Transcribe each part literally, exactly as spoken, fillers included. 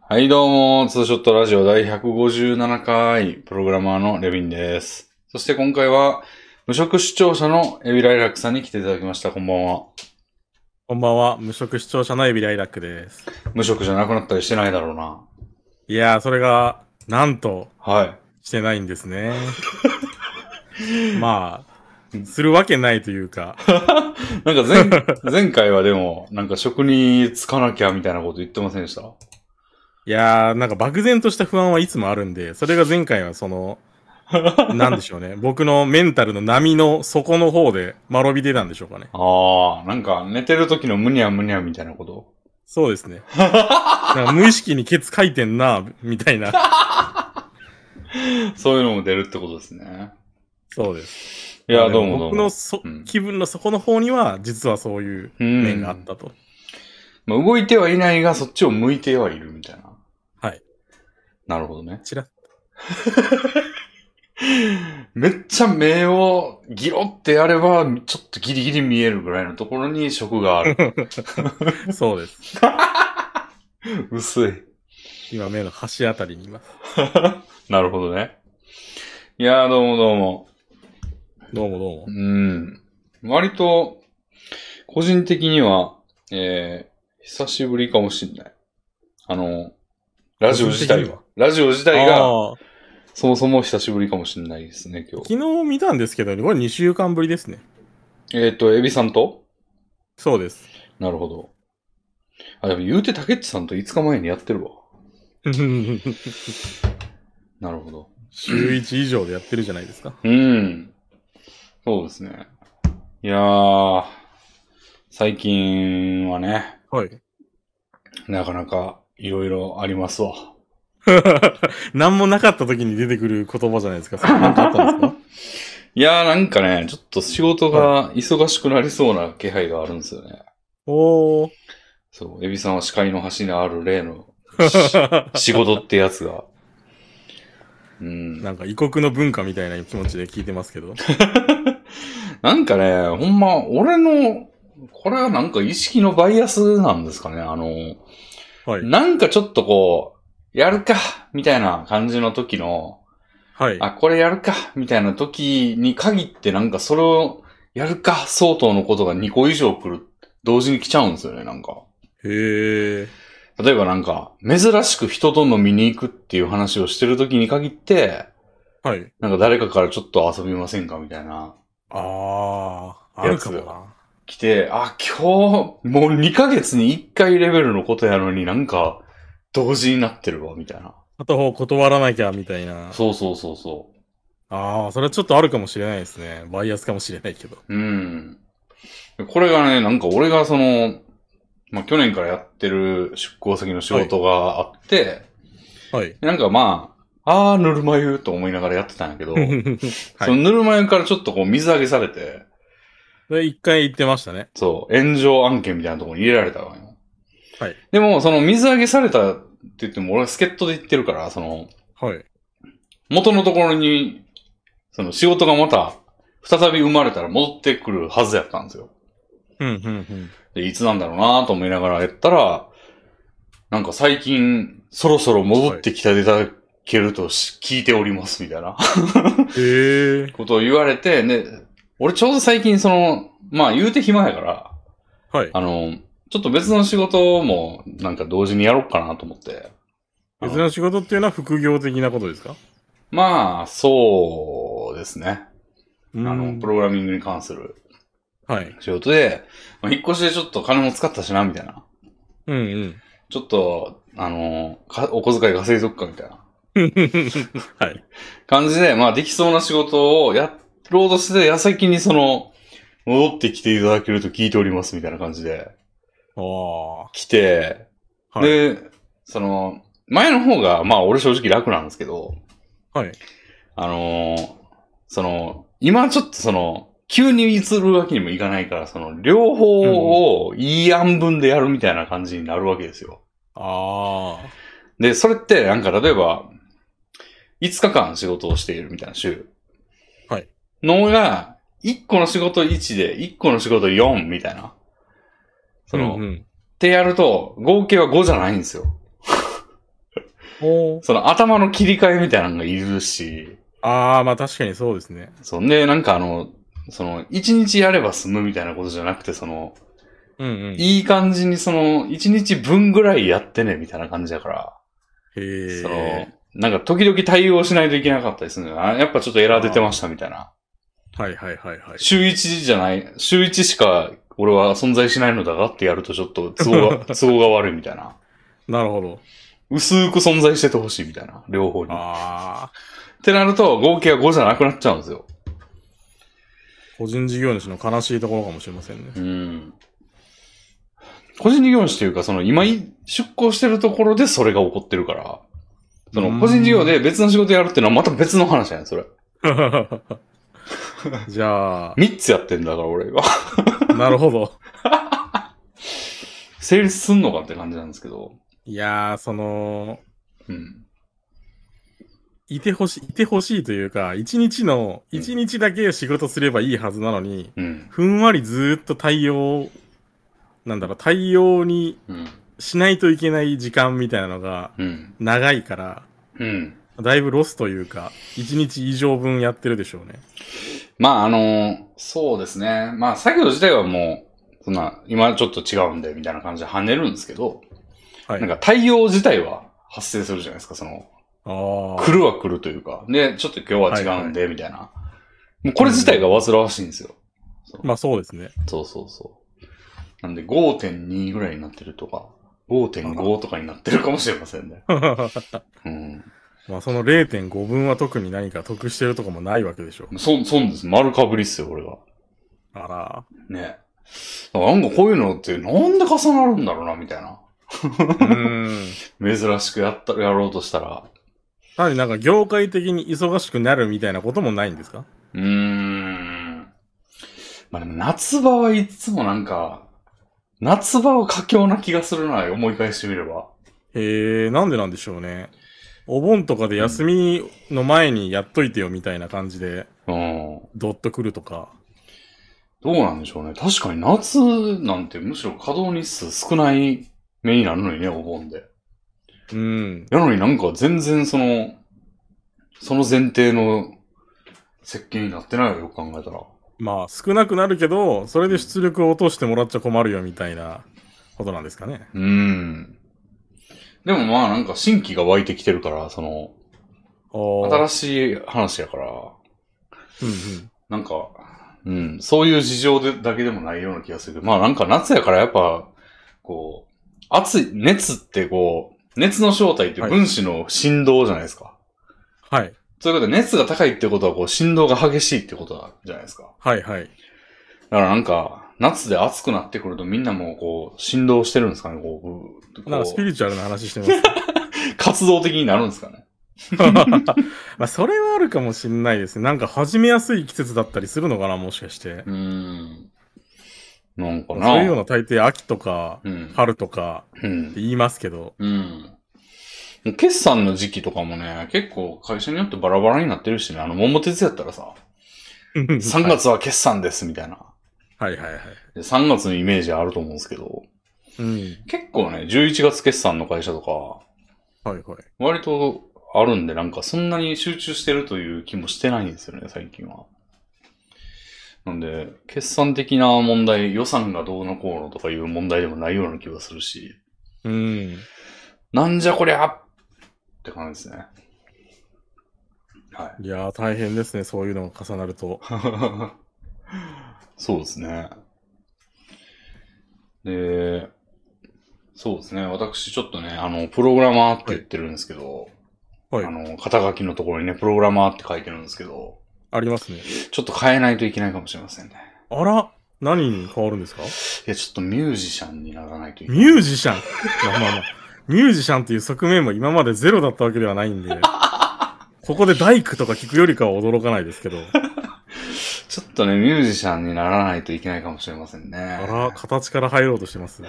はいどうも、ツーショットラジオだいひゃくごじゅうななかい、プログラマーのレビンです。そして今回は、無職視聴者のエビライラックさんに来ていただきました。こんばんは。 こんばんは、無職視聴者のエビライラックです。 無職じゃなくなったりしてないだろうな。 いやー、それが、なんと、 はい。 してないんですね。まあ、するわけないというか。 なんか前、前回はでも、なんか職に就かなきゃみたいなこと言ってませんでした？ いやー、なんか漠然とした不安はいつもあるんで、それが前回はその、なんでしょうね。僕のメンタルの波の底の方で、まろび出たんでしょうかね。 ああ、なんか寝てる時のむにゃむにゃみたいなこと？ そうですね。なんか無意識にケツ書いてんな、みたいな。 そういうのも出るってことですね。 そうです。 いや、 まあでもどうもどうも。 僕のそ、 うん、 気分の底の方には、実はそういう面があったと。 まあ、動いてはいないが、そっちを向いてはいるみたいな。 はい。 なるほどね。 ちらめっちゃ目をギロってやれば、ちょっとギリギリ見えるぐらいのところに食がある。 そうです。 薄い。 今目の端あたりにいます。 なるほどね。いやー、どうもどうも。 どうもどうも。 うん。割と、個人的には、えー、久しぶりかもしんない。あの、ラジオ自体が。ラジオ自体が、そもそも久しぶりかもしんないですね、今日。 昨日見たんですけど、これにしゅうかんぶりですね。 えっと、エビさんと？ そうです。 なるほど。あ、でも言うて竹内さんといつかまえにやってるわ。なるほど。 週いち以上でやってるじゃないですか。 うん。そうですね。いやー、最近はね、 はい。 なかなかいろいろありますわ。 何もなかった時に出てくる言葉じゃないですか。それなんかあったんですか？ いやーなんかね、ちょっと仕事が忙しくなりそうな気配があるんですよね。 おー。 そう、エビさんは視界の端にある例の仕事ってやつが。うん。 なんか異国の文化みたいな気持ちで聞いてますけど。 なんかね、ほんま、俺の、これはなんか意識のバイアスなんですかね。あの、 はい。 なんかちょっとこう、やるかみたいな感じの時の、 はい。 あ、これやるかみたいな時に限ってなんかそれをやるか相当のことがにこ以上来る、同時に来ちゃうんですよね、なんか。 へー。 例えばなんか、珍しく人と飲みに行くっていう話をしてる時に限って、 はい。 なんか誰かからちょっと遊びませんかみたいなあー。あるかやつがもな。 来て、あ、今日、もうにかげつにいっかいレベルのことやのになんか、同時になってるわ、みたいな。 片方断らなきゃみたいな。 そうそうそうそあー、それはちょっとあるかもしれないですね。バイアスかもしれないけど。 う。うん。これがね、なんか俺がその、まあ、去年からやってる出向先の仕事があって、 はい。 なんかまあ、あー、ぬるま湯と思いながらやってたんやけど、 はそのい。 ぬるま湯からちょっとこう水揚げされて、 で、一回言ってましたね。 そう、炎上案件みたいなところに入れられたわよ。 はい。 でも、その水揚げされたって言っても俺は助っ人で言ってるから、その、 はい。 元のところに、その仕事がまた、再び生まれたら戻ってくるはずやったんですよ。 うん、うん、うん。 で、いつなんだろうなと思いながらやったら、なんか最近、そろそろ戻ってきていただけるとし、聞いております、みたいなへえ。 ことを言われて、で、俺ちょうど最近その、まあ言うて暇やから、 はい。 あの、ちょっと別の仕事もなんか同時にやろうかなと思って。あの別の仕事っていうのは副業的なことですか？ まあ、そうですね。 うーあの、プん。 ログラミングに関するはい。 仕事で、まあ、引っ越しでちょっと金も使ったしな、みたいな。 うんうん。 ちょっと、あの、かお小遣い稼いどっか、みたいなはい。 感じで、まあ、できそうな仕事をやろうとして矢先にその、戻ってきていただけると聞いております、みたいな感じで、 ああ。 来て、 はい。 で、その、前の方が、まあ、俺正直楽なんですけど、 はい。 あのーその、今ちょっとその、急に移るわけにもいかないから、その、両方をいい案分でやるみたいな感じになるわけですよ。 ああ。 で、それってなんか例えば、いつかかん仕事をしているみたいな週。 はい。 のが、いっこの仕事いちで、いっこの仕事よんみたいな。その、 うんうん。 ってやると、合計はごじゃないんですよ。 おその頭の切り替えみたいなのがいるし。 ああ、まあ確かにそうですね。 そうで、なんかあの、その、一日やれば済むみたいなことじゃなくて、その、 うんうん。 いい感じにその、一日分ぐらいやってね、みたいな感じだから。 へえ。 その、なんか時々対応しないといけなかったりするのよ。あ、やっぱちょっとエラー出てましたみたいな。 はいはいはいはい。 週一じゃない、週一しか俺は存在しないのだがってやるとちょっと都合が、都合が悪いみたいな。 なるほど。 薄く存在しててほしいみたいな。両方に。 ああ。 ってなると合計がごじゃなくなっちゃうんですよ。 個人事業主の悲しいところかもしれませんね。 うん。個人事業主というか、その今出向してるところでそれが起こってるから、その個人事業で別の仕事やるっていうのはまた別の話やねそれ。 じゃあ。 三つやってんだから俺が。 なるほど。 成立すんのかって感じなんですけど。 いやー、その、 うん。 いてほしい、いてほしいというか、一日の、一日だけ仕事すればいいはずなのに、 うん、 ふんわりずーっと対応、なんだろう、対応にしないといけない時間みたいなのが、長いから、 うん、 だいぶロスというか、一日以上分やってるでしょうね。 まあ、あのー、そうですね。まあ、作業自体はもう、そんな、今ちょっと違うんで、みたいな感じで跳ねるんですけど、はい、なんか対応自体は発生するじゃないですか、その、あ来るは来るというか。で、ちょっと今日は違うんで、はいはい、みたいな。もうこれ自体が煩わしいんですよ。 うん、まあそうですね。 そうそうそう。なんで ごてんに ぐらいになってるとか、ごてんご とかになってるかもしれませんね。 うん、まあその れいてんご 分は特に何か得してるとかもないわけでしょ。 そ、そうです。丸かぶりっすよ、俺は。 あら。 ね。なんかこういうのってなんで重なるんだろうな、みたいな。うん珍しくやった、やろうとしたら。 単になんか業界的に忙しくなるみたいなこともないんですか？ うーん。まあでも夏場はいつもなんか、夏場は佳境な気がするな、思い返してみれば。 へえ、なんでなんでしょうね。お盆とかで休みの前にやっといてよみたいな感じで、うん。ドッと来るとか。 どうなんでしょうね。確かに夏なんてむしろ稼働日数少ない目になるのにね、お盆で。うん。なのになんか全然その、その前提の設計になってないよ、よく考えたら。 まあ、少なくなるけど、それで出力を落としてもらっちゃ困るよみたいなことなんですかね。 うーん。でもまあなんか新規が湧いてきてるから、その、新しい話やから、うんうん、なんか、うん、そういう事情でだけでもないような気がするけど、まあなんか夏やからやっぱ、こう、熱い、熱ってこう、熱の正体って分子の振動じゃないですか。はい。そういうことで熱が高いってことはこう振動が激しいってことじゃないですか。はいはい。だからなんか、夏で暑くなってくるとみんなもこう、振動してるんですかね、こう。こうなんかスピリチュアルな話してます、ね。 活動的になるんですかね。 まあ、それはあるかもしれないですね。なんか始めやすい季節だったりするのかな、もしかして。うーん。なんかな。そういうような大抵秋とか、うん、春とか、って言いますけど。うん。 決算の時期とかもね、結構会社によってバラバラになってるしね、あの、桃鉄やったらさ、さんがつは決算ですみたいな。はいはいはい。でさんがつのイメージあると思うんですけど、うん、結構ね、じゅういちがつ決算の会社とか、はいはい。割とあるんで、なんかそんなに集中してるという気もしてないんですよね、最近は。なんで、決算的な問題、予算がどうのこうのとかいう問題でもないような気がするし、うん。なんじゃこりゃって感じですね。 はい。いやー大変ですね、そういうのが重なると。 そうですね。で、そうですね。私ちょっとね、あの、プログラマーって言ってるんですけど、はい。あの、肩書きのところにね、プログラマーって書いてるんですけど、 ありますね。 ちょっと変えないといけないかもしれませんね。 あら何に変わるんですか？いや、ちょっとミュージシャンにならないといけない。 ミュージシャンまあまあまあ。ミュージシャンっていう側面も今までゼロだったわけではないんで、ここで大工とか聞くよりかは驚かないですけど。 ちょっとね、ミュージシャンにならないといけないかもしれませんね。 あら、形から入ろうとしてますね。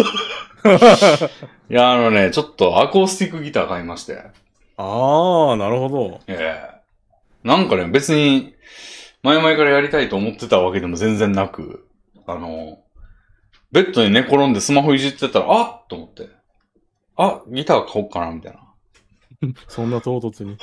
いや、あのね、ちょっとアコースティックギター買いまして。 あー、なるほど。 ええー。なんかね、別に、前々からやりたいと思ってたわけでも全然なく、あの、ベッドに寝転んでスマホいじってたら、あっと思って。あ、ギター買おうかな、みたいな。 そんな唐突に。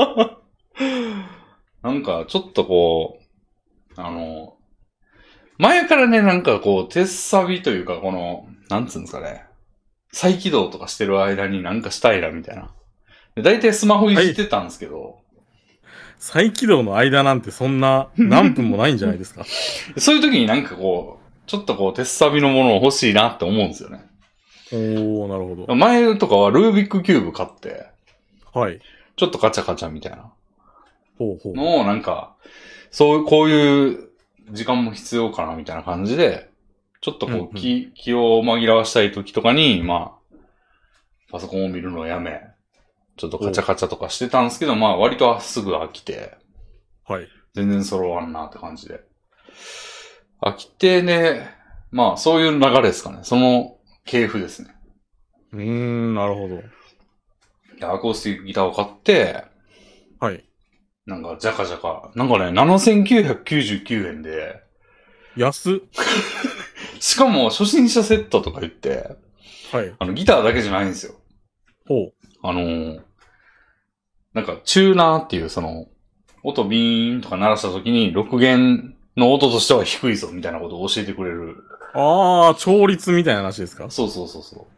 なんか、ちょっとこう、あの、前からね、なんかこう、鉄サビというか、この、なんつうんですかね。再起動とかしてる間になんかしたいな、みたいな。だいたいスマホいじってたんですけど、はい、 再起動の間なんてそんな何分もないんじゃないですか。 そういう時になんかこう、ちょっとこう、鉄サビのものを欲しいなって思うんですよね。 おー、なるほど。 前とかはルービックキューブ買って、 はい。 ちょっとカチャカチャみたいな。 ほうほう。 のをなんか、そう、こういう時間も必要かなみたいな感じで、ちょっとこう、うんうん、気、気を紛らわしたい時とかに、まあ、パソコンを見るのをやめ、ちょっとカチャカチャとかしてたんですけど、まあ割とすぐ飽きて、 はい。 全然揃わんなって感じで。飽きてね、まあそういう流れですかね。その系譜ですね。 うーん、なるほど。 で、アコースティックギターを買って、 はい。 なんか、ジャカジャカ。なんかね、ななせんきゅうひゃくきゅうじゅうきゅうえんで。 安っ。 しかも、初心者セットとか言って。 はい。 あの、ギターだけじゃないんですよ。 ほう。 あのー、なんか、チューナーっていう、その、音ビーンとか鳴らした時に、録弦の音としては低いぞ、みたいなことを教えてくれる。 ああ、調律みたいな話ですか？ そうそうそうそう。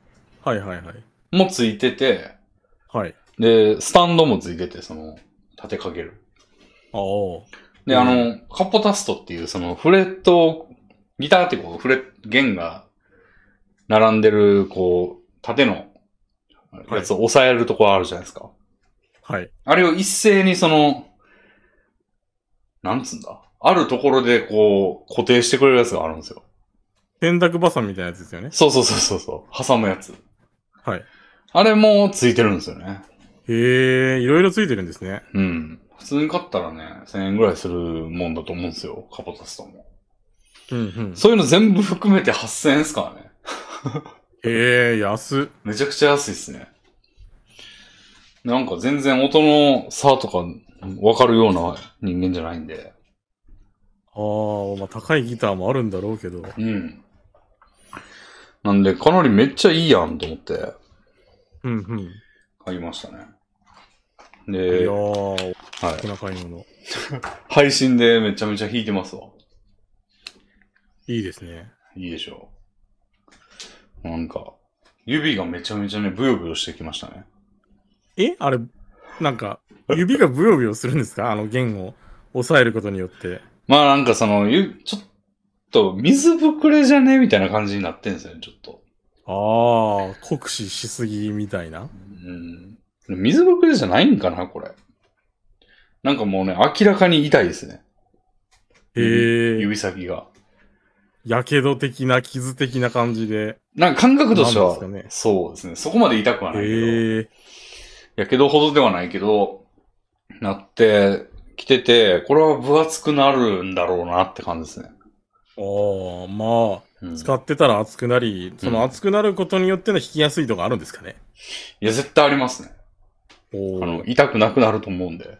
はいはいはい。 もついてて。 はい。 で、スタンドもついてて、その、立てかける。 ああ。 で、あの、カポタストっていう、その、フレット、ギターってこう、フレット、弦が、並んでる、こう、縦の、やつを押さえるところあるじゃないですか。 はい。 あれを一斉にその、なんつうんだ。あるところでこう、固定してくれるやつがあるんですよ。 洗濯バサミみたいなやつですよね。 そうそうそうそうそう。挟むやつ。 はい。 あれもついてるんですよね。 へえ、いろいろついてるんですね。 うん。普通に買ったらね、せんえんぐらいするもんだと思うんですよ。カポタストも。 うんうん。 そういうの全部含めてはっせんえんですからね。 へえ、安っ。 めちゃくちゃ安いっすね。なんか全然音の差とかわかるような人間じゃないんで。 ああ、まあ高いギターもあるんだろうけど。 うん。なんでかなりめっちゃいいやんと思って。 うんうん。 買いましたね。で、 いやー、大きな買い物、はい。 配信でめちゃめちゃ弾いてますわ。 いいですね。 いいでしょう。なんか、指がめちゃめちゃね、ブヨブヨしてきましたね。 えあれ、なんか、指がブヨブヨするんですか？あの弦を押さえることによって。 まあなんかその、ゆ、ちょっと、水ぶくれじゃねみたいな感じになってんですよね、ちょっと。 ああ、酷使しすぎみたいな。 うん。水ぶくれじゃないんかな、これ。なんかもうね、明らかに痛いですね。 へえ。 指先が。 やけど的な、傷的な感じで。 なんか感覚としては、ね、そうですね。そこまで痛くはないけど。へやけどほどではないけど、なってきてて、これは分厚くなるんだろうなって感じですね。 ああ、まあ、うん、使ってたら熱くなり、その熱くなることによっての弾きやすいとかあるんですかね？ いや、絶対ありますね。あの、痛くなくなると思うんで。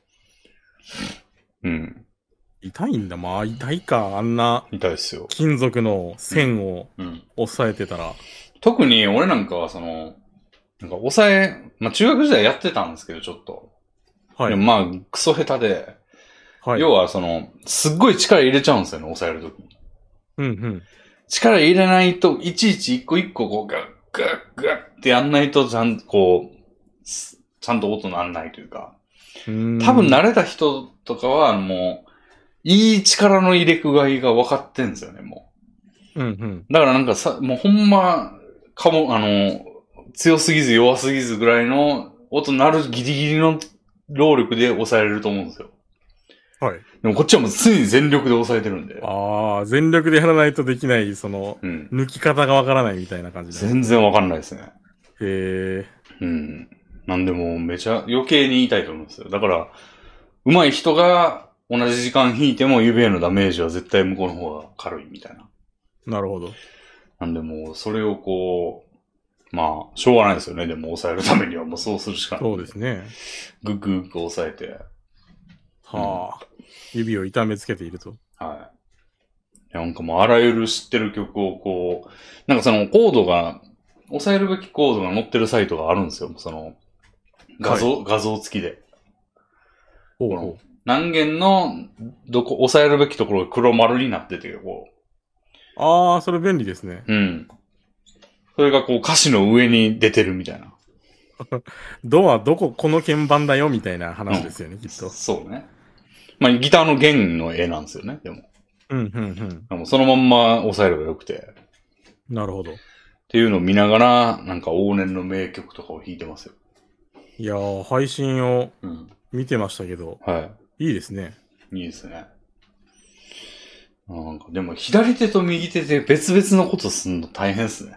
うん。 痛いんだ。まあ、痛いか。あんな。 痛いですよ。 金属の線を押さえてたら。 うんうん、特に俺なんかはその、なんか押さえ、まあ中学時代やってたんですけど、ちょっと。はい。でもまあ、クソ下手で。はい。要はその、すっごい力入れちゃうんですよね、押さえるときに。 うんうん。 力入れないと、いちいち一個一個こう、ガッガッガッってやんないと、ちゃんとこう、ちゃんと音なんないというか。多分慣れた人とかはもう、いい力の入れ具合が分かってんですよね、もう。うんうん。 だからなんかさ、もうほんま、かも、あの、強すぎず弱すぎずぐらいの音鳴るギリギリの労力で抑えれると思うんですよ。 はい。 でもこっちはもう常に全力で抑えてるんで。 ああ、全力でやらないとできない、その、うん、抜き方がわからないみたいな感じで。 全然わかんないですね。 へえ。 うん。なんでもうめちゃ余計に痛いと思うんですよ。だから、上手い人が同じ時間弾いても指へのダメージは絶対向こうの方が軽いみたいな。 なるほど。 なんでもう、それをこう、まあ、しょうがないですよね。でも抑えるためにはもうそうするしかない。 そうですね。 グッグッグ抑えて。 はあ、うん。指を痛めつけていると。 はい。なんかもうあらゆる知ってる曲をこう、なんかそのコードが、抑えるべきコードが載ってるサイトがあるんですよ。その、 画像、はい、画像付きで。 ほうほう。 何弦の、どこ、押さえるべきところが黒丸になってて、こう。ああ、それ便利ですね。 うん。それがこう歌詞の上に出てるみたいな。 ドはどこ、この鍵盤だよみたいな話ですよね、うん、きっと。 そうね。まあ、ギターの弦の絵なんですよね、でも。 うん、うん、 うん。もうそのまんま押さえればよくて。 なるほど。 っていうのを見ながら、なんか往年の名曲とかを弾いてますよ。 いやー、配信を見てましたけど、 うん、はい。 いいですね。 いいですね。なんかでも左手と右手で別々のことすんの大変ですね。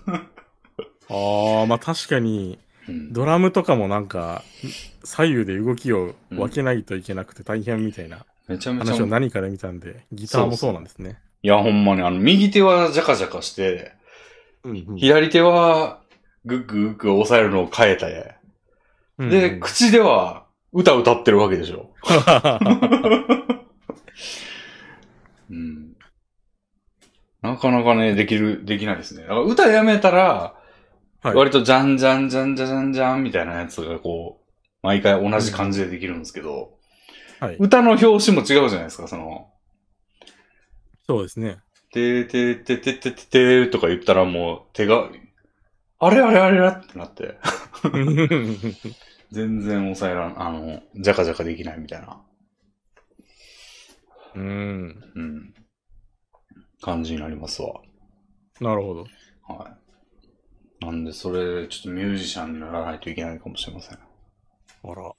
ああ、まあ確かに、うん、ドラムとかもなんか、左右で動きを分けないといけなくて大変みたいな話を何かで見たんで、ギターもそうなんですね。そうそう、 いや、ほんまに、あの、右手はジャカジャカして、うんうん、左手はグッググッグ押さえるのを変えて、うんうん、で、口では歌歌ってるわけでしょ。うん、なかなかね、できる、できないですね。だから歌やめたら、はい、割とジャンジャンジャンジャンジャンジャンみたいなやつがこう、毎回同じ感じでできるんですけど、うんはい、歌の表紙も違うじゃないですか、その。 そうですね。 てーてーてーてーてーてーとか言ったらもう手が、あれあれあれってなって。全然抑えらん、あの、ジャカジャカできないみたいな。 うん。 うん。感じになりますわ。 なるほど。 はい。なんで、それ、ちょっとミュージシャンにならないといけないかもしれません。 あら。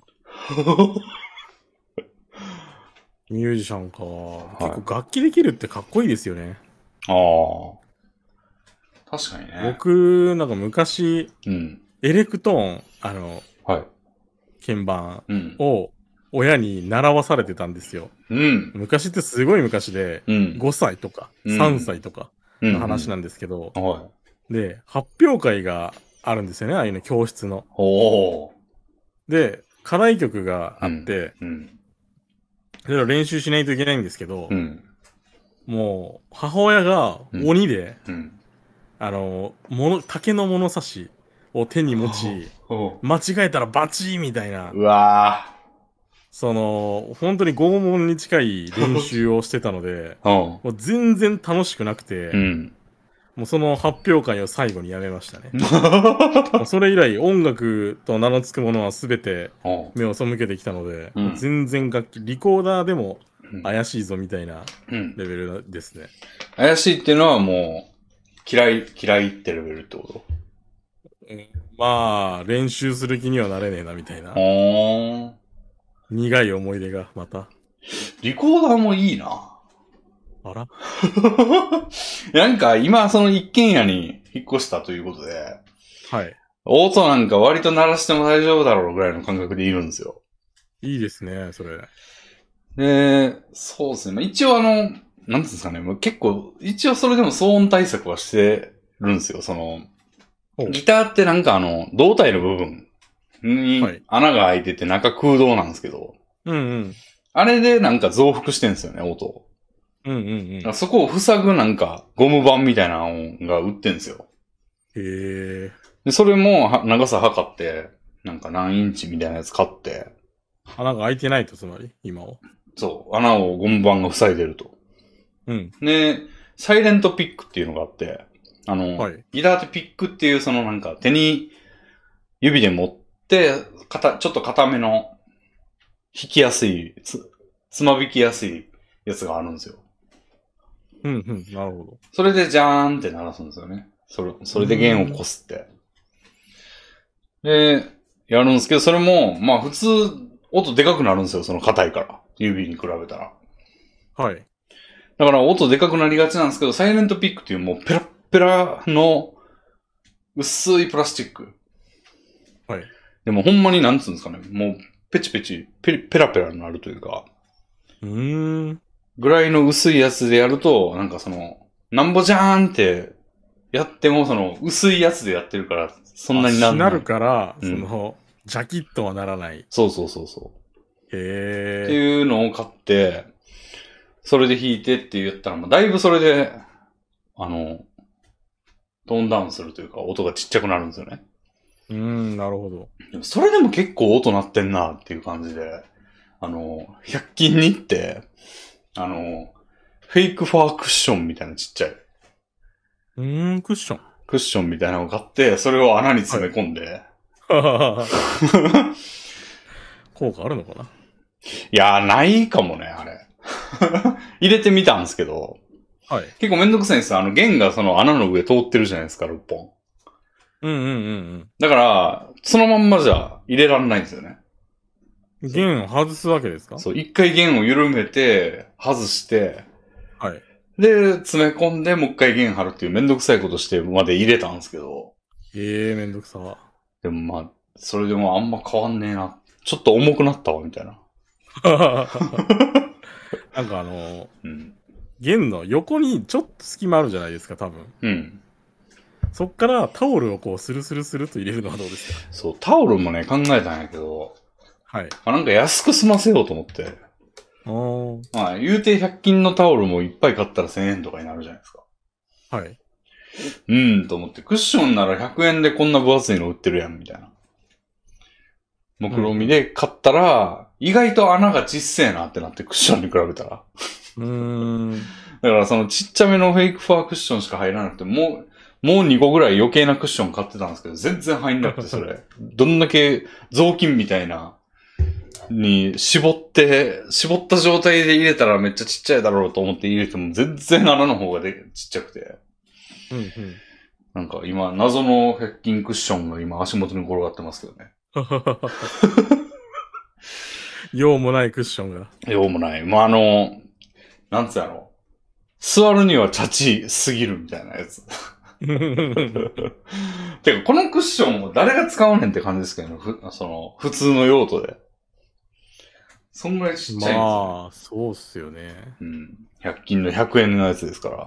ミュージシャンか、はい。結構楽器できるってかっこいいですよね。 ああ。確かにね。 僕、なんか昔、 うん、 エレクトーン、あの、 はい。 鍵盤を親に習わされてたんですよ。 うん、 昔ってすごい昔で、うん、ごさいとかさんさいとかの話なんですけど、 うんうんはい、 で、発表会があるんですよね、ああいうの教室の。 おで、課題曲があって、 うんうんそれを練習しないといけないんですけど、 うん、 もう、母親が鬼で、 うんうん、 あの、もの、竹の物差しを手に持ち、間違えたらバチーみたいな。 うわー。 その、本当に拷問に近い練習をしてたので、もう全然楽しくなくて、 うん、 もうその発表会を最後にやめましたね。それ以来音楽と名の付くものは全て目を背けてきたので、うん、全然楽器、リコーダーでも怪しいぞみたいなレベルですね。 うん、怪しいっていうのはもう嫌い、嫌いってレベルってこと、 うん、まあ、練習する気にはなれねえなみたいな。苦い思い出がまた。 リコーダーもいいな。 あらなんか今その一軒家に引っ越したということで、 はい。 音なんか割と鳴らしても大丈夫だろうぐらいの感覚でいるんですよ。 いいですね、それ。 で、そうですね。まあ、一応あの、なんていうんですかね、もう結構、一応それでも騒音対策はしてるんですよ。その、ギターってなんかあの、胴体の部分に穴が開いてて中空洞なんですけど、 うんうん。 あれでなんか増幅してるんですよね、音を。 うんうんうん。 そこを塞ぐなんかゴム板みたいなのが売ってんですよ。 へー。 で、それも長さ測って、なんか何インチみたいなやつ買って。 穴が開いてないと、つまり今を。 そう。穴をゴム板が塞いでると。 うん。 で、サイレントピックっていうのがあって、あの、 はい、 ギターってピックっていうそのなんか手に指で持って、かた、ちょっと硬めの弾きやすい、つ、つまびきやすいやつがあるんですよ。 うんうん、なるほど。 それでジャーンって鳴らすんですよね。それ、それで弦をこすって。で、やるんですけど、それも、まあ普通、音でかくなるんですよ、その硬いから。指に比べたら。 はい。 だから音でかくなりがちなんですけど、サイレントピックっていうもうペラッペラの薄いプラスチック。 はい。 でもほんまになんつうんですかね、もうペチペチ、ペペラペラになるというか。 うーん。 ぐらいの薄いやつでやると、なんかその、なんぼじゃーんってやっても、その薄いやつでやってるから、そんなになんない。なるから、うん、その、ジャキッとはならない。 そうそうそうそう。 へー。 っていうのを買って、それで弾いてって言ったら、だいぶそれで、あの、トーンダウンするというか、音がちっちゃくなるんですよね。 うーん、なるほど。 でもそれでも結構音鳴ってんなっていう感じで、あの、ひゃく均に行って、あの、フェイクファークッションみたいなちっちゃい。 うーん、クッションクッションみたいなのを買って、それを穴に詰め込んで。 はい、効果あるのかな？ いやー、ないかもね、あれ。入れてみたんですけど、 はい。 結構めんどくさいんですよ。あの、弦がその穴の上通ってるじゃないですか、ろっぽん。 うんうんうんうん。 だから、そのまんまじゃ入れられないんですよね。 弦を外すわけですか？ そう、一回弦を緩めて、外して、 はい。 で、詰め込んで、もう一回弦張るっていうめんどくさいことしてまで入れたんですけど。 ええー、めんどくさ。 でもまあ、それでもあんま変わんねえな。ちょっと重くなったわ、みたいな。 なんかあのー、 うん。 弦の横にちょっと隙間あるじゃないですか、多分。 うん。 そっからタオルをこうスルスルスルと入れるのはどうですか？ そう、タオルもね、考えたんやけど、 はい。 あ、なんか安く済ませようと思って。 あまあ、言うてひゃく均のタオルもいっぱい買ったらせんえんとかになるじゃないですか。 はい。 うーん、と思って、クッションならひゃくえんでこんな分厚いの売ってるやん、みたいな。目論見で買ったら、うん、意外と穴がちっせえなってなって、クッションに比べたら。 うーん。 だからそのちっちゃめのフェイクファークッションしか入らなくて、もう、もうにこぐらい余計なクッション買ってたんですけど、全然入んなくて、それ。どんだけ雑巾みたいな、に絞って、絞った状態で入れたらめっちゃちっちゃいだろうと思って入れても、全然穴の方がでちっちゃくて。 うんうん。 なんか今、謎のひゃく均クッションが今足元に転がってますけどね。 用もないクッションが。 用もない。まあ、あの、なんつうやろ。座るにはチャチすぎるみたいなやつ。てか、このクッションを誰が使うねんって感じですけどね。ふその、普通の用途で。そんぐらいちっちゃいんですよ、ね。 まあ、そうっすよね。 うん。ひゃく均のひゃくえんのやつですから。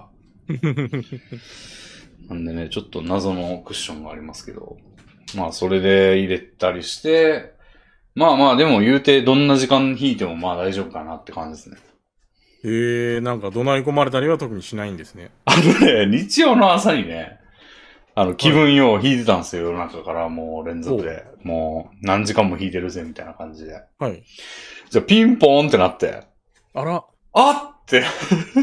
なんでね、ちょっと謎のクッションがありますけど。まあ、それで入れたりして、まあまあ、でも言うてどんな時間引いてもまあ大丈夫かなって感じですね。 へえ、なんか怒鳴り込まれたりは特にしないんですね。 あのね、日曜の朝にね、あの、気分よう弾いてたんですよ、夜中からもう連続で。もう何時間も弾いてるぜ、みたいな感じで。 はい。 じゃあピンポーンってなって。 あら。 あって。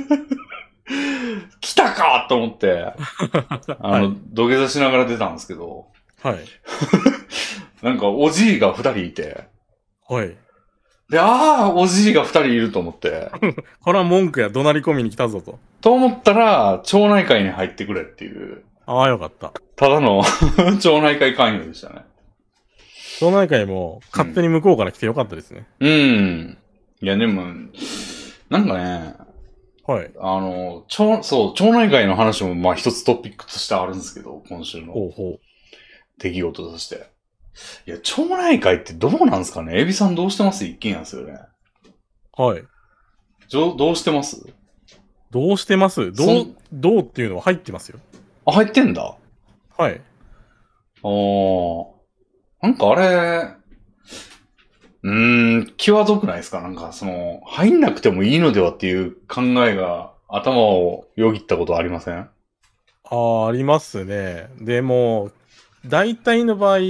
来たかと思って。あの、はい、土下座しながら出たんですけど。 はい。 なんか、おじいが二人いて。 はい。 で、ああ、おじいが二人いると思って。 これは文句や怒鳴り込みに来たぞと。 と思ったら、町内会に入ってくれっていう。 ああ、よかった。 ただの町内会関与でしたね。 町内会も勝手に向こうから来てよかったですね。 うん。うんいや、でも、なんかね、 はい。 あの、町、そう、町内会の話もまあ一つトピックとしてあるんですけど、今週の。 ほうほう。 出来事として。いや、町内会ってどうなんですかね？エビさんどうしてます？一軒家ですよね。 はい。 ど, どうしてますどうしてますどう、どうっていうのは入ってますよ。 あ、入ってんだ。 はい。 あー。なんかあれ、うーん、際どくないですか？なんかその、入んなくてもいいのではっていう考えが頭をよぎったことありません？ああ、ありますね。でも、大体の場合、うん、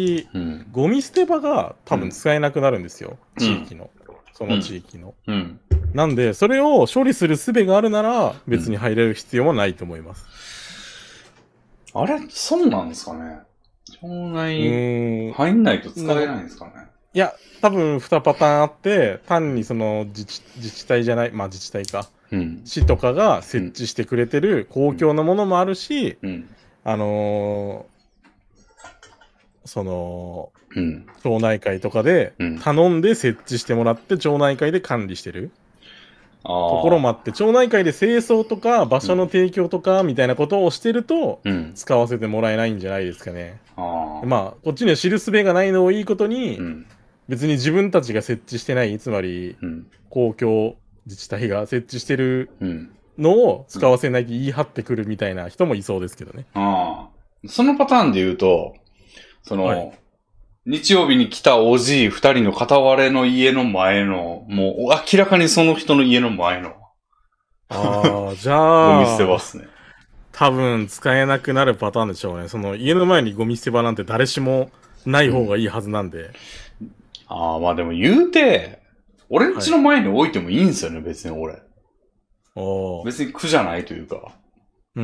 ゴミ捨て場が多分使えなくなるんですよ。うん、地域の。その地域の。 うん。うん、 なんで、それを処理する術があるなら、別に入れる必要はないと思います。 うん、あれそうなんですかね？町内、入んないと使えないんですかね？ いや、多分にパターンあって、単にその自治、自治体じゃない、まあ自治体か。うん、市とかが設置してくれてる公共のものもあるし、うん、あのー、その、うん、町内会とかで頼んで設置してもらって町内会で管理してる、ところもあって、町内会で清掃とか場所の提供とかみたいなことをしてると、使わせてもらえないんじゃないですかね。あまあ、こっちには知るすべがないのをいいことに、うん、別に自分たちが設置してない、つまり、うん、公共自治体が設置してるのを使わせないと言い張ってくるみたいな人もいそうですけどね。 ああ。そのパターンで言うと、その、はい、日曜日に来たおじい二人の片割れの家の前の、もう明らかにその人の家の前の。 ああ、じゃあ。 ゴミ捨て場っすね。 多分使えなくなるパターンでしょうね。その家の前にゴミ捨て場なんて誰しもない方がいいはずなんで。うん、 ああ、まあでも言うて、俺んちの前に置いてもいいんすよね、はい、別に俺。別に苦じゃないというか。 うんうん。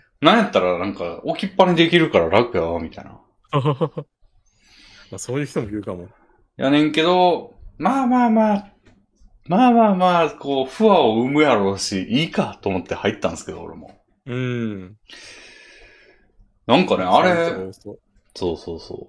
なんやったらなんか置きっぱにできるから楽やわ、みたいな。 まあそういう人もいるかも。 やねんけど、まあまあまあ、まあまあまあ、こう、不和を生むやろうし、いいかと思って入ったんですけど、俺も。 うん。 なんかね、あれ、そうそうそう。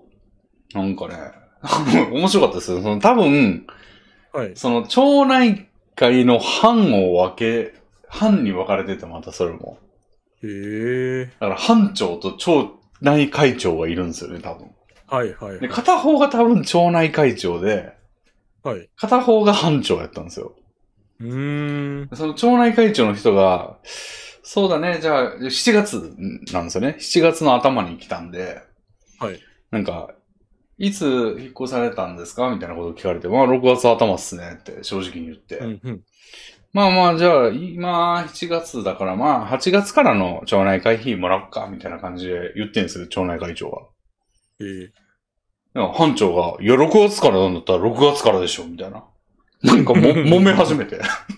なんかね、面白かったですよ。その多分、はい、その町内会の班を分け、班に分かれててまたそれも。 へえ。 だから班長と町内会長がいるんですよね、多分。 はいはい、はい。 で、片方が多分町内会長で、はい。片方が班長やったんですよ。 うーん。 その町内会長の人が、そうだね、じゃあ、しちがつなんですよね。しちがつの頭に来たんで、 はい。 なんか、いつ引っ越されたんですかみたいなことを聞かれて、まあろくがつ頭っすねって正直に言って。うんうん、まあまあ、じゃあ、今しちがつだからまあはちがつからの町内会費もらおっか、みたいな感じで言ってんですよ、町内会長が。 ええ班長が、いや、ろくがつからなんだったらろくがつからでしょ、みたいな。なんかも、揉め始めて。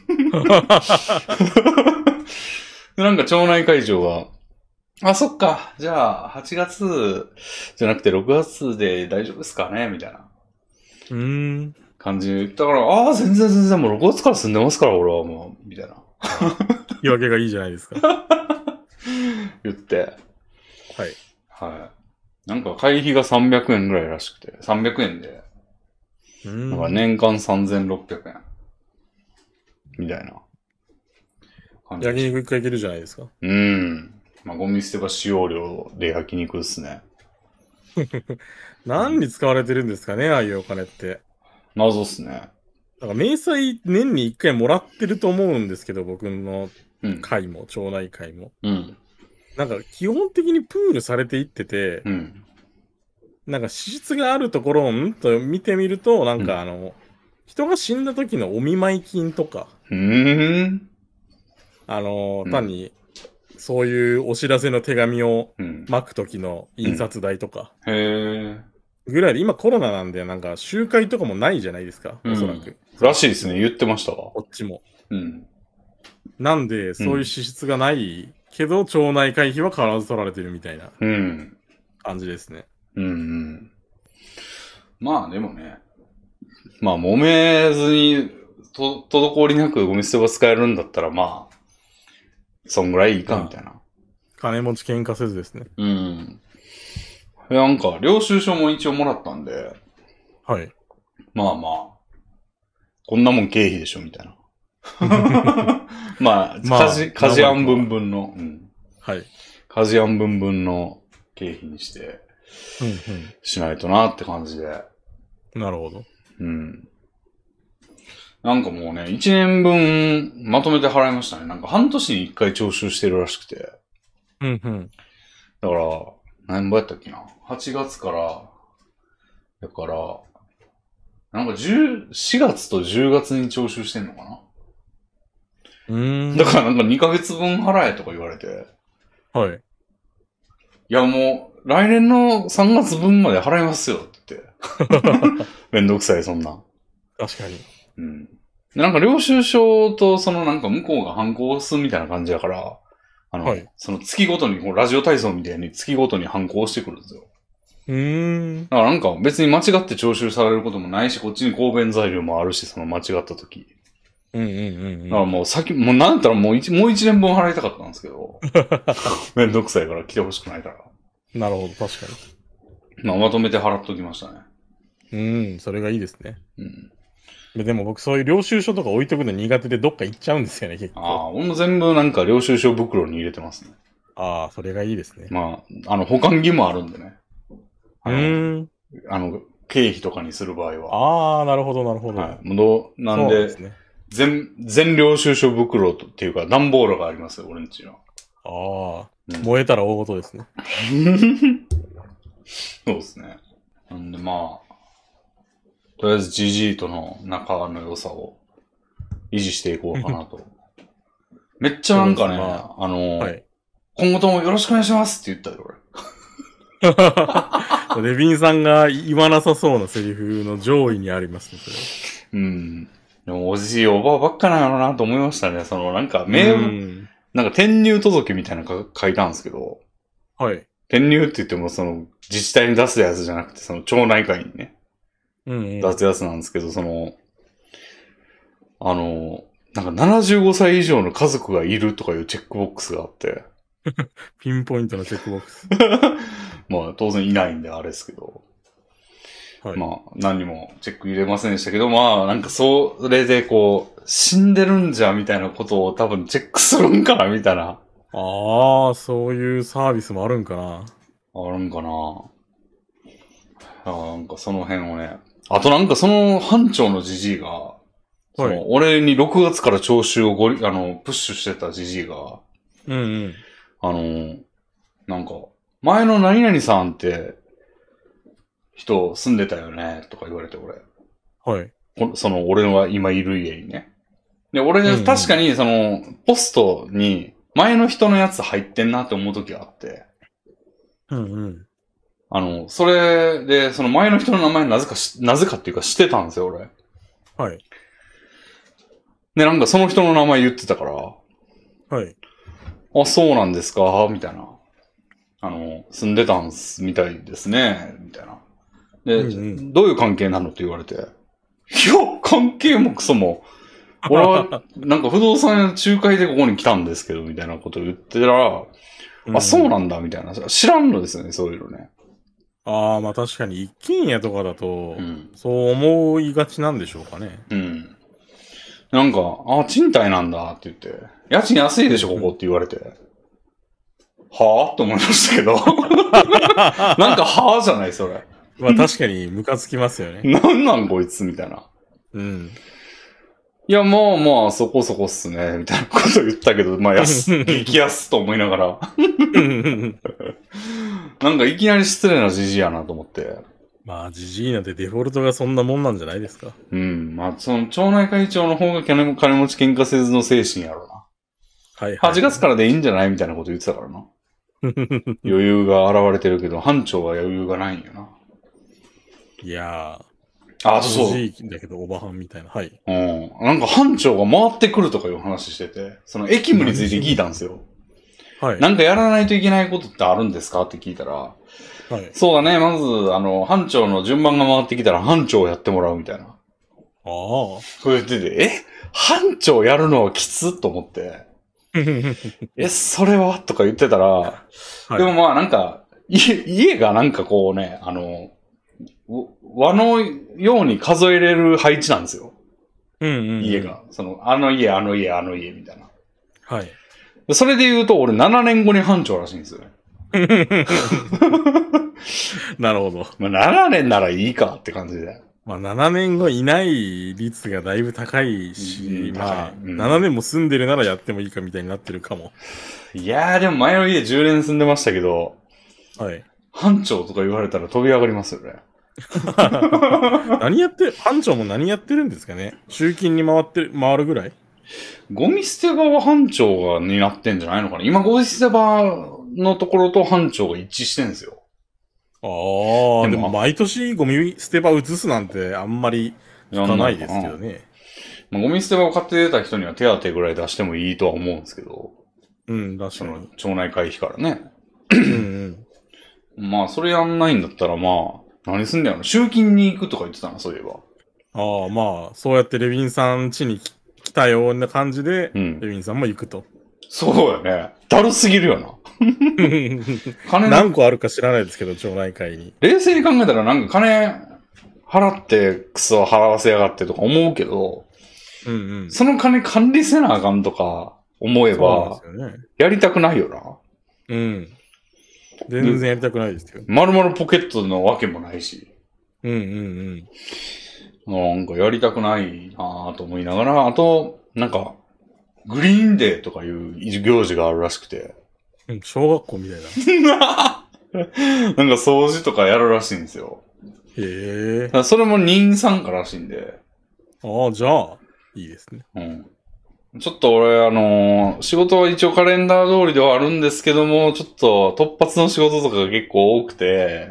なんか町内会長が、あ、そっか、じゃあ、はちがつじゃなくてろくがつで大丈夫ですかねみたいな。 うーん。 感じで言ったから、ああ、全然全然もうろくがつから住んでますから、俺はもう、みたいな。 言い訳がいいじゃないですか。 言って。 はい。 はい。なんか会費がさんびゃくえんぐらいらしくて、さんびゃくえんで、うん。だから年間さんぜんろっぴゃくえん。みたいな感じ。焼肉一回いけるじゃないですか。 うん。まあ、ゴミ捨て場使用料で焼肉ですね。 何に使われてるんですかね、ああいうお金って。 謎っすね。 だから明細年に一回もらってると思うんですけど、僕の会も、うん、町内会も。 うん。 なんか基本的にプールされていってて、うん、なんか支出があるところをんと見てみると、なんかあの、うん、人が死んだ時のお見舞い金とか、 うーんあの、うん、単に、そういうお知らせの手紙を巻く時の印刷代とか、 うん、へーぐらいで、今コロナなんで、なんか集会とかもないじゃないですか、おそらく。 らしいですね、言ってましたわ。 こっちも。 うん。 なんで、そういう支出がないけど、町内会費は変わらず取られてるみたいな感じですね。 うん、うん。まあでもね、まあ揉めずにと滞りなくゴミ捨て場使えるんだったらまあ、そんぐらいいいかみたいな。 金持ち喧嘩せずですね。 うん。なんか、領収書も一応もらったんで。 はい。 まあまあ、こんなもん経費でしょみたいな。まあ、まあ、家事、家事案分分の、うん。 はい。 家事案分分の経費にして、 うんうん、 しないとなって感じで。 なるほど。 うん。なんかもうね、一年分まとめて払いましたね。なんか半年に一回徴収してるらしくて。 うんうん。 だから、何ぼやったっけな。はちがつから、だから、なんかじゅう、しがつとじゅうがつに徴収してんのかな。 うーん。 だからなんかにかげつぶん払えとか言われて。 はい。 いやもう、来年のさんがつぶんまで払いますよって言って。めんどくさい、そんな。 確かに。 うん。なんか領収書とそのなんか向こうが反抗するみたいな感じだから、あの、はい、その月ごとに、ラジオ体操みたいに月ごとに反抗してくるんですよ。 うーん。 だからなんか別に間違って徴収されることもないし、こっちに公弁材料もあるし、その間違った時。 うんうんうん、うん。 だからもう先、もうなんやったらもう一、もう一年分払いたかったんですけど。めんどくさいから来てほしくないから。 なるほど、確かに。まあまとめて払っときましたね。 うん、それがいいですね。 うん。 でも僕そういう領収書とか置いとくの苦手でどっか行っちゃうんですよね、結構。 ああ、俺も全部なんか領収書袋に入れてますね。 ああ、それがいいですね。 まあ、あの、保管義務あるんでね。 うーん。 あの、経費とかにする場合は。 ああ、なるほど、なるほど。 はい。もうなんで、ですね、全、全領収書袋っていうか、段ボールがありますよ、俺んちの。 ああ、うん、燃えたら大事ですね。 そうですね。なんでまあ、とりあえず ジージー との仲の良さを維持していこうかなと。めっちゃなんかね、あの、はい、今後ともよろしくお願いしますって言ったよ、俺。 レビンさんが言わなさそうなセリフの上位にありますね、それ。 うん。でも、おじいおばあばっかなんやろなと思いましたね。その、なんか、名文、なんか転入届みたいなの書いたんですけど。 はい。 転入って言っても、その、自治体に出すやつじゃなくて、その、町内会にね。うん、うん。出すやつなんですけど、その、あの、なんかななじゅうごさい以上の家族がいるとかいうチェックボックスがあって。 ピンポイントのチェックボックス。 まあ、当然いないんであれですけど。はい、まあ、何にもチェック入れませんでしたけど、まあ、なんかそれでこう、死んでるんじゃ、みたいなことを多分チェックするんかな、みたいな。 ああ、そういうサービスもあるんかな。 あるんかな。あなんかその辺をね。あとなんかその班長のじじいが、はい、その俺にろくがつから徴収をごり、あの、プッシュしてたじじいが、 うんうん。 あの、なんか、前の何々さんって、人住んでたよね、とか言われて、俺。 はい。 その、俺は今いる家にね。で、俺、うんうん、確かに、その、ポストに、前の人のやつ入ってんなって思う時があって。 うんうん。 あの、それで、その前の人の名前なぜかし、なぜかっていうか知ってたんですよ、俺。 はい。 で、なんかその人の名前言ってたから。 はい。 あ、そうなんですかみたいな。あの、住んでたんす、みたいですね、みたいな。で、うんうん、どういう関係なのって言われて。いや、関係もクソも。俺は、なんか不動産屋仲介でここに来たんですけど、みたいなことを言ってたら、うん、あ、そうなんだ、みたいな。知らんのですよね、そういうのね。 ああ、まあ確かに一軒家とかだと、うん、そう思いがちなんでしょうかね。 うん。なんか、あ、賃貸なんだって言って、家賃安いでしょ、ここって言われて。はぁと思いましたけど。なんか、はぁじゃない、それ。 まあ確かにムカつきますよね。 なんなんこいつみたいな。 うん。 いや、まあまあ、そこそこっすね、みたいなこと言ったけど、まあ、安、激安と思いながら。なんかいきなり失礼なじじいやなと思って。 まあ、じじいなんてデフォルトがそんなもんなんじゃないですか。 うん。まあ、その、町内会長の方が金金持ち喧嘩せずの精神やろうな。 はい、はい。 はちがつからでいいんじゃないみたいなこと言ってたからな。余裕が現れてるけど、班長は余裕がないんよな。 いやー。 あ、そう。 じじいだけど、おばはんみたいな。はい。 うん。なんか班長が回ってくるとかいう話してて、その駅務について聞いたんですよ。はい。なんかやらないといけないことってあるんですかって聞いたら、はい。そうだね。まず、あの、班長の順番が回ってきたら班長をやってもらうみたいな。ああ。そう言ってて、え班長やるのはきつと思って。え、それはとか言ってたら、はい、でもまあなんか、家、家がなんかこうね、あの、輪のように数えれる配置なんですよ。 うんうん、うん。 家が。その、あの家、あの家、あの家みたいな。 はい。 それで言うと、俺ななねんごに班長らしいんですよね。 なるほど。 まあななねんならいいかって感じで。 まあななねんごいない率がだいぶ高いし、うん、まあ、うん、ななねんも住んでるならやってもいいかみたいになってるかも。 いやーでも前の家じゅうねん住んでましたけど、 はい。 班長とか言われたら飛び上がりますよね。 何やって、班長も何やってるんですかね？集金に回ってる、回るぐらい？ ゴミ捨て場は班長がになってんじゃないのかな？今ゴミ捨て場のところと班長が一致してんですよ。 ああ、でも毎年ゴミ捨て場移すなんてあんまり聞かないですけどね。 まあ、ゴミ捨て場を買って出た人には手当ぐらい出してもいいとは思うんですけど。 うん、確かに。 その町内会費からね。 うんうん、まあ、それやんないんだったらまあ、何すんだよな。集金に行くとか言ってたな、そういえば。 ああ、まあ、そうやってレビンさん家に来たような感じで、うん、レビンさんも行くと。 そうよね。だるすぎるよな。 金何個あるか知らないですけど、町内会に。 冷静に考えたらなんか金払ってクソ払わせやがってとか思うけど、 うんうん、 その金管理せなあかんとか思えば、ね、やりたくないよな。 うん。全然やりたくないですよ。 丸々ポケットのわけもないし。 うんうんうん。なんかやりたくないなぁと思いながら、あと、なんか、グリーンデーとかいう行事があるらしくて。 うん、小学校みたいな。 なんか掃除とかやるらしいんですよ。 へえ。 それも任参加らしいんで。 ああ、じゃあ、いいですね。 うん。ちょっと俺、あのー、仕事は一応カレンダー通りではあるんですけども、ちょっと突発の仕事とかが結構多くて、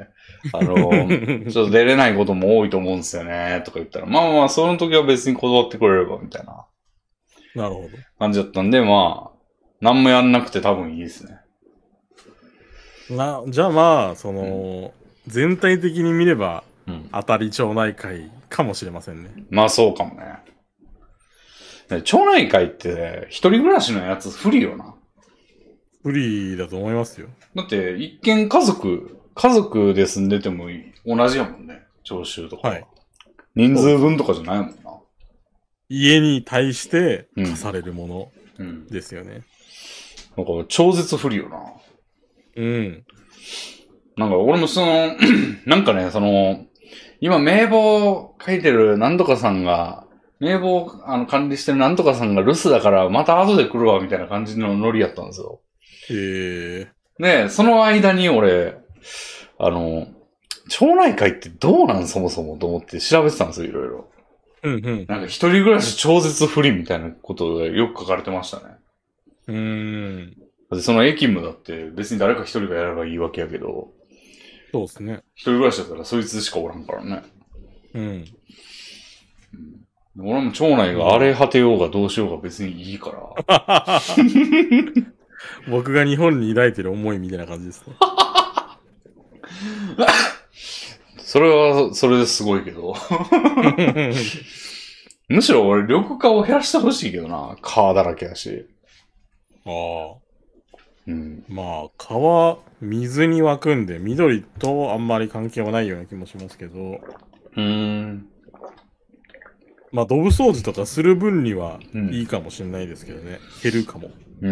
あの、ちょっと出れないことも多いと思うんですよね、とか言ったら、まあまあ、その時は別に断ってくれれば、みたいな。 なるほど。 感じだったんで、まあ、何もやんなくて多分いいですね。 な、じゃあまあ、その、うん、全体的に見れば、うん、当たり町内会かもしれませんね。 まあそうかもね。町内会って、一人暮らしのやつ不利よな。 不利だと思いますよ。 だって、一見家族、家族で住んでても同じやもんね。徴収とか。はい。人数分とかじゃないもんな。 家に対して課されるものですよね。 うん、なんか超絶不利よな。 うん。 なんか俺もその、なんかね、その、今名簿書いてるなんとかさんが、名簿あの管理してるなんとかさんが留守だからまた後で来るわみたいな感じのノリやったんですよ。 へえ。 で、その間に俺、あの、町内会ってどうなんそもそもと思って調べてたんですよ、いろいろ。 うんうん。 なんか一人暮らし超絶不利みたいなことがよく書かれてましたね。 うーん。 その駅務だって別に誰か一人がやればいいわけやけど。 そうですね。 一人暮らしだったらそいつしかおらんからね。 うん。 うん、俺も町内が荒れ果てようがどうしようが別にいいから。 僕が日本に抱いてる思いみたいな感じですね。 それは、それですごいけど。むしろ俺、緑化を減らしてほしいけどな。川だらけやし。 ああ。 うん。 まあ、川、水に湧くんで、緑とあんまり関係はないような気もしますけど。 うーん。 まあ、ドブ掃除とかする分にはいいかもしれないですけどね。うん、減るかも。 うん。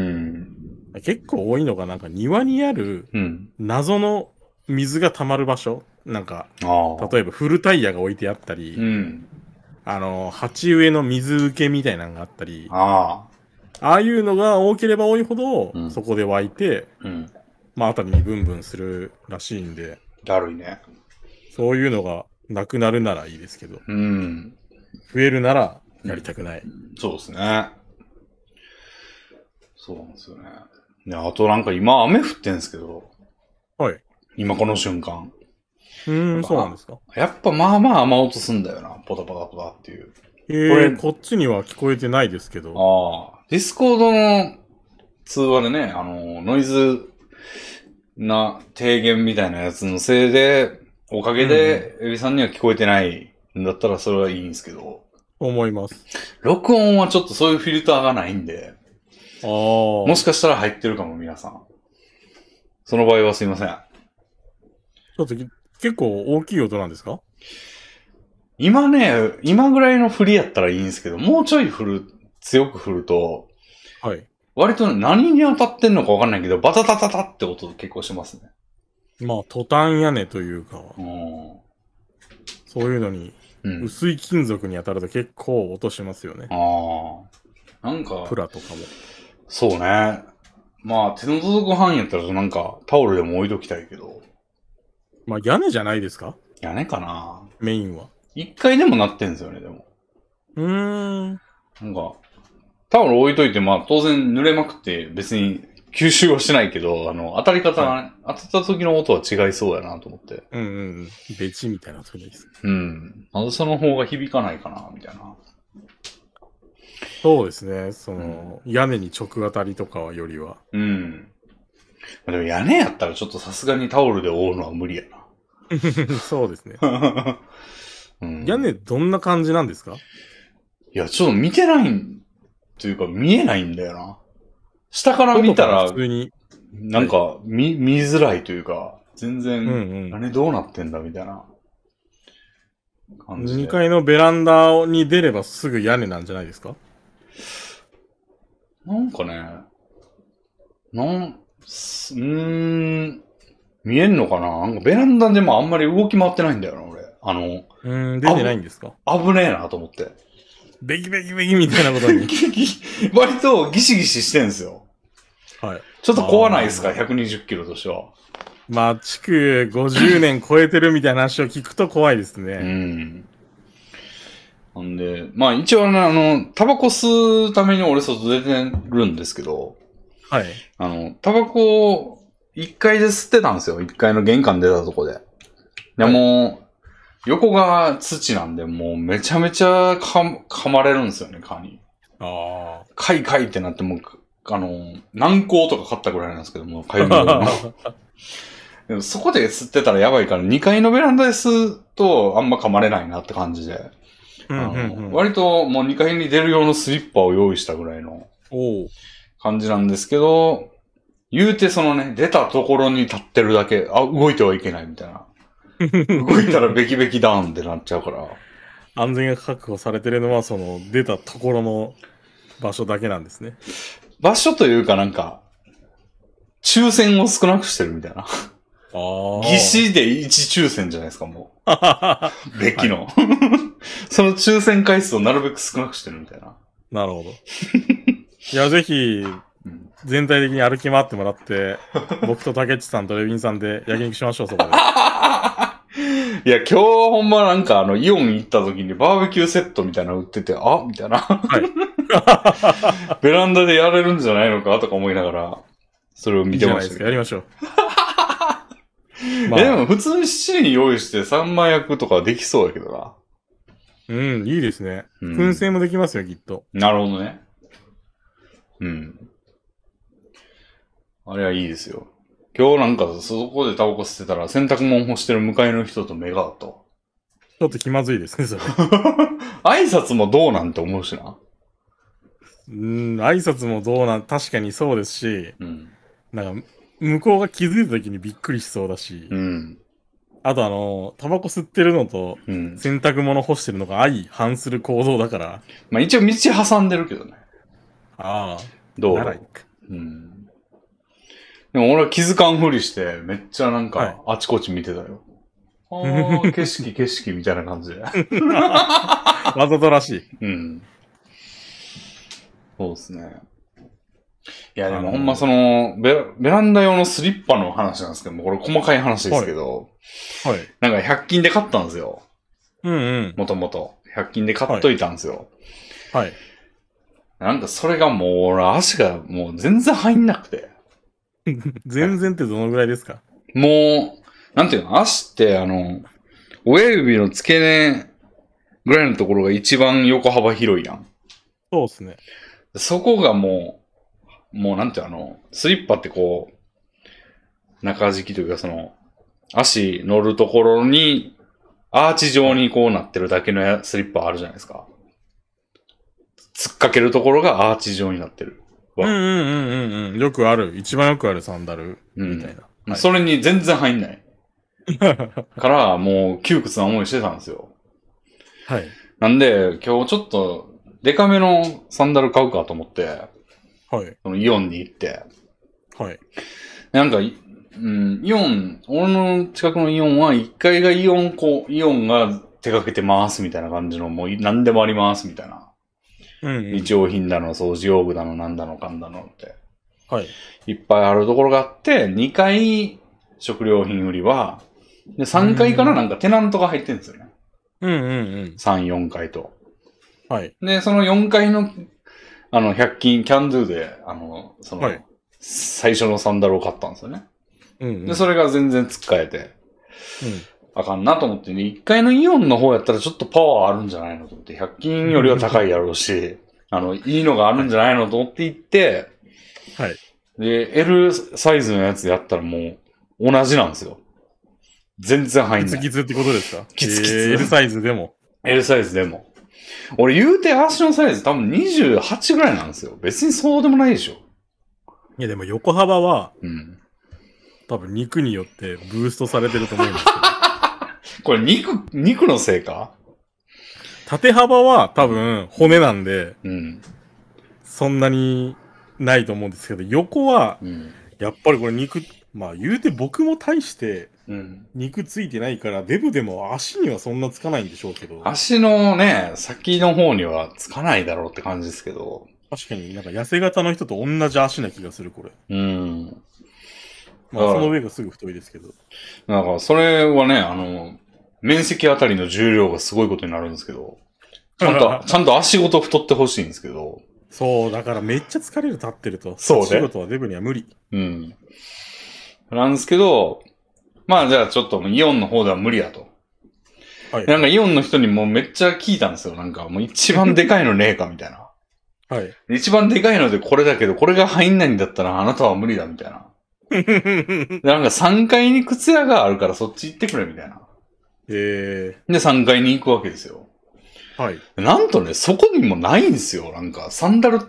結構多いのが、なんか庭にある、謎の水が溜まる場所。なんか、例えばフルタイヤが置いてあったり、 うん、 あの、鉢植えの水受けみたいなのがあったり、 ああ、ああいうのが多ければ多いほど、うん、そこで湧いて、 うん、 まあ、あたりにブンブンするらしいんで。 だるいね。 そういうのがなくなるならいいですけど。 うん。 増えるならやりたくない。 うん、そうですね。そうなんですよね。で、あとなんか今雨降ってんですけど。 はい。 今この瞬間。 うーん、そうなんですか。 やっぱまあまあ雨音すんだよな。ポタポタポタっていう。 えこれ、こっちには聞こえてないですけど。 ああ。ディスコードの通話でね、あの、ノイズな低減みたいなやつのせいで、おかげで、エビさんには聞こえてないんだったらそれはいいんですけど。 思います。 録音はちょっとそういうフィルターがないんで。 ああ。 もしかしたら入ってるかも、皆さん。その場合はすいません。 ちょっと結構大きい音なんですか？ 今ね、今ぐらいの振りやったらいいんですけど、もうちょい振る、強く振ると、 はい。 割と何に当たってんのかわかんないけど、バタタタタって音結構しますね。 まあ、トタン屋根というか、 うん、 そういうのに、薄い金属に当たると結構音しますよね。 ああ。なんか、 プラとかも。 そうね。まあ、手の届く範囲やったらなんかタオルでも置いときたいけど。 まあ、屋根じゃないですか？ 屋根かな？ メインは。 一回でもなってんですよね、でも。 うーん。 なんか、タオル置いといて、まあ当然濡れまくって別に吸収はしないけど、あの、当たり方が、はい、当たった時の音は違いそうやなと思って。 うんうん。ベチみたいな音です。 うん。なぜその方が響かないかな、みたいな。 そうですね。その、うん、屋根に直当たりとかはよりは。 うん。でも屋根やったらちょっとさすがにタオルで覆うのは無理やな。 そうですね。 うん、 屋根どんな感じなんですか？ いや、ちょっと見てないというか見えないんだよな。下から見たら、 普通になんか見、見づらいというか、全然、うんうん、何どうなってんだみたいな感じで。 にかいのベランダに出ればすぐ屋根なんじゃないですか？ なんかね、なん、うーん、見えんのかな？なんかベランダでもあんまり動き回ってないんだよな、俺。あの、 うん、出てないんですか？ 危ねえなと思って。 ベキベキベキみたいなことに。 割とギシギシしてんすよ。 はい。 ちょっと怖ないですか？ ひゃくにじゅっキロとしては。 まあ、築ごじゅうねん超えてるみたいな話を聞くと怖いですね。 うん。なんで、まあ一応ね、あの、タバコ吸うために俺外出てるんですけど、 はい。 あの、タバコをいっかいで吸ってたんですよ。いっかいの玄関出たとこで。 でも、横が土なんで、もうめちゃめちゃか噛まれるんですよね、蚊に。 ああ。 かいかいってなっても、あの、軟膏とか買ったぐらいなんですけども、かゆみの。でもそこで吸ってたらやばいから、にかいのベランダで吸うとあんま噛まれないなって感じで。 うんうんうん、 割ともうにかいに出る用のスリッパを用意したぐらいの感じなんですけど、言うてそのね、出たところに立ってるだけ、あ、動いてはいけないみたいな。動いたらベキベキダウンってなっちゃうから。 安全が確保されてるのは、その出たところの場所だけなんですね。 場所というかなんか、抽選を少なくしてるみたいな。義士でいち抽選じゃないですか、もう。ベキの。はい、その抽選回数をなるべく少なくしてるみたいな。 なるほど。いや、ぜひ、全体的に歩き回ってもらって、僕と竹内さんとレビンさんで焼肉しましょう、そこで。 いや、今日ほんまなんかあの、イオン行った時にバーベキューセットみたいなの売ってて、あみたいな。はい。ベランダでやれるんじゃないのかとか思いながら、それを見てましたけど。 いいじゃないですか、やりましょう。 まあ、でも普通に七輪用意してさんまん役とかできそうやけどな。 うん、いいですね。うん、燻製もできますよ、きっと。 なるほどね。うん。あれはいいですよ。今日なんかそこでタバコ吸ってたら洗濯物干してる向かいの人と目が合った。ちょっと気まずいですね、それ。 挨拶もどうなんて思うしな。 うん、挨拶もどうなん、確かにそうですし、 うん、 なんか、向こうが気づいた時にびっくりしそうだし、 うん、 あとあの、タバコ吸ってるのと、洗濯物干してるのが相反する行動だから。 まあ一応道挟んでるけどね。 ああ。 どうならいいか。うん。でも俺は気づかんふりして、めっちゃなんか、あちこち見てたよ。はい、ああ、景色景色みたいな感じで。わざとらしい。 うん。そうですね。いや、でもほんまそのベ、ベランダ用のスリッパの話なんですけども、これ細かい話ですけど、 はい。はい、 なんかひゃく均で買ったんですよ。 うんうん。 もともと。ひゃく均で買っといたんですよ。 はい。はい、 なんかそれがもう、俺足がもう全然入んなくて。 全然ってどのぐらいですか？ もう、なんていうの、足ってあの、親指の付け根ぐらいのところが一番横幅広いやん。 そうですね。 そこがもう、もうなんていうの、あの、スリッパってこう、中敷きというかその、足乗るところに、アーチ状にこうなってるだけのスリッパあるじゃないですか。突っかけるところがアーチ状になってる。 うんうんうんうんうん。よくある。一番よくあるサンダルみたいな。うんはい、それに全然入んない。から、もう窮屈な思いしてたんですよ。 はい。 なんで、今日ちょっと、デカめのサンダル買うかと思って、 はい。 そのイオンに行って、 はい。 なんか、うん、イオン、俺の近くのイオンはいっかいがイオンこう、イオンが手掛けてますみたいな感じの、もう何でもありますみたいな。うん、うん。日用品だの、掃除用具だの、なんだの、かんだのって。 はい。 いっぱいあるところがあって、にかい食料品売りは、で、さんがいからなんかテナントが入ってるんですよね。 うんうんうん。 さん、よんかいと。 はい。 で、そのよんかいの、あの、ひゃく均、キャンドゥで、あの、その、はい、最初のサンダルを買ったんですよね。うん、うん。で、それが全然突っかえて、うん。あかんなと思ってね、いっかいのイオンの方やったらちょっとパワーあるんじゃないのと思って、ひゃく均よりは高いやろうし、あの、いいのがあるんじゃないのと思って行って、 はい。 で、L サイズのやつやったらもう、同じなんですよ。全然入んない。 キツキツってことですか？ キツキツ。 えー、L サイズでも。 L サイズでも。俺言うて足のサイズ多分にじゅうはちぐらいなんですよ。別にそうでもないでしょ。 いやでも横幅は、 うん。 多分肉によってブーストされてると思うんですけど。 これ肉、肉のせいか？ 縦幅は多分骨なんで、 うん。 そんなにないと思うんですけど、横は、やっぱりこれ肉、まあ言うて僕も大して、肉ついてないから、デブでも足にはそんなつかないんでしょうけど。 足のね、先の方にはつかないだろうって感じですけど。 確かになんか痩せ型の人と同じ足な気がする、これ。 うん。 まあその上がすぐ太いですけど。 なんかそれはね、あの、面積あたりの重量がすごいことになるんですけど、ちゃんと、ちゃんと足ごと太ってほしいんですけど。 そう、だからめっちゃ疲れる立ってると。 そうね。 仕事はデブには無理。 うん。なんですけど、 まあじゃあちょっとイオンの方では無理やと。はい。なんかイオンの人にもうめっちゃ聞いたんですよ。なんかもう一番でかいのねえかみたいな。はい。一番でかいのでこれだけど、これが入んないんだったらあなたは無理だみたいな。でなんかさんがいに靴屋があるからそっち行ってくれみたいな。へえ。でさんがいに行くわけですよ。はい。なんとね、そこにもないんですよ。なんかサンダルって、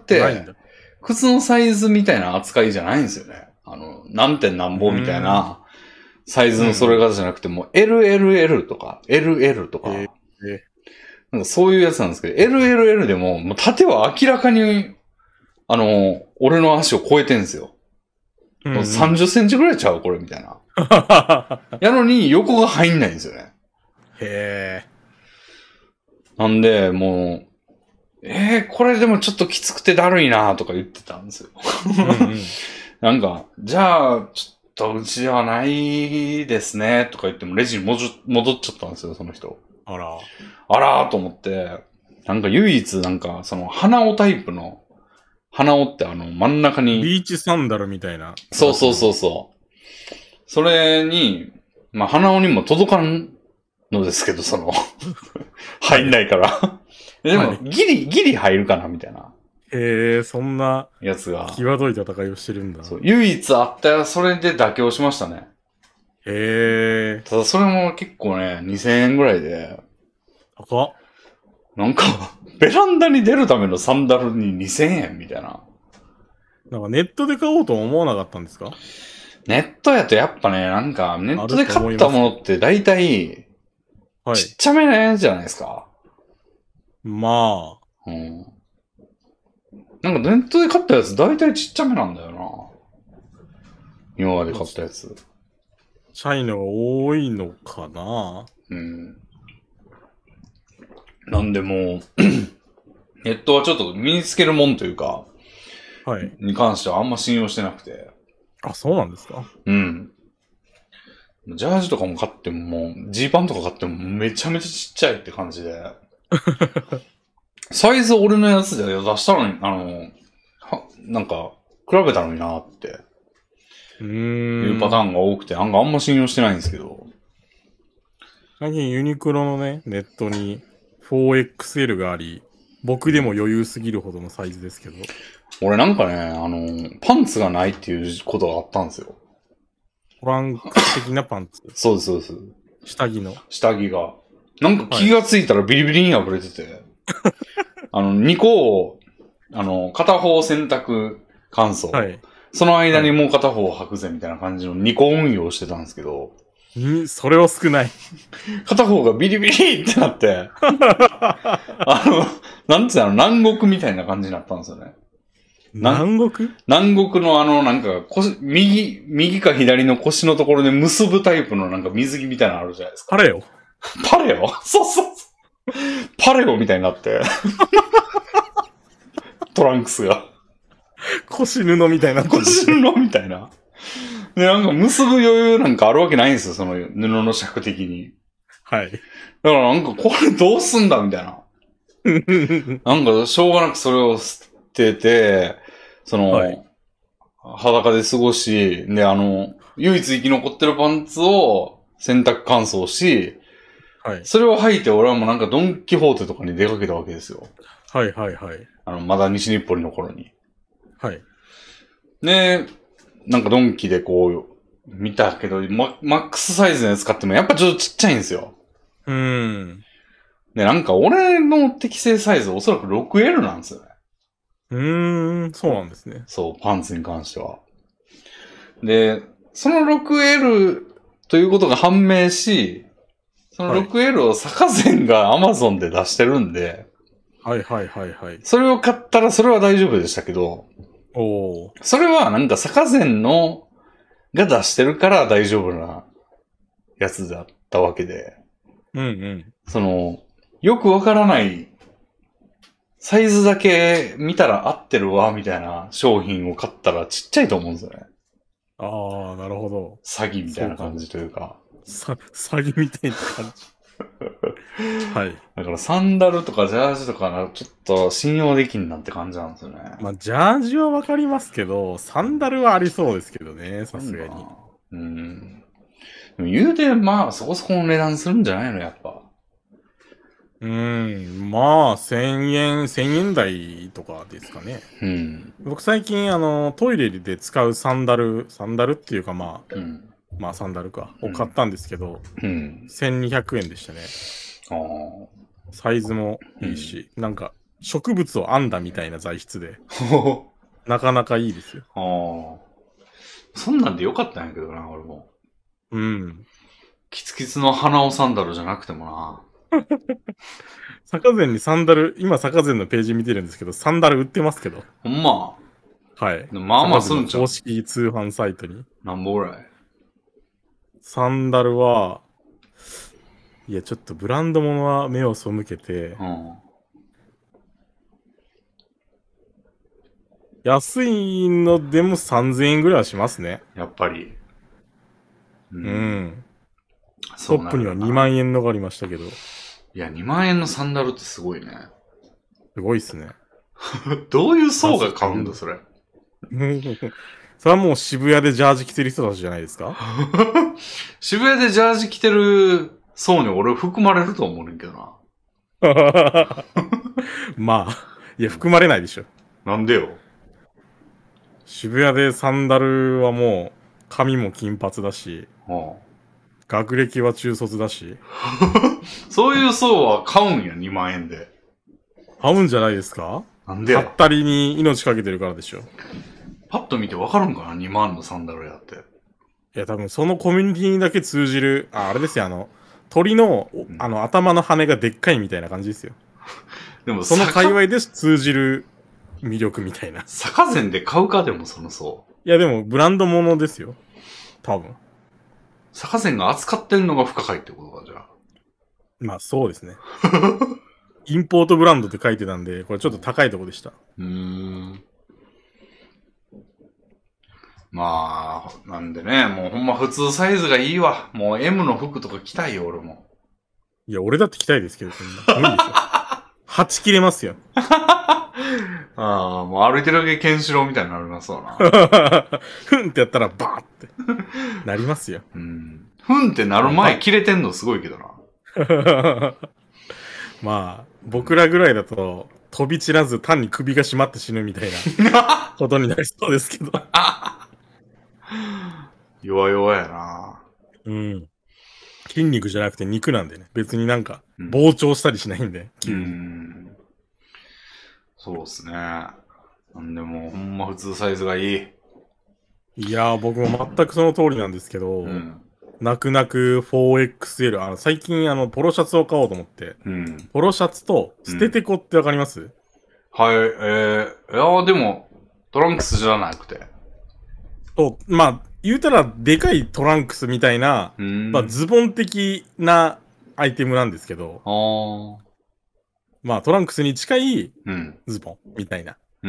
靴のサイズみたいな扱いじゃないんですよね。あの、何点何本みたいなサイズの揃え方じゃなくて、もう エルエルエル とか エルエル とか、えー、なんかそういうやつなんですけど、エルエルエル でも、もう縦は明らかに、あの、俺の足を超えてんですよ。もうさんじゅっセンチぐらいちゃうこれみたいな。やのに横が入んないんですよね。へー。なんで、もう、えー、これでもちょっときつくてだるいなとか言ってたんですよ。うんうん、なんか、じゃあ、ちょっとうちではないですねとか言ってもレジに戻っちゃったんですよ、その人。あら。あらーと思って、なんか唯一なんか、その鼻緒タイプの、鼻緒ってあの真ん中に。 ビーチサンダルみたいな。 そうそうそうそう。それに、まあ鼻緒にも届かんのですけど、その、入んないから。でも、ギリ、ギリ入るかなみたいな。 へえ、そんな、 やつが。 際どい戦いをしてるんだ。 そう、唯一あったら、それで妥協しましたね。へえ。ただ、それも結構ね、にせんえんぐらいで。 高っ。 なんか、ベランダに出るためのサンダルににせんえんみたいな。 なんかネットで買おうとは思わなかったんですか？ ネットやとやっぱね、なんか、ネットで買ったものって大体、はい、ちっちゃめなやつじゃないですか。まあ。うん。なんかネットで買ったやつ大体ちっちゃめなんだよな。今まで買ったやつ。 チャイのが多いのかな？ うん。なんでもう、ネットはちょっと身につけるもんというか、はい。に関してはあんま信用してなくて。 あ、そうなんですか？ うん。ジャージとかも買ってももう、ジーパンとか買ってもめちゃめちゃちっちゃいって感じで。サイズ俺のやつで出したのに、あの、は、なんか、比べたのになって。うーん。いうパターンが多くて、なんかあんま信用してないんですけど。 最近ユニクロのね、ネットに フォーエックスエル があり、僕でも余裕すぎるほどのサイズですけど。 俺なんかね、あの、パンツがないっていうことがあったんですよ。 トランクス的なパンツ。 そうです、そうです。 下着の。 下着が。なんか気がついたらビリビリに破れてて。はい、あの、にこを、あの、片方洗濯乾燥。はい。その間にもう片方履くぜみたいな感じのにこ運用してたんですけど。 んそれは少ない。 片方がビリビリってなって。あの、なんつうの、南国みたいな感じになったんですよね。 南国南国のあの、なんか腰、右、右か左の腰のところで結ぶタイプのなんか水着みたいなのあるじゃないですか。 パレオパレオそうそうそう。パレオみたいになって。トランクスが。 腰布みたいな。 腰布みたいな。で、なんか結ぶ余裕なんかあるわけないんですよ、その布の尺的に。はい。だからなんかこれどうすんだみたいな。なんかしょうがなくそれを捨てて、その、はい、裸で過ごし、で、あの、唯一生き残ってるパンツを洗濯乾燥し、はい。それを履いて俺はもうなんかドンキホーテとかに出かけたわけですよ。 はいはいはい。 あの、まだ西日暮里の頃に。 はい。 で、なんかドンキでこう、見たけど、マ, マックスサイズのやつ買ってもやっぱちょっとちっちゃいんですよ。うーん。で、なんか俺の適正サイズおそらく ろくエル なんですよね。 うーん、そうなんですね。 そう、パンツに関しては。で、その ろくエル ということが判明し、その ろくエル を坂膳が Amazon で出してるんで、 はいはいはいはい。 それを買ったらそれは大丈夫でしたけど、おそれはなんか坂膳のが出してるから大丈夫なやつだったわけで、うんうん。その、よくわからないサイズだけ見たら合ってるわ、みたいな商品を買ったらちっちゃいと思うんですよね。 ああ、なるほど。 詐欺みたいな感じというか。 さ、詐欺みたいな感じ。はい。 だからサンダルとかジャージとかちょっと信用できんなって感じなんですよね。 まあ、ジャージはわかりますけど、サンダルはありそうですけどね、さすがに。 うん。 でも言うて、まあ、そこそこの値段するんじゃないの、やっぱ。 うーん、まあ、千円、千円台とかですかね。 うん。 僕最近、あの、トイレで使うサンダル、サンダルっていうかまあ、うん、まあサンダルか、を買ったんですけど、うん。せんにひゃくえんでしたね。ああ。サイズもいいし、うん、なんか、植物を編んだみたいな材質で、なかなかいいですよ。 ああ。そんなんでよかったんやけどな、俺も。うん。キツキツの鼻緒サンダルじゃなくてもな。 坂膳にサンダル、今坂膳のページ見てるんですけど、サンダル売ってますけど。 ほんま。 はい。 まあまあすんじゃん。 公式通販サイトに。 なんぼぐらいサンダルは、いや、ちょっとブランド物は目を背けて、うん、安いのでもさんぜんえんぐらいはしますね。 やっぱり。 うん。うん、トップにはにまんえんのがありましたけど。 いや、にまん円のサンダルってすごいね。 すごいっすね。 どういう層が買うんだ、それ。 それはもう渋谷でジャージ着てる人たちじゃないですか渋谷でジャージ着てる層に俺含まれると思うねんけどな。 まあ、いや、含まれないでしょ。 なんでよ。 渋谷でサンダルはもう、髪も金髪だし、はあ、学歴は中卒だし。 そういう層は買うんや、にまん円で。 買うんじゃないですか？ なんで買ったりに命かけてるからでしょ。 パッと見てわかるんかな ?に 万のサンダルやって。 いや、多分そのコミュニティにだけ通じる、あ、あれですよ、あの、鳥の、うん、あの、頭の羽がでっかいみたいな感じですよ。でも、その界隈で通じる魅力みたいな。 坂膳で買うか、でもその層。 いや、でも、ブランド物ですよ。多分。 坂膳が扱ってんのが不可解ってことか、じゃあ。 まあ、そうですね。インポートブランドって書いてたんで、これちょっと高いとこでした。うーん。 まあ、なんでね、もうほんま普通サイズがいいわ。もう エム の服とか着たいよ、俺も。 いや、俺だって着たいですけど、そんな。無理ですよ。はち切れますよ。 ああ、もう歩いてるだけケンシロウみたいになりますわな。 ふんってやったらバーってなりますよ。 うん。ふんってなる前切れてんのすごいけどな。 まあ、僕らぐらいだと、飛び散らず単に首が締まって死ぬみたいなことになりそうですけど。 弱々やな。 うん。筋肉じゃなくて肉なんでね。別になんか、膨張したりしないんで、 うん、うん。そうっすね。なんでもう、ほんま普通サイズがいい。 いやー、僕も全くその通りなんですけど、うん、泣く泣く フォーエックスエル、あの、最近あの、ポロシャツを買おうと思って、うん、ポロシャツと捨ててこってわかります、うん、 はい、えー、いやーでも、トランクスじゃなくて。 そう、まあ、言うたらでかいトランクスみたいな、まあ、ズボン的なアイテムなんですけど、あまあ、トランクスに近いズボンみたいな。うん、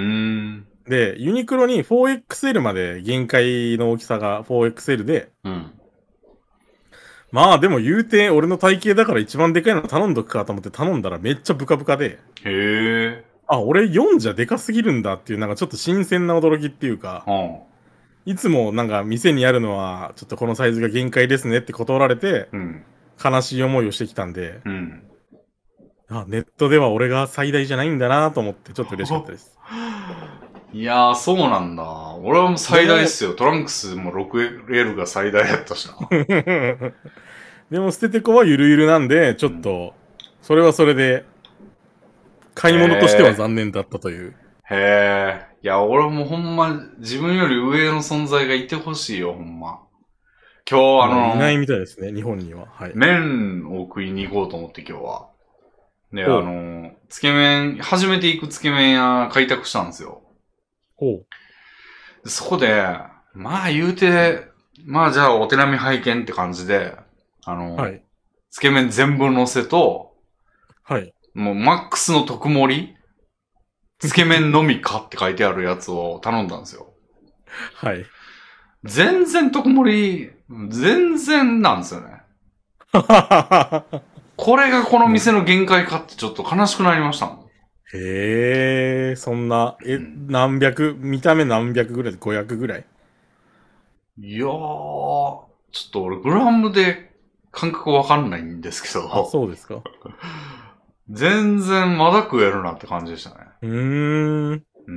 で、ユニクロに フォーエックスエル まで限界の大きさが フォーエックスエル で、うん、まあでも言うて俺の体型だから一番でかいの頼んどくかと思って頼んだらめっちゃブカブカで、へえ。あ、俺よんじゃでかすぎるんだっていうなんかちょっと新鮮な驚きっていうか、うんいつもなんか店にあるのはちょっとこのサイズが限界ですねって断られて、うん、悲しい思いをしてきたんで、うん、あ、ネットでは俺が最大じゃないんだなと思ってちょっと嬉しかったです。 いやー、そうなんだ。俺はもう最大っすよ。トランクスも ろくエル が最大やったしな。 でも捨ててこはゆるゆるなんで、ちょっと、それはそれで、買い物としては残念だったという。 へえ。いや、俺もほんま、自分より上の存在がいてほしいよ、ほんま。今日あのー、 いないみたいですね、日本には。はい。 麺を食いに行こうと思って今日は。で、あのー、つけ麺、初めて行くつけ麺屋開拓したんですよ。ほう。そこで、まあ言うて、まあじゃあお手並み拝見って感じで、あのー、はい。つけ麺全部乗せと、はい。もうマックスの特盛りつけ麺のみかって書いてあるやつを頼んだんですよ。はい。全然特盛り、全然なんですよね。これがこの店の限界かってちょっと悲しくなりましたもん。 へえ、そんな、え、うん、何百、見た目何百ぐらいでごひゃくぐらいいやー、 ちょっと俺グラムで感覚わかんないんですけど。 あ、そうですか。 全然まだ食えるなって感じでしたね。 うーん。 うん。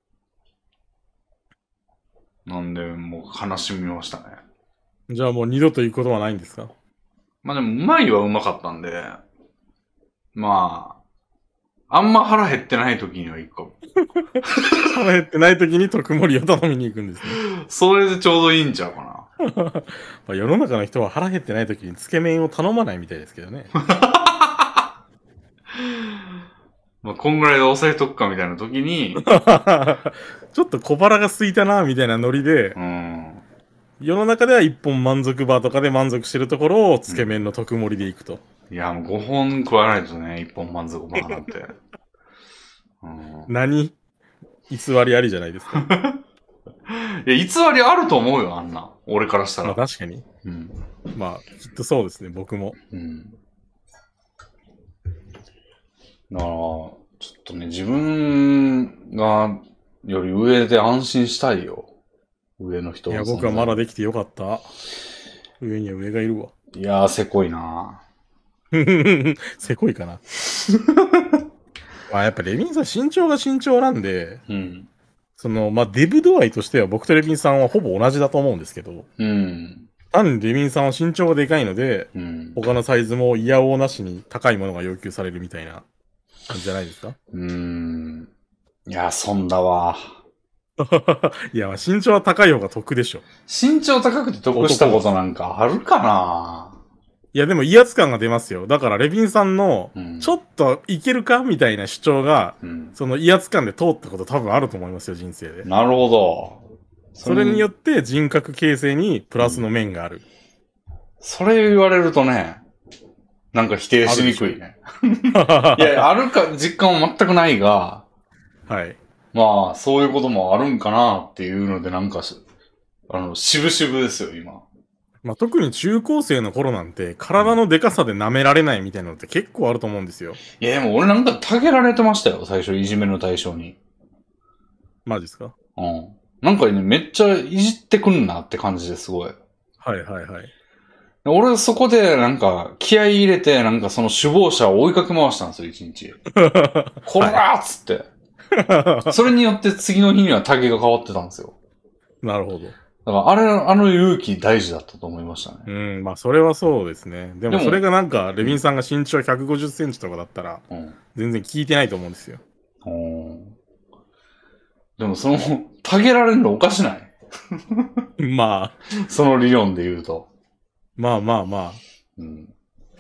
なんで、もう悲しみましたね。 じゃあもう二度と行くことはないんですか？ まあでも、うまいはうまかったんで、まあ、あんま腹減ってない時には行くかも。 腹減ってない時に特盛りを頼みに行くんですね。 それでちょうどいいんちゃうかな。 まあ世の中の人は腹減ってない時につけ麺を頼まないみたいですけどね。 まあ、こんぐらいで抑えとくかみたいな時に、 ちょっと小腹が空いたな、みたいなノリで、 うん、 世の中では一本満足バーとかで満足してるところをつけ麺の特盛りで行くと。 うん、いや、もうごほん食わないとね、一本満足バーなんて。 うん、何偽りありじゃないですか。 いや、偽りあると思うよ、あんな。俺からしたら。 まあ確かに。うん。まあ、きっとそうですね、僕も。うん。 だから、ちょっとね、自分がより上で安心したいよ。上の人は。いや、僕はまだできてよかった。上には上がいるわ。 いやー、せこいなせこいかな。まあやっぱレビンさん身長が身長なんで、うん、その、まあデブ度合いとしては僕とレビンさんはほぼ同じだと思うんですけど、うん。単にレビンさんは身長がでかいので、うん、他のサイズも嫌おうなしに高いものが要求されるみたいな感じじゃないですか？ うーん。いや、そんだわ。 いや、身長は高い方が得でしょ。 身長高くて得したことなんかあるかないや、でも威圧感が出ますよ。だから、レビンさんの、ちょっといけるかみたいな主張が、うん、その威圧感で通ったこと多分あると思いますよ、人生で。 なるほど。 それによって人格形成にプラスの面がある。 うん、それ言われるとね、なんか否定しにくいね。いや、あるか、実感は全くないが、はい。まあ、そういうこともあるんかなっていうので、なんか、あの、渋々ですよ、今。 まあ、特に中高生の頃なんて、体のデカさで舐められないみたいなのって結構あると思うんですよ。 いや、でも俺なんかたげられてましたよ、最初、いじめの対象に。 マジですか？ うん。なんかね、めっちゃいじってくんなって感じですごい。 はいはいはい。 俺そこでなんか気合い入れてなんかその首謀者を追いかけ回したんですよ、一日。こらーっつって。それによって次の日にはタゲが変わってたんですよ。 なるほど。 だからあれ、あの勇気大事だったと思いましたね。 うん、まあそれはそうですね。でもそれがなんか、レビンさんが身長ひゃくごじゅっセンチとかだったら、うん、全然聞いてないと思うんですよ。うん、 でもその、タゲられるのおかしないまあ。 その理論で言うと。 まあまあまあ。うん。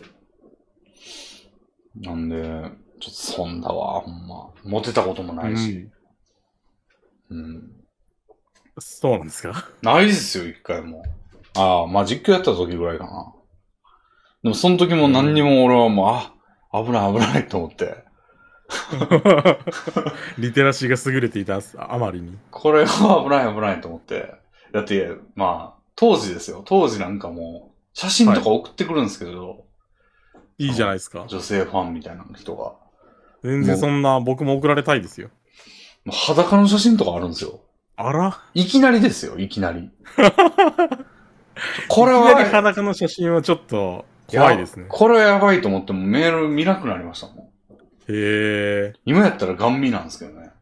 なんで、ちょっとそんだわ、ほんま。モテたこともないし。うん。うん、 そうなんですか？ ないですよ、一回も。ああ、まあ実況やった時ぐらいかな。でもその時も何にも俺はもう、あ、危ない危ないと思って。 リテラシーが優れていたあまりに。 これは危ない危ないと思って。だって、まあ、当時ですよ。当時なんかもう、写真とか送ってくるんですけど、はい、 いいじゃないですか。 女性ファンみたいな人が。 全然そんな、僕も送られたいですよ。 もう裸の写真とかあるんですよ。 あら？ いきなりですよ、いきなり。 これは。いきなり裸の写真はちょっと怖いですね。 これはやばいと思ってもメール見なくなりましたもん。 へー。 今やったらガン見なんですけどね。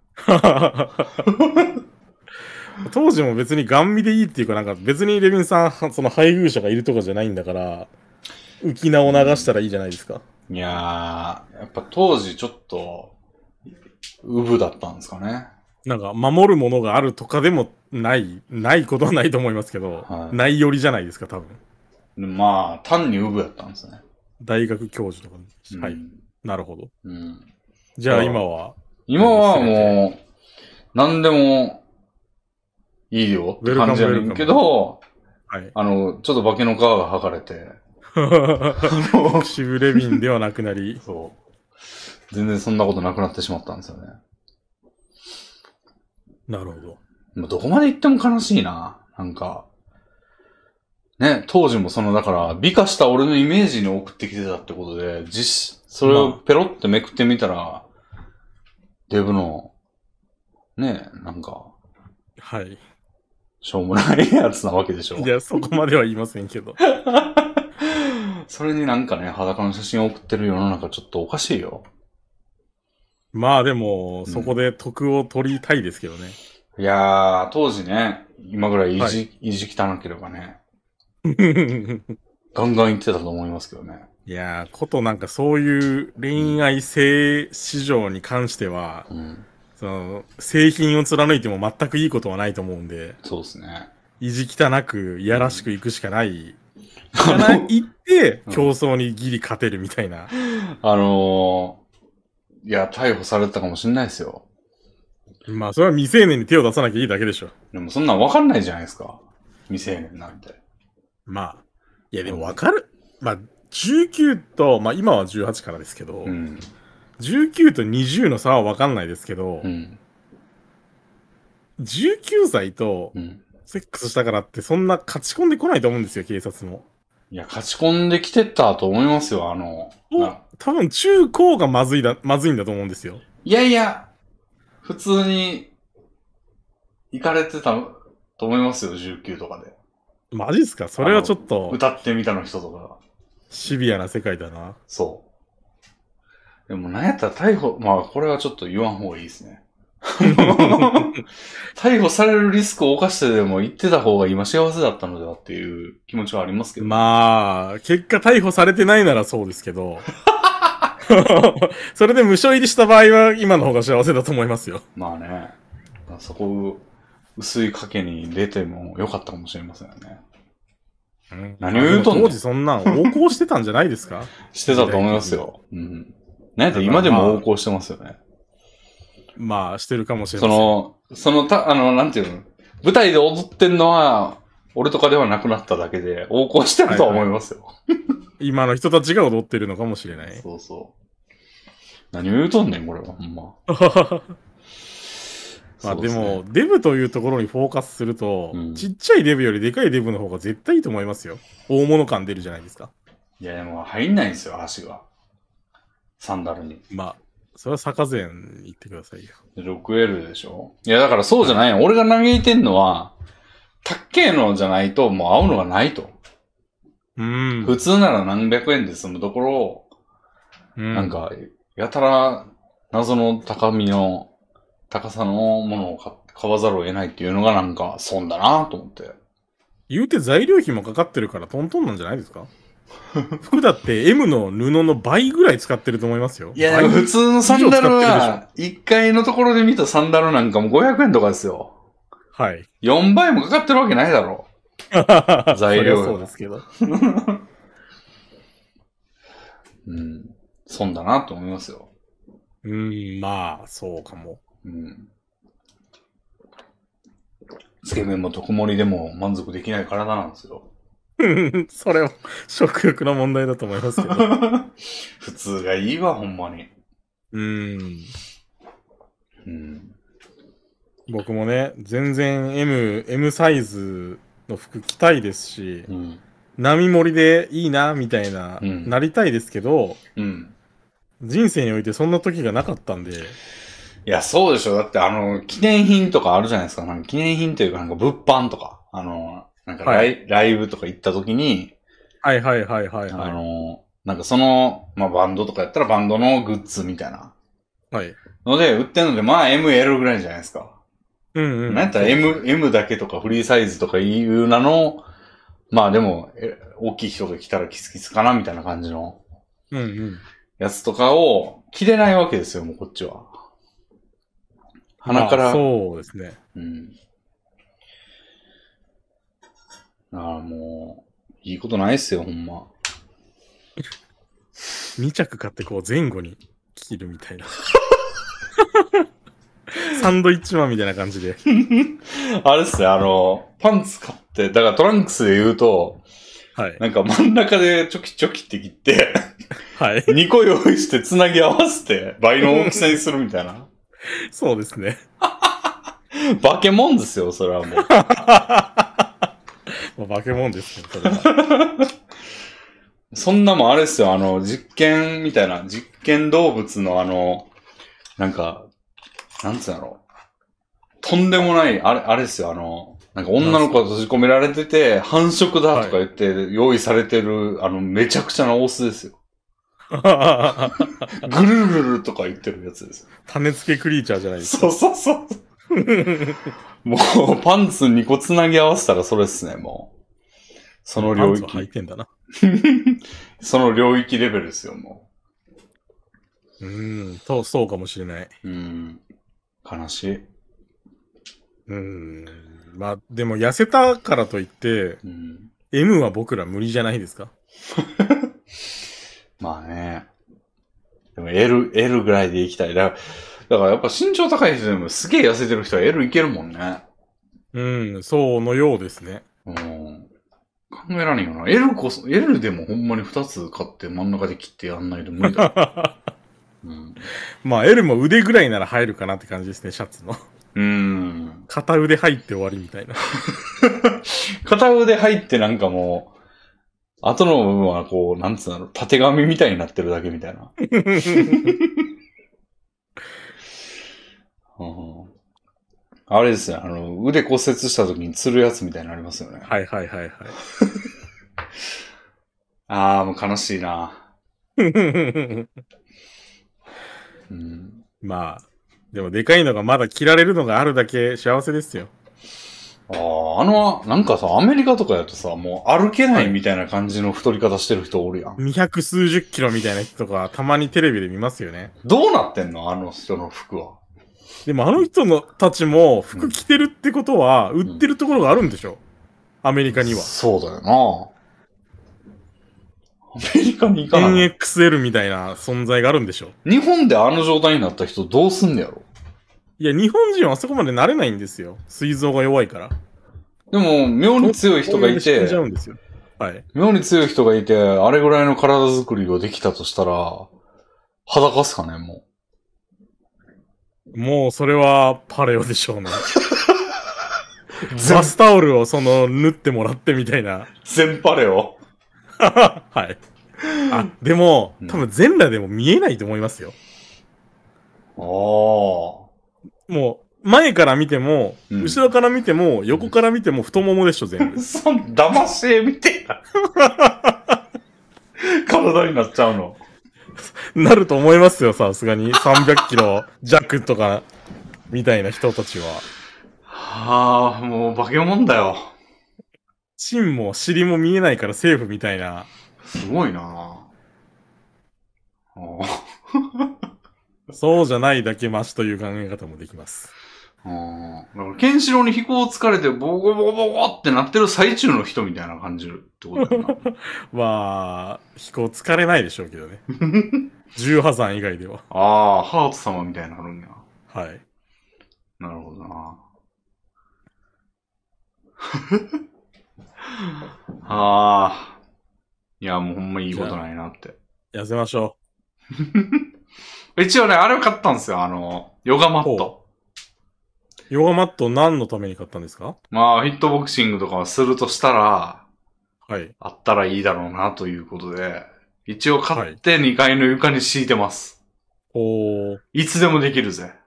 当時も別にガン見でいいっていうか、なんか別にレビンさん、その配偶者がいるとかじゃないんだから、浮き名を流したらいいじゃないですか。 うん、いやー、やっぱ当時ちょっと、ウブだったんですかね。 なんか、守るものがあるとかでもない、ないことはないと思いますけど、はい、ないよりじゃないですか、多分。 まあ、単にウブだったんですね。 大学教授とか、うん、はい。なるほど。うん、じゃあ今は今はもう、何でもいいよって感じやねんけど、はい、あの、ちょっと化けの皮が剥がれて、 シブレビンではなくなり、 そう。全然そんなことなくなってしまったんですよね。 なるほど。 どこまで行っても悲しいな。なんか、ね、当時もその、だから、美化した俺のイメージに送ってきてたってことで、実、それをペロってめくってみたら、まあ、デブの、ね、なんか、 はい。 しょうもないやつなわけでしょ。 いや、そこまでは言いませんけど。 それになんかね、裸の写真を送ってる世の中ちょっとおかしいよ。 まあでも、そこで得を取りたいですけどね。 いやー、当時ね、今ぐらい意地、はい、意地汚ければね。ガンガン言ってたと思いますけどね。 いやー、ことなんかそういう恋愛性市場に関しては、うん、その製品を貫いても全くいいことはないと思うんで。 そうですね。 意地汚く、いやらしくいくしかない。うん、かな、言って、競争にギリ勝てるみたいな。 あのー、いや、逮捕されたかもしれないですよ。 まあ、それは未成年に手を出さなきゃいいだけでしょ。 でもそんなん分かんないじゃないですか。未成年なんて。 まあ。いや、でも分かる。まあ、じゅうきゅうと、まあ今はじゅうはちからですけど、うん、じゅうきゅうとにじゅうの差は分かんないですけど、うん、じゅうきゅうさいとセックスしたからってそんな勝ち込んでこないと思うんですよ、警察も。 いや、勝ち込んできてたと思いますよ、あの。 多分中高がまずいだ、まずいんだと思うんですよ。 いやいや、普通に行かれてたと思いますよ、じゅうきゅうとかで。 マジっすか？それはちょっと。 歌ってみたの人とか。 シビアな世界だな。 そう。でもなんやったら逮捕、まあこれはちょっと言わん方がいいですね。逮捕されるリスクを犯してでも言ってた方が今幸せだったのではっていう気持ちはありますけど、ね。 まあ、結果逮捕されてないならそうですけど。それで無償入りした場合は今の方が幸せだと思いますよ。 まあね。そこ、薄い賭けに出てもよかったかもしれませんよね。 うん、何を言うとんねん。当時そんなん横行してたんじゃないですか？ してたと思いますよ。うん。なんやったら今でも横行してますよね。 まあ、してるかもしれない。 その、その、た、あの、なんていうの、舞台で踊ってんのは、俺とかではなくなっただけで、横行してるとは思いますよ。はいはい、 今の人たちが踊ってるのかもしれない。 そうそう。何を言うとんねん、これは、ほんま。 まあでも、デブというところにフォーカスすると、うん、ちっちゃいデブよりでかいデブの方が絶対いいと思いますよ。大物感出るじゃないですか。 いや、でも入んないんですよ、足が。サンダルに。 まあ、それは坂前に言ってくださいよ。 ろくエル でしょ？いや、だからそうじゃないよ。はい、俺が嘆いてんのは、たっけえのじゃないともう合うのがないと。 うん。 普通なら何百円で済むところを、うん、なんか、やたら謎の高みの、高さのものを買わざるを得ないっていうのがなんか損だなと思って。 言うて材料費もかかってるからトントンなんじゃないですか？服だって エム の布の倍ぐらい使ってると思いますよ。 いや、でも普通のサンダルは、いっかいのところで見たサンダルなんかもごひゃくえんとかですよ。 はい。 よんばいもかかってるわけないだろ。材料。 そうですけど。 うん。損だなと思いますよ。 うん、まあ、そうかも。 うん。つけ麺も特盛りでも満足できない体なんですよ。 それは食欲の問題だと思いますけど。 普通がいいわ、ほんまに。 うーん。 うん。 僕もね、全然 M、M サイズの服着たいですし、うん、波盛りでいいな、みたいな、うん、なりたいですけど、 うん、 人生においてそんな時がなかったんで。 いや、そうでしょ。だってあの、記念品とかあるじゃないですか。なんか記念品というか、なんか物販とか、あの、なんかライ、はい、ライブとか行った時に、 はいはいはいはい、はい。 あの、なんかその、まあバンドとかやったらバンドのグッズみたいな。 はい。 ので、売ってるので、まあ エムエル ぐらいじゃないですか。 うんうん。 なんやったら M、M だけとかフリーサイズとかいうなの、まあでも、え大きい人が来たらキツキツかなみたいな感じの。 うんうん。 やつとかを着れないわけですよ、もうこっちは。鼻から。まあ、 そうですね。 うん。ああ、もう、いいことないっすよ、ほんま。 に着買ってこう前後に着るみたいな。サンドイッチマンみたいな感じで。 あれっすね、あの、パンツ買って、だからトランクスで言うと、 はい。 なんか真ん中でチョキチョキって切って、 はい。 にこ用意してつなぎ合わせて倍の大きさにするみたいな。 そうですね。 化け物ですよ、それはもう。 まあ、化け物ですね、それは。 そんなもんあれですよ、あの、実験みたいな、実験動物のあの、なんか、なんつうんだろう。とんでもない、あれ、あれですよ、あの、 なんか女の子が閉じ込められてて、繁殖だとか言って用意されてる、はい、あの、めちゃくちゃなオスですよ。ぐるるるるとか言ってるやつです。 種付けクリーチャーじゃないですか。 そうそうそう。もう、パンツにこつなぎ合わせたらそれっすね、もう。その領域。パンツは履いてんだな。その領域レベルですよ、もう。うーん、と、そうかもしれない。 うん。悲しい。 うーん。まあ、でも痩せたからといって、うん、エム は僕ら無理じゃないですか。 まあね。でも L、L ぐらいでいきたい。だから、だからやっぱ身長高い人でもすげえ痩せてる人は L いけるもんね。 うん、そうのようですね。 うん。考えられんよな。L こそ、L でもほんまにふたつ買って真ん中で切ってやんないと無理だ。 うん、まあ L も腕ぐらいなら入るかなって感じですね、シャツの。 うん。 片腕入って終わりみたいな。 片腕入ってなんかもう、後の部分はこう、なんつうの、縦紙みたいになってるだけみたいな。うん、あれですね、あの、腕骨折した時に釣るやつみたいになりますよね。 はいはいはいはい。 ああ、もう悲しいな。うん、まあ、でもでかいのがまだ着られるのがあるだけ幸せですよ。 ああ、あの、なんかさ、アメリカとかやとさ、もう歩けないみたいな感じの太り方してる人おるやん。 二百数十キロみたいな人とか、たまにテレビで見ますよね。 どうなってんのあの人の服は。 でもあの人のたちも服着てるってことは、売ってるところがあるんでしょ、うん、アメリカには。 そうだよな。アメリカに行かない。 エヌエックスエル みたいな存在があるんでしょ。 日本であの状態になった人どうすんねやろ。 いや、日本人はあそこまで慣れないんですよ。膵臓が弱いから。 でも、妙に強い人がいて、 死んじゃうんですよ。はい。 妙に強い人がいて、あれぐらいの体作りができたとしたら、裸っすかね、もう。もう、それは、パレオでしょうね。バスタオルをその、縫ってもらってみたいな。 全パレオはい。あ、でも、多分全裸でも見えないと思いますよ。 ああ。 もう、前から見ても、うん、後ろから見ても、横から見ても太ももでしょ、全部。 そん、騙し絵みてえな。体になっちゃうの。 なると思いますよ、さすがに。さんびゃくキロ弱とか、みたいな人たちは。 はあ、もう化け物だよ。 芯も尻も見えないからセーフみたいな。 すごいなぁ。 そうじゃないだけマシという考え方もできます。 ああ。だから、ケンシロウに飛行疲れてボコボコボコってなってる最中の人みたいな感じるってことだよな。 まあ、飛行疲れないでしょうけどね。重破山以外では。 ああ、ハート様みたいなのあるんや。 はい。 なるほどな。ああ。いや、もうほんまいいことないなって。 痩せましょう。一応ね、あれを買ったんですよ。あの、ヨガマット。 ヨガマット何のために買ったんですか？ まあ、ヒットボクシングとかをするとしたら、 はい。 あったらいいだろうなということで、一応買ってにかいの床に敷いてます。 おー。 いつでもできるぜ。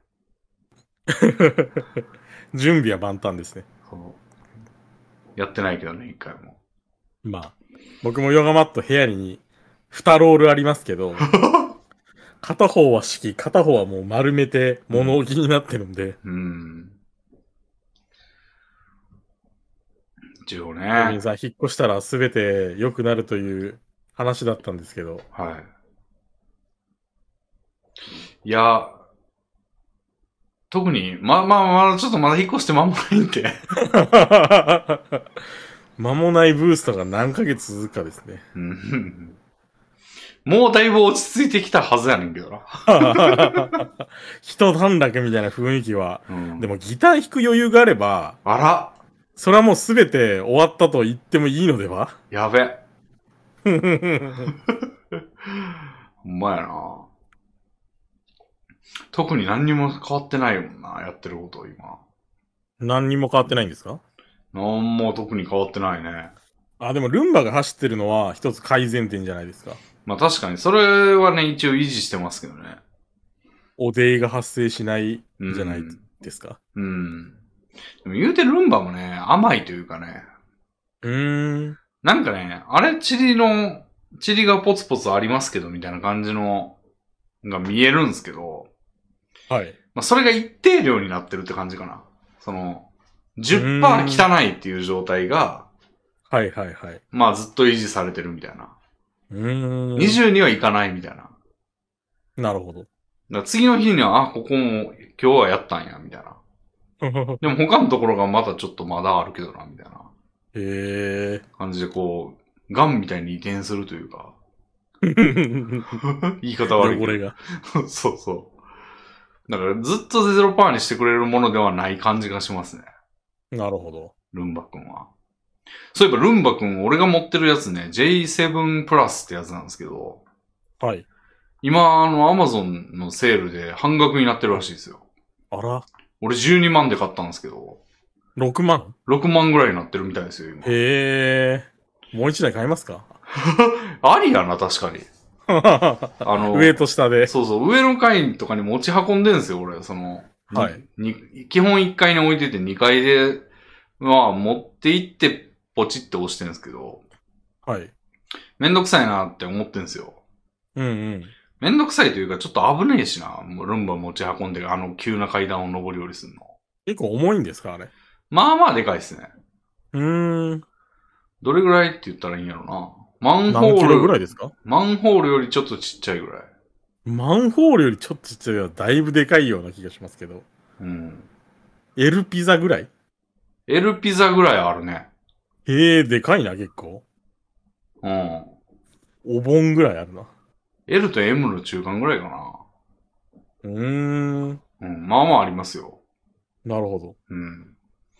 準備は万端ですね。 そうやってないけどね、一回も。 まあ、僕もヨガマット部屋ににロールありますけど、片方は敷き、片方はもう丸めて物置になってるんで。 うん。一応ね。 ロビンさん引っ越したら全て良くなるという話だったんですけど。 はい。いや、特に、ま、まあ、まだちょっとまだ引っ越して間もないんで。 間もないブーストが何ヶ月続くかですね。 もうだいぶ落ち着いてきたはずやねんけどな。 一段落みたいな雰囲気は、うん。でもギター弾く余裕があれば、 あらそれはもうすべて終わったと言ってもいいのでは？ やべ。ほんまやな。特に何にも変わってないもんな、やってること今。 何にも変わってないんですか？ 何も特に変わってないね。 あ、でもルンバが走ってるのは一つ改善点じゃないですか。 まあ確かに、それはね、一応維持してますけどね。 おデイが発生しないじゃないですか。 うん。うん、 でも言うてルンバもね、甘いというかね。 うーん。 なんかね、あれ、チリの、チリがポツポツありますけど、みたいな感じの、が見えるんですけど。 はい。 まあ、それが一定量になってるって感じかな。その、じゅっパーセント 汚いっていう状態が、 はいはいはい。 まあずっと維持されてるみたいな。 うーん。 にじゅうにはいかないみたいな。 なるほど。だから次の日には、あ、ここも今日はやったんや、みたいな。でも他のところがまだちょっとまだあるけどな、みたいな。 へえ。 感じでこう、ガンみたいに移転するというか。言い方悪いけど。 汚れが。 そうそう。だからずっとゼロパーにしてくれるものではない感じがしますね。 なるほど。 ルンバ君は。そういえばルンバ君、俺が持ってるやつね、ジェイセブン プラスってやつなんですけど。 はい。 今、あの、アマゾンのセールで半額になってるらしいですよ。 あら。 俺じゅうにまんで買ったんですけど。 ろくまん ?ろく 万ぐらいになってるみたいですよ、今。 へえ。もう一台買いますか？ ありやな、確かに。 あの、上と下で。 そうそう、上の階とかに持ち運んでんすよ、俺。その、 はい。 に基本いっかいに置いててにかいで、まあ、持って行って、ポチって押してるんですけど。 はい。 めんどくさいなって思ってんすよ。 うんうん。 めんどくさいというか、ちょっと危ねえしな。もうルンバ持ち運んで、あの、急な階段を上り下りするの。 結構重いんですか、あれ。 まあまあでかいっすね。 うーん。 どれぐらいって言ったらいいんやろな。マンホール。 何キロぐらいですか？ マンホールよりちょっとちっちゃいぐらい。 マンホールよりちょっとちっちゃいのはだいぶでかいような気がしますけど。 うん。 L ピザぐらい？ L ピザぐらいあるね。 へえ、でかいな、結構。 うん。 お盆ぐらいあるな。 L と M の中間ぐらいかな。 うーん。 うん。まあまあありますよ。 なるほど。 うん。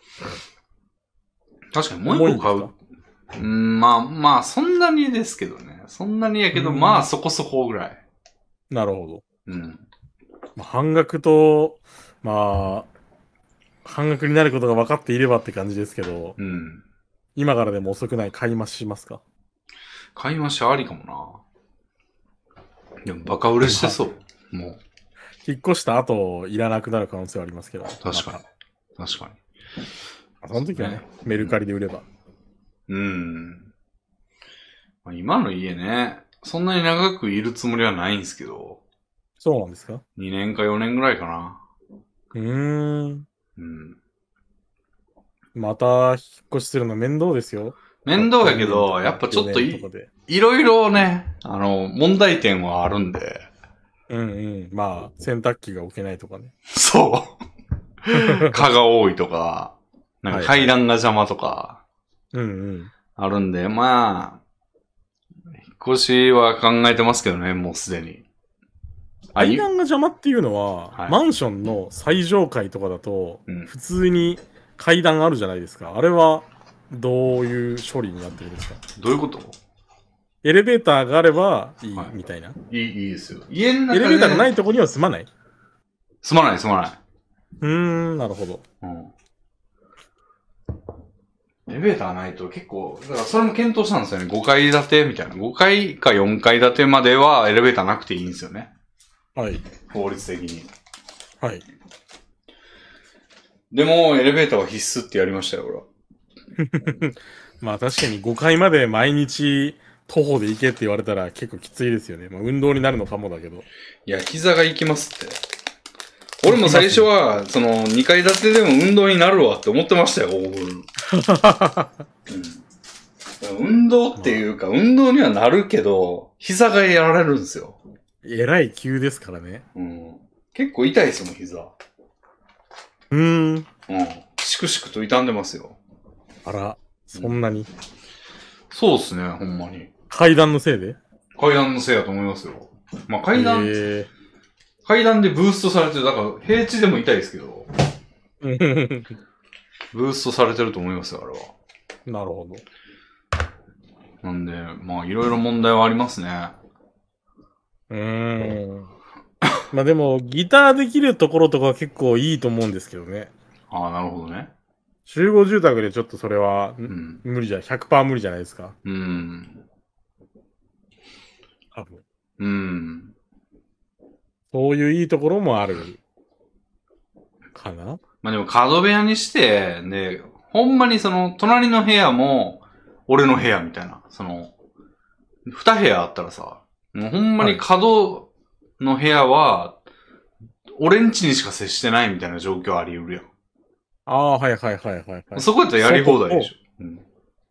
確かにもう一個買う。うん、まあまあ、そんなにですけどね。そんなにやけど、まあそこそこぐらい。 なるほど。 うん。 まあ、半額と、まあ、半額になることが分かっていればって感じですけど、 うん。 今からでも遅くない買い増ししますか？ 買い増しありかもな。でもバカ売れしてそう。もう。 引っ越した後、いらなくなる可能性はありますけど。 確かに。ま、確かに。 その時はね、メルカリで売れば。 うん。まあ、今の家ね、そんなに長くいるつもりはないんですけど。 そうなんですか？ に 年かよねんぐらいかな。 うーん。 うん。 また、引っ越しするの面倒ですよ。 面倒やけど、やっぱちょっとい、いろいろね、あの、問題点はあるんで。 うんうん。まあ、洗濯機が置けないとかね。 そう。蚊が多いとか、なんか階段が邪魔とか。 うんうん。 あるんで、まあ、引っ越しは考えてますけどね、もうすでに。 階段が邪魔っていうのは、 はい、 マンションの最上階とかだと、うん、普通に階段あるじゃないですか。あれは、どういう処理になってるんですか？ どういうこと？ エレベーターがあればいい、はい、みたいな。 いい、いいですよ。家の中で。 エレベーターがないとこには住まない？ 住まない、住まない。 うーん、なるほど。うん。 エレベーターないと結構、だからそれも検討したんですよね。ごかい建てみたいな。ごかいかよんかい建てまではエレベーターなくていいんですよね。 はい。 法律的に。 はい。 でも、エレベーターは必須ってやりましたよ、俺は。 まあ確かにごかいまで毎日徒歩で行けって言われたら結構きついですよね。まあ運動になるのかもだけど。 いや、膝が行きますって。俺も最初は、その、にかい建てでも運動になるわって思ってましたよ、うん、運動っていうか、運動にはなるけど、膝がやられるんですよ。 えらい急ですからね。 うん。結構痛いですもん、膝。 うーん。 うん。しくしくと傷んでますよ。 あら、そんなに。うん、 そうっすね、ほんまに。 階段のせいで？ 階段のせいだと思いますよ。まあ階段、えー、階段でブーストされてる、だから平地でも痛いですけど。ブーストされてると思いますよ、あれは。 なるほど。 なんで、まあいろいろ問題はありますね。 うーん。まあでも、ギターできるところとかは結構いいと思うんですけどね。 ああ、なるほどね。 集合住宅でちょっとそれは、うん、無理じゃ、ひゃくパーセント 無理じゃないですか。 うん。 多分。 うん。 そういういいところもある。かな？ まあでも角部屋にして、ね、ほんまにその、隣の部屋も、俺の部屋みたいな。その、二部屋あったらさ、もうほんまに角の部屋は、俺ん家にしか接してないみたいな状況あり得るやん。 ああ、はいはいはいはい、はい。 そこやったらやり放題でしょ。うん、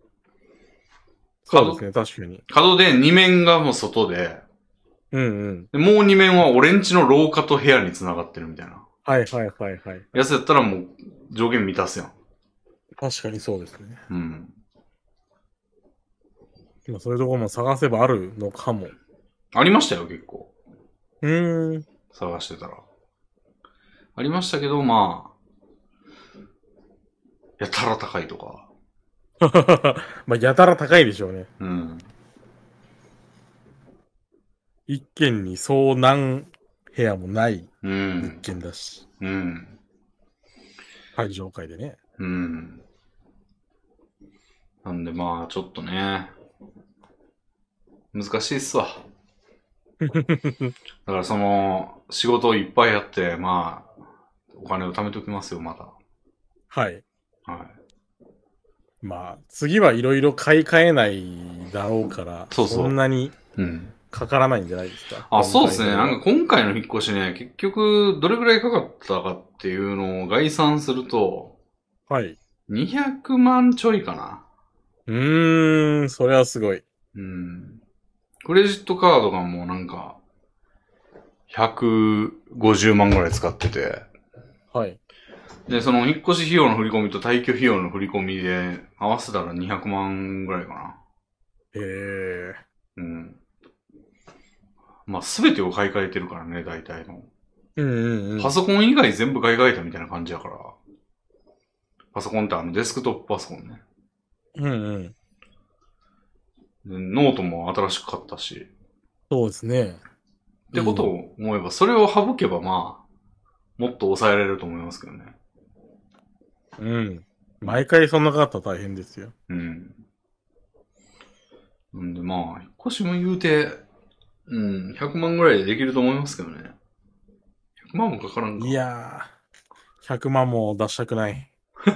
そうですね、確かに。 角で二面がもう外で、 うんうん。もう二面は俺ん家の廊下と部屋に繋がってるみたいな。 はいはいはいはい。 やつやったらもう上限満たすやん。 確かにそうですね。 うん。 今そういうところも探せばあるのかも。 ありましたよ、結構。 うーん。 探してたら。ありましたけど、まあ、やたら高いとか。 まあ、やたら高いでしょうね。 うん。 一軒にそう何部屋もない物件だし。 うん。うん。 最上階でね。 うん。なんでまあ、ちょっとね、難しいっすわ。だからその、仕事をいっぱいやって、まあ、お金を貯めておきますよ、また。 はい。 はい。 まあ、次はいろいろ買い替えないだろうから、そうそうそんなにかからないんじゃないですか。 うん、あ、そうですね。なんか今回の引っ越しね、結局、どれぐらいかかったかっていうのを概算すると、 はい。 にひゃくまんちょいかな。 うーん、それはすごい。 うん。クレジットカードがもうなんか、ひゃくごじゅうまんぐらい使ってて。 はい。 で、その引っ越し費用の振り込みと退去費用の振り込みで合わせたらにひゃくまんぐらいかな。 へえ。 うん。まあ、すべてを買い替えてるからね、大体の。 うんうんうん。 パソコン以外全部買い替えたみたいな感じやから。パソコンってあのデスクトップパソコンね。 うんうん。 ノートも新しく買ったし。 そうですね。 ってことを思えば、それを省けばまあ、もっと抑えられると思いますけどね。 うん。毎回そんなかかったら大変ですよ。 うん。んでまあ、引っ越しも言うて、うん、ひゃくまんぐらいでできると思いますけどね。ひゃくまんもかからんか。 いやー、ひゃくまんも出したくない。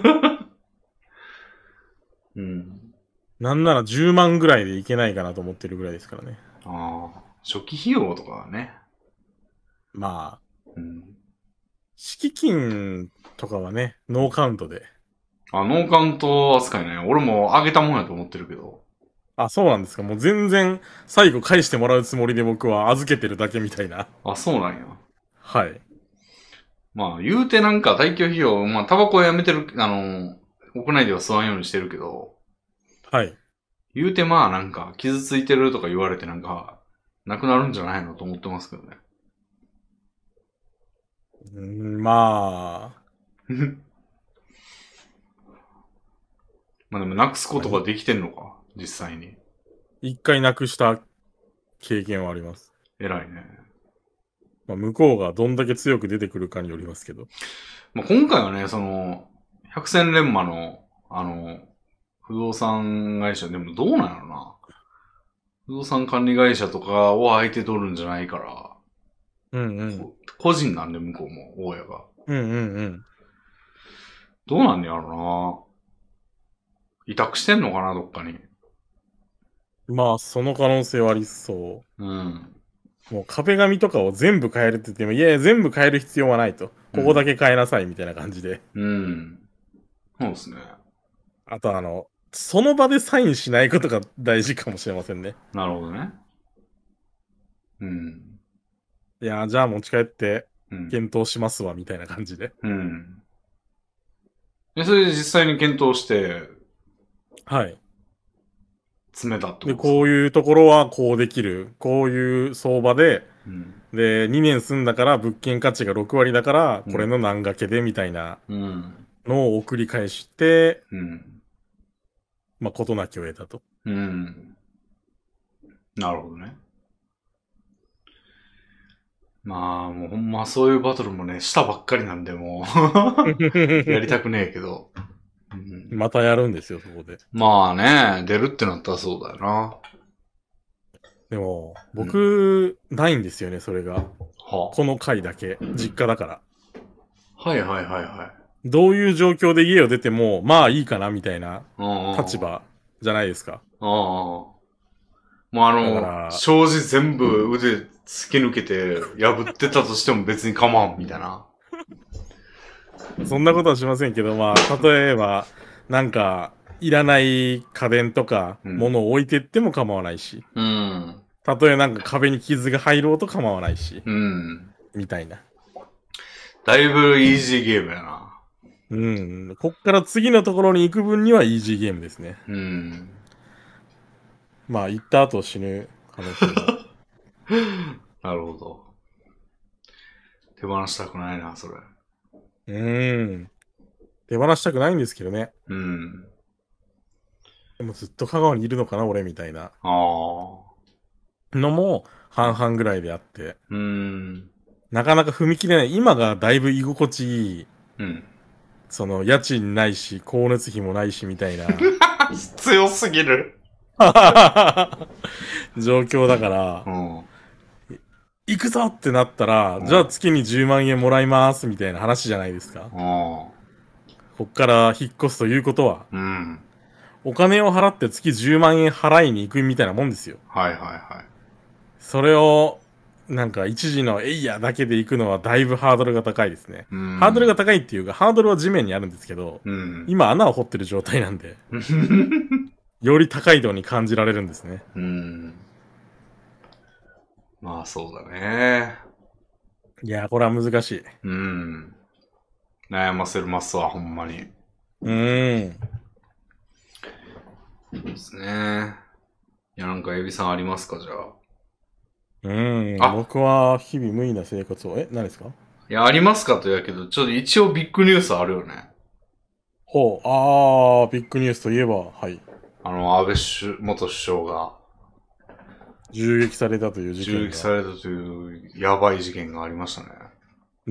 うん。 なんならじゅうまんぐらいでいけないかなと思ってるぐらいですからね。 ああ、初期費用とかはね。 まあ、 うん、 敷金とかはね、ノーカウントで。 あ、ノーカウント扱いね。俺も上げたもんやと思ってるけど。 あ、そうなんですか。もう全然最後返してもらうつもりで僕は預けてるだけみたいな。 あ、そうなんや。 はい。 まあ、言うてなんか退去費用、まあ、タバコはやめてる、あの、屋内では吸わんようにしてるけど。 はい。 言うてまあなんか、傷ついてるとか言われてなんか、なくなるんじゃないのと思ってますけどね。 うん、まあ。 まあでもなくすことができてんのか、実際に。 一回なくした経験はあります。 偉いね。 まあ、向こうがどんだけ強く出てくるかによりますけど。 まあ、今回はね、その、百戦錬磨の、あの、不動産会社、でもどうなんやろな。不動産管理会社とかを相手取るんじゃないから。 うんうん。 個人なんで、向こうも、大家が。 うんうんうん。 どうなんやろな。委託してんのかな、どっかに。 まあ、その可能性はありそう。 うん。 もう壁紙とかを全部変えるって言っても、いやいや、全部変える必要はないと。ここだけ変えなさいみたいな感じで。 うん。うん、そうですね。 あとあの、その場でサインしないことが大事かもしれませんね。 なるほどね。うん。 いや、じゃあ持ち帰って、検討しますわ、みたいな感じで。 うん。で、それで実際に検討して、 はい。 詰めたってことで、こういうところはこうできる。こういう相場で、うん、で、にねん住んだから物件価値がろくわりだから、これの何掛けでみたいなのを送り返して、うん、まあ、ことなきを得たと。 うん。なるほどね。まあ、もうほんまそういうバトルもね、したばっかりなんで、もうやりたくねえけど。 うん、またやるんですよ、そこで。 まあね、出るってなったらそうだよな。 でも、僕、うん、ないんですよね、それが。はあ、この回だけ。実家だから。 はいはいはいはどういう状況で家を出ても、まあいいかなみたいな立場じゃないですか。 ああ。もうあの、障子全部腕突き抜けて破ってたとしても別に構わんみたいな。 そんなことはしませんけど、まあ、例えば、なんか、いらない家電とか、物を置いてっても構わないし。うん。たとえなんか壁に傷が入ろうと構わないし。うん。みたいな。 だいぶイージーゲームやな。 うん。こっから次のところに行く分にはイージーゲームですね。うん。まあ、行った後死ぬ可能性が。 なるほど。手放したくないな、それ。 うーん。手放したくないんですけどね。うん。でもずっと香川にいるのかな、俺みたいな。ああ。のも半々ぐらいであって。うん。なかなか踏み切れない。今がだいぶ居心地いい。うん。その、家賃ないし、光熱費もないし、みたいな。 必要すぎる。 状況だから、うん、行くぞってなったら、うん、じゃあ月にじゅうまんえんもらいますみたいな話じゃないですか。うん、こっから引っ越すということは、うん、お金を払って月じゅうまんえん払いに行くみたいなもんですよ。はいはいはい。それを、なんか一時のエイヤーだけで行くのはだいぶハードルが高いですね。うん、ハードルが高いっていうか、ハードルは地面にあるんですけど、うん、今穴を掘ってる状態なんで。より高い度に感じられるんですね。うん。 まあそうだね。 いや、これは難しい。 うん。悩ませるますわ、ほんまに。うん。そうですね。いや、なんかエビさんありますか、じゃあ。 うん。あ、僕は日々無意な生活を、え、何ですか？ いや、ありますかと言うけど、ちょっと一応ビッグニュースあるよね。 ほう、あー、ビッグニュースといえば、はい。 あの、安倍首元首相が、 銃撃されたという事件が。 銃撃されたという、やばい事件がありましたね。うん。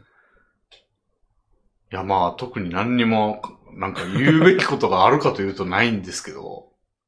いや、まあ、特に何にも、なんか言うべきことがあるかというとないんですけど、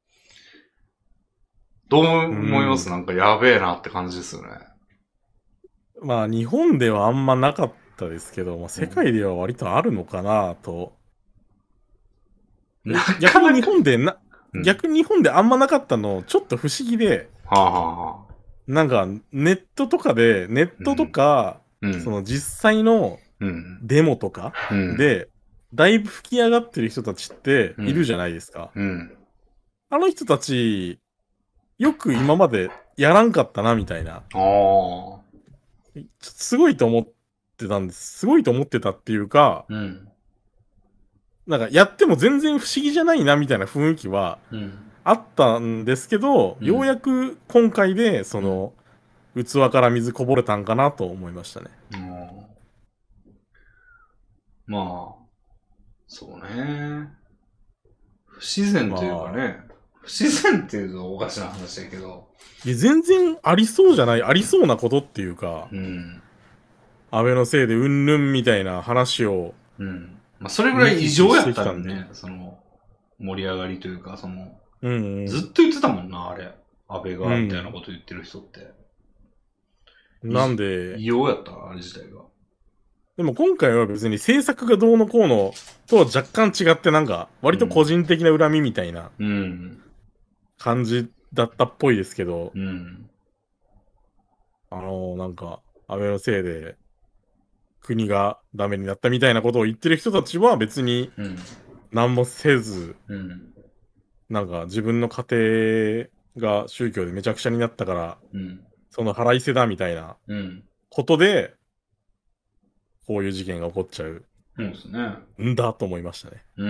どう思います、うん、なんかやべえなって感じですよね。 まあ、日本ではあんまなかったですけど、まあ、世界では割とあるのかなと。うん、逆に日本でな、うん、逆に日本であんまなかったの、ちょっと不思議で、はあはあ、なんか、ネットとかで、ネットとか、うん、その実際のデモとかで、だいぶ吹き上がってる人たちっているじゃないですか。うんうん、あの人たち、よく今までやらんかったな、みたいな。あすごいと思ってたんです。すごいと思ってたっていうか、うん、なんかやっても全然不思議じゃないな、みたいな雰囲気は、あったんですけど、うん、ようやく今回で、その、うん、器から水こぼれたんかなと思いましたね。うん、 まあ、そうね。不自然というかね。まあ、不自然っていうとおかしな話だけど。 いや、全然ありそうじゃない、ありそうなことっていうか、うん、安倍のせいでうんぬんみたいな話を。 うん。まあ、それぐらい異常やったんね。その、盛り上がりというか、その、うんうん、ずっと言ってたもんな、あれ。安倍が、みたいなこと言ってる人って。 うん、なんで。 異様やった、あれ自体が。 でも今回は別に政策がどうのこうのとは若干違ってなんか、割と個人的な恨みみたいな感じだったっぽいですけど、うん、あのー、なんか、安倍のせいで国がダメになったみたいなことを言ってる人たちは別に何もせず、うん、なんか自分の家庭が宗教でめちゃくちゃになったから、うん、その腹いせだみたいなことで、こういう事件が起こっちゃう。 そうですね。 んだと思いましたね。うん。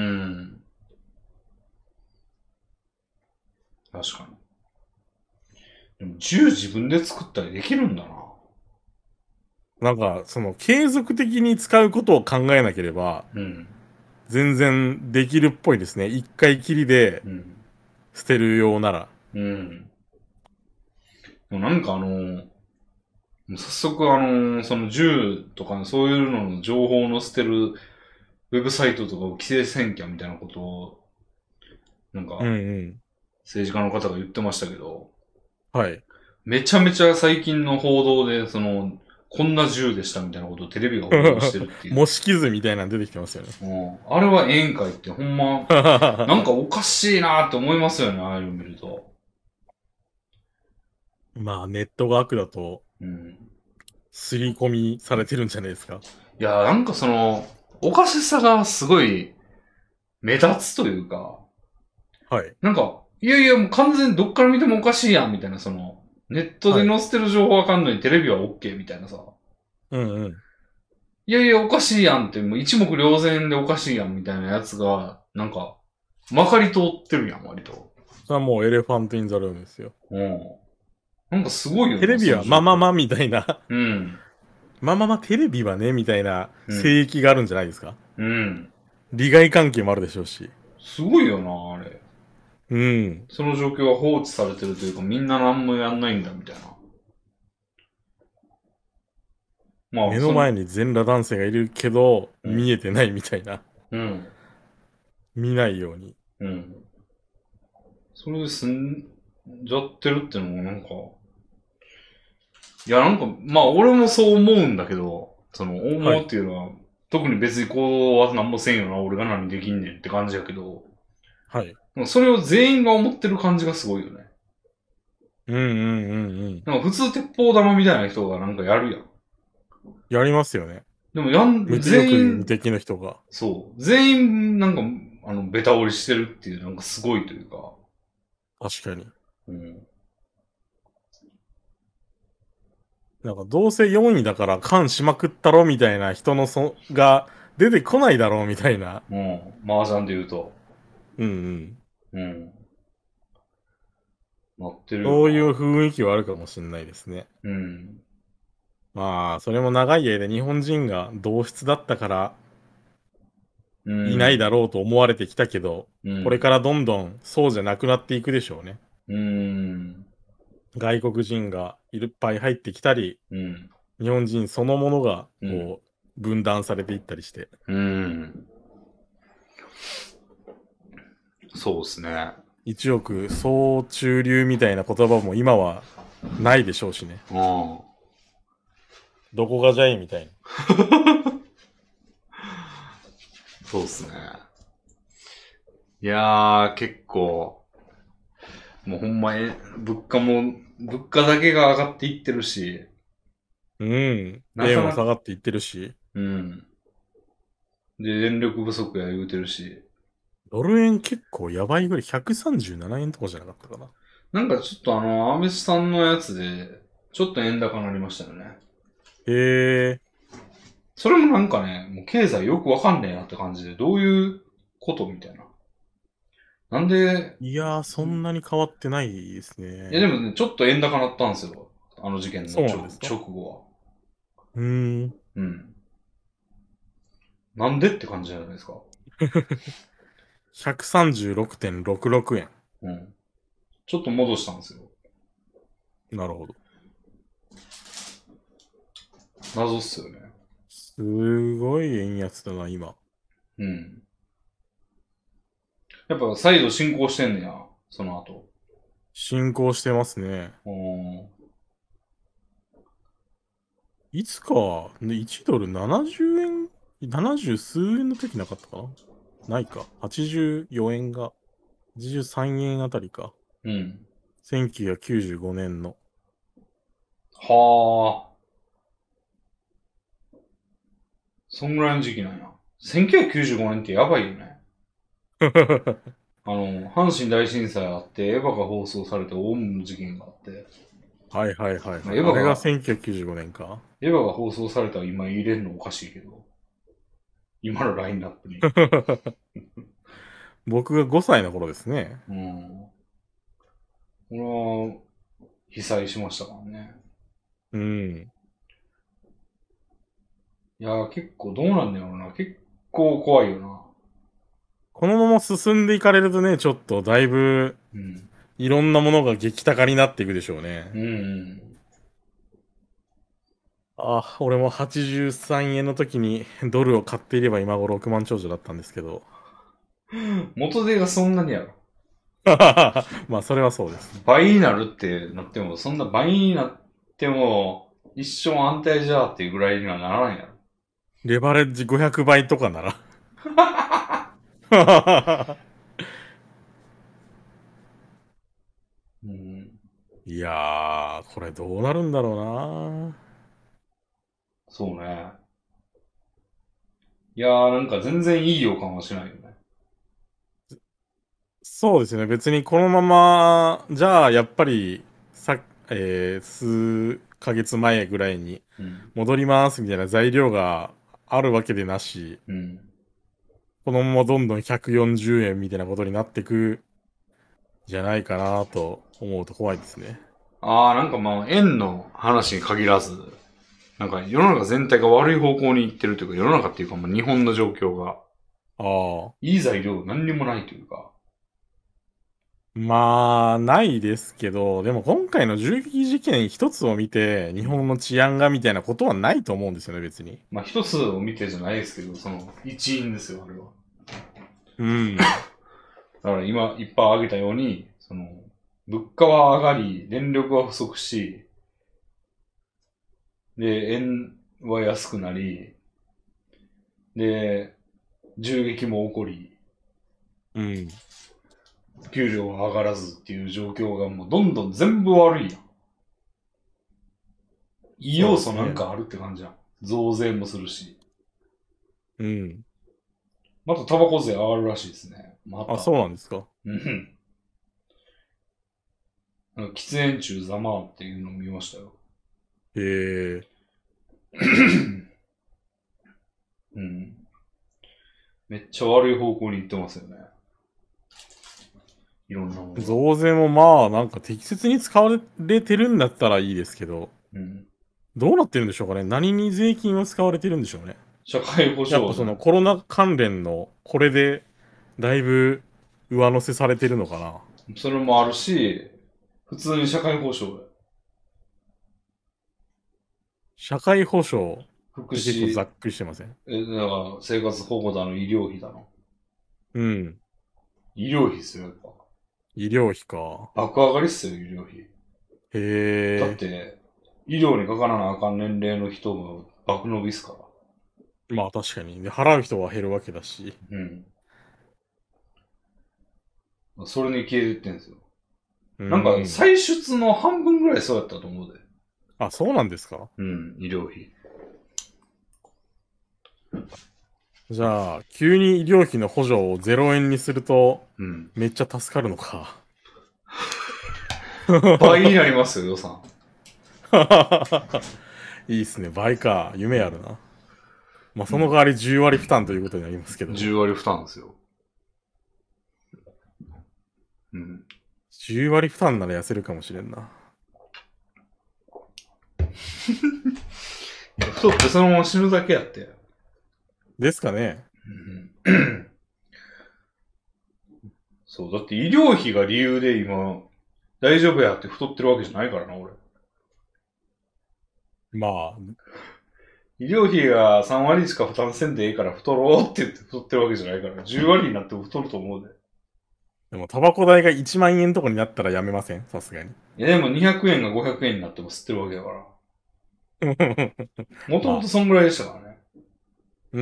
確かに。でも銃自分で作ったりできるんだな。 なんか、その、継続的に使うことを考えなければ、うん、全然できるっぽいですね。一回きりで、捨てるようなら。うん。 でもなんかあのー、早速あのー、その銃とかそういうのの情報を載せてるウェブサイトとかを規制せんきゃみたいなことを、なんか、政治家の方が言ってましたけど、はい。めちゃめちゃ最近の報道で、その、 こんな銃でしたみたいなことをテレビが報道してるっていう。 模式図みたいなの出てきてますよね。 うん。あれはええんかいってほんま、なんかおかしいなって思いますよね、ああいうの見ると。 まあ、ネットが悪だと、うん。刷り込みされてるんじゃないですか。 いや、なんかその、おかしさがすごい目立つというか、 はい。 なんか、いやいや、もう完全にどっから見てもおかしいやん、みたいな、その、ネットで載せてる情報わかんない、はい、テレビは OK みたいなさ。 うんうん。 いやいや、おかしいやんって、もう一目瞭然でおかしいやん、みたいなやつが、なんか、まかり通ってるやん、割と。 それはもうエレファントインザルームですよ。 うん。なんかすごいよね。 テレビはまままみたいな。 うん。 まままテレビはね、みたいな聖域があるんじゃないですか。 うん。 利害関係もあるでしょうし。 すごいよな、あれ。 うん。 その状況は放置されてるというか、みんな何もやんないんだ、みたいな。 まあ、目の前に全裸男性がいるけど、うん、見えてないみたいな。うん。見ないように。 うん。それで済んじゃってるってのもなんか、いやなんか、まあ俺もそう思うんだけど、その、思うっていうのは、はい、特に別にこうは何もせんよな、俺が何できんねんって感じやけど、はい。それを全員が思ってる感じがすごいよね。 うんうんうんうん。 なんか普通鉄砲玉みたいな人がなんかやるやん。 やりますよね。 でもやん、 全員。無敵の人が。 そう。全員なんか、あの、ベタ折りしてるっていう、なんかすごいというか。 確かに。うん。なんかどうせよんいだから缶しまくったろみたいな人のそ、が出てこないだろうみたいな。 うん。麻雀で言うと。 うんうん。うん。 なってる。 そういう雰囲気はあるかもしれないですね。うん。まあ、それも長い間日本人が同質だったから、いないだろうと思われてきたけど、うん、これからどんどんそうじゃなくなっていくでしょうね。うん。外国人がいっぱい入ってきたり、うん、日本人そのものがこう、うん、分断されていったりして。うん。 そうですね。 一億総中流みたいな言葉も今はないでしょうしね。うん。どこがじゃいみたいな。 そうっすね。いやー、結構、もうほんまに、物価も、物価だけが上がっていってるし。 うん。円も下がっていってるし。 うん。で、電力不足や言うてるし。 ドル円結構やばいぐらい、ひゃくさんじゅうななえんとかじゃなかったかな。 なんかちょっとあの、アメスさんのやつで、ちょっと円高になりましたよね。 へえ。 それもなんかね、もう経済よくわかんねえなって感じで、どういうことみたいな。なんで。 いやー、そんなに変わってないですね。 いやでもね、ちょっと円高なったんですよ。あの事件の直後は。 うーん。 うん。なんでって感じじゃないですか。 ひゃくさんじゅうろくてんろくろくえん。 うん。ちょっと戻したんですよ。 なるほど。 謎っすよね。 すごい円安だな、今。 うん。やっぱ再度進行してんねや、その後。 進行してますね。うん。いつか、いちドルななじゅうえん、ななじゅう数円の時なかったかなないか。はちじゅうよえんが、はちじゅうさんえんあたりか。うん。せんきゅうひゃくきゅうじゅうごねんの。 はあ。そんぐらいの時期なんや。せんきゅうひゃくきゅうじゅうごねんってやばいよね。あの、阪神大震災あって、エヴァが放送されてオウムの事件があって。 はいはいはい、はい。エヴァが、あれがせんきゅうひゃくきゅうじゅうごねんか。 エヴァが放送されたら今入れるのおかしいけど。今のラインナップに。 僕がごさいの頃ですね。 うん。俺は、被災しましたからね。うん。いやー、結構どうなんだろうな。結構怖いよな。 このまま進んでいかれるとね、ちょっとだいぶ、うん、いろんなものが激高になっていくでしょうね。うん、うん。あ、俺もはちじゅうさんえんの時にドルを買っていれば今頃億万長者だったんですけど。 元手がそんなにやろ。 まあ、それはそうです。 倍になるってなっても、そんな倍になっても、 一生安泰じゃーっていうぐらいにはならんやろ。 レバレッジごひゃくばいとかなら。 うん、 いやー、これどうなるんだろうな。 そうね。いやー、なんか全然いい予感はしないよね。 そうですね。別にこのまま、じゃあ、やっぱり、さ、えー、数ヶ月前ぐらいに戻りますみたいな材料があるわけでなし、 うん。 このままどんどんひゃくよんじゅうえんみたいなことになってく、じゃないかなと思うと怖いですね。 ああ、なんかまあ、円の話に限らず、なんか世の中全体が悪い方向に行ってるというか、世の中っていうかもう日本の状況が、 ああ。 いい材料何にもないというか。 まあ、ないですけど、でも今回の銃撃事件一つを見て、日本の治安がみたいなことはないと思うんですよね、別に。 まあ一つを見てじゃないですけど、その一因ですよ、あれは。 うん。 だから今いっぱい挙げたように、その、物価は上がり、電力は不足し、で、円は安くなり、で、銃撃も起こり、 うん。 給料は上がらずっていう状況がもうどんどん全部悪いやん。いい要素なんかあるって感じやん。増税もするし。 うん。 またタバコ税上がるらしいですね。また。 あ、そうなんですか。 うん。なんか喫煙中ざまっていうのを見ましたよ。 へえ。 うん。めっちゃ悪い方向に行ってますよね。いろんなものが。 増税もまあ、なんか適切に使われてるんだったらいいですけど、 うん。 どうなってるんでしょうかね。何に税金を使われてるんでしょうね。 社会保障。 やっぱそのコロナ関連のこれでだいぶ上乗せされてるのかな。 それもあるし、普通に社会保障。 社会保障福って結構ざ祉、 っくりしてません？ え、だから生活保護だの、医療費だの。 うん。 医療費っすよ、やっぱ。 医療費か。 爆上がりっすよ、医療費。 へえ。 だって、医療にかからなあかん年齢の人が爆伸びっすから。 まあ確かに。で、払う人は減るわけだし。 うん。それに消えてってんですよ。なんか、歳出の半分ぐらいそうやったと思うで。 あ、そうなんですか？ うん、医療費。 じゃあ、急に医療費の補助をゼロえんにすると、 うん。 めっちゃ助かるのか。 倍になりますよ、予算。 いいっすね。倍か。夢あるな。まあ、その代わりじゅうわり負担ということになりますけど。 じゅうわり負担ですよ。うん。 じゅうわり負担なら痩せるかもしれんな。 太ってそのまま死ぬだけやって。 ですかね。 うん、そう、だって医療費が理由で今、大丈夫やって太ってるわけじゃないからな、俺。 まあ。 医療費がさんわりしか負担せんでいいから太ろうって言って太ってるわけじゃないから、じゅうわりになっても太ると思うで。 でも、タバコ代がいちまんえんとかになったらやめません？さすがに。 いやでもにひゃくえんがごひゃくえんになっても吸ってるわけだから。もともとそんぐらいでしたからね。 うん。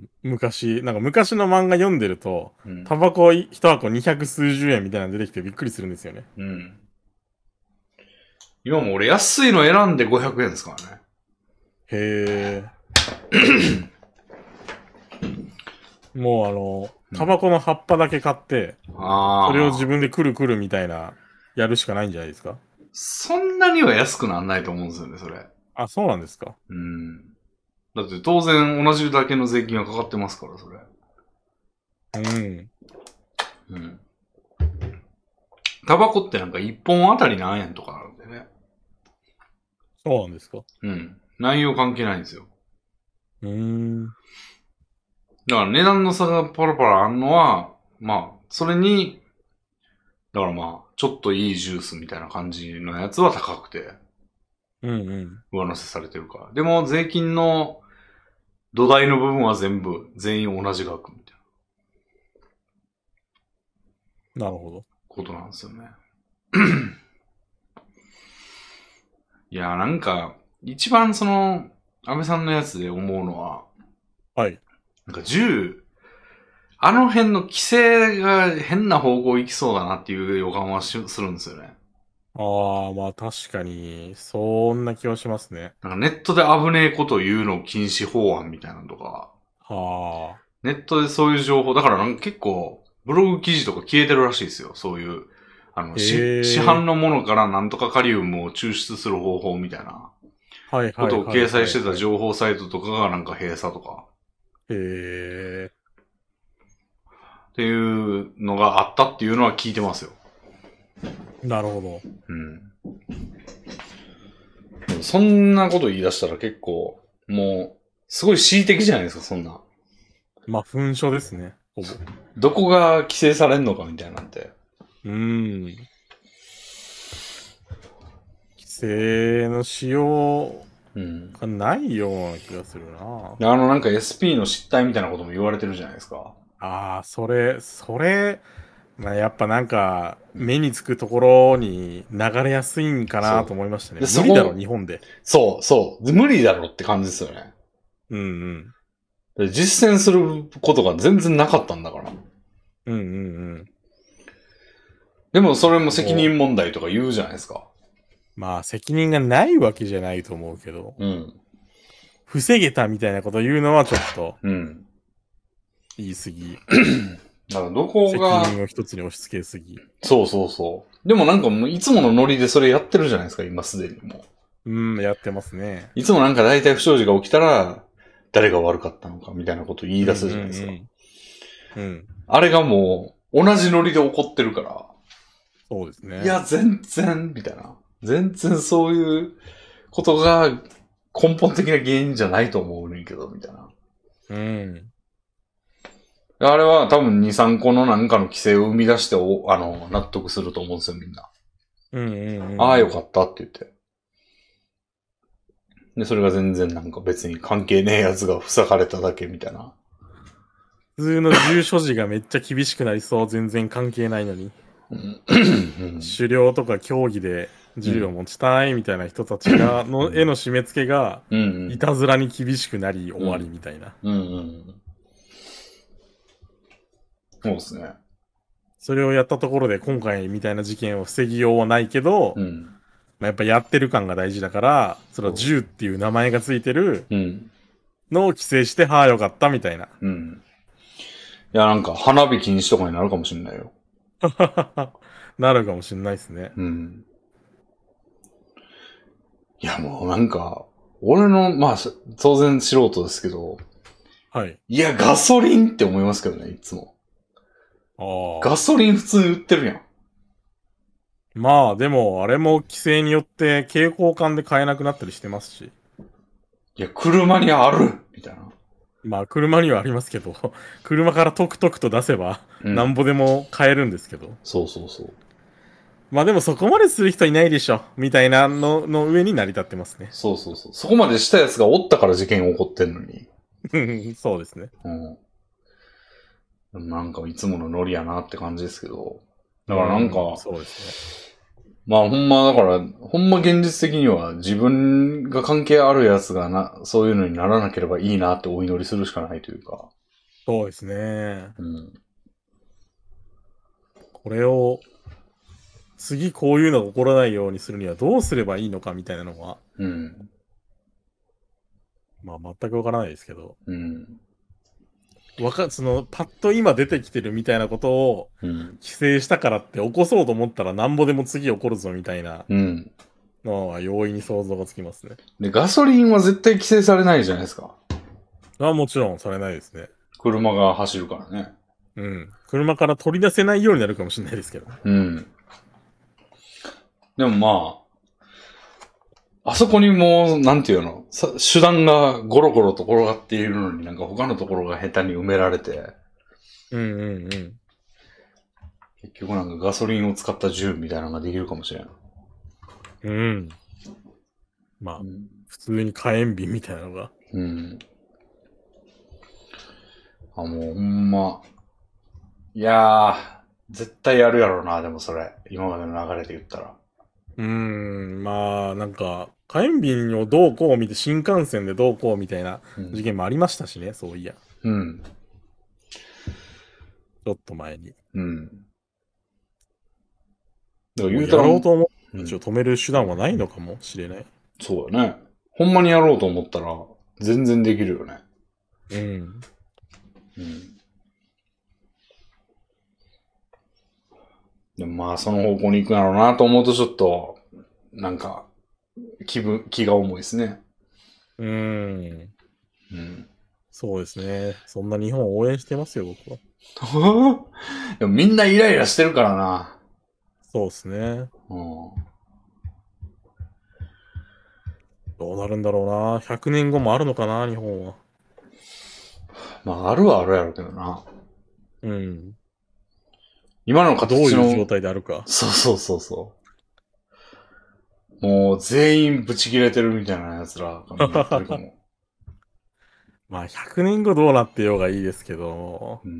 昔、なんか昔の漫画読んでると、 うん、 タバコ一箱にひゃくすうじゅうえんみたいなの出てきてびっくりするんですよね。 うん。今も俺安いの選んでごひゃくえんですからね。 へえ。もうあの、タバコの葉っぱだけ買って、うん、それを自分でくるくるみたいな、やるしかないんじゃないですか？ そんなには安くならないと思うんですよね、それ。 あ、そうなんですか？ うん。だって当然同じだけの税金がかかってますから、それ。 うん。 うん。タバコってなんか一本あたり何円とかあるんでね。 そうなんですか？ うん。内容関係ないんですよ。 うーん。 だから値段の差がパラパラあんのは、まあ、それに、だからまあ、ちょっといいジュースみたいな感じのやつは高くて、 うんうん。 上乗せされてるから。でも税金の土台の部分は全部、全員同じ額みたいな。なるほど。 ことなんですよね。いや、なんか、 一番その、安倍さんのやつで思うのは、 はい。 なんか銃、あの辺の規制が変な方向行きそうだなっていう予感はしするんですよね。 ああ、まあ確かに、そんな気はしますね。 なんかネットで危ねえこと言うの禁止法案みたいなのとか、 はあ。 ネットでそういう情報、だからなんか結構、ブログ記事とか消えてるらしいですよ。そういう、あの、し市販のものからなんとかカリウムを抽出する方法みたいな、 はいはいことを掲載してた情報サイトとかがなんか閉鎖とか。 へえ。 っていうのがあったっていうのは聞いてますよ。 なるほど。 うん。そんなこと言い出したら結構、もう、すごい恣意的じゃないですか、そんな。 まあ、噴書ですね、ほぼ。 どこが規制されんのかみたいなんて。 うーん。規制の使用がないような気がするな。 うん、あのなんか エスピー の失態みたいなことも言われてるじゃないですか。 ああ、それ、それ、まあ、やっぱなんか、目につくところに流れやすいんかなと思いましたね。無理だろ、日本で。 そう、そう。無理だろって感じですよね。 うんうん。 実践することが全然なかったんだから。 うんうんうん。 でもそれも責任問題とか言うじゃないですか。 まあ責任がないわけじゃないと思うけど。 うん。 防げたみたいなこと言うのはちょっと。 うん。 言い過ぎ。 だからどこが。 責任を一つに押し付けすぎ。 そうそうそう。でもなんかもういつものノリでそれやってるじゃないですか、今すでにもう。うん、やってますね。 いつもなんか大体不祥事が起きたら、誰が悪かったのかみたいなことを言い出すじゃないですか。うん、うんうん。あれがもう、同じノリで起こってるから。 そうですね。 いや、全然、みたいな。全然そういうことが根本的な原因じゃないと思うねんけど、みたいな。うん。あれは多分に、さんこのなんかの規制を生み出してお、あの、納得すると思うんですよ、みんな。うんうんうん。ああ、よかったって言って。で、それが全然なんか別に関係ねえやつが塞がれただけみたいな。 普通の銃所持がめっちゃ厳しくなりそう、全然関係ないのに。うん、狩猟とか競技で銃を持ちたいみたいな人たちが、の絵の締め付けが、いたずらに厳しくなり終わりみたいな。うんうん。 そうですね。 それをやったところで今回みたいな事件を防ぎようはないけど、うん、まあ、やっぱやってる感が大事だから、それは銃っていう名前がついてるのを規制して、はあよかったみたいな。うん。 いや、なんか花火禁止とかになるかもしれないよ。 なるかもしれないですね。 うん。いや、もうなんか、俺の、まあ、当然素人ですけど、はい。いや、ガソリンって思いますけどね、いつも。ああ。ガソリン普通に売ってるやん。 まあ、でも、あれも規制によって蛍光管で買えなくなったりしてますし。 いや、車にあるみたいな。 まあ、車にはありますけど、車からトクトクと出せば、うん、なんぼでも買えるんですけど。 そうそうそう。 まあでもそこまでする人いないでしょ。みたいなのの上に成り立ってますね。 そうそうそう。そこまでしたやつがおったから事件起こってんのに。 そうですね。 うん。なんかいつものノリやなって感じですけど。だからなんか、うん、そうですね。まあほんまだから、ほんま現実的には自分が関係あるやつがな、そういうのにならなければいいなってお祈りするしかないというか。 そうですね。うん。これを、次こういうのが起こらないようにするにはどうすればいいのかみたいなのは。うん。まあ全くわからないですけど。うん。わか、その、パッと今出てきてるみたいなことを、規制したからって起こそうと思ったらなんぼでも次起こるぞみたいな。うん。のは容易に想像がつきますね。 で、ガソリンは絶対規制されないじゃないですか。 あ、もちろんされないですね。 車が走るからね。 うん。車から取り出せないようになるかもしれないですけど。うん。 でもまあ、あそこにもう、なんていうの、手段がゴロゴロと転がっているのになんか他のところが下手に埋められて。うんうんうん。結局なんかガソリンを使った銃みたいなのができるかもしれん。 うん。まあ、うん、普通に火炎瓶みたいなのが。うん。 あ、もうほんま。いやー、絶対やるやろうな、でもそれ。今までの流れで言ったら。 うーん、まあ、なんか、 火炎瓶をどうこう見て、新幹線でどうこうみたいな事件もありましたしね、うん、そういや。 うん。 ちょっと前に。 うん。だから言うたら、やろうと思って、止める手段はないのかもしれない。 そうだね。ほんまにやろうと思ったら、全然できるよね。 うん。 うん。でもまあ、その方向に行くんだろうなと思うと、ちょっと、なんか、気分、気が重いですね。 うーん。うん。そうですね。そんな日本を応援してますよ、僕は。でもみんなイライラしてるからな。 そうですね。うん。どうなるんだろうな。ひゃくねんごもあるのかな、日本は。 まあ、あるはあるやろうけどな。 うん。 今の形の。 どういう状態であるか。 そうそうそうそう。もう、全員ブチ切れてるみたいな奴らがなってるかも。 まあ、ひゃくねんごどうなってようがいいですけど。うん。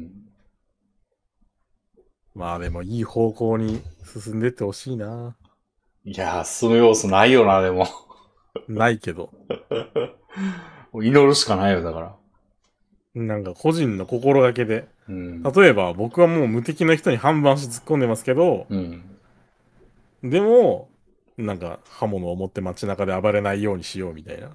まあでも、いい方向に進んでってほしいな。 いやー、進む要素ないよな、でも。 ないけど。 祈るしかないよ、だから。 なんか個人の心がけで。うん、例えば、僕はもう無敵の人に半分足突っ込んでますけど、うん、でも、なんか刃物を持って街中で暴れないようにしようみたいな。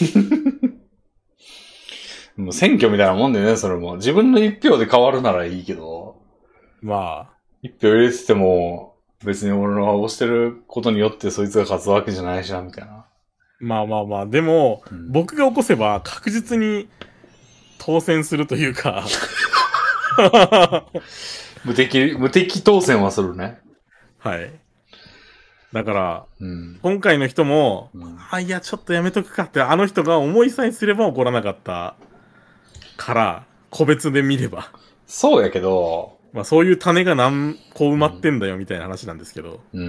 もう選挙みたいなもんでね、それも。自分の一票で変わるならいいけど。 まあ。 一票入れてても、別に俺の押してることによってそいつが勝つわけじゃないしな、みたいな。 まあまあまあ、でも、うん、僕が起こせば確実に当選するというか。 無敵、無敵当選はするね。 はい。だから、うん、今回の人も、うん、あ、いや、ちょっとやめとくかって、あの人が思いさえすれば起こらなかったから、個別で見れば。 そうやけど、 まあそういう種が何個埋まってんだよみたいな話なんですけど。 うん。うん、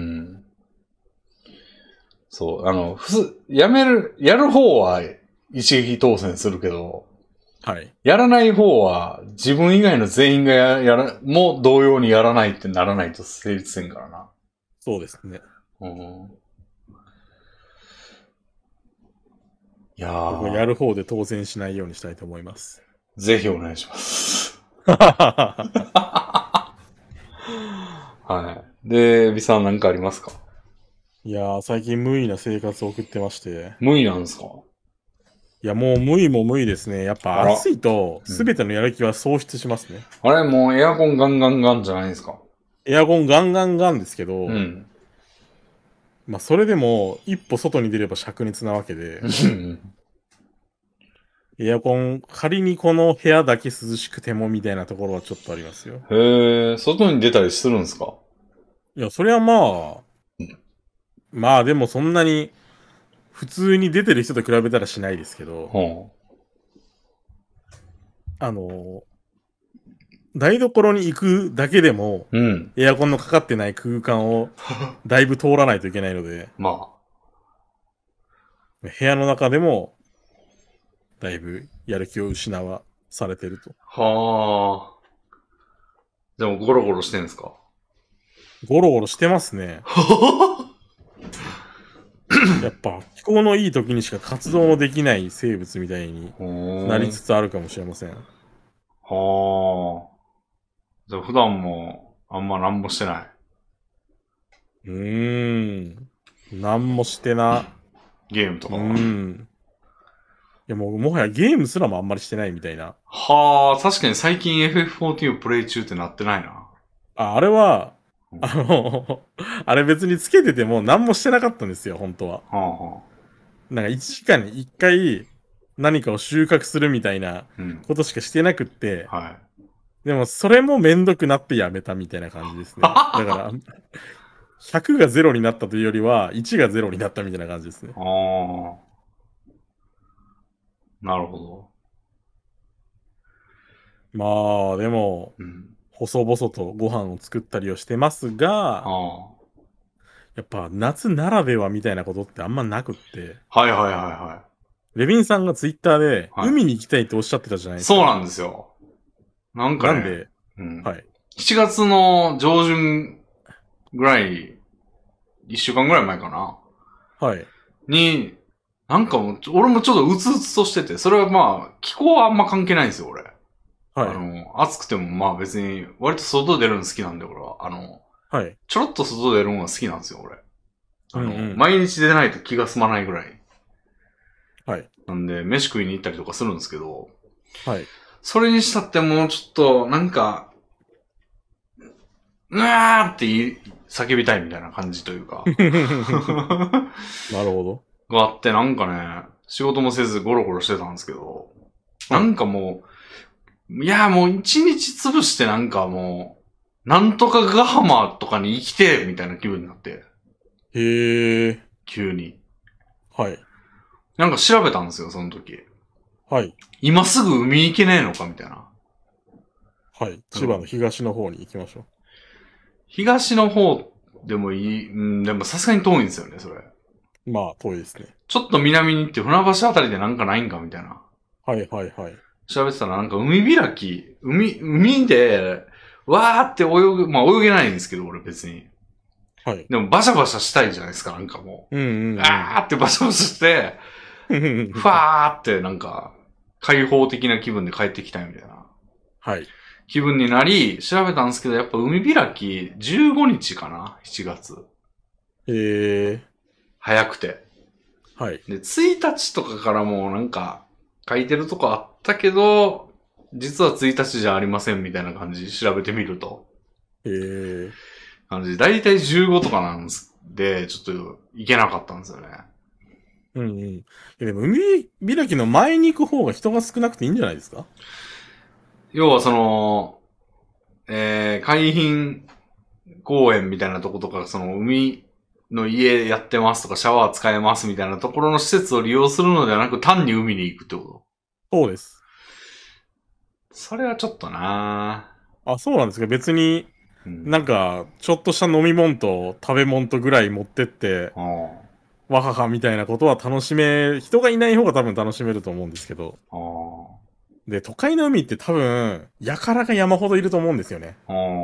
そう、あの、ふす、やめる、やる方は一撃当選するけど、 はい。 やらない方は、自分以外の全員がや、やら、も同様にやらないってならないと成立せんからな。 そうですね。 うん。いやー。 僕やる方で当選しないようにしたいと思います。 ぜひお願いします。はい。で、ビさん何かありますか？ いやー、最近無意な生活を送ってまして。 無意なんですか？ いや、もう無意も無意ですね。やっぱ暑いと、すべてのやる気は喪失しますね、 うん。あれ、もうエアコンガンガンガンじゃないですか？ エアコンガンガンガンですけど、うん。まあ、それでも、一歩外に出れば灼熱なわけで、エアコン、仮にこの部屋だけ涼しくてもみたいなところはちょっとありますよ。 へえ、外に出たりするんですか？ いや、それはまあ、うん、まあでもそんなに、普通に出てる人と比べたらしないですけど、はあ、あの、台所に行くだけでも、うん、エアコンのかかってない空間をだいぶ通らないといけないので、まあ、部屋の中でも、だいぶやる気を失わされてると。 はあ。でもゴロゴロしてんですか？ ゴロゴロしてますね。やっぱ気候のいい時にしか活動のできない生物みたいになりつつあるかもしれません。はあ。じゃあ普段もあんま何もしてない。 うーん。何もしてな。 ゲームとかは。 うん。いやもうもはやゲームすらもあんまりしてないみたいな。 はあ、確かに最近 エフエフフォーティーン をプレイ中ってなってないな。 あ、あれは、あの、あれ別につけてても何もしてなかったんですよ、本当は。はあはあ、なんかいちじかんにいっかい何かを収穫するみたいなことしかしてなくって、うん、はい。でもそれもめんどくなってやめたみたいな感じですね。だから、ひゃくがゼロになったというよりは、いちがゼロになったみたいな感じですね。ああ。 なるほど。 まあ、でも、うん、細々とご飯を作ったりをしてますが、あやっぱ夏ならではみたいなことってあんまなくって。 はいはいはいはい。 レビンさんがツイッターで、はい、海に行きたいっておっしゃってたじゃないですか。 そうなんですよ。なんかね。 なんで、うん、はい。 しちがつの上旬ぐらい、いっしゅうかんぐらい前かな。はい。に、 なんかもう、俺もちょっとうつうつとしてて、それはまあ、気候はあんま関係ないんですよ、俺。はい。あの、暑くてもまあ別に、割と外出るの好きなんで、俺は。あの、はい。ちょろっと外出るのが好きなんですよ、俺。あの、うんうん、毎日出ないと気が済まないぐらい。はい。なんで、飯食いに行ったりとかするんですけど、はい。それにしたってもうちょっと、なんか、うわーって言い、叫びたいみたいな感じというか。 なるほど。 があって、なんかね、仕事もせずゴロゴロしてたんですけど、はい、なんかもう、いや、もう一日潰してなんかもう、なんとかガハマとかに生きて、みたいな気分になって。 へー。 急に。 はい。 なんか調べたんですよ、その時。 はい。 今すぐ海行けねえのかみたいな。 はい。千葉の東の方に行きましょう。 東の方でもいい、うん、でもさすがに遠いんですよね、それ。 まあ、遠いですね。 ちょっと南に行って船橋あたりでなんかないんかみたいな。 はいはいはい。 調べてたらなんか海開き、海、海で、わーって泳ぐ、まあ泳げないんですけど、俺別に。はい。でもバシャバシャしたいじゃないですか、なんかもう。うんうん、うん。あーってバシャバシャして、ふわーってなんか、開放的な気分で帰ってきたいみたいな。はい。気分になり、調べたんですけど、やっぱ海開きじゅうごにちかな ?しち 月。 へー。 早くて。 はい。 で、ついたちとかからもなんか、書いてるとこあったけど、実はついたちじゃありませんみたいな感じ調べてみると。 へー。 感じ。だいたいじゅうごとかなんですで、ちょっと行けなかったんですよね。 うんうん。でも海開きの前に行く方が人が少なくていいんじゃないですか？ 要はその、えー、海浜公園みたいなとことか、その海の家やってますとかシャワー使えますみたいなところの施設を利用するのではなく単に海に行くってこと？ そうです。 それはちょっとなぁ。あ、そうなんですか。別に、うん、なんか、ちょっとした飲み物と食べ物とぐらい持ってって、わははみたいなことは楽しめ、人がいない方が多分楽しめると思うんですけど。で、都会の海って多分、やからが山ほどいると思うんですよね。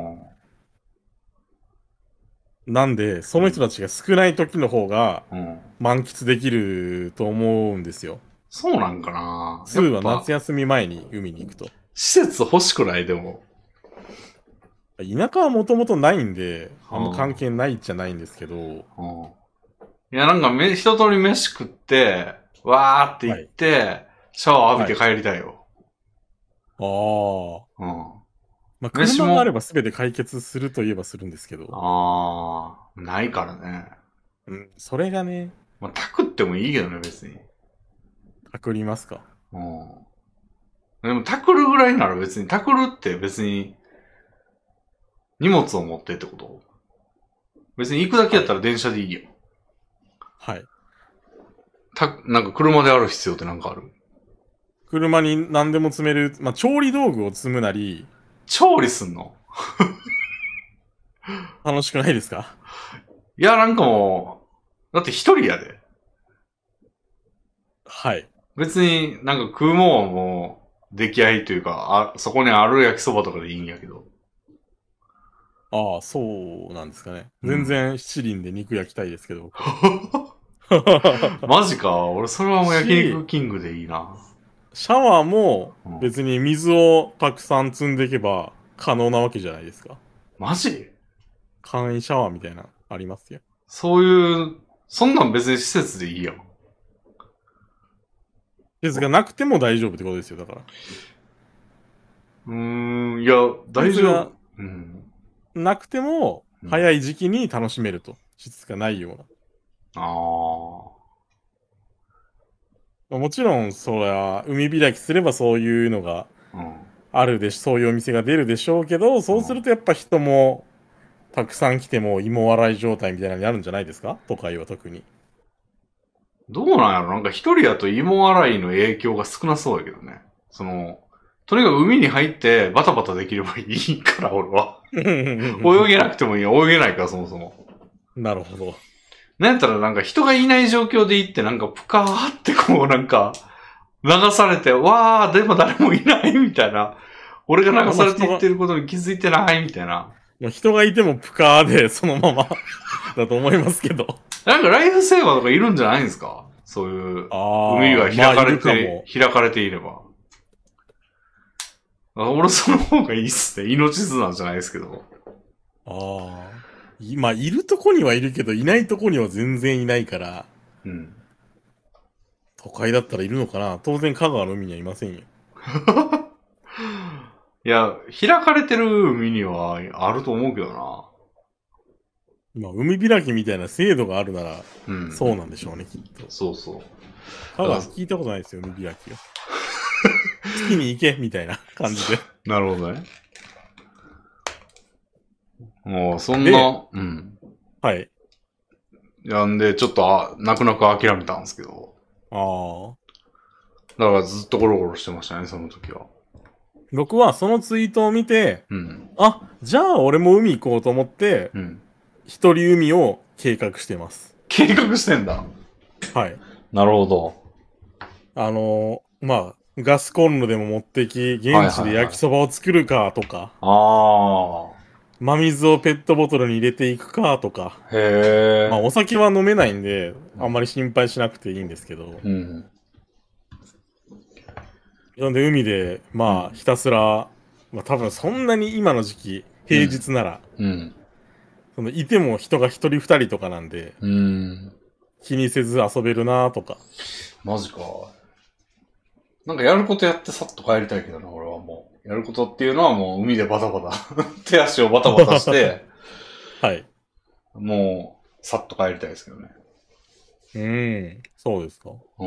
なんで、その人たちが少ない時の方が、満喫できると思うんですよ。 そうなんかなツーは夏休み前に海に行くと。 施設欲しくないでも。 田舎はもともとないんで、あんま関係ないじゃないんですけど。 いや、なんかめ、一通り飯食って、わーって行って、はい、シャワー浴びて帰りたいよ。 はい、ああ。うん。まあ、車があれば全て解決するといえばするんですけど。 ああ、ないからね。 うん、それがね。 まあ、タクってもいいけどね、別に。 タクりますか。 うん。でも、タクるぐらいなら別に、タクるって別に、荷物を持ってってこと？別に行くだけやったら電車でいいよ。 はい。 た、なんか車である必要ってなんかある？ 車に何でも積める、まあ、調理道具を積むなり。 調理すんの？ 楽しくないですか？ いや、なんかもう、だって一人やで。 はい。 別になんか食うもんはもう、出来合いというか、あ、そこにある焼きそばとかでいいんやけど。 ああ、そうなんですかね。うん、全然七輪で肉焼きたいですけど。 マジか。俺それはもう焼肉キングでいいな。 シャワーも別に水をたくさん積んでいけば可能なわけじゃないですか。 マジ？ 簡易シャワーみたいなありますよ。 そういう、そんなん別に施設でいいやん。 施設がなくても大丈夫ってことですよ、だから。 うーん、いや、大丈夫。うん。 なくても、早い時期に楽しめると。質がないような。ああ。もちろん、そりゃ、海開きすればそういうのがあるでし、うん、そういうお店が出るでしょうけど、そうするとやっぱ人もたくさん来ても芋洗い状態みたいなのになるんじゃないですか？都会は特に。 どうなんやろ？なんか一人やと芋洗いの影響が少なそうやけどね。その、とにかく海に入ってバタバタできればいいから、俺は。泳げなくてもいいよ。泳げないから、そもそも。 なるほど。 なんやったらなんか人がいない状況で行ってなんかプカーってこうなんか流されて、わー、でも誰もいないみたいな。俺が流されていってることに気づいてないみたいな。 もう人がいてもプカーでそのままだと思いますけど。 なんかライフセーバーとかいるんじゃないんですか？ そういう、海が開かれて、まあ、開かれていれば。俺その方がいいっすね。命綱じゃないですけど。 ああ。まあ、いるとこにはいるけど、いないとこには全然いないから。うん。都会だったらいるのかな？当然香川の海にはいませんよ。 いや、開かれてる海にはあると思うけどな。 まあ、海開きみたいな制度があるなら、うん、そうなんでしょうね、きっと。 そうそう。 香川聞いたことないですよ、海開きを。月に行け、みたいな感じで。 なるほどね。もう、そんな、うん。 はい。 やんで、ちょっと、あ、泣く泣く諦めたんですけど。ああ。だからずっとゴロゴロしてましたね、その時は。 僕はそのツイートを見て、うん、あ、じゃあ俺も海行こうと思って、うん、一人海を計画してます。 計画してんだ。はい。なるほど。 あのー、まあ、ガスコンロでも持ってき、現地で焼きそばを作るかとか。ああ。真水をペットボトルに入れていくかとか。へえ。まあ、お酒は飲めないんで、あんまり心配しなくていいんですけど。うん。なんで海で、まあ、ひたすら、まあ多分そんなに今の時期、平日なら、うん。うん、そのいても人が一人二人とかなんで、うん。気にせず遊べるなとか。 マジか。なんかやることやってさっと帰りたいけどな、俺はもう。やることっていうのはもう海でバタバタ。手足をバタバタして、はい。もう、さっと帰りたいですけどね。 うーん、そうですか。うん。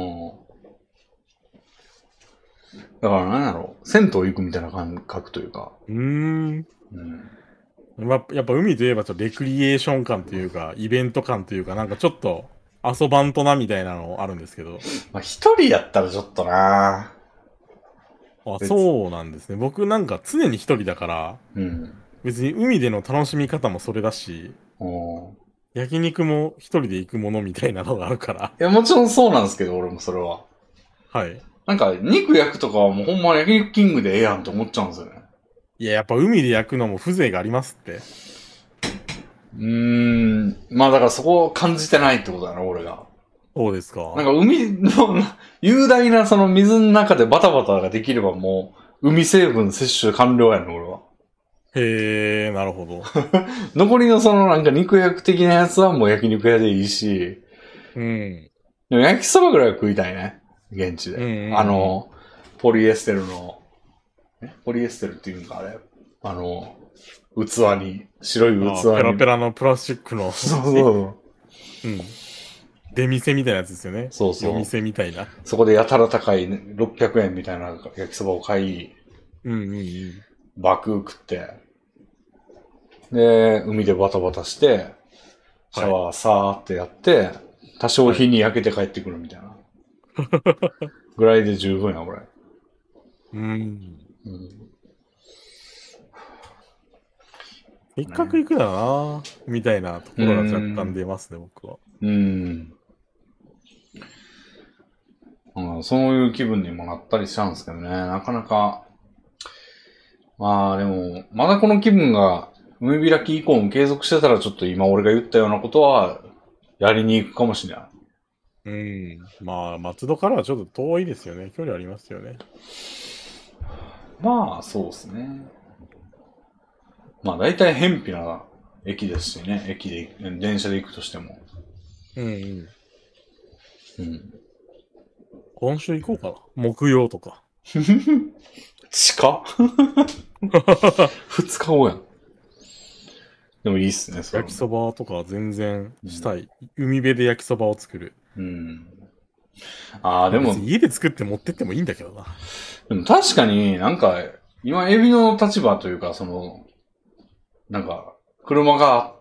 だから何やろう、銭湯行くみたいな感覚というか。うーん。 うん。やっぱ海といえばちょっとレクリエーション感というか、イベント感というか、なんかちょっと遊ばんとなみたいなのあるんですけど。 まあ一人やったらちょっとなあ、そうなんですね。僕なんか常に一人だから、うん、別に海での楽しみ方もそれだし、焼肉も一人で行くものみたいなのがあるから。 いや、もちろんそうなんですけど、俺もそれは。はい。なんか、肉焼くとかはもうほんま焼肉キングでええやんって思っちゃうんですよね。 いや、やっぱ海で焼くのも風情がありますって。 うーん。まあだからそこを感じてないってことだな、俺が。 そうですか。 なんか海の雄大なその水の中でバタバタができればもう、海成分摂取完了やねん、俺は。 へー、なるほど。 残りのそのなんか肉焼く的なやつはもう焼肉屋でいいし、うん。でも焼きそばぐらいは食いたいね。現地で。うんうんうん、あの、ポリエステルの、えポリエステルっていうんか、あれ。あの、器に、白い器に。 ペラペラのプラスチックの。そうそうそう。うん。出店みたいなやつですよね。そうそう。出店みたいな。 そこでやたら高いろっぴゃくえんみたいな焼きそばを買い、うんうんうん。爆食って、で、海でバタバタして、シャワーさーってやって、はい、多少日に焼けて帰ってくるみたいな。はいぐらいで十分や、これ。うん。うん。 せっかく行くならな、みたいなところが若干出ますね、僕は。うん。 うん。そういう気分にもなったりしたんですけどね、なかなか。まあでも、まだこの気分が海開き以降も継続してたらちょっと今俺が言ったようなことはやりに行くかもしれない。 うん。まあ、松戸からはちょっと遠いですよね。距離ありますよね。 まあ、そうですね。まあ、大体偏僻な駅ですしね。駅で、電車で行くとしても。うんうん。 うん。今週行こうかな。木曜とか。 近二日後やん。でもいいっすね、 それ。焼きそばとか全然したい。うん、海辺で焼きそばを作る。うん。ああ、でも。家で作って持ってってもいいんだけどな。 でも確かになんか、今エビの立場というか、その、なんか、車があって、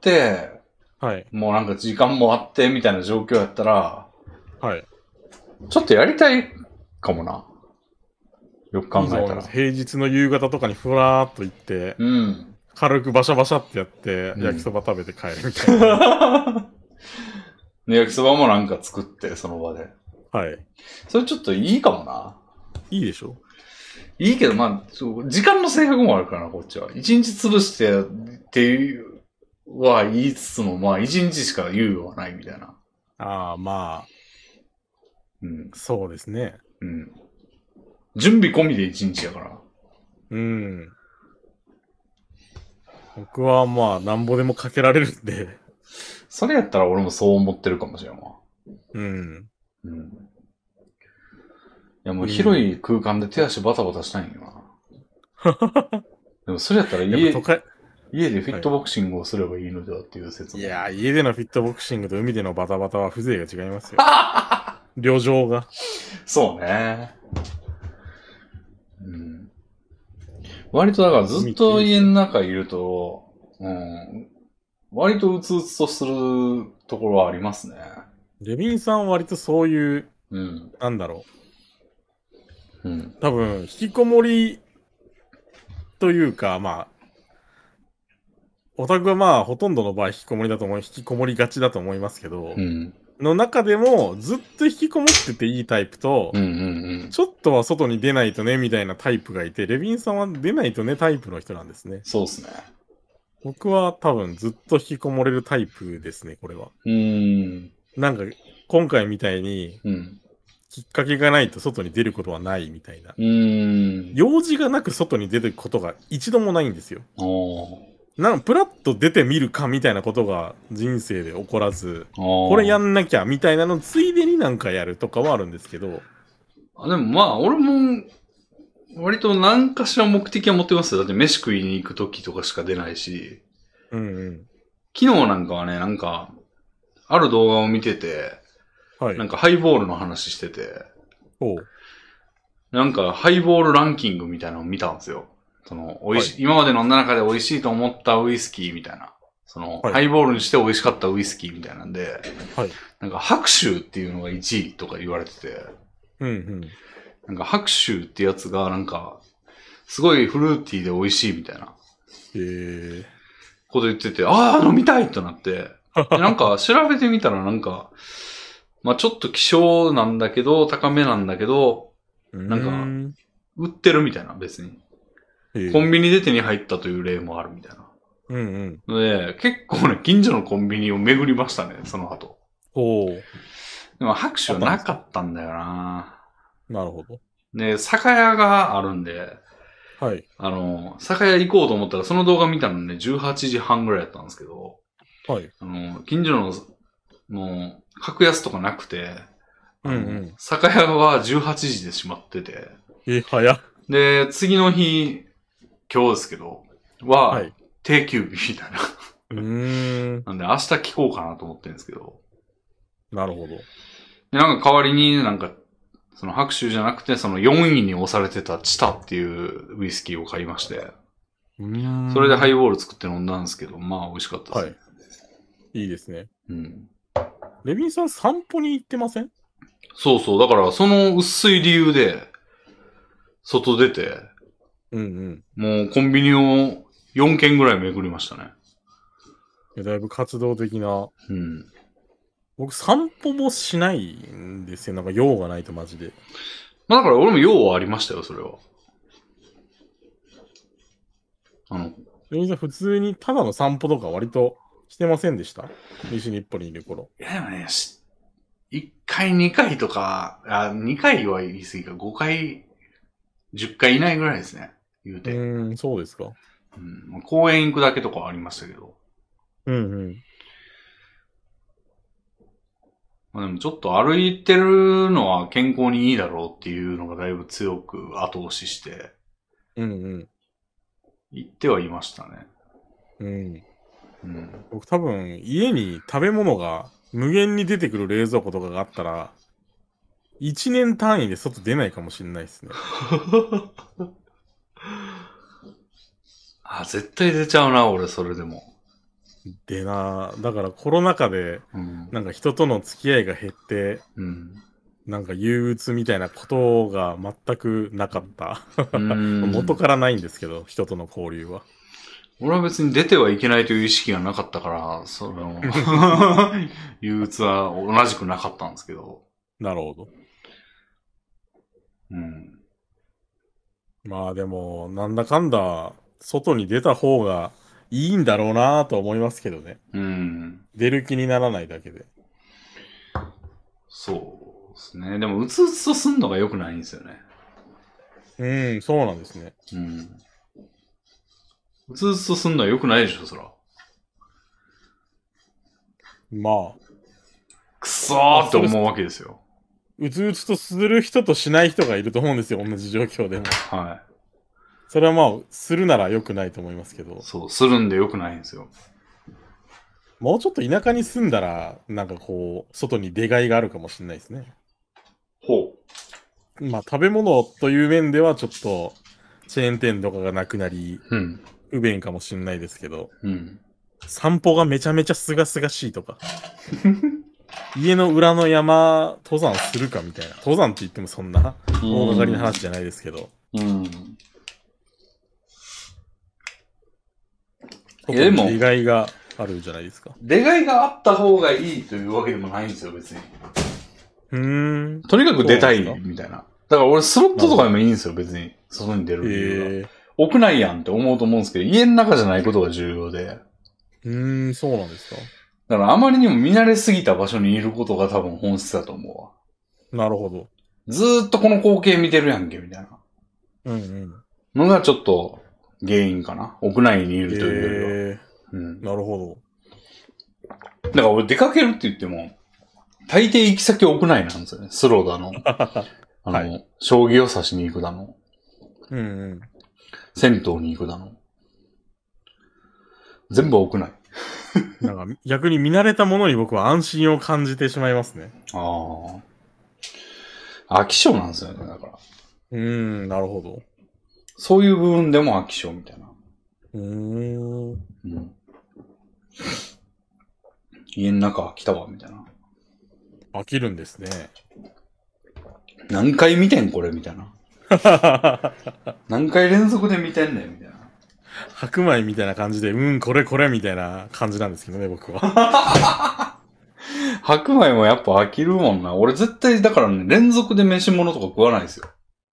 はい。もうなんか時間もあって、みたいな状況やったら、はい。ちょっとやりたいかもな。よく考えたら。 平日の夕方とかにふらーっと行って、うん。軽くバシャバシャってやって、うん、焼きそば食べて帰るみたいな。 で、焼きそばもなんか作って、その場で。はい。それちょっといいかもな。 いいでしょ？ いいけど、まあ、そう、時間の制約もあるからな、こっちは。一日潰してっていうは言いつつも、まあ、一日しか猶予はないみたいな。 ああ、まあ。 うん。そうですね。 うん。準備込みでいちにちやから。 うん。僕はまあ、なんぼでもかけられるんで。 それやったら俺もそう思ってるかもしれんわ。 うん。 うん。いやもう広い空間で手足バタバタしたいんよな。でもそれやったら家、家でフィットボクシングをすればいいのではっていう説も、はい。いや、家でのフィットボクシングと海でのバタバタは風情が違いますよ。旅情が。 そうね。うん。割とだからずっと家の中いると、うん。割とうつうつとするところはありますね。 レビンさんは割とそういう、 うん。 なんだろう。うん。 多分、引きこもりというか、まあ、オタクはまあ、ほとんどの場合引きこもりだと思う、引きこもりがちだと思いますけど、 うん。 の中でも、ずっと引きこもってていいタイプと、 うんうんうん、 ちょっとは外に出ないとね、みたいなタイプがいて、レビンさんは出ないとね、タイプの人なんですね。 そうですね。 僕は多分ずっと引きこもれるタイプですね、これは。 うーん。 なんか、今回みたいに、 うん、 きっかけがないと外に出ることはないみたいな。 うーん。 用事がなく外に出ることが一度もないんですよ。 おー。 なんプラッと出てみるかみたいなことが人生で起こらず、これやんなきゃみたいなのついでになんかやるとかはあるんですけど。 あでもまあ、俺も、割と何かしら目的は持ってますよ。だって飯食いに行く時とかしか出ないし。 うんうん。 昨日なんかはね、なんか、ある動画を見てて、はい。なんかハイボールの話してて、ほう。なんかハイボールランキングみたいなのを見たんですよ。その、美味し、はい、今まで飲んだ中で美味しいと思ったウイスキーみたいな。その、はい、ハイボールにして美味しかったウイスキーみたいなんで、はい。なんか白州っていうのがいちいとか言われてて、うんうん。なんか白州ってやつがなんか、すごいフルーティーで美味しいみたいな。へー。こと言ってて、ああ、飲みたいとなって、なんか調べてみたらなんか、まあちょっと希少なんだけど、高めなんだけど、なんか、売ってるみたいな、別に。コンビニで手に入ったという例もあるみたいな。うんうん。で、結構ね、近所のコンビニを巡りましたね、その後。おー。でも拍手はなかったんだよな。なるほど。で、酒屋があるんで、はい。あの、酒屋行こうと思ったら、その動画見たのね、じゅうはちじはんぐらいだったんですけど、はい。あの、近所の、もう、格安とかなくて、うんうん。酒屋はじゅうはちじで閉まってて。え、早っ。で、次の日、今日ですけど、は、はい、定休日みたいな。うーん。なんで明日聞こうかなと思ってるんですけど。なるほど。で、なんか代わりになんか、その白州じゃなくて、そのよんいに押されてたチタっていうウイスキーを買いまして。うーん。それでハイボール作って飲んだんですけど、まあ美味しかったですね。はい。いいですね。うん。レビンさん散歩に行ってません？そうそう。だから、その薄い理由で、外出て、うんうん。もうコンビニをよんけんぐらい巡りましたね。いやだいぶ活動的な。うん。僕散歩もしないんですよ。なんか用がないとマジで。まあだから俺も用はありましたよ、それは。あの。普通にただの散歩とか割としてませんでした？西日暮里にいる頃。いやでもね、いっかい、にかいとか、あ、にかいは言い過ぎか、ごかい、じゅっかい以内ぐらいですね。言うて。うん、そうですか。うん。公園行くだけとかはありましたけど。うんうん。まあでもちょっと歩いてるのは健康にいいだろうっていうのがだいぶ強く後押しして。うんうん。行ってはいましたね。うん。うん、僕多分家に食べ物が無限に出てくる冷蔵庫とかがあったら、一年単位で外出ないかもしれないですね。あ、絶対出ちゃうな、俺、それでも。でな、だからコロナ禍で、なんか人との付き合いが減って、うん、なんか憂鬱みたいなことが全くなかった。元からないんですけど、人との交流は。俺は別に出てはいけないという意識がなかったから、その、憂鬱は同じくなかったんですけど。なるほど。うん。まあでも、なんだかんだ、外に出た方がいいんだろうなと思いますけどね。うん。出る気にならないだけで。そですね。でも、うつうつとすんのが良くないんですよね。 うん、そうなんですね。 うん。うつうつとすんのは良くないでしょ、そら。 まあ。 くそーって思うわけですよ。 うつうつとする人としない人がいると思うんですよ、同じ状況でも。 はい。 それはまあ、するなら良くないと思いますけど。 そう、するんで良くないんですよ。 もうちょっと田舎に住んだら、なんかこう、外に出がいがあるかもしれないですね。 ほう。まあ、食べ物という面ではちょっと、チェーン店とかがなくなり、 うん。 不便かもしれないですけど、 うん。 散歩がめちゃめちゃすがすがしいとか、家の裏の山、登山するかみたいな。登山って言ってもそんな大掛かりな話じゃないですけど。 うん。 でも、出がいがあるじゃないですか。 出がいがあった方がいいというわけでもないんですよ、別に。 うーん。 とにかく出たいみたいな。だから俺スロットとかでもいいんですよ、別に。外に出る理由が。屋内やんって思うと思うんですけど、家の中じゃないことが重要で。 うーん、そうなんですか。 だからあまりにも見慣れすぎた場所にいることが多分本質だと思うわ。 なるほど。 ずーっとこの光景見てるやんけ、みたいな。 うんうん。 のがちょっと原因かな。屋内にいるというよりは。 えー、 うん。 なるほど。 だから俺出かけるって言っても、大抵行き先屋内なんですよね。スローだの。あの、はい、将棋を指しに行くだの。 うんうん。 銭湯に行くだの。全部屋内。 なんか逆に見慣れたものに僕は安心を感じてしまいますね。 ああ。飽き性なんですよね、だから。 うーん、なるほど。 そういう部分でも飽き性みたいな。 うーん。うん。 家の中飽きたわ、みたいな。 飽きるんですね。 何回見てんこれみたいな。何回連続で見てんねんみたいな。 白米みたいな感じで、うん、これこれみたいな感じなんですけどね、僕は。 白米もやっぱ飽きるもんな。俺絶対、だからね、連続で飯物とか食わないですよ。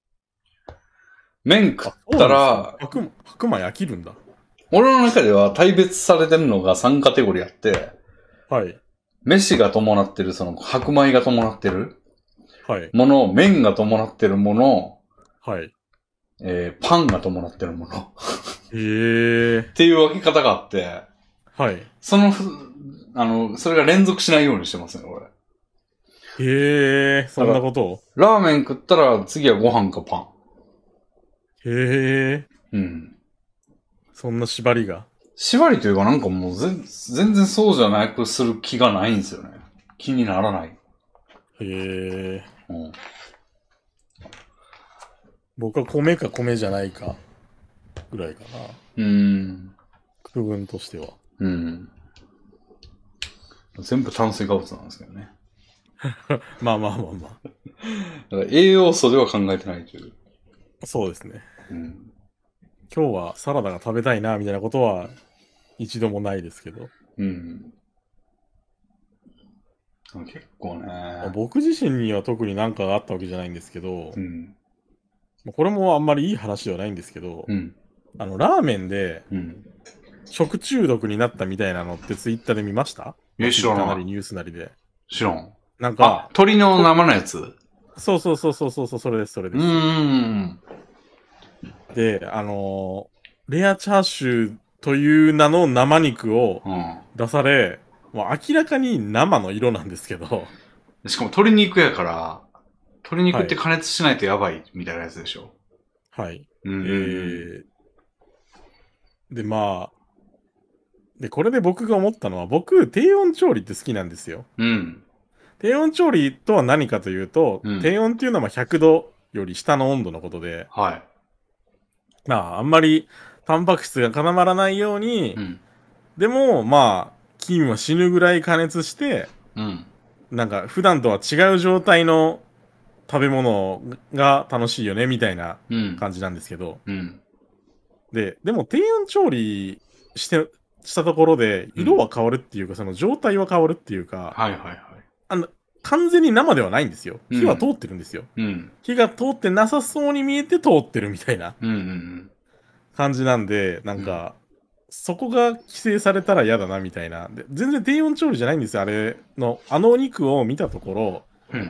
麺食ったら、 白、白米飽きるんだ。 俺の中では大別されてるのがさんカテゴリーあって、 はい。 飯が伴ってる、その白米が伴ってるはい。 もの、麺が伴ってるもの、 はい。 えー、パンが伴ってるもの。 へー。 っていう分け方があって、 はい。 その、あの、それが連続しないようにしてますね、俺。 へー、そんなことをラーメン食ったら次はご飯かパン。 へー。 うん。 そんな縛りが。 縛りというかなんかもう全全然そうじゃなくする気がないんですよね。気にならない。 へー。 うん。 僕は米か米じゃないか、ぐらいかな。 うーん。 区分としては。 うん。全部炭水化物なんですけどね。 まあまあまあまあ。 だから栄養素では考えてないという。 そうですね。 うん。 今日はサラダが食べたいな、みたいなことは一度もないですけど。 うん。結構ね。 僕自身には特に何かがあったわけじゃないんですけど、 うん。 これもあんまりいい話ではないんですけど、 うん。 あの、ラーメンで、 うん。 食中毒になったみたいなのってツイッターで見ました？ え、知らない。 なりニュースなりで。 知らん。 なんか、 鶏の生のやつ？ そうそうそうそうそう、それです、それです。 うーん。 で、あのー、レアチャーシューという名の生肉を出され、うん、もう明らかに生の色なんですけど。 しかも鶏肉やから、鶏肉って加熱しないとやばいみたいなやつでしょ。 はい。 うんうんうん、 えー、で、まあ、で、これで僕が思ったのは、僕、低温調理って好きなんですよ。 うん。 低温調理とは何かというと、 うん、 低温っていうのはひゃくどより下の温度のことで、 はい。 まあ、あんまりタンパク質が固まらないように、 うん、 でも、まあ、菌は死ぬぐらい加熱して、 うん、 なんか普段とは違う状態の食べ物が楽しいよね、みたいな感じなんですけど、 うんうん、 で、でも低温調理して、したところで、色は変わるっていうか、うん、その状態は変わるっていうか、 はいはいはい。 あの、完全に生ではないんですよ。火は通ってるんですよ。 うん、 火が通ってなさそうに見えて通ってるみたいな感じなんで、なんか、うん、そこが規制されたら嫌だなみたいな。で全然低温調理じゃないんですよ、あれの。あのお肉を見たところ、 うん、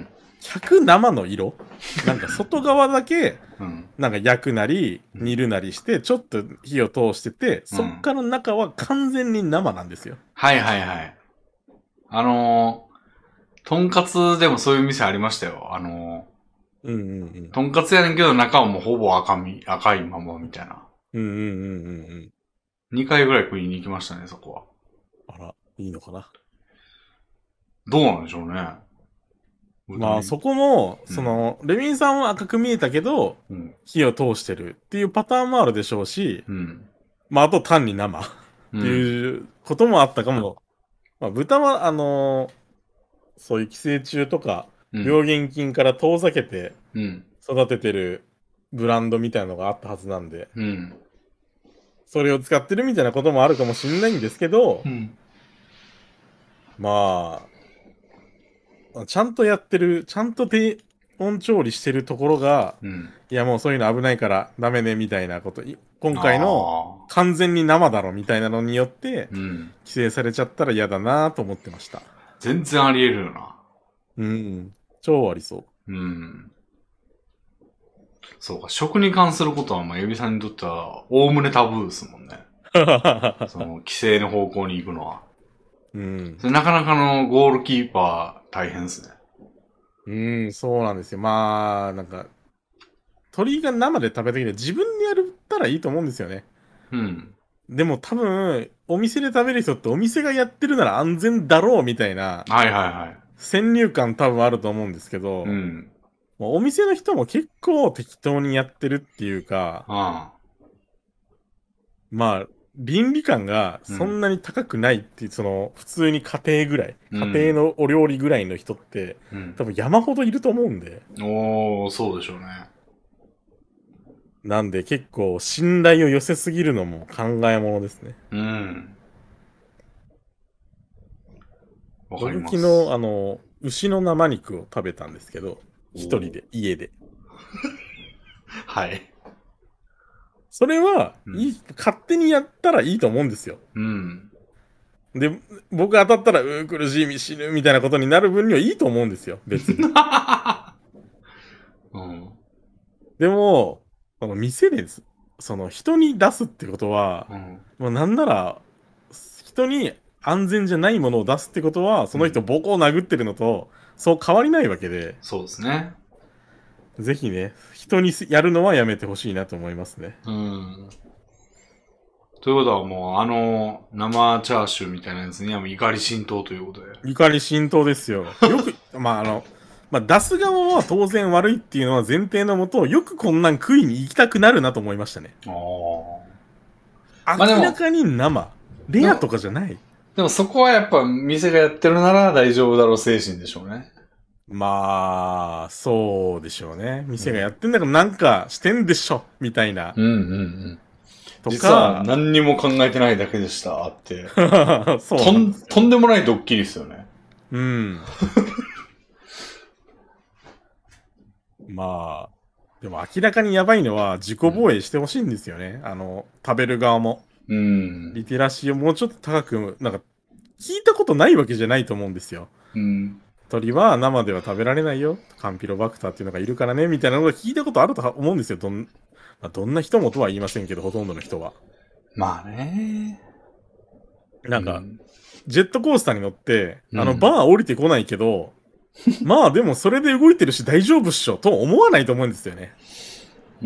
客生の色なんか外側だけ、なんか焼くなり、煮るなりして、ちょっと火を通してて、そっから中は完全に生なんですよ。 はいはいはい。あのー、とんかつでもそういう店ありましたよ。あのー、うんうんうん。 とんかつやねんけど中はもうほぼ赤み、赤いままみたいな。 うんうんうんうんうん。 にかいぐらい食いに行きましたね、そこは。 あら、いいのかな。 どうなんでしょうね。 まあそこも、うん、その、レミンさんは赤く見えたけど、うん、火を通してるっていうパターンもあるでしょうし、うん、まああと単に生っていうこともあったかも。うん、まあ豚はあのー、そういう寄生虫とか、病原菌から遠ざけて育ててるブランドみたいなのがあったはずなんで、うん、それを使ってるみたいなこともあるかもしれないんですけど、うん、まあ、ちゃんとやってる、ちゃんと低温調理してるところが、うん、いやもうそういうの危ないからダメねみたいなこと、今回の完全に生だろみたいなのによって、規制されちゃったら嫌だなと思ってました。 全然あり得るよな。 うん。超ありそう。 うん。そうか、食に関することは、まあ、エビさんにとっては、おおむねタブーですもんね。その、規制の方向に行くのは。うん。それなかなかのゴールキーパー大変ですね。 うん、そうなんですよ。まあ、なんか、鳥が生で食べたけど自分でやったらいいと思うんですよね。うん。でも多分、お店で食べる人ってお店がやってるなら安全だろうみたいな。 はいはいはい。 先入観多分あると思うんですけど、うん。お店の人も結構適当にやってるっていうか、ああまあ、倫理観がそんなに高くないっていう、うん、その、普通に家庭ぐらい、うん、家庭のお料理ぐらいの人って、うん、多分山ほどいると思うんで。 おー、そうでしょうね。 なんで結構信頼を寄せすぎるのも考えものですね。うん。わかります。僕昨日、あの、牛の生肉を食べたんですけど、一人で、家で。 はい。 それは、うん、いい、勝手にやったらいいと思うんですよ。うん。で、僕当たったら、うー苦しい、死ぬみたいなことになる分にはいいと思うんですよ、別に。うん、でも、この店で、その人に出すってことは、うん、もうなんなら、人に安全じゃないものを出すってことは、その人ボコを殴ってるのと、そう変わりないわけで。 そうですね。 ぜひね、人にやるのはやめてほしいなと思いますね。うん。 ということはもう、あの、生チャーシューみたいなやつにはもう怒り浸透ということで。 怒り浸透ですよ。よく、まああの、まあ出す側は当然悪いっていうのは前提のもと、よくこんなん食いに行きたくなるなと思いましたね。ああ。明らかに生。レアとかじゃない。でも、 でもそこはやっぱ店がやってるなら大丈夫だろう精神でしょうね。 まあ、そうでしょうね。店がやってんだからなんかしてんでしょみたいな。うんうんうん。 とか実は何にも考えてないだけでしたって。そうとん。とんでもないドッキリですよね。うん。 まあ、でも明らかにやばいのは自己防衛してほしいんですよね。うん、あの、食べる側も。うん。リテラシーをもうちょっと高く、なんか、聞いたことないわけじゃないと思うんですよ。うん。鳥は生では食べられないよ。カンピロバクターっていうのがいるからね、みたいなのが聞いたことあると思うんですよ。どん、まあ、どんな人もとは言いませんけど、ほとんどの人は。 まあね。 なんか、うん、ジェットコースターに乗って、あの、バー降りてこないけど、うん、まあでもそれで動いてるし大丈夫っしょ、と思わないと思うんですよね。うん。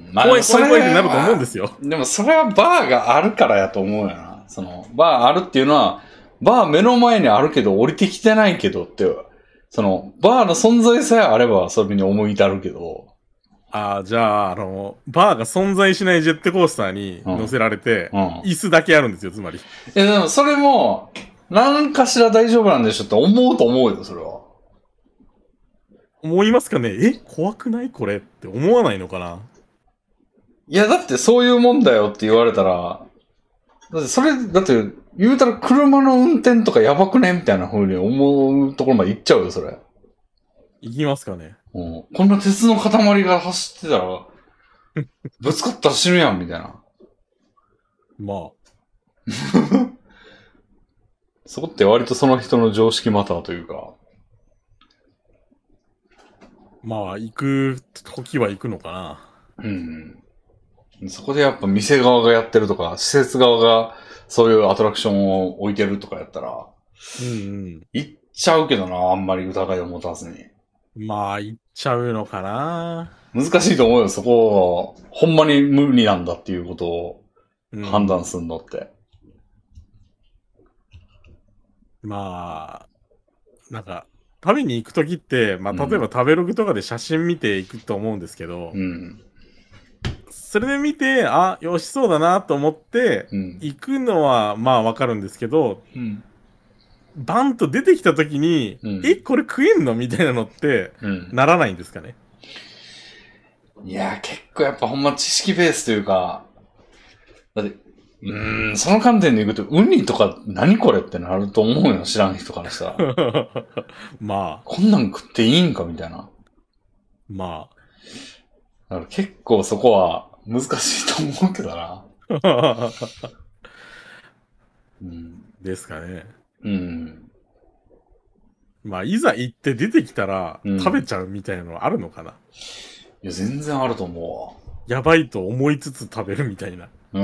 まあ、怖い怖い怖いってなると思うんですよ。 でもそれはバーがあるからやと思うよな。その、バーあるっていうのは、バー目の前にあるけど降りてきてないけどって、その、バーの存在さえあればそれに思い至るけど。 ああ、じゃあ、あの、バーが存在しないジェットコースターに乗せられて、うんうん、椅子だけあるんですよ、つまり。いや、でもそれも、何かしら大丈夫なんでしょって思うと思うよ、それは。 思いますかね？え、怖くないこれって思わないのかな？ いや、だってそういうもんだよって言われたら、だってそれ、だって、言うたら車の運転とかやばくねみたいな風に思うところまで行っちゃうよ、それ。 行きますかね。 うん。こんな鉄の塊が走ってたら、ぶつかったら死ぬやん、みたいな。まあ。そこって割とその人の常識マターというか。 まあ、行く時は行くのかな。うん。そこでやっぱ店側がやってるとか、施設側がそういうアトラクションを置いてるとかやったら、 うんうん。 行っちゃうけどな、あんまり疑いを持たずに。 まあ、行っちゃうのかな。 難しいと思うよ、そこを、ほんまに無理なんだっていうことを判断するのって。 うん、まあ、なんか、食べに行くときって、まあ、例えば食べログとかで写真見ていくと思うんですけど、うん、それで見て、あ、よしそうだなと思って、うん、行くのはまあわかるんですけど、うん、バンと出てきたときに、うん、え、これ食えんのみたいなのって、ならないんですかね。 いや、結構やっぱほんま知識ベースというか、だって、うーん、その観点でいくと、ウニとか何これってなると思うよ、知らん人からしたら。まあ。こんなん食っていいんかみたいな。まあ。だから結構そこは難しいと思うけどな。 うん、ですかね。うん。まあ、いざ行って出てきたら、食べちゃうみたいなのあるのかな。 いや、全然あると思うわ。やばいと思いつつ食べるみたいな。 うん、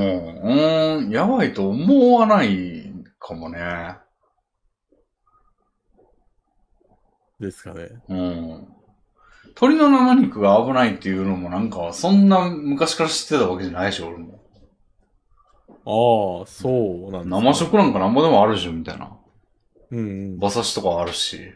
うん、やばいと思わないかもね。 ですかね。 うん。鳥の生肉が危ないっていうのもなんか、そんな昔から知ってたわけじゃないし、俺も。 ああ、そうなんです、ね、生食なんかなんぼでもあるじゃん、みたいな。うん、うん。馬刺しとかあるし。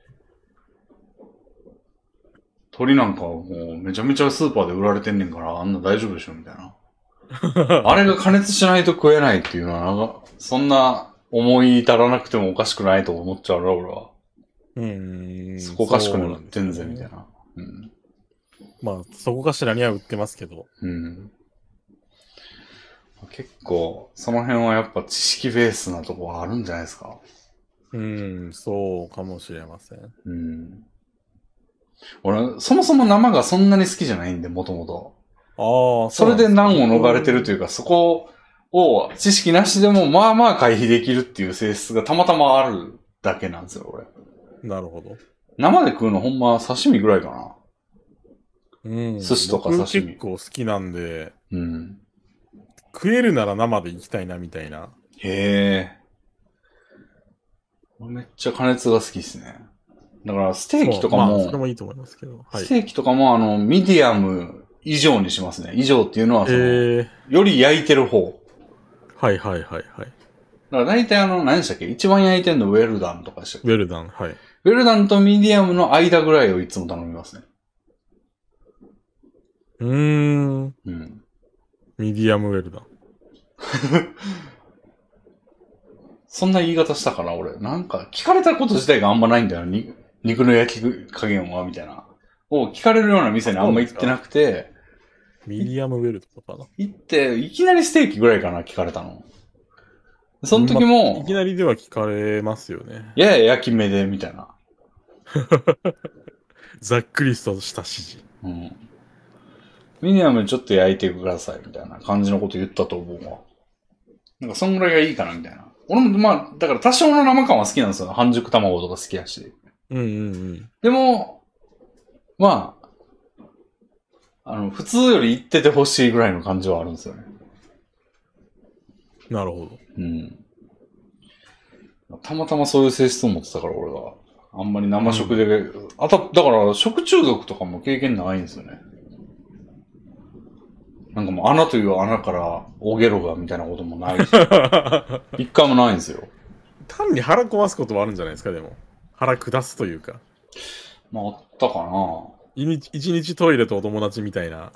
鳥なんかもうめちゃめちゃスーパーで売られてんねんから、あんな大丈夫でしょ、みたいな。あれが加熱しないと食えないっていうのは、なんか、そんな思い至らなくてもおかしくないと思っちゃうな、俺は。うん。そこかしくなってんぜ、みたいな。うん。 まあ、そこかしらには売ってますけど。 うん。結構、その辺はやっぱ知識ベースなとこはあるんじゃないですか。 うん、そうかもしれません。 うん。俺、そもそも生がそんなに好きじゃないんで、もともと。ああ、それで難を逃れてるというか、そこを知識なしでもまあまあ回避できるっていう性質がたまたまあるだけなんですよ、俺。 なるほど。 生で食うのほんま刺身ぐらいかな。うん。寿司とか刺身。 僕結構好きなんで、うん。食えるなら生で行きたいなみたいな。へえ。めっちゃ加熱が好きですね。だからステーキとかも、 まあ、それもいいと思いますけど。 はい、ステーキとかもあの、ミディアム以上にしますね。以上っていうのはその、より焼いてる方。 はいはいはいはい。だから大体あの、何でしたっけ一番焼いてるのウェルダンとかでしたっけウェルダン、はい。 ウェルダンとミディアムの間ぐらいをいつも頼みますね。 うーん。うん。ミディアムウェルダン。 そんな言い方したかな俺。なんか、聞かれたこと自体があんまないんだよ。に肉の焼き加減はみたいな。を聞かれるような店にあんま行ってなくて。 ミディアムウェルとかかな行って、いきなりステーキぐらいかな聞かれたの。その時も、 ま、いきなりでは聞かれますよね。 やや焼き目で、みたいな。 ざっくりとした指示。うん。 ミディアムちょっと焼いてください、みたいな感じのこと言ったと思うわ。なんか、そんぐらいがいいかな、みたいな。俺も、まあ、だから多少の生感は好きなんですよ。半熟卵とか好きやし。うんうんうん。でも、まあ、あの、普通より言っててほしいぐらいの感じはあるんですよね。 なるほど。うん。 たまたまそういう性質を持ってたから、俺は。あんまり生食で、うん、あと、だから食中毒とかも経験ないんですよね。なんかもう穴という穴から大ゲロがみたいなこともないし。一回もないんですよ。 単に腹壊すことはあるんじゃないですか、でも。腹下すというか。 まあ、あったかな。 一日トイレとお友達みたいな。は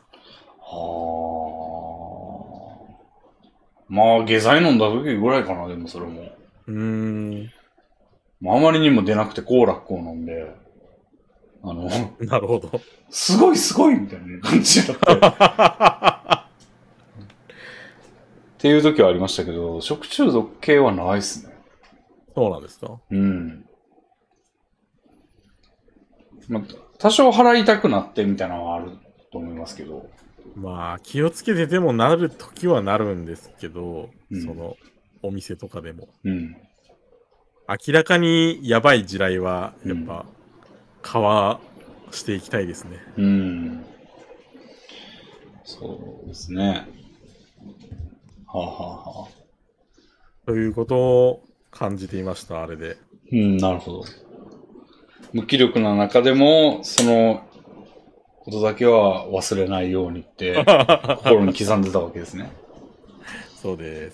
あ。まあ、下剤飲んだ時ぐらいかな、でもそれも。うーん。まあ、あまりにも出なくてコーラックを飲んで、あの、 なるほど。 すごいすごいみたいな感じだった。っていう時はありましたけど、食中毒系はないっすね。 そうなんですか？うん。 まあ、多少払いたくなってみたいなのはあると思いますけど。 まあ、気をつけててもなる時はなるんですけど、うん、その、お店とかでも。うん。明らかにやばい地雷は、やっぱ、うん、かわしていきたいですね。 うん。そうですね。はあ、はあはあ、 ということを感じていました、あれで。 うん、なるほど。無気力な中でも、そのことだけは忘れないようにって、心に刻んでたわけですね。 そうです。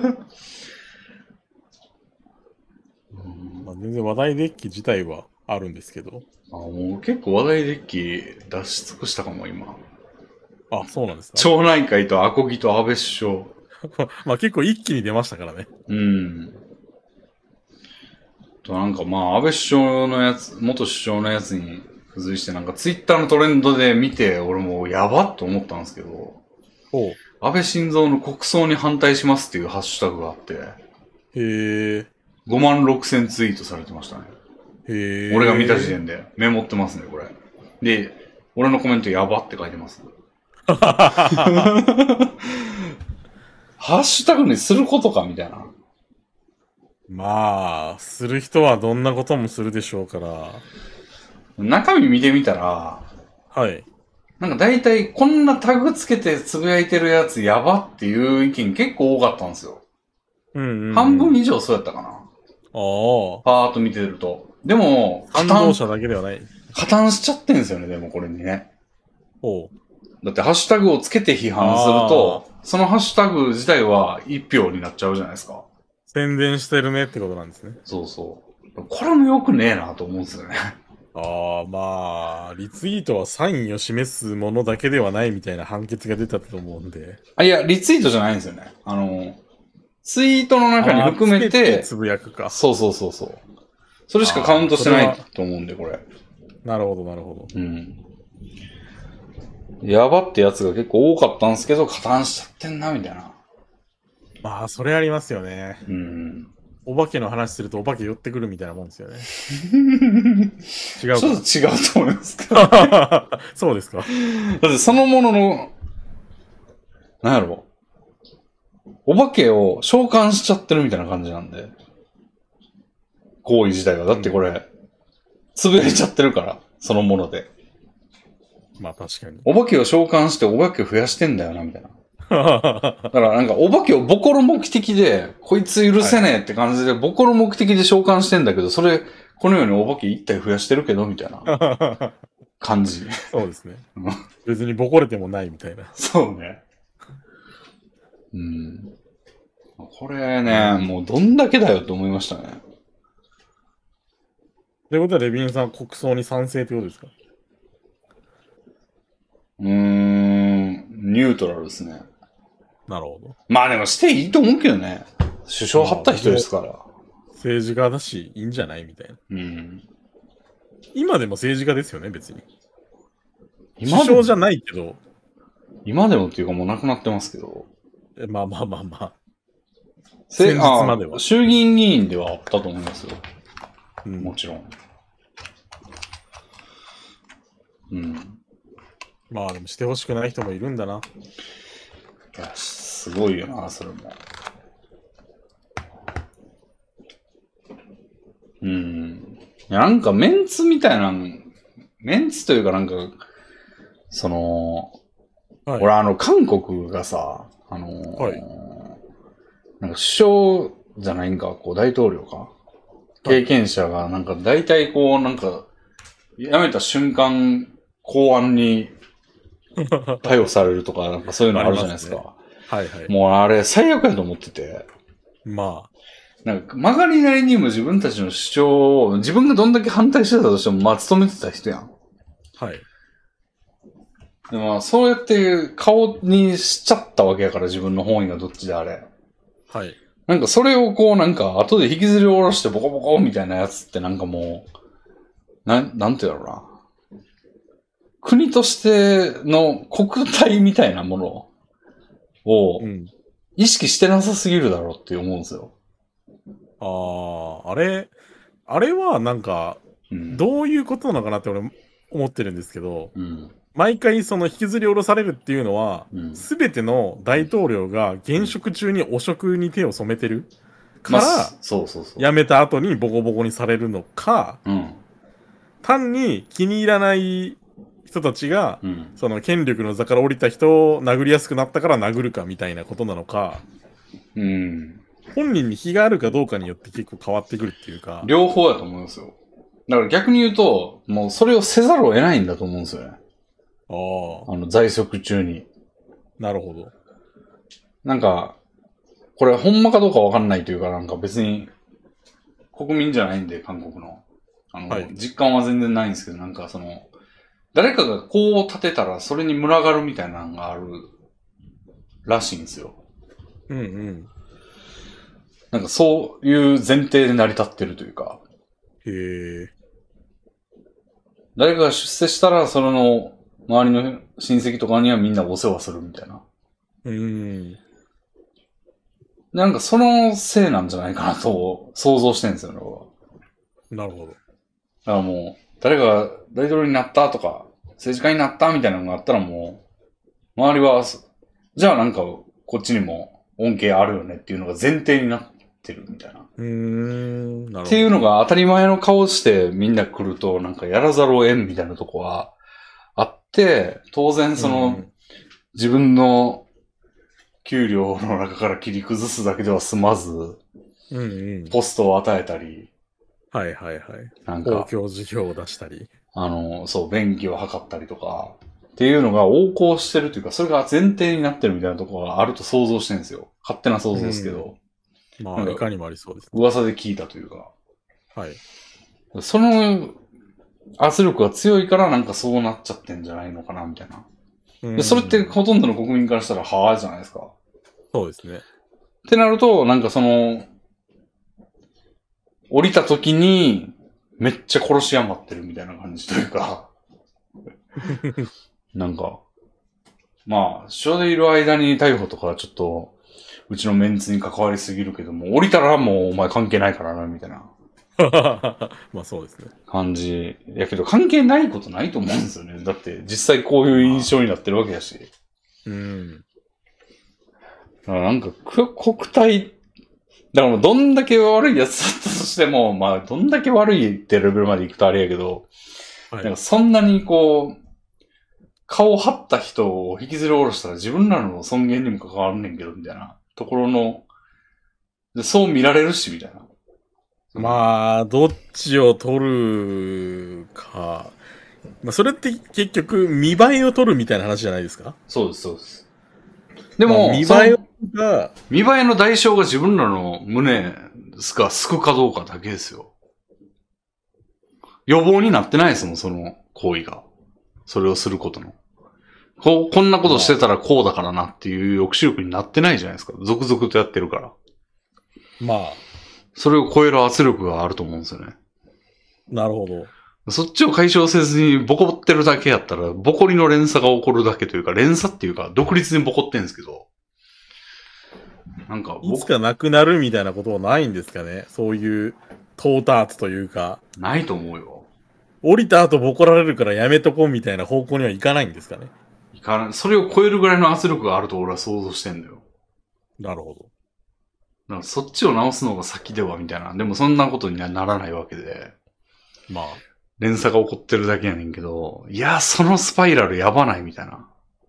うんまあ、全然話題デッキ自体はあるんですけど。 あ、もう結構話題デッキ出し尽くしたかも、今。 あ、そうなんですか。 町内会とアコギと安倍首相。 まあ結構一気に出ましたからね。 うん。となんかまあ、安倍首相のやつ、元首相のやつに付随してなんかツイッターのトレンドで見て、俺もやばっと思ったんですけど、安倍晋三の国葬に反対しますっていうハッシュタグがあって、 へえ。 ごまんろくせんツイートされてましたね。 へえ。 俺が見た時点でメモってますね、これ。で、俺のコメントやばって書いてます。ハッシュタグにすることかみたいな。 まあ、する人はどんなこともするでしょうから。 中身見てみたら、 はい。 なんか大体こんなタグつけてつぶやいてるやつやばっていう意見結構多かったんですよ。 うんうん、うん。 半分以上そうやったかな。ああ。パーッと見てると。でも、 反応者だけではない。 加担しちゃってんですよね、でもこれにね。 ほう。 だってハッシュタグをつけて批判すると、そのハッシュタグ自体は一票になっちゃうじゃないですか。 宣伝してるねってことなんですね。 そうそう。これも良くねえなと思うんですよね。 ああ、まあ、リツイートはサインを示すものだけではないみたいな判決が出たと思うんで。 あ、いや、リツイートじゃないんですよね。あの、ツイートの中に含めて、 つぶやくか。 そうそうそうそう。それしかカウントしてないと思うんで、これ。 なるほど、なるほど。 うん。やばってやつが結構多かったんですけど、加担しちゃってんな、みたいな。 まあ、それありますよね。 うん。 お化けの話するとお化け寄ってくるみたいなもんですよね。違うか。 ちょっと違うと思いますけど。 そうですか。だってそのものの、なんやろ。お化けを召喚しちゃってるみたいな感じなんで。行為自体は。だってこれ、つぶやいちゃってるから、そのもので。 まあ確かに。 お化けを召喚してお化けを増やしてんだよな、みたいな。だからなんかお化けをボコロ目的で、こいつ許せねえって感じで、ボコロ目的で召喚してんだけど、それ、このようにお化け一体増やしてるけど、みたいな感じ。 そうですね。別にボコれてもないみたいな。 そうね。うん。これね、もうどんだけだよって思いましたね。 ということはレビンさん国葬に賛成ってことですか？ うーん、ニュートラルですね。 なるほど。 まあでもしていいと思うけどね。首相張った人ですから。 政治家だし、いいんじゃないみたいな。うん。今でも政治家ですよね、別に。今首相じゃないけど。 今でもっていうかもうなくなってますけど。 えまあまあまあまあ。 先日までは。衆議院議員ではあったと思いますよ。うん、もちろん。 うん。まあでもしてほしくない人もいるんだな。 いや、すごいよな、それも。うん。いや、なんかメンツみたいな、メンツというかなんか、その、はい、俺あの、韓国がさ、あのーはい、なんか首相じゃないんか、こう大統領か。経験者がなんか大体こうなんか、辞めた瞬間、公安に逮捕されるとか、なんかそういうのあるじゃないですか。すね、はいはい。もうあれ最悪やと思ってて。まあ。なんか曲がりなりにも自分たちの主張を、自分がどんだけ反対してたとしても、まあ務めてた人やん。はい。でもまあそうやって顔にしちゃったわけやから、自分の本意がどっちであれ。はい。なんかそれをこうなんか後で引きずり下ろしてボコボコみたいなやつってなんかもう、なん、なんて言うのな。国としての国体みたいなものを意識してなさすぎるだろうって思うんですよ。 ああ、あれ、あれはなんか、どういうことなのかなって俺思ってるんですけど、うん、毎回その引きずり下ろされるっていうのは、すべ、うん、ての大統領が現職中に汚職に手を染めてるから、まあ、そうそうそう。辞めた後にボコボコにされるのか、うん、 単に気に入らない人たちが、うん、その権力の座から降りた人を殴りやすくなったから殴るかみたいなことなのか、うん、本人に非があるかどうかによって結構変わってくるっていうか。 両方やと思うんですよ。だから逆に言うと、もうそれをせざるを得ないんだと思うんですよね。ああ。あの、在職中に。 なるほど。 なんか、これほんまかどうかわかんないというか、なんか別に、国民じゃないんで、韓国の。あの、はい、実感は全然ないんですけど、なんかその、誰かがこう立てたらそれに群がるみたいなのがあるらしいんですよ。うんうん。なんかそういう前提で成り立ってるというか。へえ。誰かが出世したら、その周りの親戚とかにはみんなお世話するみたいな。うん。なんかそのせいなんじゃないかなと想像してるんですよね、僕は。 なるほど。だからもう、誰かが大統領になったとか、政治家になったみたいなのがあったらもう、周りは、じゃあなんかこっちにも恩恵あるよねっていうのが前提になってるみたいな。うーん、なるほど。っていうのが当たり前の顔してみんな来ると、なんかやらざるを得んみたいなとこはあって、当然その、自分の給料の中から切り崩すだけでは済まず、うんうん、ポストを与えたり、 はいはいはい。なんか、公共事業を出したり。 あの、そう、便宜を図ったりとか、っていうのが横行してるというか、それが前提になってるみたいなところがあると想像してるんですよ。勝手な想像ですけど。 うん、まあ、いかにもありそうです、ね。 噂で聞いたというか。はい。その圧力が強いからなんかそうなっちゃってんじゃないのかな、みたいな。うん、でそれってほとんどの国民からしたら、はぁじゃないですか。 そうですね。 ってなると、なんかその、降りた時に、めっちゃ殺し余ってるみたいな感じというか。なんか、まあ、署でいる間に逮捕とかはちょっと、うちのメンツに関わりすぎるけども、降りたらもうお前関係ないからな、みたいな。 まあそうですね。 感じ。やけど関係ないことないと思うんですよね。だって実際こういう印象になってるわけだし。うん。だからなんか、国体、だからもうどんだけ悪いやつだったとしても、まあどんだけ悪いってレベルまで行くとあれやけど、はい、なんかそんなにこう、顔を張った人を引きずり下ろしたら自分らの尊厳にも関わるねんけど、みたいなところの、でそう見られるし、みたいな。 まあ、どっちを取るか。まあ、それって結局、見栄えを取るみたいな話じゃないですか？ そうです、そうです。でも、まあ、見栄えが、見栄えの代償が自分らの胸がすくかどうかだけですよ。予防になってないですもん、その行為が。それをすることの。こう、こんなことしてたらこうだからなっていう抑止力になってないじゃないですか。続々とやってるから。まあ。それを超える圧力があると思うんですよね。 なるほど。 そっちを解消せずにボコってるだけやったら、ボコりの連鎖が起こるだけというか、連鎖っていうか、独立にボコってんですけど。 なんか、いつかなくなるみたいなことはないんですかね？そういう、到達というか。 ないと思うよ。 降りた後ボコられるからやめとこうみたいな方向にはいかないんですかね？ いかない。それを超えるぐらいの圧力があると俺は想像してんだよ。 なるほど。 だからそっちを直すのが先ではみたいな。でもそんなことにはならないわけで。まあ。連鎖が起こってるだけやねんけど、いや、そのスパイラルやばないみたいな。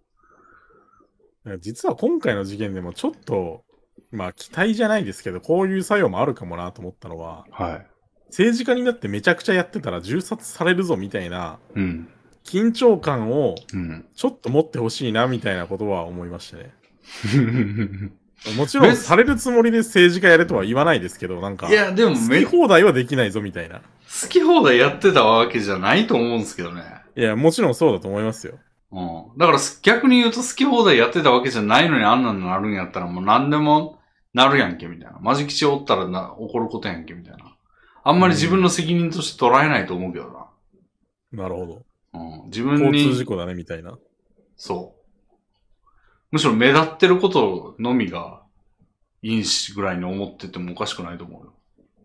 実は今回の事件でもちょっと、まあ期待じゃないですけど、こういう作用もあるかもなと思ったのは、はい。政治家になってめちゃくちゃやってたら銃殺されるぞみたいな、うん。緊張感を、ちょっと持ってほしいなみたいなことは思いましたね。もちろんされるつもりで政治家やれとは言わないですけど、なんか、いや、でも好き放題はできないぞみたいな。 好き放題やってたわけじゃないと思うんですけどね。 いや、もちろんそうだと思いますよ。 うん。だから逆に言うと好き放題やってたわけじゃないのにあんなのなるんやったらもう何でもなるやんけみたいな。マジ吉おったらな起こることやんけみたいな。あんまり自分の責任として捉えないと思うけどな。 うん、なるほど。 うん。自分に。 交通事故だねみたいな。 そう。むしろ目立ってることのみがいいしぐらいに思っててもおかしくないと思うよ。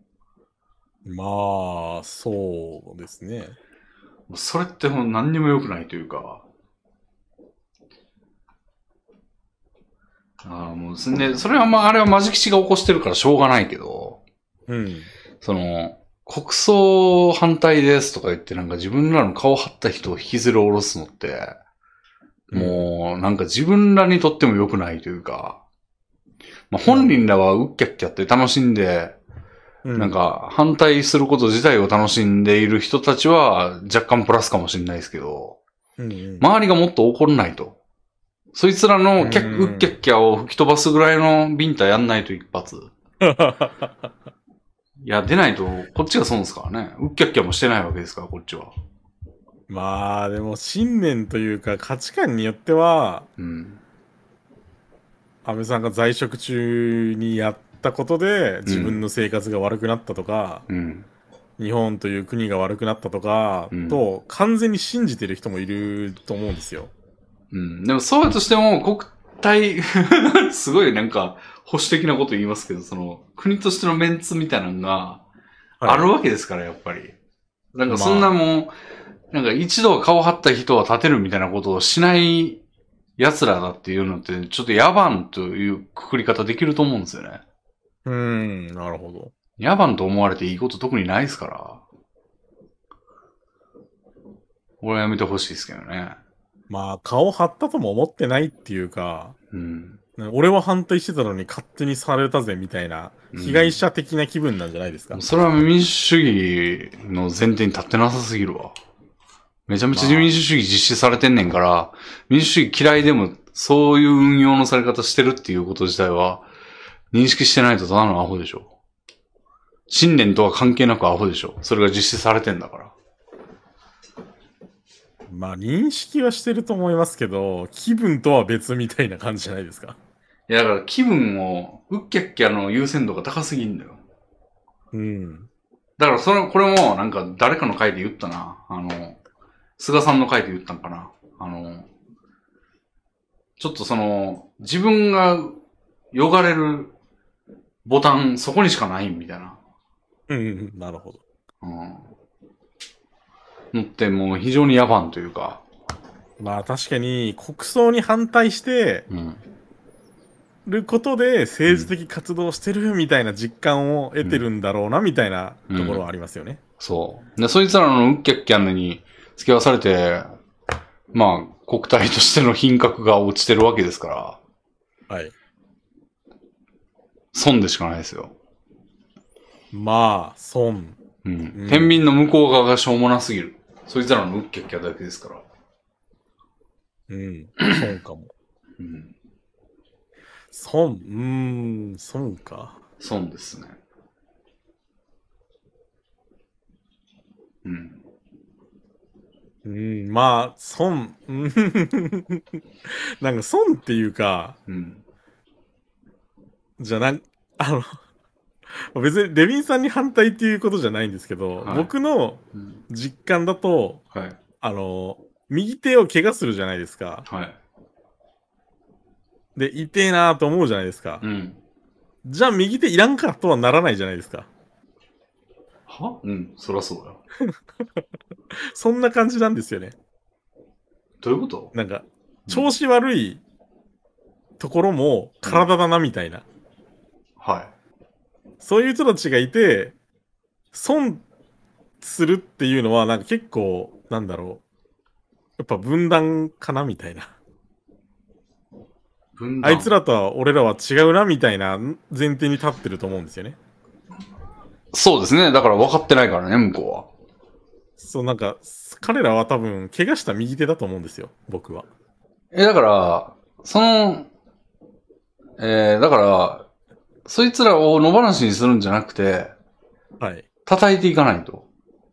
まあ、そうですね。 それってほん何にも良くないというか。ああ、もう、ね、それはまあ、あれはマジ吉が起こしてるからしょうがないけど。うん。その、 国葬反対ですとか言ってなんか自分らの顔張った人を引きずり下ろすのって、もうなんか自分らにとっても良くないというか、まあ、本人らはうっきゃっきゃって楽しんで、うん、なんか反対すること自体を楽しんでいる人たちは若干プラスかもしれないですけど、うんうん、周りがもっと怒らないと。そいつらのキャ、うん、うっきゃっきゃを吹き飛ばすぐらいのビンタやんないと一発。いや、出ないと、こっちが損ですからね。うっきゃっきゃもしてないわけですから、こっちは。 まあ、でも、信念というか、価値観によっては、うん。安倍さんが在職中にやったことで、自分の生活が悪くなったとか、うん。日本という国が悪くなったとか、うん、と、完全に信じてる人もいると思うんですよ。 うん。でも、そうやとしても、国体、すごいなんか、保守的なこと言いますけど、その、国としてのメンツみたいなのが、あるわけですから、やっぱり。なんかそんなもん、まあ、なんか一度顔張った人は立てるみたいなことをしない奴らだっていうのって、ちょっと野蛮というくくり方できると思うんですよね。 うーん、なるほど。 野蛮と思われていいこと特にないですから。俺はやめてほしいですけどね。 まあ、顔張ったとも思ってないっていうか、うん。俺は反対してたのに勝手にされたぜみたいな、被害者的な気分なんじゃないですか。うん、 それは民主主義の前提に立ってなさすぎるわ。めちゃめちゃ民主主義実施されてんねんから、まあ、民主主義嫌いでもそういう運用のされ方してるっていうこと自体は認識してないとただのアホでしょ。信念とは関係なくアホでしょ。それが実施されてんだから。 まあ認識はしてると思いますけど、気分とは別みたいな感じじゃないですか。 いやだから気分をうっきゃっきゃの優先度が高すぎんだよ。うん。だからそれ、これもなんか誰かの回で言ったな。あの、菅さんの回で言ったんかな。あの、ちょっとその、自分がよがれるボタン、そこにしかないみたいな。 うん、なるほど。うん。 のってもう非常に野蛮というか。 まあ確かに国葬に反対して、ることで政治的活動してるみたいな実感を得てるんだろうなみたいなところはありますよね。うんうん、 そう。で、そいつらのうっきゃっきゃのに付き合わされて、まあ、国体としての品格が落ちてるわけですから。はい。損でしかないですよ。 まあ、損。 うん。うん、天秤の向こう側がしょうもなすぎる。そいつらのうっきゃっきゃだけですから。 うん。損かも。うん。損、うーん、損か。 損ですね。 うん。うん、まあ、損。なんか損っていうか、うん。じゃあなん、あの、別にレビンさんに反対っていうことじゃないんですけど、はい、僕の実感だと、うん、はい、あの、右手を怪我するじゃないですか。はい。で、痛えなーと思うじゃないですか。うん。じゃあ右手いらんかとはならないじゃないですか。 はうん、そらそうだ。 そんな感じなんですよね。 どういうこと？ なんか、調子悪いところも体だなみたいな。うん、はい。そういう人たちがいて、損するっていうのはなんか結構、なんだろう。やっぱ分断かなみたいな。分断。あいつらとは俺らは違うなみたいな前提に立ってると思うんですよね。 そうですね。だから分かってないからね、向こうは。 そう、なんか、彼らは多分、怪我した右手だと思うんですよ、僕は。 え、だから、その、えー、だから、そいつらを野放しにするんじゃなくて、はい。叩いていかないと。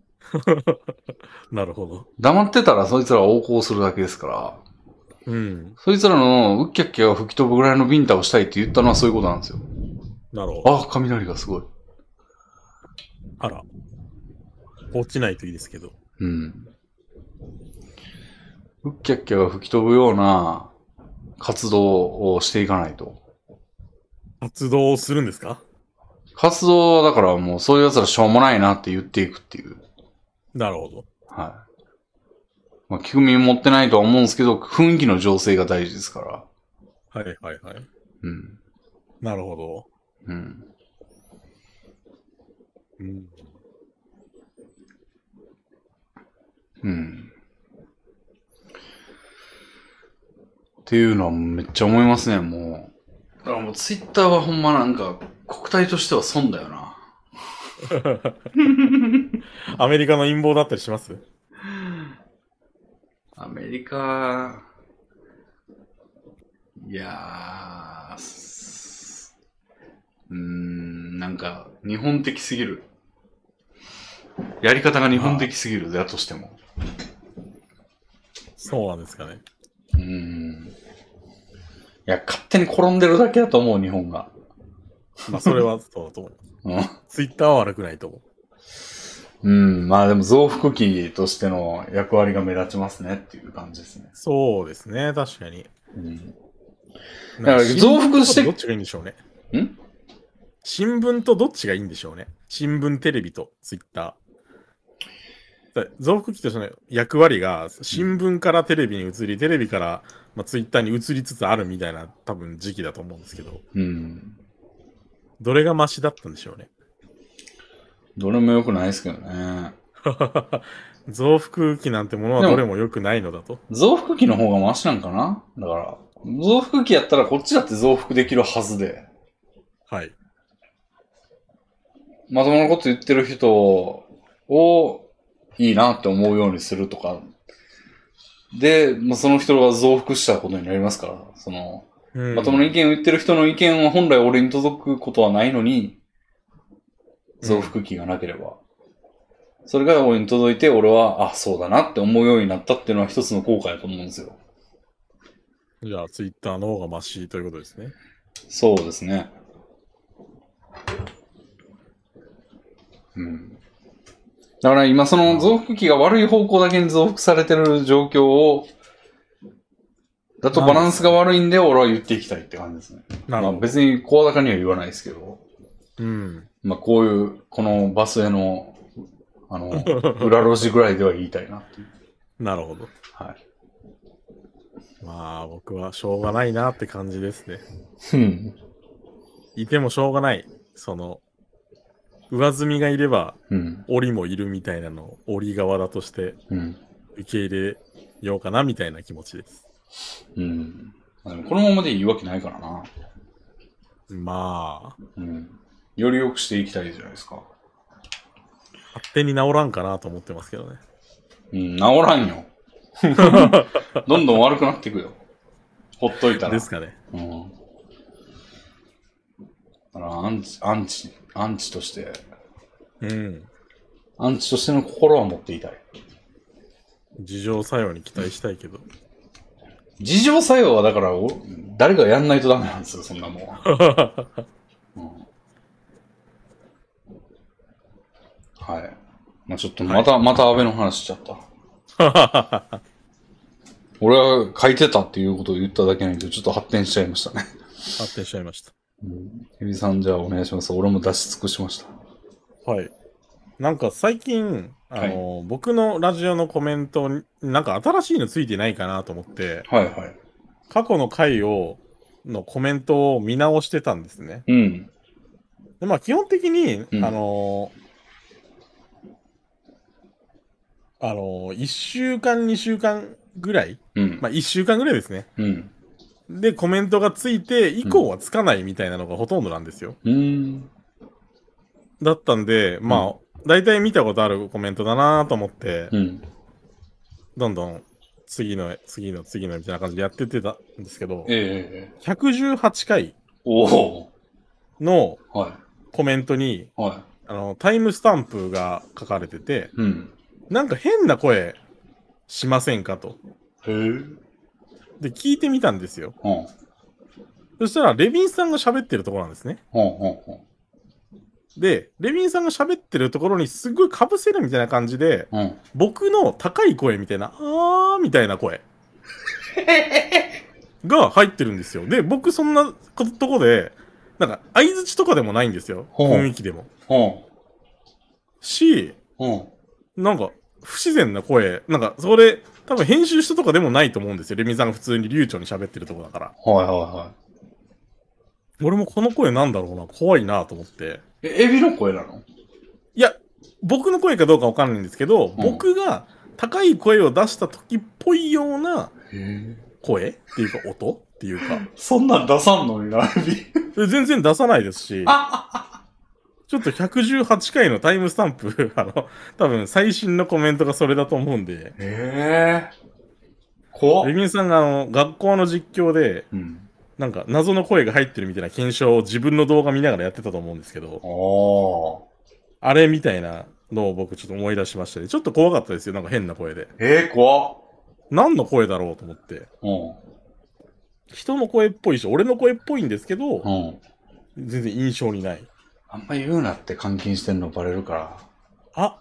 なるほど。 黙ってたらそいつらは横行するだけですから。うん。そいつらのうっきゃっきゃが吹き飛ぶぐらいのビンタをしたいって言ったのはそういうことなんですよ。 なるほど。 あ、雷がすごい。 あら。落ちないといいですけど。うん。 うっきゃっきゃが吹き飛ぶような活動をしていかないと。 活動をするんですか？ 活動はだからもうそういう奴らしょうもないなって言っていくっていう。 なるほど。 はい。まあ、聞く耳持ってないとは思うんですけど、雰囲気の醸成が大事ですから。 はいはいはい。うん。なるほど。うん。うん。 うん。っていうのはめっちゃ思いますね、もう。だからもうツイッターはほんまなんか国体としては損だよな。 アメリカの陰謀だったりします？ アメリカ、いやー、うーん、なんか日本的すぎる。やり方が日本的すぎる、だとしても。 そうなんですかね。 うーん。いや、勝手に転んでるだけだと思う、日本が。 まあ、それはそうだと思う。うん。ツイッターは悪くないと思う。 うん、まあでも増幅器としての役割が目立ちますねっていう感じですね。 そうですね、確かに。うん。 だから増幅して。 どっちがいいんでしょうね。 ん新聞とどっちがいいんでしょうね。新聞、テレビとツイッター。増幅器としての役割が新聞からテレビに移り、テレビから、まあ、ツイッターに移りつつあるみたいな多分時期だと思うんですけど。うん。どれがマシだったんでしょうね。 どれも良くないですけどね。 増幅器なんてものはどれも良くないのだと。 増幅器の方がマシなんかな？だから、増幅器やったらこっちだって増幅できるはずで。はい。まともなこと言ってる人をいいなって思うようにするとか。で、まあ、その人が増幅したことになりますから、その、うん、まともな意見を言ってる人の意見は本来俺に届くことはないのに、増幅器がなければ。うん、それが俺に届いて、俺は、あ、そうだなって思うようになったっていうのは一つの効果だと思うんですよ。 じゃあ、ツイッターの方がマシということですね。 そうですね。うん。だから今その増幅器が悪い方向だけに増幅されてる状況を、だとバランスが悪いんで俺は言っていきたいって感じですね。まあ別に声高には言わないですけど。うん。まあこういう、このバスへの、あの、裏路地ぐらいでは言いたいなっていう。 なるほど。はい。まあ僕はしょうがないなって感じですね。うん。いてもしょうがない。その、上積みがいれば、うん、檻もいるみたいなのを、檻側だとして、受け入れようかなみたいな気持ちです。 うん。でもこのままでいいわけないからな。 まあ。 うん。より良くしていきたいじゃないですか。 勝手に治らんかなと思ってますけどね。 うん、治らんよ。どんどん悪くなっていくよ。ほっといたら。 ですかね。うん。 だからアンチ、アンチ、アンチとして、うん。アンチとしての心は持っていたい。 自浄作用に期待したいけど。 自浄作用はだから、誰がやんないとダメなんですよ、そんなもん。うん、はい。まあちょっとまた、はい、また安倍の話しちゃった。俺は書いてたっていうことを言っただけなんで、ちょっと発展しちゃいましたね。 発展しちゃいました。 うん。エビさんじゃあお願いします。俺も出し尽くしました。 はい。なんか最近、あの、はい、僕のラジオのコメントに、なんか新しいのついてないかなと思って、はいはい。過去の回を、のコメントを見直してたんですね。うん。で、まあ基本的に、うん、あの、あの、いっしゅうかん、にしゅうかんぐらい、うん、まあいっしゅうかんぐらいですね。うん。で、コメントがついて、以降はつかないみたいなのがほとんどなんですよ。うん。だったんで、まあ、うん、大体見たことあるコメントだなと思って、うん、どんどん次の、次の、次のみたいな感じでやってってたんですけど、えー、ひゃくじゅうはちかいのコメントに、はいはい、あのタイムスタンプが書かれてて、うん、なんか変な声しませんかと。へー。で、聞いてみたんですよ。うん、そしたら、レビンさんが喋ってるところなんですね。うんうんうん、で、レビンさんが喋ってるところにすごい被せるみたいな感じで、うん、僕の高い声みたいな、あーみたいな声が入ってるんですよ。で、僕そんなとこで、なんか相槌とかでもないんですよ。うん、雰囲気でも。うん、し、うん、なんか不自然な声、なんかそれ多分編集したとかでもないと思うんですよ。レビンさんが普通に流暢に喋ってるとこだから。はいはいはい。俺もこの声なんだろうな、怖いなと思って。 え、エビの声なの？ いや、僕の声かどうかわかんないんですけど、うん、僕が高い声を出した時っぽいような声っていうか音っていうか。 そんなん出さんのにな、エビ。全然出さないですし。ちょっとひゃくじゅうはちかいのタイムスタンプ、あの、多分最新のコメントがそれだと思うんで。 へぇー。怖っ。 レビンさんがあの、学校の実況で、うん、なんか謎の声が入ってるみたいな検証を自分の動画見ながらやってたと思うんですけど。あれみたいなのを僕ちょっと思い出しましたね。ちょっと怖かったですよ。なんか変な声で。 えー、怖っ。 何の声だろうと思って。うん、人の声っぽいし、俺の声っぽいんですけど、うん、全然印象にない。 あんま言うなって監禁してんのバレるから。 あ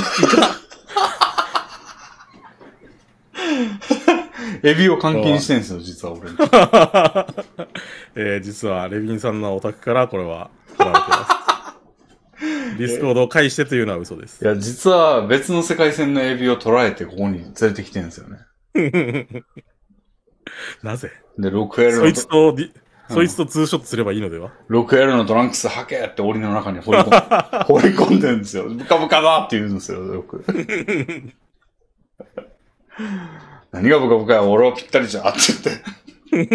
エビを監禁してんすよ、実は俺に。 えー、実はレビンさんのお宅からこれは取られてます。ディスコードを介してというのは嘘です。 いや、実は別の世界線のエビを捉えてここに連れてきてるんですよね。 なぜで、ろくエル の。 そいつとディ、うん、そいつとツーショットすればいいのでは ? ろくエル のトランクス履けって檻の中に放り込ん放り込んでるんですよ。ブカブカだって言うんですよ、よく。何がブカブカや、俺はぴったりじゃって言って。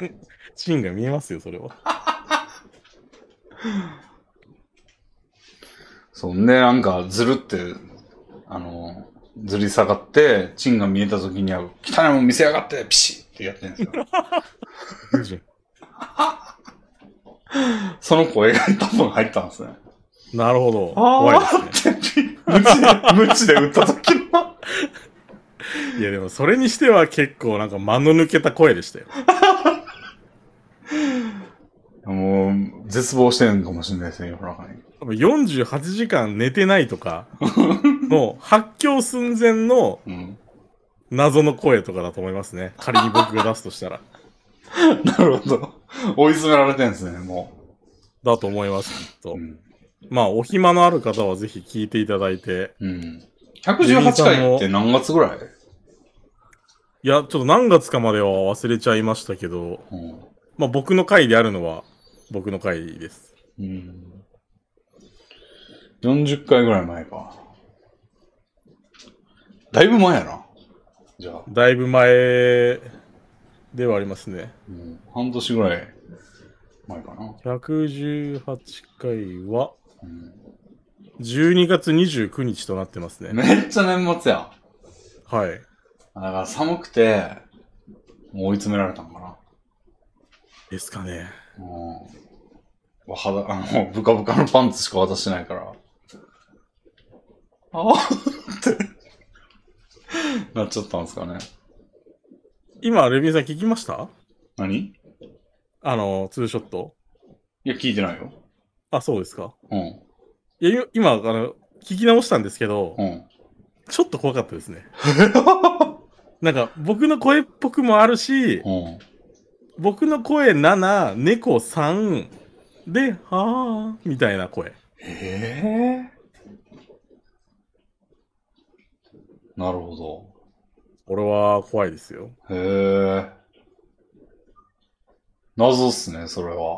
チンが見えますよ、それは。 そんで、なんか、ずるって、あの、ずり下がって、チンが見えた時には、汚いもん見せやがって、ピシッってやってるんですよ。その声が多分入ったんですね。 なるほど。怖いですね。 無知で、無知で撃った時の。 いやでもそれにしては結構なんか間の抜けた声でしたよ。 もう、絶望してるかもしれないですね、世の中に。 多分よんじゅうはちじかん寝てないとか、の発狂寸前の謎の声とかだと思いますね。仮に僕が出すとしたら。 なるほど。追い詰められてるんですね、もう。だと思います、きっと。うん、まあ、お暇のある方はぜひ聞いていただいて。 うん。ひゃくじゅうはちかいって何月ぐらい？ いや、ちょっと何月かまでは忘れちゃいましたけど、うん、まあ僕の回であるのは僕の回です。うん。 よんじゅっかいぐらい前か。だいぶ前やな。じゃあ。 だいぶ前ではありますね。 うん、半年ぐらい前かな。 ひゃくじゅうはちかいは、うん、じゅうにがつにじゅうくにちとなってますね。 めっちゃ年末や。 はい。 だから寒くて、もう追い詰められたんかな。 ですかね。 うん。肌、あの、ブカブカのパンツしか渡してないから。ああってなっちゃったんですかね。 今、レビンさん聞きました？ 何？ あの、ツーショット。 いや、聞いてないよ。 あ、そうですか。 うん。 いや、今、あの、聞き直したんですけど、うん、ちょっと怖かったですね。なんか、僕の声っぽくもあるし、うん、僕の声なな、猫さん、で、はぁ、みたいな声。 へぇー。なるほど。 俺は怖いですよ。 へぇー。謎っすね、それは。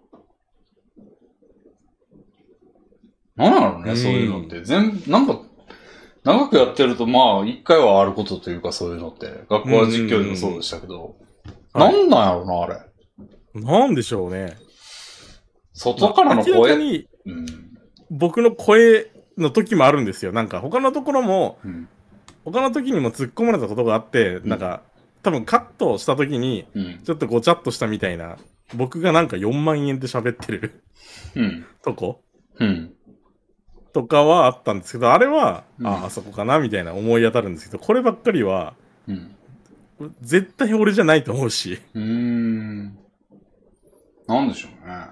なんだろうね、うん、そういうのって。全、なんか、長くやってると、まあ、一回はあることというか、そういうのって。学校は実況でもそうでしたけど。なんなんやろな、あれ。 なんでしょうね。 外からの声、まあ、明らかに、うん、僕の声の時もあるんですよ。なんか、他のところも、うん、他の時にも突っ込まれたことがあって、うん、なんか、多分カットした時に、うん、ちょっとごちゃっとしたみたいな、僕がなんかよんまんえんで喋ってる、うん、とこ、うん、とかはあったんですけど、あれは、うん、あ、あそこかなみたいな思い当たるんですけど、こればっかりは、うん、絶対俺じゃないと思うし。 うーん。なんでしょうね。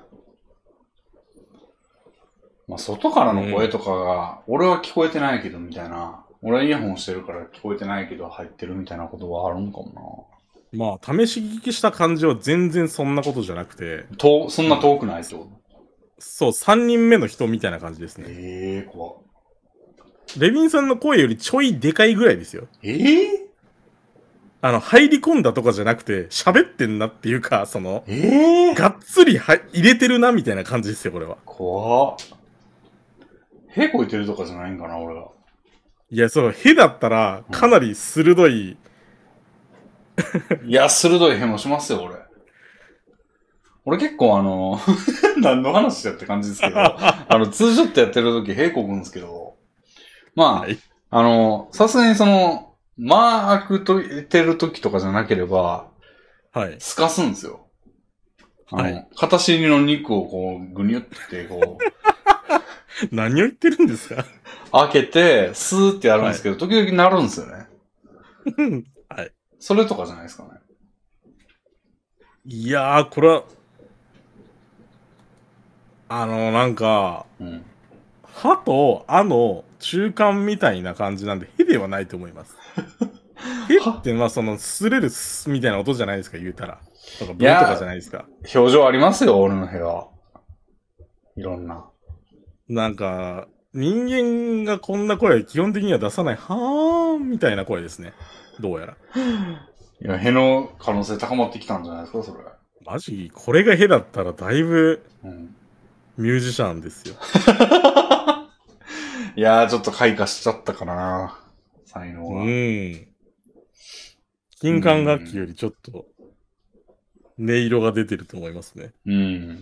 まあ、外からの声とかが、俺は聞こえてないけどみたいな、俺はイヤホンしてるから聞こえてないけど入ってるみたいなことはあるのかもな。まあ、試し聞きした感じは全然そんなことじゃなくて。 と、そんな遠くないってこと？ そう、さんにんめの人みたいな感じですね。 ええー、怖っ。 レビンさんの声よりちょいでかいぐらいですよ。 ええーあの、入り込んだとかじゃなくて、喋ってんなっていうか、その、 ええー、 がっつりは入れてるなみたいな感じですよ、これは。 怖っ。へこいてるとかじゃないんかな、俺は。 いや、そう、へだったら、かなり鋭い、 うん、いや、鋭いへもしますよ、俺。俺結構あの、何の話だって感じですけど、あの、ツーショットやってる時、へこくんですけど、まあ、はい、あの、さすがにその、まあ、開くと言ってる時とかじゃなければ、はい。すかすんですよ。あの、はい、片尻の肉をこう、ぐにゅってこう。何を言ってるんですか？ 開けて、スーってやるんですけど、はい、時々鳴るんですよね。はい。それとかじゃないですかね。 いやー、これは、あの、なんか、うん。歯とあの中間みたいな感じなんで、へではないと思います。へって、まあその、擦れるすみたいな音じゃないですか、言うたら。とか、ブーとかじゃないですか。 表情ありますよ、俺の部屋。いろんな。 なんか、人間がこんな声基本的には出さない、はーんみたいな声ですね。どうやら。 いや、への可能性高まってきたんじゃないですか、それ。 マジこれがへだったらだいぶ、うん、ミュージシャンですよ。 いやー、ちょっと開花しちゃったかな。才能が。うん。 金管楽器よりちょっと、音色が出てると思いますね。 うん。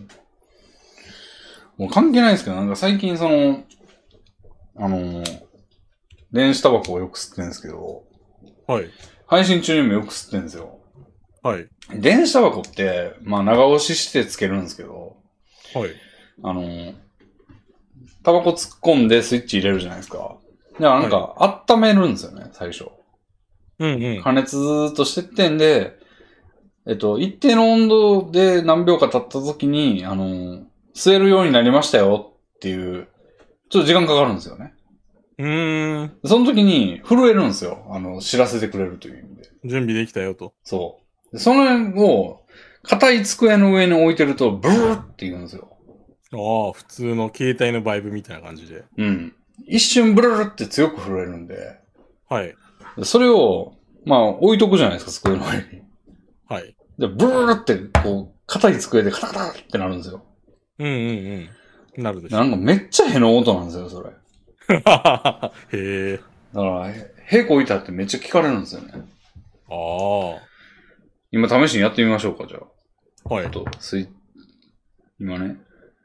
もう関係ないですけど、なんか最近その、あのー、電子タバコをよく吸ってるんですけど、はい。配信中にもよく吸ってるんですよ。はい。電子タバコって、まあ長押ししてつけるんですけど、はい。あのー、タバコ突っ込んでスイッチ入れるじゃないですか。だからなんか、はい、温めるんですよね、最初。うんうん。加熱ずーっとしてってんで、えっと、一定の温度で何秒か経った時に、あのー、吸えるようになりましたよっていう、ちょっと時間かかるんですよね。うーん。その時に震えるんですよ。あの、知らせてくれるという意味で。 準備できたよと。 そう。その辺を、硬い机の上に置いてると、ブルーって言うんですよ。 ああ、普通の携帯のバイブみたいな感じで。 うん。一瞬ブルルって強く震えるんで。はい。それを、まあ、置いとくじゃないですか、机の上に。はい。で、ブルルって、こう、硬い机でカタカタってなるんですよ。 うんうんうん。なるでしょ。 なんかめっちゃへの音なんですよ、それ。へえ。だから、へこいたってめっちゃ聞かれるんですよね。ああ。今試しにやってみましょうか、じゃあ。はい。と、スイ今ね。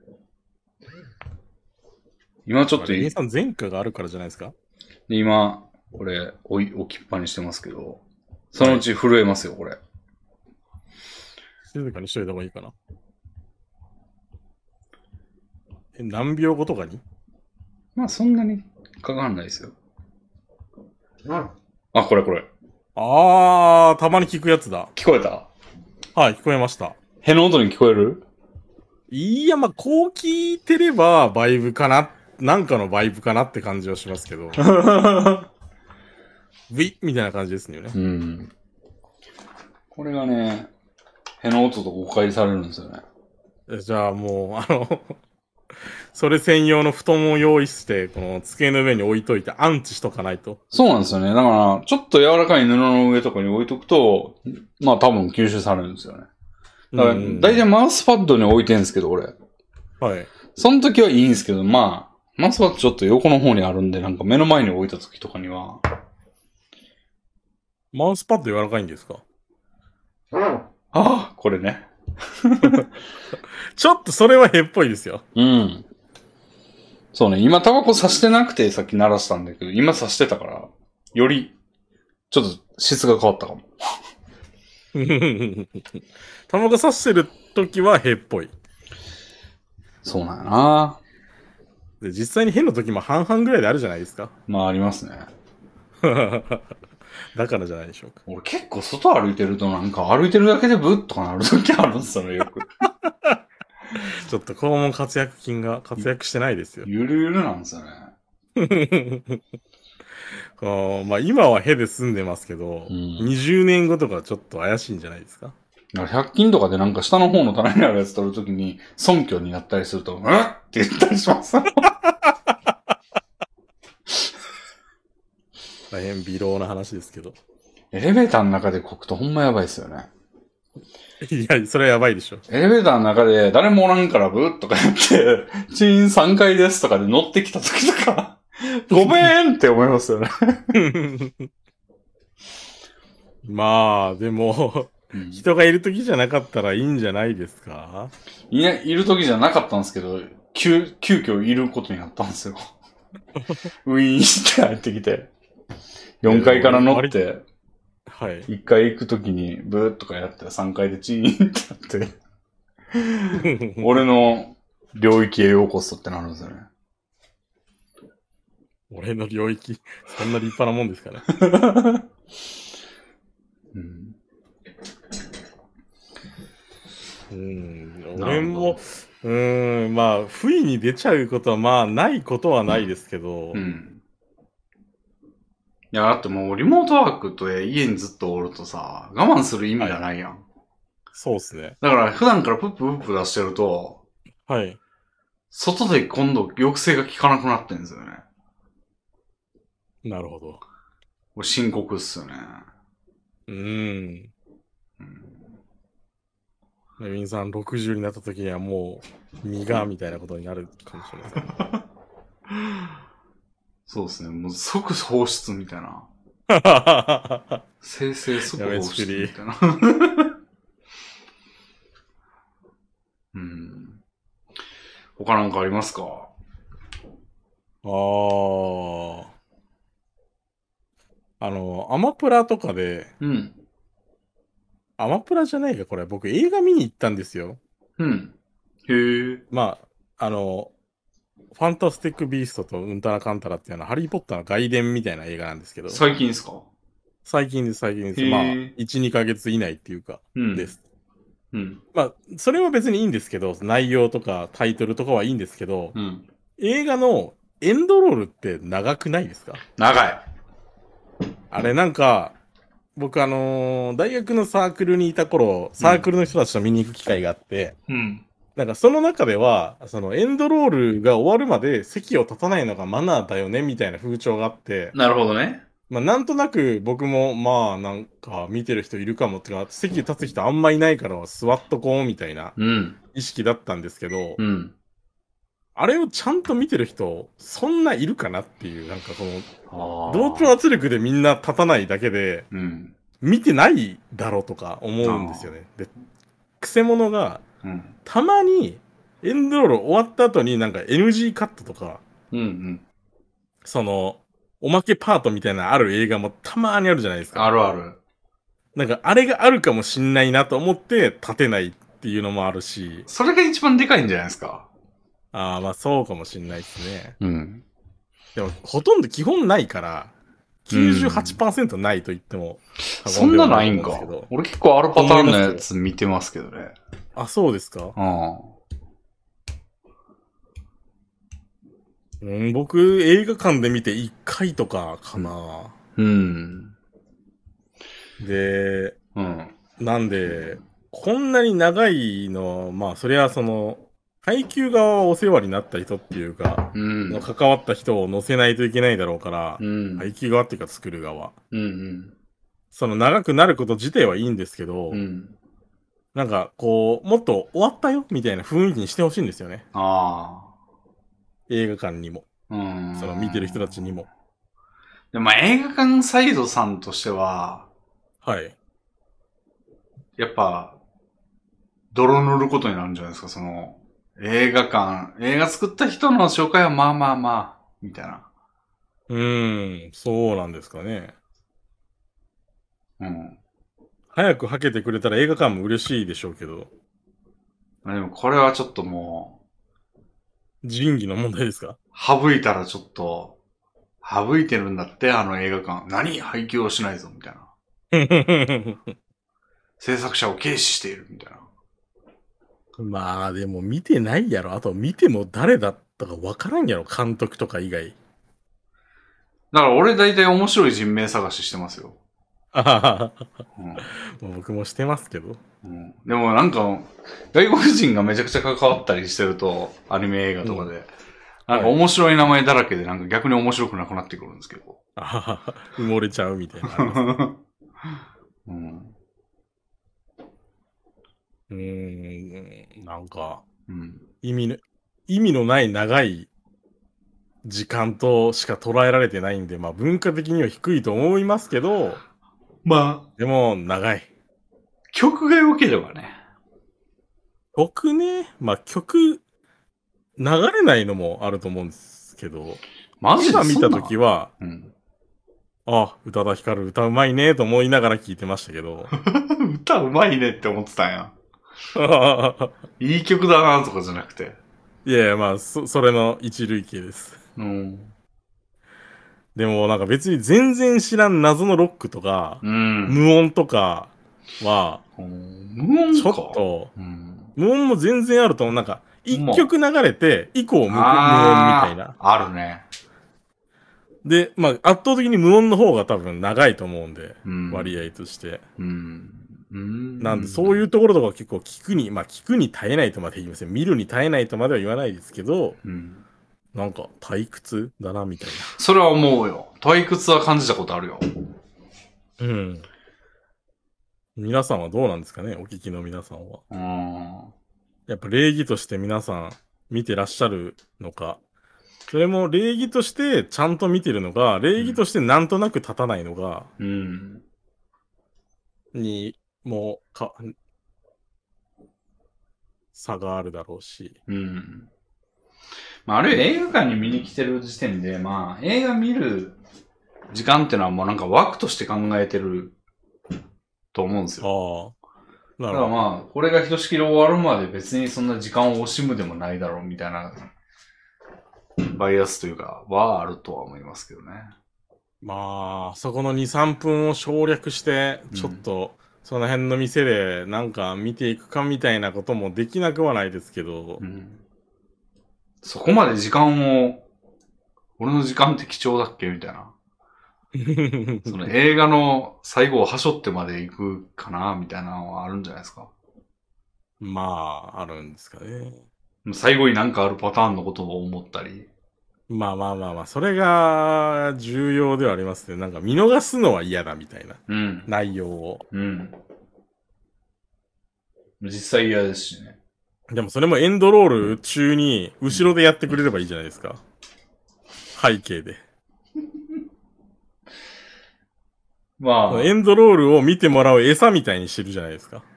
今ちょっといい。 レミさん前科があるからじゃないですか？ で、今、これ、置い、置きっぱにしてますけど、そのうち震えますよ、これ。 静かにしといた方がいいかな。え、何秒後とかに？ まあ、そんなにかかんないですよ。うん。あ、これこれ。 あー、たまに聞くやつだ。 聞こえた？ はい、聞こえました。 への音に聞こえる？ いや、まあ、こう聞いてれば、バイブかな、なんかのバイブかなって感じはしますけど。ブイみたいな感じですよね。うん。 これがね、への音と誤解されるんですよね。 じゃあもう、あの、それ専用の布団を用意して、この机の上に置いといて安置しとかないと。 そうなんですよね。だから、ちょっと柔らかい布の上とかに置いとくと、まあ多分吸収されるんですよね。だから、だいたいマウスパッドに置いてるんですけど、俺。はい。その時はいいんですけど、まあ、マウスパッドちょっと横の方にあるんで、なんか目の前に置いた時とかには。 マウスパッド柔らかいんですか？ うん。ああ、これね。 ちょっとそれはへっぽいですよ。 うん。そうね、今タバコ刺してなくてさっき鳴らしたんだけど、今刺してたから、より、ちょっと質が変わったかも。 タバコ刺してる時はへっぽい。 そうなんやな。 で、実際にへの時も半々ぐらいであるじゃないですか。 まあありますね。 だからじゃないでしょうか。 俺結構外歩いてるとなんか歩いてるだけでブッとかなる時あるんですよね、よく。 ちょっと肛門活躍筋が活躍してないですよ。 ゆるゆるなんですよね。 あまあ今はへで住んでますけど、うん、にじゅうねんごとかちょっと怪しいんじゃないですか？ ひゃく均とかでなんか下の方の棚にあるやつ取るときに、尊虚になったりすると、うんって言ったりします。 大変微量な話ですけど。 エレベーターの中でこくとほんまやばいですよね。 いや、それはやばいでしょ。 エレベーターの中で誰もおらんからブーッとかやって、チーンさんかいですとかで乗ってきた時とか、 ごめんって思いますよね。 まあ、でも、うん、人がいる時じゃなかったらいいんじゃないですか？ いや、いる時じゃなかったんですけど、急、急遽いることになったんですよ。ウィーンって入ってきて。よんかいから乗って、 はい。 いっかい行く時にブーッとかやってさんかいでチーンってなって、俺の領域へようこそってなるんですよね。 俺の領域、そんな立派なもんですかね。うん、うん、俺も、うん、まあ、不意に出ちゃうことはまあ、ないことはないですけど。うん。 いや、だってもうリモートワークと家にずっとおるとさ、我慢する意味がないやん。はい、 そうっすね。 だから普段からプッププップ出してると、 はい。 外で今度抑制が効かなくなってんですよね。 なるほど。 これ深刻っすよね。うーん。 ウィンさんろくじゅうになった時にはもう、身がみたいなことになるかもしれません、ね。 そうですね。もう即放出みたいな。生成即放出みたいな。うん。他なんかありますか？ ああ。あの、アマプラとかで、うん。アマプラじゃないか、これ。僕映画見に行ったんですよ。 うん。へえ。 まあ、あの、ファンタスティック・ビーストとうんたらかんたらっていうのは、ハリー・ポッターの外伝みたいな映画なんですけど。 最近ですか？ 最近です、最近です。まあ、いち、にかげつ以内っていうか、うん、です。うん。まあ、それは別にいいんですけど、内容とかタイトルとかはいいんですけど、うん、映画のエンドロールって長くないですか？ 長い。 あれなんか、僕あのー、大学のサークルにいた頃、サークルの人たちと見に行く機会があって、うん。なんかその中では、そのエンドロールが終わるまで席を立たないのがマナーだよね、みたいな風潮があって。 なるほどね。 まあなんとなく僕もまあなんか見てる人いるかもってか、席立つ人あんまいないから座っとこうみたいな意識だったんですけど、うん。あれをちゃんと見てる人、そんないるかなっていう、なんかこの、同調圧力でみんな立たないだけで、うん、見てないだろうとか思うんですよね。で、くせ者が、うん、たまにエンドロール終わった後になんか エヌジー カットとか、うんうん、その、おまけパートみたいなある映画もたまーにあるじゃないですか。 あるある。 なんかあれがあるかもしんないなと思って立てないっていうのもあるし。 それが一番でかいんじゃないですか。 ああ、まあそうかもしんないですね。うん。でも、ほとんど基本ないから、きゅうじゅうはちパーセント ないと言ってもそんなないんか。俺結構あるパターンのやつ見てますけどね。 あ、そうですか？ああ。うん、僕、映画館で見ていっかいとかかな。うん。で、うん。なんで、こんなに長いの、まあ、それはその、配給側はお世話になった人っていうか、うん、関わった人を乗せないといけないだろうから、うん、配給側っていうか作る側。うんうん、その長くなること自体はいいんですけど、うん、なんかこう、もっと終わったよみたいな雰囲気にしてほしいんですよね。ああ。映画館にも。うん。その見てる人たちにも。 でも映画館サイドさんとしては、はい。やっぱ、泥塗ることになるんじゃないですか、その、映画館、映画作った人の紹介はまあまあまあ、みたいな。 うーん、そうなんですかね。うん。早くはけてくれたら映画館も嬉しいでしょうけど。 でもこれはちょっともう。仁義の問題ですか？ 省いたらちょっと、省いてるんだって、あの映画館。何配給をしないぞ、みたいな。制作者を軽視している、みたいな。 まあ、でも見てないやろ。あと見ても誰だったかわからんやろ。監督とか以外。 だから俺大体面白い人名探ししてますよ。 うん、僕もしてますけど、 うん。でもなんか、外国人がめちゃくちゃ関わったりしてると、アニメ映画とかで、うん、なんか面白い名前だらけで、なんか逆に面白くなくなってくるんですけど。 埋もれちゃうみたいな。うん。うーん、なんか、うん、意味の、意味のない長い時間としか捉えられてないんで、まあ文化的には低いと思いますけど、 まあ。 でも、長い。 曲が良ければね。 曲ね、まあ曲、流れないのもあると思うんですけど、 マジで今見たときは、 うん、 あ、宇多田ヒカル歌うまいねと思いながら聞いてましたけど。 歌うまいねって思ってたんや。いい曲だなとかじゃなくて。 いやいや、まあ、そ、それの一類型です。 うん。 でもなんか別に全然知らん謎のロックとか、 うん、 無音とかは、 無音かちょっと、 うん、 無音も全然あると思う。なんか、一曲流れて、以降無無音みたいな。 あるね。 で、まあ、圧倒的に無音の方が多分長いと思うんで、うん、割合として。 うんうん、 なんで、そういうところとか結構聞くに、まあ、聞くに耐えないとまで言いません。見るに耐えないとまでは言わないですけど、うん、なんか退屈だな、みたいな。 それは思うよ。退屈は感じたことあるよ。 うん。皆さんはどうなんですかね、お聞きの皆さんは。うん。やっぱ礼儀として皆さん見てらっしゃるのか、それも礼儀としてちゃんと見てるのか、礼儀としてなんとなく立たないのか、うん。に、もう、か、差があるだろうし。 うん。まあ、あるいは映画館に見に来てる時点で、まあ、映画見る時間っていうのはもうなんか枠として考えてると思うんですよ。ああ。なるほど。だからまあ、これがひとしきり終わるまで別にそんな時間を惜しむでもないだろうみたいなバイアスというか、はあるとは思いますけどね。 まあ、そこのに、さんぷんを省略して、ちょっと、その辺の店でなんか見ていくかみたいなこともできなくはないですけど。うん、 そこまで時間を、俺の時間って貴重だっけみたいな。その映画の最後をはしょってまで行くかなみたいなのはあるんじゃないですか。 まあ、あるんですかね。 最後になんかあるパターンのことを思ったり。 まあまあまあまあ、それが重要ではありますね。なんか見逃すのは嫌だみたいな。うん。内容を。うん。実際嫌ですしね。 でもそれもエンドロール中に後ろでやってくれればいいじゃないですか。背景で。まあ。エンドロールを見てもらう餌みたいにしてるじゃないですか。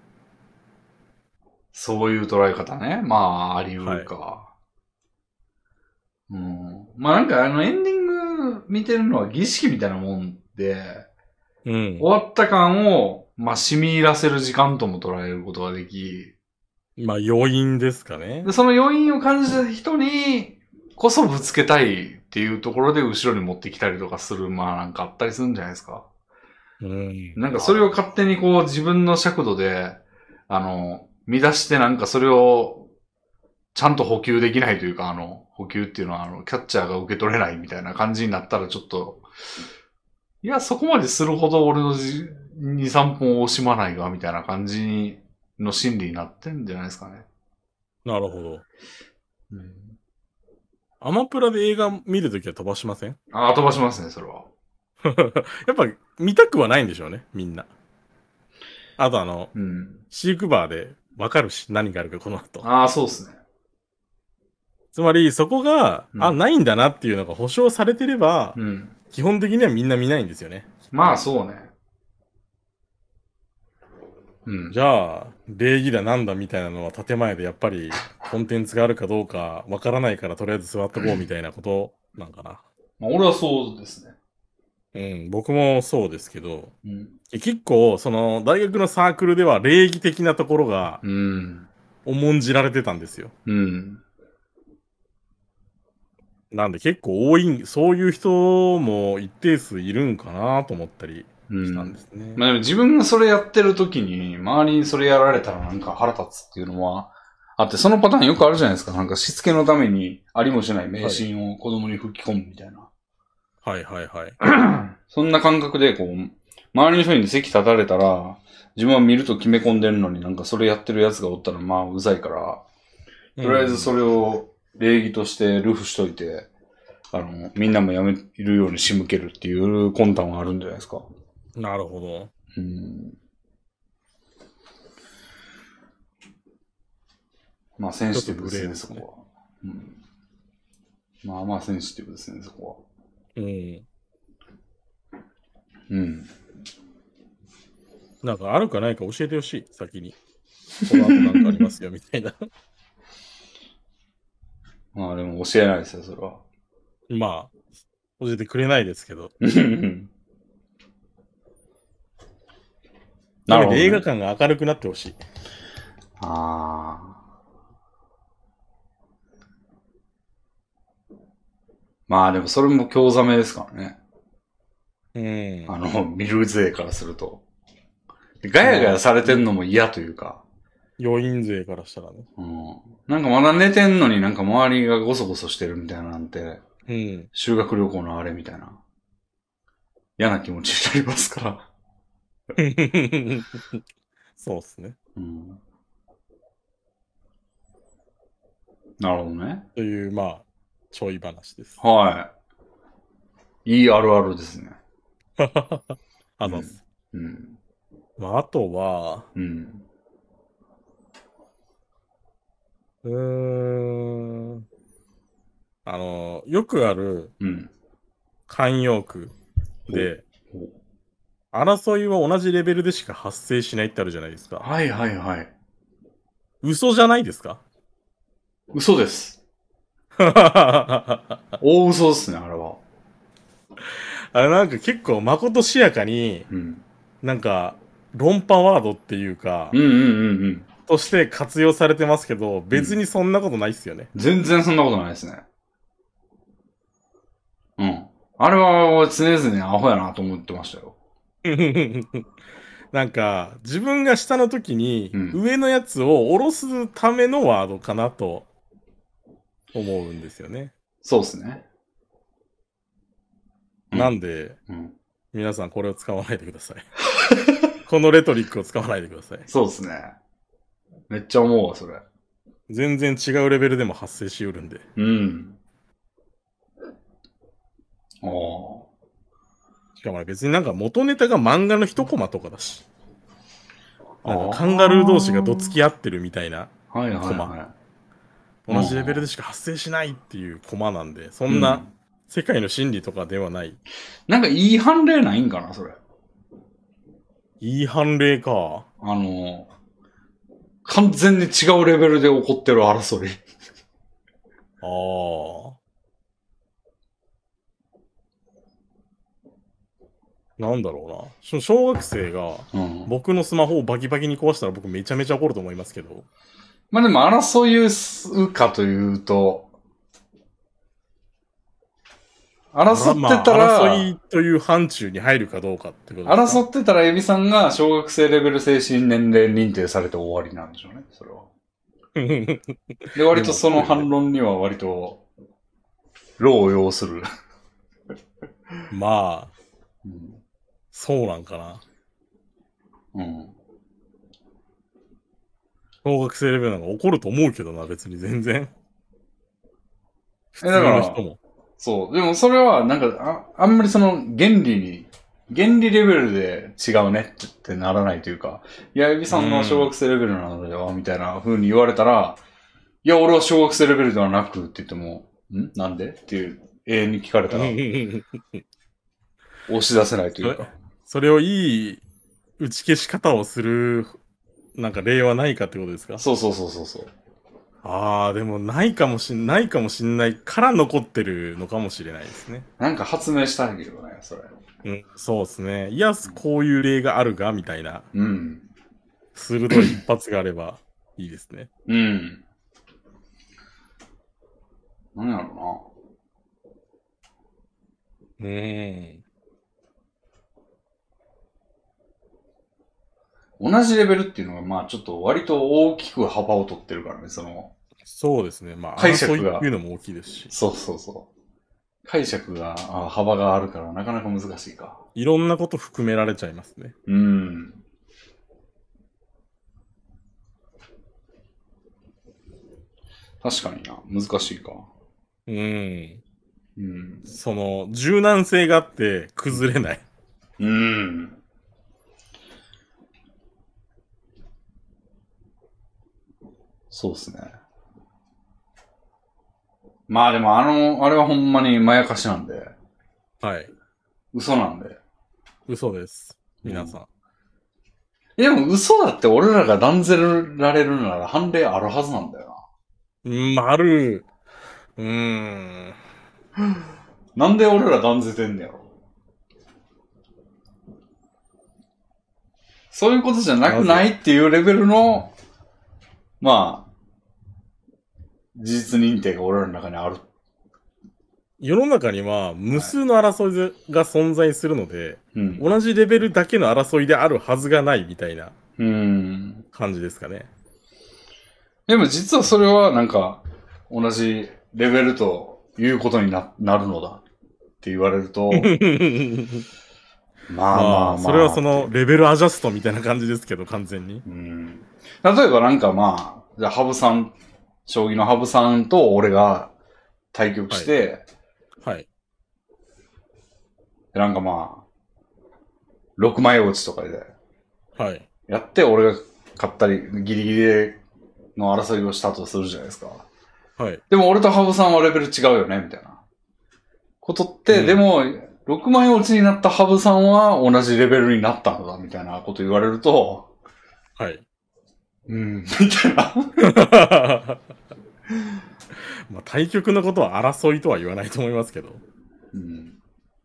そういう捉え方ね。まあ、あり得るか。はい、うん。まあなんかあのエンディング見てるのは儀式みたいなもんで、うん、終わった感を、まあ、染み入らせる時間とも捉えることができ、 まあ余韻ですかね。 で、その余韻を感じた人にこそぶつけたいっていうところで後ろに持ってきたりとかする、まあなんかあったりするんじゃないですか。うん。なんかそれを勝手にこう自分の尺度で、あの、乱してなんかそれをちゃんと補給できないというか、あの、補給っていうのはあの、キャッチャーが受け取れないみたいな感じになったらちょっと、いや、そこまでするほど俺のに、さんぷんを惜しまないが、みたいな感じの心理になってんじゃないですかね。 なるほど。うん、アマプラで映画見るときは飛ばしません？ ああ、飛ばしますね、それは。 やっぱ見たくはないんでしょうね、みんな。あとあの、うん、飼育バーでわかるし、何があるかこの後。 ああ、そうですね。 つまり、そこが、うん、あ、ないんだなっていうのが保証されてれば、うん、基本的にはみんな見ないんですよね。 まあ、そうね。 うん。じゃあ、礼儀だなんだみたいなのは建前でやっぱりコンテンツがあるかどうかわからないからとりあえず座っとこうみたいなことなんかな。 まあ、俺はそうですね。 うん、僕もそうですけど、うん、結構、その、大学のサークルでは礼儀的なところが、うん、重んじられてたんですよ。うん。なんで結構多い、そういう人も一定数いるんかなと思ったりしたんですね。 うん、まあでも自分がそれやってる時に、周りにそれやられたらなんか腹立つっていうのはあって、そのパターンよくあるじゃないですか。なんかしつけのためにありもしない迷信を子供に吹き込むみたいな。 はいはいはい。 そんな感覚でこう、周りの人に席立たれたら、自分は見ると決め込んでるのになんかそれやってる奴がおったらまあうざいから、とりあえずそれを礼儀としてルフしといて、あの、みんなもやめるように仕向けるっていう魂胆はあるんじゃないですか。 なるほど。うん。 まあセンシティブですね、そこは。うん。 まあまあセンシティブですね、そこは。 うん。 うん。 なんかあるかないか教えてほしい、先に。この後なんかありますよ、みたいな。 まあでも教えないですよ、それは。 まあ、教えてくれないですけど。なるほど、ね、映画館が明るくなってほしい。 ああ。まあでもそれも興ざめですからね。 うん。 あの、見る勢からすると。ガヤガヤされてんのも嫌というか。 余韻勢からしたらね。 うん。なんかまだ寝てんのになんか周りがゴソゴソしてるみたいななんて。 うん。 修学旅行のあれみたいな。嫌な気持ちになりますから。 そうっすね。 うん。なるほどね。 という、まあ、ちょい話です。 はい。いいあるあるですね。 あざっす。 うん。うん、 まあ、あとは、 うん。 うーん。あの、よくある、 うん。 慣用句で、争いは同じレベルでしか発生しないってあるじゃないですか。 はいはいはい。 嘘じゃないですか？ 嘘です。大嘘ですね、あれは。 あれなんか結構まことしやかに、 うん。 なんか論破ワードっていうか、 うんうんうんうん。 として活用されてますけど、別にそんなことないっすよね。 うん、全然そんなことないですね。うん。あれは常々アホやなと思ってましたよ。 なんか、自分が下の時に、 うん。 上のやつを下ろすためのワードかなと思うんですよね。 そうですね。 うん、なんで、 うん、 皆さんこれを使わないでください。このレトリックを使わないでください。 そうですね。めっちゃ思うわ、それ。 全然違うレベルでも発生しうるんで。 うん。ああ。 しかも別になんか元ネタが漫画の一コマとかだし。なんかカンガルー同士がどつき合ってるみたいなコマ。はいはいはい、同じレベルでしか発生しないっていうコマなんで、そんな世界の真理とかではない。うん、 なんかいい判例ないんかな、それ。 いい判例か。 あの、完全に違うレベルで起こってる争い。 ああ。なんだろうな。小学生が、僕のスマホをバキバキに壊したら僕めちゃめちゃ怒ると思いますけど。 まあでも争いうかというと、争ってたら、 まあ、争いという範疇に入るかどうかってことですか？争ってたらエビさんが小学生レベル精神年齢認定されて終わりなんでしょうね、それは。で、割とその反論には割と、労を要する。 まあ、うん、そうなんかな。うん。小学生レベルなんか怒ると思うけどな、別に全然。普通の人も。 そう。でもそれは、なんか、あ、あんまりその原理に、原理レベルで違うねってならないというか、いや、エビさんの小学生レベルなのでは、みたいな風に言われたら、いや、俺は小学生レベルではなくって言っても、んなんでっていう、永遠に聞かれたら、押し出せないというか。 それをいい打ち消し方をする、なんか例はないかってことですか？ そうそうそうそうそう。 ああ、でもないかもしんないかもしんないから残ってるのかもしれないですね。 なんか発明したいけどね、それ。 うん、そうですね。いや、こういう例があるが、みたいな。 うん。 鋭い一発があればいいですね。 うん。なんやろうーん。 同じレベルっていうのが、まあちょっと割と大きく幅を取ってるからね、その。 そうですね。まあ、 解釈が。 そういうのも大きいですし。 そうそうそう。解釈が、あ幅があるからなかなか難しいか。 いろんなこと含められちゃいますね。 うん。確かにな。難しいか。 うん。 うん。 その、柔軟性があって崩れない。 うん。そうっすね。 まあでもあの、あれはほんまにまやかしなんで。 はい。 嘘なんで。 嘘です。皆さん。 うん、でも嘘だって俺らが断ぜられるなら判例あるはずなんだよな。うん、ある。うーん。 なんで俺ら断ぜてんねやろ。そういうことじゃなくないっていうレベルの、まあ、事実認定が俺らの中にある。 世の中には無数の争いが存在するので、 はい、 同じレベルだけの争いであるはずがないみたいな感じですかね。 でも実はそれはなんか同じレベルということに な, なるのだって言われると、 まあまあまあ。それはそのレベルアジャストみたいな感じですけど、完全に。 うん、例えばなんかまあ、じゃあ羽生さん、将棋の羽生さんと俺が対局して、 はい。はい、 なんかまあ、ろくまい落ちとかで、 はい。 やって俺が勝ったり、ギリギリの争いをしたとするじゃないですか。 はい。 でも俺と羽生さんはレベル違うよね、みたいな。ことって、うん、でも、ろくまい落ちになった羽生さんは同じレベルになったのだ、みたいなこと言われると、 はい。 うん、みたいな。 まあ、対局のことは争いとは言わないと思いますけど。 うん。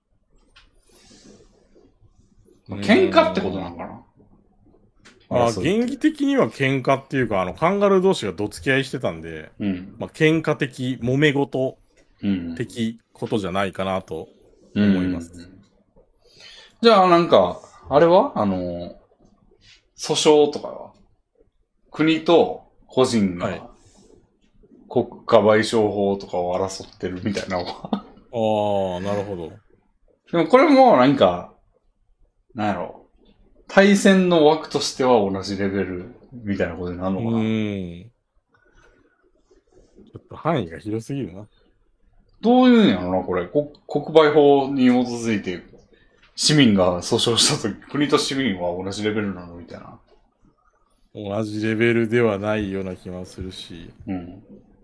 喧嘩ってことなのかな。 まあ、演技的には喧嘩っていうか、あの、カンガルー同士がどつき合いしてたんで、うん、まあ、喧嘩的、揉め事的ことじゃないかなと思います。うんうん、 じゃあ、なんか、あれはあの、訴訟とかは国と個人が国家賠償法とかを争ってるみたいなのはああ、なるほど。 でもこれもなんか、なんやろ。対戦の枠としては同じレベルみたいなことになるのかな。うーん。 ちょっと範囲が広すぎるな。 どういうんやろな、これ。国賠法に基づいて、市民が訴訟したとき、国と市民は同じレベルなのみたいな。 同じレベルではないような気もするし。うん。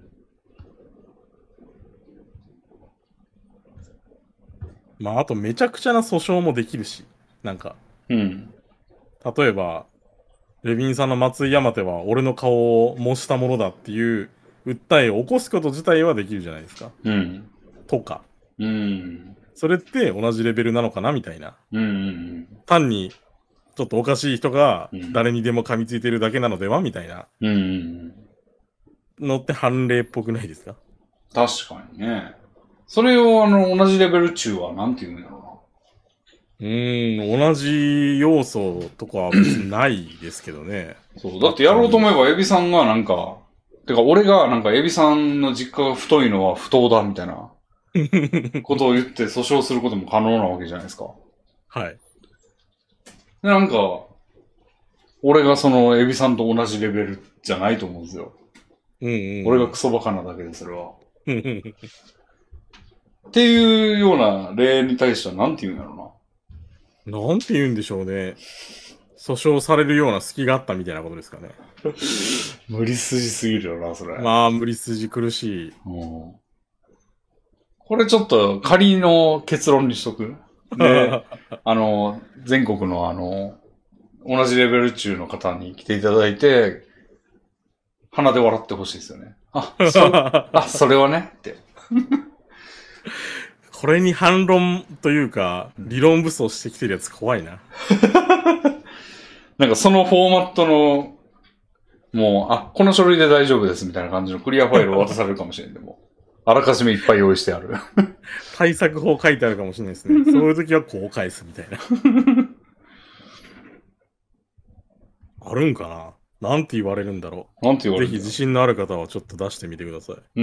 まあ、あとめちゃくちゃな訴訟もできるし。なんか。うん。例えば、レビンさんの松井山手は俺の顔を模したものだっていう訴えを起こすこと自体はできるじゃないですか。うん。とか。うん。それって同じレベルなのかなみたいな。うんうんうん。単に、ちょっとおかしい人が誰にでも噛みついてるだけなのではみたいな。うんうんうん。のって判例っぽくないですか？ 確かにね。それをあの、同じレベル中はなんて言うんやろうな。 うーん、同じ要素とかは別にないですけどね。 そう、だってやろうと思えばエビさんがなんか、てか俺がなんかエビさんの実家が太いのは不当だみたいなことを言って訴訟することも可能なわけじゃないですか。はい。で、なんか、俺がそのエビさんと同じレベルじゃないと思うんですよ。うんうんうん、俺がクソバカなだけでそれは。っていうような例に対してはなんて言うんだろうな。 なんて言うんでしょうね。訴訟されるような隙があったみたいなことですかね。 無理筋すぎるよな、それ。 まあ、無理筋苦しい。うん、 これちょっと仮の結論にしとく。で、あの、全国のあの、同じレベル中の方に来ていただいて、鼻で笑ってほしいですよね。あ、そあ、それはね、って。 これに反論というか、理論武装してきてるやつ怖いな。 なんかそのフォーマットの、もう、あ、この書類で大丈夫ですみたいな感じのクリアファイルを渡されるかもしれんでも。あらかじめいっぱい用意してある。 対策法書いてあるかもしれないですね。そういう時はこう返すみたいな。あるんかな？なんて言われるんだろう。なんて言われるんだろう。 ぜひ自信のある方はちょっと出してみてください。うん。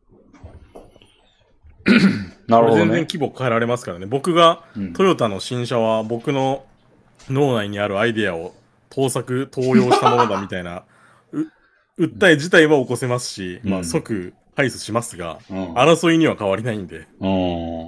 なるほどね。全然規模変えられますからね。僕が、うん、トヨタの新車は僕の脳内にあるアイデアを盗作、盗用したものだみたいな、訴え自体は起こせますし、うん、まあ即敗訴しますが、うん、争いには変わりないんで。うん。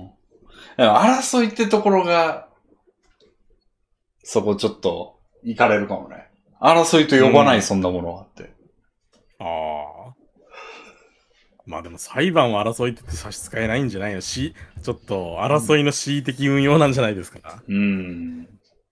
争いってところが、そこちょっと、行かれるかもね。争いと呼ばない、うん、そんなものはって。ああ。 まあでも裁判は争いって差し支えないんじゃないのし、ちょっと争いの恣意的運用なんじゃないですか。 うん。うん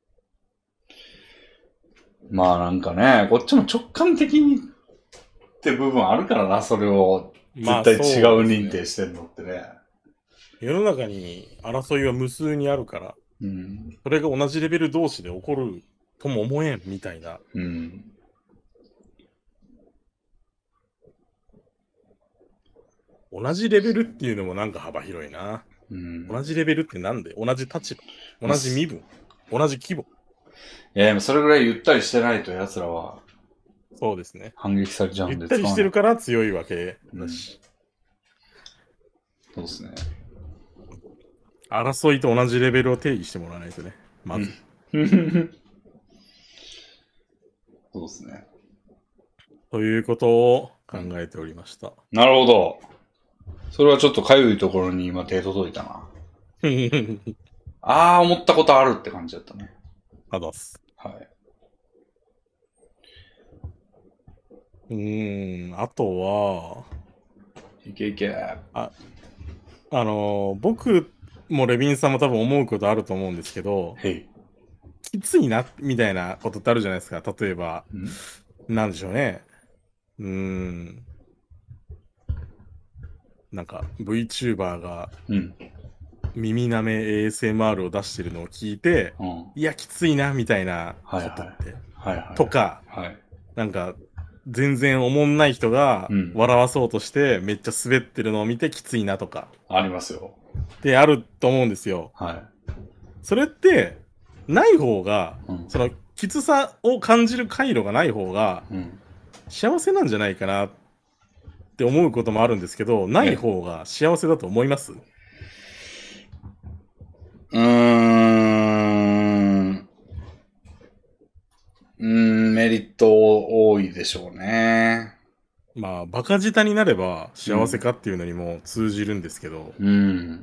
まあなんかね、こっちも直感的にって部分あるからな、それを絶対違う認定してんのってね。まあね、 世の中に争いは無数にあるから、うん、それが同じレベル同士で起こるとも思えんみたいな。うん、同じレベルっていうのもなんか幅広いな。うん、同じレベルってなんで同じ立場、同じ身分、同じ規模。 いや、でもそれぐらいゆったりしてないと奴らは。 そうですね。 反撃されちゃうんで。 ゆったりしてるから強いわけだし。 うん、そうですね。 争いと同じレベルを定義してもらわないとね。まず。 そうですね。ということを考えておりました。 なるほど。それはちょっとかゆいところに今手届いたな。ああ、思ったことあるって感じだったね。 あだす。 はい。 うーん、あとは、 いけいけ。 あ、あのー、僕もレビンさんも多分思うことあると思うんですけど、きついな、みたいなことってあるじゃないですか。例えば、んなんでしょうね。うーん。なんか、VTuber が、耳なめ エーエスエムアール を出してるのを聞いて、うん、いや、きついな、みたいなことって。はいはい、とか、はい、なんか、全然おもんない人が笑わそうとしてめっちゃ滑ってるのを見てきついなとか。 ありますよ。 ってあると思うんですよ。はい。それって、ない方が、うん、その、きつさを感じる回路がない方が、うん、幸せなんじゃないかなって思うこともあるんですけど、ない方が幸せだと思います？ うーん。うーん、メリット多いでしょうね。 まあ、バカ舌になれば幸せかっていうのにも通じるんですけど、うん、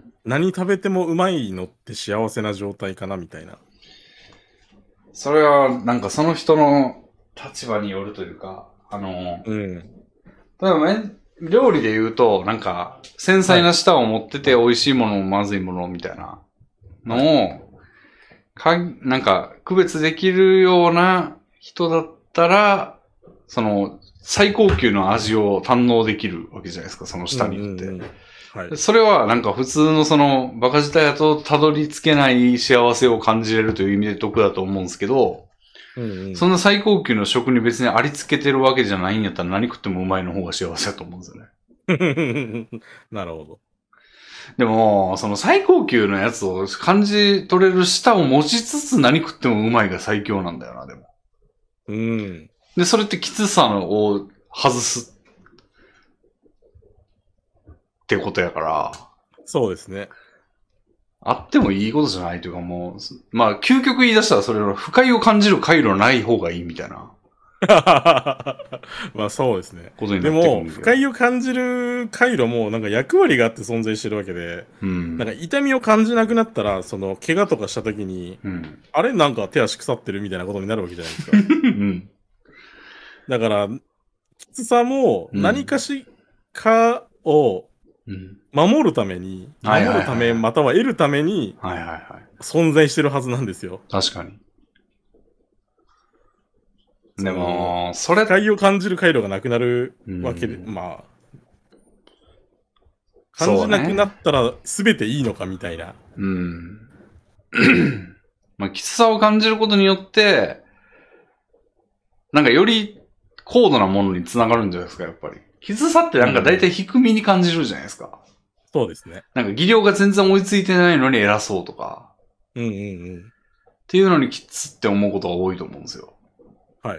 何食べてもうまいのって幸せな状態かなみたいな。 それは、なんかその人の立場によるというか、あの、うん。例えばね、料理で言うと、なんか、繊細な舌を持ってて美味しいものもまずいものみたいなのを、はい、か、なんか、区別できるような人だったら、その、最高級の味を堪能できるわけじゃないですか、その舌によって。うんうんうんはい、それはなんか普通のそのバカ舌やとたどり着けない幸せを感じれるという意味で得だと思うんですけど、うんうん、そんな最高級の食に別にありつけてるわけじゃないんやったら何食ってもうまいの方が幸せだと思うんですよね。なるほど。 でも、その最高級のやつを感じ取れる舌を持ちつつ何食ってもうまいが最強なんだよな、でも。うん。で、それってきつさを外すってことやから。 そうですね。 あってもいいことじゃないというかもう、まあ、究極言い出したらそれは不快を感じる回路ない方がいいみたいな。 まあそうですね。でも、不快を感じる回路もなんか役割があって存在してるわけで、うん、なんか痛みを感じなくなったら、その怪我とかした時に、うん、あれなんか手足腐ってるみたいなことになるわけじゃないですか。うん、だから、きつさも何かしかを守るために、うん、守るため、または得るために、存在してるはずなんですよ。 確かに。でも、それ。 不快を感じる回路がなくなるわけで、うん、まあ。感じなくなったら全ていいのかみたいな。う, ね、うん。 まあ、きつさを感じることによって、なんかより高度なものにつながるんじゃないですか、やっぱり。きつさってなんか大体低みに感じるじゃないですか。うん、 そうですね。 なんか技量が全然追いついてないのに偉そうとか。うんうんうん。っていうのにきつって思うことが多いと思うんですよ。はい。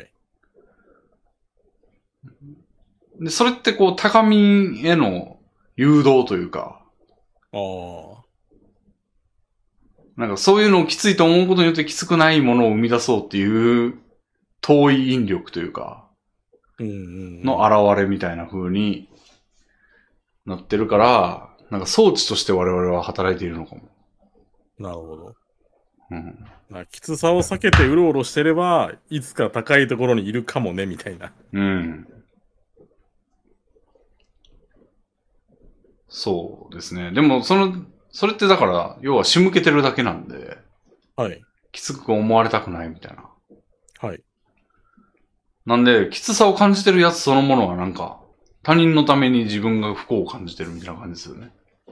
で、それってこう、高みへの誘導というか。ああ。なんかそういうのをきついと思うことによってきつくないものを生み出そうっていう遠い引力というか。うんうんうん、の現れみたいな風になってるから、なんか装置として我々は働いているのかも。 なるほど。うん。きつさを避けてうろうろしてれば、いつか高いところにいるかもね、みたいな。うん。 そうですね。でも、その、それってだから、要は仕向けてるだけなんで、 はい。 きつく思われたくないみたいな。 はい。 なんで、きつさを感じてるやつそのものはなんか、他人のために自分が不幸を感じてるみたいな感じですよね。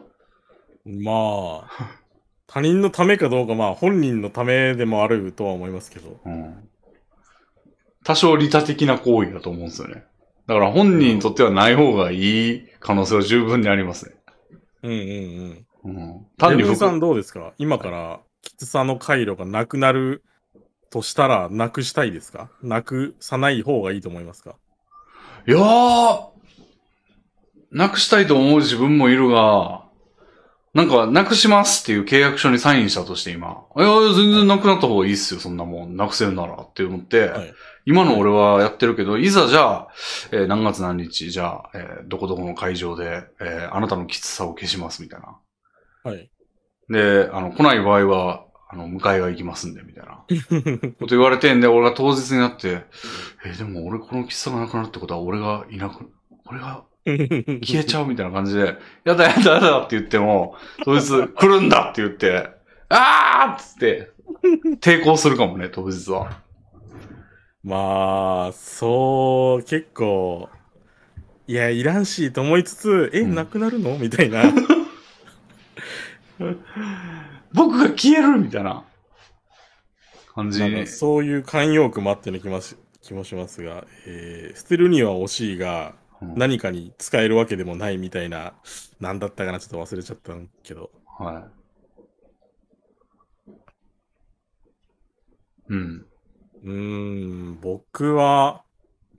まあ、他人のためかどうか、まあ本人のためでもあるとは思いますけど。 うん。多少利他的な行為だと思うんですよね。だから本人にとってはない方がいい可能性は十分にありますね。 うんうんうん。 うん。単にレブンさんどうですか？今からきつさの回路がなくなるとしたら、なくしたいですか？なくさない方がいいと思いますか？ いやー、なくしたいと思う自分もいるが、なんか、なくしますっていう契約書にサインしたとして今。いや、全然なくなった方がいいっすよ、そんなもん。なくせるならって思って、はい、今の俺はやってるけど、いざじゃあ、えー、何月何日、じゃあ、えー、どこどこの会場で、えー、あなたのきつさを消しますみたいな。はい。で、あの、来ない場合は、あの、迎えが行きますんで、みたいな。こと言われてんで、俺が当日になって、えー、でも俺このきつさがなくなるってことは、俺がいなく、俺が、消えちゃうみたいな感じで、やだやだやだって言っても、当日来るんだって言って、あーっつって、抵抗するかもね、当日は。 まあ、そう、結構、いや、いらんしと思いつつ、え、うん、なくなるのみたいな。 僕が消えるみたいな感じ。 なんかそういう慣用句もあっての気もし、気もしますが、えー、捨てるには惜しいが、何かに使えるわけでもないみたいな、なんだったかな、ちょっと忘れちゃったんけど。 はい。うん。 うーん、僕は、うん、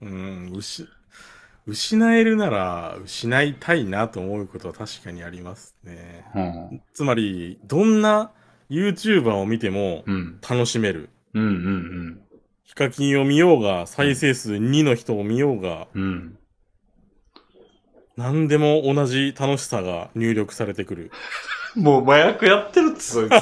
失、失えるなら失いたいなと思うことは確かにありますね。うん、つまり、どんな YouTuber を見ても楽しめる。 うん、うんうんうん。 ヒカキンを見ようが、再生数にの人を見ようが、うん、何でも同じ楽しさが入力されてくる。 もう麻薬やってるって、そいつ。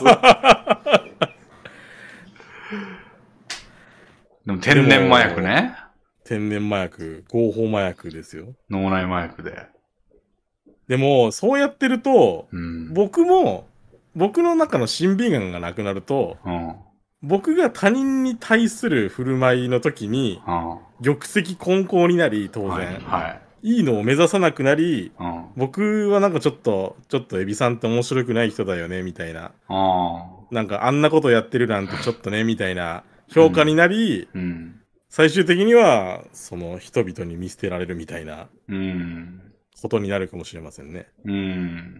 でも天然麻薬ね。 天然麻薬、合法麻薬ですよ。 脳内麻薬で。 でも、そうやってると、うん、僕も、僕の中の審美眼がなくなると、うん、僕が他人に対する振る舞いの時に、うん、玉石混交になり、当然。はい。はい、いいのを目指さなくなり、うん、僕はなんかちょっと、ちょっとエビさんって面白くない人だよね、みたいな。なんかあんなことやってるなんてちょっとね、みたいな評価になり、うんうん、最終的には、その人々に見捨てられるみたいな、ことになるかもしれませんね。うん。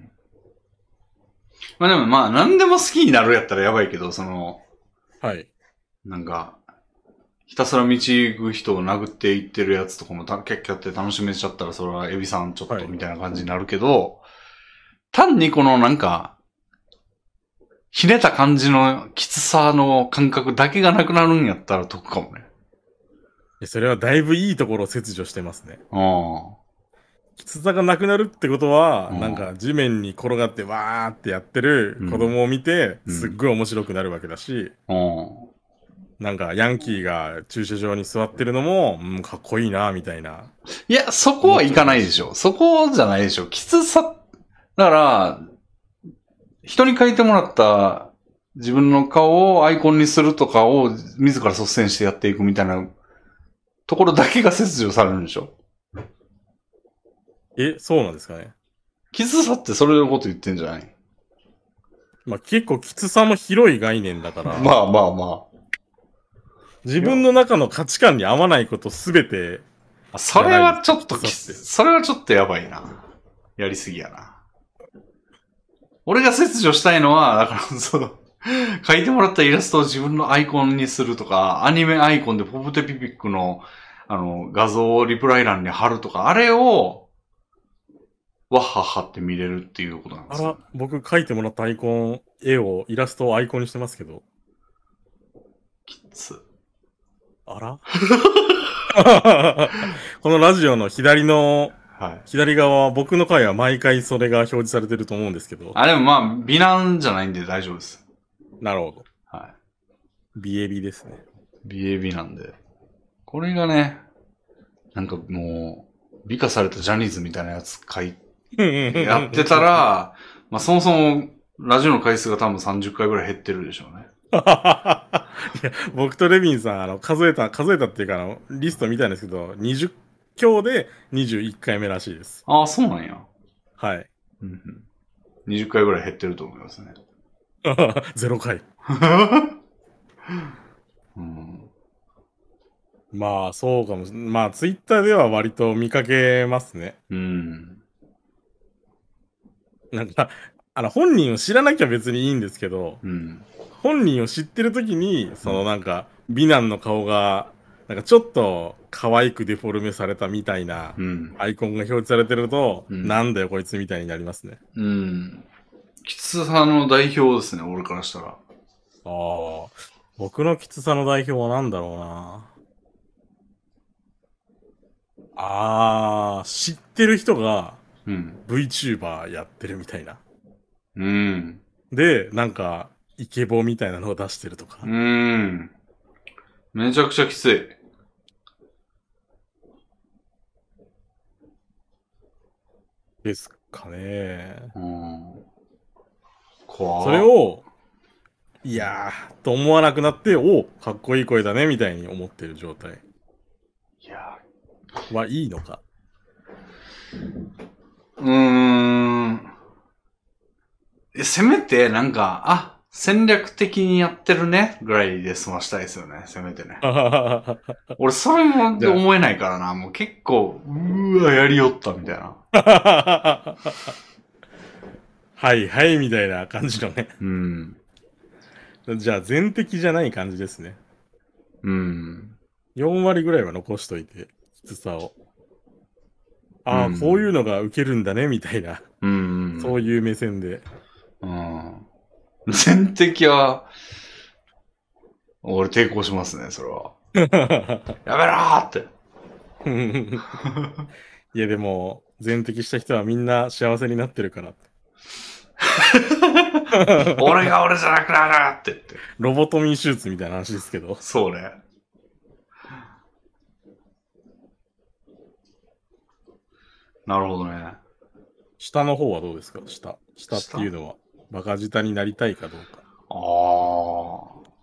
まあでもまあ、何でも好きになるやったらやばいけど、その、 はい。 なんか、ひたすら道行く人を殴っていってるやつとかもた、キャッキャって楽しめちゃったら、それはエビさんちょっとみたいな感じになるけど、はい、単にこのなんか、ひねった感じのきつさの感覚だけがなくなるんやったら得かもね。 それはだいぶいいところを切除してますね。ああ。きつさがなくなるってことは、なんか地面に転がってわーってやってる子供を見て、すっごい面白くなるわけだし、なんかヤンキーが駐車場に座ってるのも、うん、かっこいいな、みたいな。 いや、そこはいかないでしょ。そこじゃないでしょ。きつさ、だから、人に描いてもらった自分の顔をアイコンにするとかを自ら率先してやっていくみたいなところだけが切除されるんでしょ。 え、そうなんですかね。 きつさってそれのこと言ってんじゃない？ まあ結構きつさも広い概念だから。 まあまあまあ。 自分の中の価値観に合わないことすべて。 それはちょっときつ、それはちょっとやばいな。やりすぎやな。俺が切除したいのは、だからその、描いてもらったイラストを自分のアイコンにするとか、アニメアイコンでポプテピピックの、あの、画像をリプライ欄に貼るとか、あれを、わっはっはって見れるっていうことなんですよ。 あら、僕描いてもらったアイコン、絵を、イラストをアイコンにしてますけど。 きつ。 あらこのラジオの左の、はい、左側、僕の回は毎回それが表示されてると思うんですけど。 あ、でもまあ、美男じゃないんで大丈夫です。 なるほど。はい。美エビですね。 美エビなんで。これがね、なんかもう、美化されたジャニーズみたいなやつ書いやってたら、まあそもそもラジオの回数が多分さんじゅっかいぐらい減ってるでしょうね。 いや、僕とレビンさん、あの、数えた、数えたっていうか、あの、リスト見たんですけど、にじゅう強でにじゅういっかいめらしいです。 ああ、そうなんや。 はい。 うんうん、にじゅっかいぐらい減ってると思いますね。 ゼロかい。 うん、 まあ、そうかもしれない。まあ、ツイッターでは割と見かけますね。 うん。 なんか、あの、本人を知らなきゃ別にいいんですけど、 うん、 本人を知ってるときに、そのなんか、美男の顔が、なんかちょっと可愛くデフォルメされたみたいな、アイコンが表示されてると、うん、なんだよこいつみたいになりますね。 うん。きつさの代表ですね、俺からしたら。ああ、僕のきつさの代表はなんだろうな。あー、知ってる人が、うん、VTuber やってるみたいな。うん。で、なんか、イケボみたいなのを出してるとか。 うん。めちゃくちゃきつい。 ですかね。うん。 怖それを、いやー、と思わなくなって、おかっこいい声だね、みたいに思ってる状態。いやー。はいいのか。 うーん。せめて、なんか、あ、戦略的にやってるね、ぐらいで済ましたいですよね、せめてね。俺、それも思えないからな、もう結構、うわ、やりよった、みたいな。 はいはい、みたいな感じのね。うん。じゃあ、全敵じゃない感じですね。うん。よん割ぐらいは残しといて、きつさを。ああ、うん、こういうのが受けるんだね、みたいな。うん。そういう目線で。 うん。全敵は、俺抵抗しますね、それは。やめろーって。 いや、でも、全敵した人はみんな幸せになってるからって。 俺が俺じゃなくなるって言って。 ロボトミー手術みたいな話ですけど。 そうね。なるほどね。 下の方はどうですか？下。下っていうのは、バカ舌になりたいかどうか。ああ。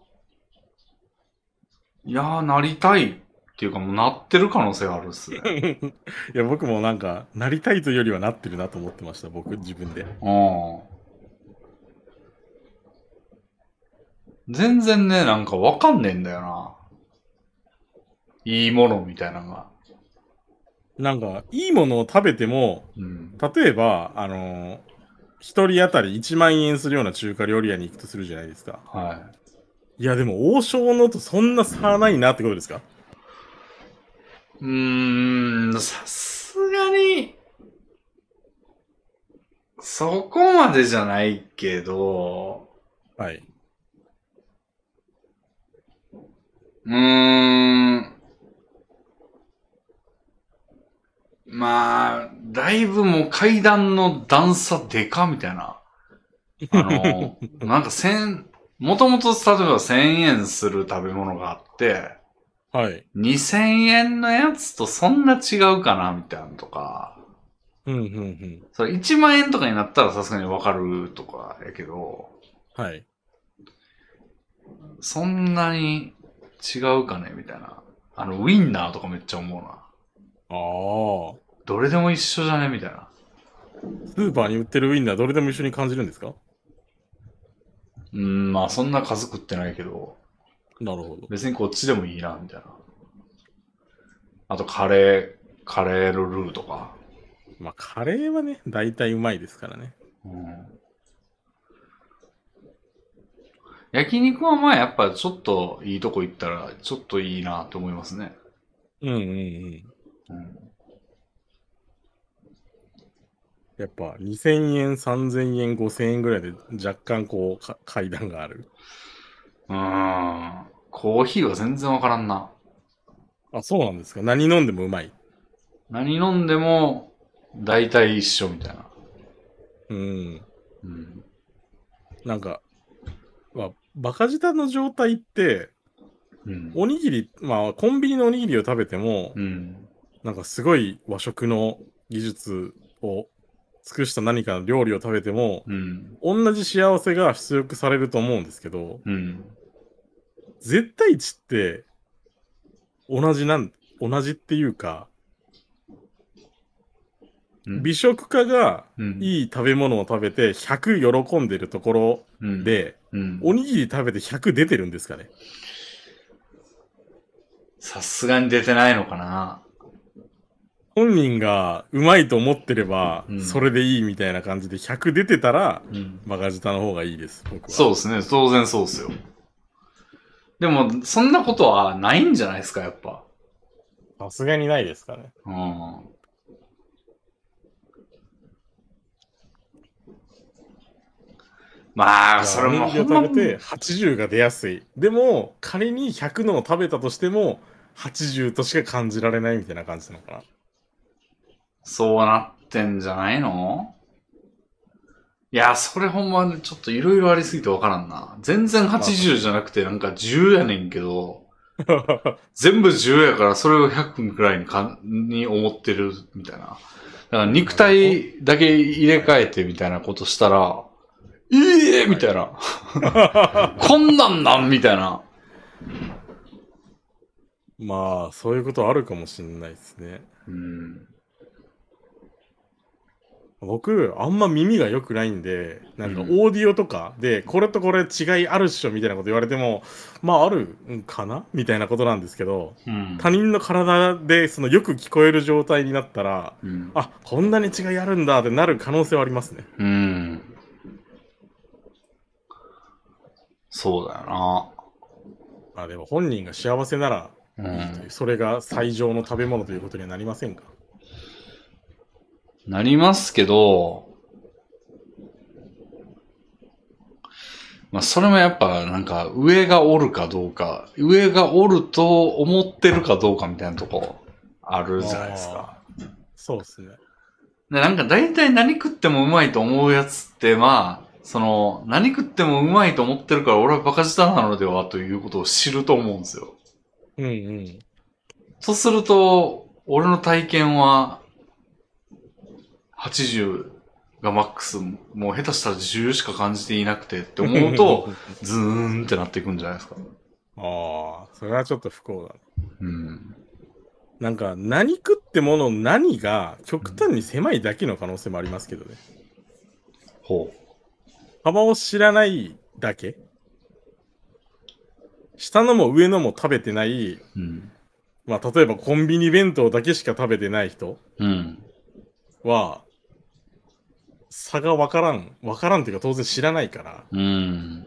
いやー、なりたいっていうかもうなってる可能性あるっすね。 いや、僕もなんか、なりたいというよりはなってるなと思ってました、僕、自分で。ああ。 全然ね、なんかわかんねえんだよな。いいものみたいなのが。 なんか、いいものを食べても、うん、例えば、あのー、一人当たりいちまん円するような中華料理屋に行くとするじゃないですか。はい。いや、でも、王将のとそんな差ないなってことですか？ うーん、さすがに、そこまでじゃないけど、はい。うーん。まあ、だいぶもう階段の段差でかみたいな。あの、なんか千、もともと例えば千円する食べ物があって、はい。二千円のやつとそんな違うかなみたいなとか。うん、うん、うん。それ一万円とかになったらさすがにわかるとかやけど。はい。そんなに違うかねみたいな。あの、ウィンナーとかめっちゃ思うな。ああ。どれでも一緒じゃねみたいな。 スーパーに売ってるウィンナーどれでも一緒に感じるんですか？ うん、まあそんな数食ってないけど。 なるほど。 別にこっちでもいいな、みたいな。あとカレー、カレーのルーとか。 まあカレーはね、大体うまいですからね。うん。 焼肉はまあやっぱちょっといいとこ行ったらちょっといいなと思いますね。うんうんうん。うん、 やっぱにせんえん、さんぜんえん、ごせんえんぐらいで若干こう階段がある。 うーん。コーヒーは全然わからんな。 あ、そうなんですか。何飲んでもうまい。 何飲んでも大体一緒みたいな。うん。 うん。なんか、まあ、バカ舌の状態って、うん、おにぎり、まあ、コンビニのおにぎりを食べても、うん、なんかすごい和食の技術を尽くした何かの料理を食べても、 うん、 同じ幸せが出力されると思うんですけど、 うん、 絶対値って同じなん、同じっていうか、美食家がいい食べ物を食べてひゃく喜んでるところで、うんうん、おにぎり食べてひゃく出てるんですかね？ さすがに出てないのかな。 本人がうまいと思ってれば、それでいいみたいな感じでひゃく出てたら、うん、バカ舌の方がいいです、僕は。 そうですね。当然そうですよ。でも、そんなことはないんじゃないですか、やっぱ。 さすがにないですかね。 うん。まあ、それもおにぎりを食べてはちじゅうが出やすい。でも、仮にひゃくのを食べたとしても、はちじゅうとしか感じられないみたいな感じなのかな。 そうなってんじゃないの？いや、それほんまちょっといろいろありすぎてわからんな。全然はちじゅうじゃなくてなんかじゅうやねんけど、全部じゅうやからそれをひゃくくらいにかに思ってるみたいな。だから肉体だけ入れ替えてみたいなことしたら、ええー、みたいな。こんなんなんみたいな。 まあ、そういうことあるかもしれないですね。 うん。 僕、あんま耳が良くないんで、なんかオーディオとかで、これとこれ違いあるっしょみたいなこと言われても、まああるんかなみたいなことなんですけど、うん、他人の体でそのよく聞こえる状態になったら、うん、あ、こんなに違いあるんだってなる可能性はありますね。 うん。そうだよな。 まあでも本人が幸せならいいという、うん、それが最上の食べ物ということにはなりませんか？ なりますけど、まあそれもやっぱなんか上がおるかどうか、上がおると思ってるかどうかみたいなとこあるじゃないですか。 そうですね。 で、なんか大体何食ってもうまいと思うやつって、まあ、その、何食ってもうまいと思ってるから俺はバカ舌なのではということを知ると思うんですよ。 うんうん。 そうすると、俺の体験は、はちじゅうがマックス、もう下手したらじゅうしか感じていなくてって思うと、ズーンってなっていくんじゃないですか。 ああ、それはちょっと不幸だね。 うん。 なんか、何食ってもの何が極端に狭いだけの可能性もありますけどね。 ほう。 幅を知らないだけ。下のも上のも食べてない、うん、まあ、例えばコンビニ弁当だけしか食べてない人は、差がわからん。わからんっていうか当然知らないから。うん、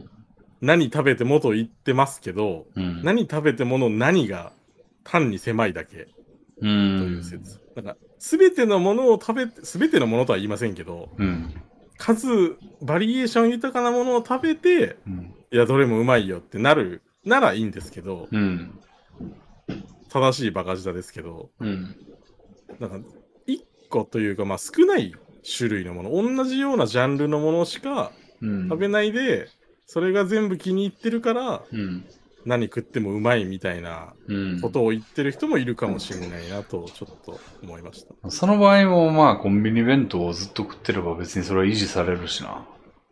何食べてもと言ってますけど、うん、何食べてもの何が単に狭いだけ。という説。なんか、すべてのものを食べて、すべてのものとは言いませんけど、うん、数、バリエーション豊かなものを食べて、うん、いや、どれもうまいよってなる、ならいいんですけど、うん、正しいバカ舌ですけど、うん、なんか、一個というか、まあ少ない種類のもの、同じようなジャンルのものしか食べないで、うん、それが全部気に入ってるから、うん、何食ってもうまいみたいなことを言ってる人もいるかもしれないなとちょっと思いました。 うん、その場合もまあコンビニ弁当をずっと食ってれば別にそれは維持されるしな。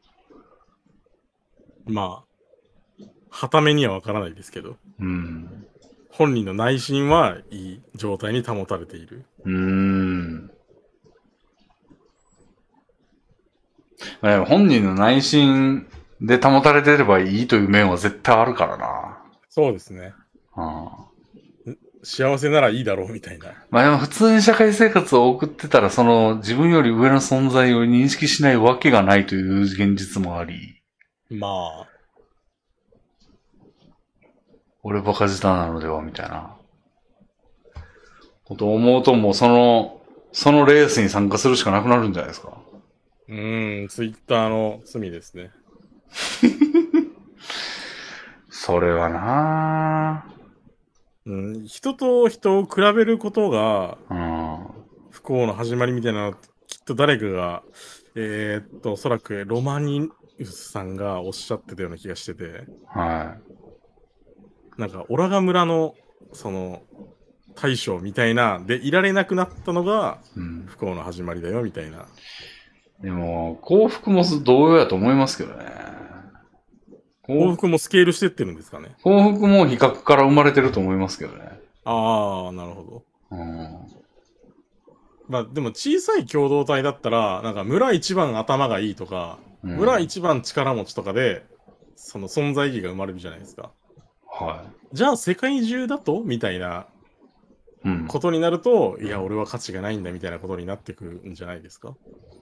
まあ、はためにはわからないですけど。うん。本人の内心はいい状態に保たれている。うーん。 まあ、でも本人の内心で保たれてればいいという面は絶対あるからな。 そうですね。ああ、幸せならいいだろうみたいな。 まあでも普通に社会生活を送ってたら、その自分より上の存在を認識しないわけがないという現実もあり。まあ。俺バカ舌なのではみたいな。こと思うともうその、そのレースに参加するしかなくなるんじゃないですか。 うーん、ツイッターの罪ですね。 それはなぁ。 うん、人と人を比べることが、不幸の始まりみたいなの、きっと誰かが、えー、っと、おそらくロマニウスさんがおっしゃってたような気がしてて、はい。なんか、オラガ村の、その、大将みたいな、でいられなくなったのが、不幸の始まりだよ、みたいな。 でも、幸福も同様やと思いますけどね。 幸福もスケールしてってるんですかね。 幸福も比較から生まれてると思いますけどね。 ああ、なるほど。 うん。 まあでも小さい共同体だったら、なんか村一番頭がいいとか、うん、村一番力持ちとかで、その存在意義が生まれるじゃないですか。 はい。 じゃあ世界中だとみたいなことになると、うん、いや、俺は価値がないんだみたいなことになってくるんじゃないですか。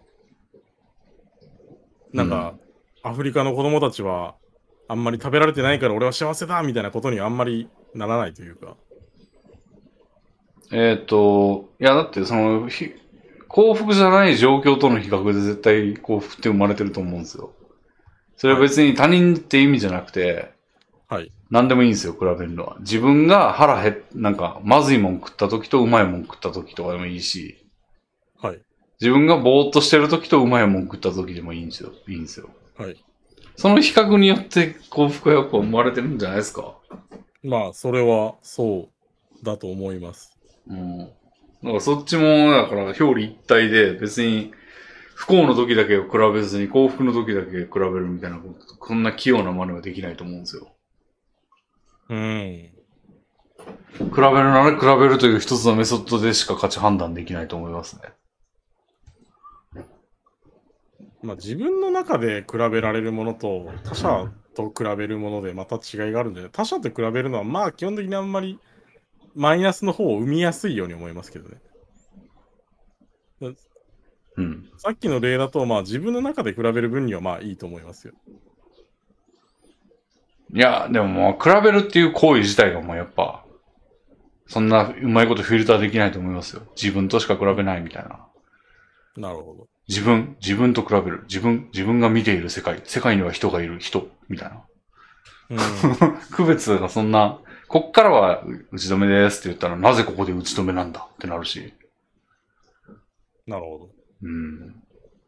なんか、うん、アフリカの子供たちは、あんまり食べられてないから俺は幸せだみたいなことにはあんまりならないというか。 えっと、いや、だってその、幸福じゃない状況との比較で絶対幸福って生まれてると思うんですよ。それは別に他人って意味じゃなくて、 はい。 何でもいいんですよ、比べるのは。自分が腹減っ、なんか、まずいもん食った時とうまいもん食った時とかでもいいし、 はい。 自分がぼーっとしてる時とうまいもん食った時でもいいんですよ。いいんですよ。 はい。 その比較によって幸福がよく生まれてるんじゃないですか。 まあ、それはそうだと思います。 うん。だからそっちも、だから表裏一体で別に不幸の時だけを比べずに幸福の時だけ比べるみたいなこと、こんな器用な真似はできないと思うんですよ。 うん。 比べるなら比べるという一つのメソッドでしか価値判断できないと思いますね。 まあ自分の中で比べられるものと他者と比べるものでまた違いがあるんじゃない？他者と比べるのはまあ基本的にあんまりマイナスの方を生みやすいように思いますけどね。 うん。 さっきの例だとまあ自分の中で比べる分にはまあいいと思いますよ。 いや、でももう比べるっていう行為自体がもうやっぱ、そんなうまいことフィルターできないと思いますよ。自分としか比べないみたいな。 なるほど。 自分、自分と比べる。自分、自分が見ている世界。世界には人がいる人。みたいな。うん、区別がそんな、こっからは打ち止めですって言ったら、なぜここで打ち止めなんだってなるし。 なるほど。 うん。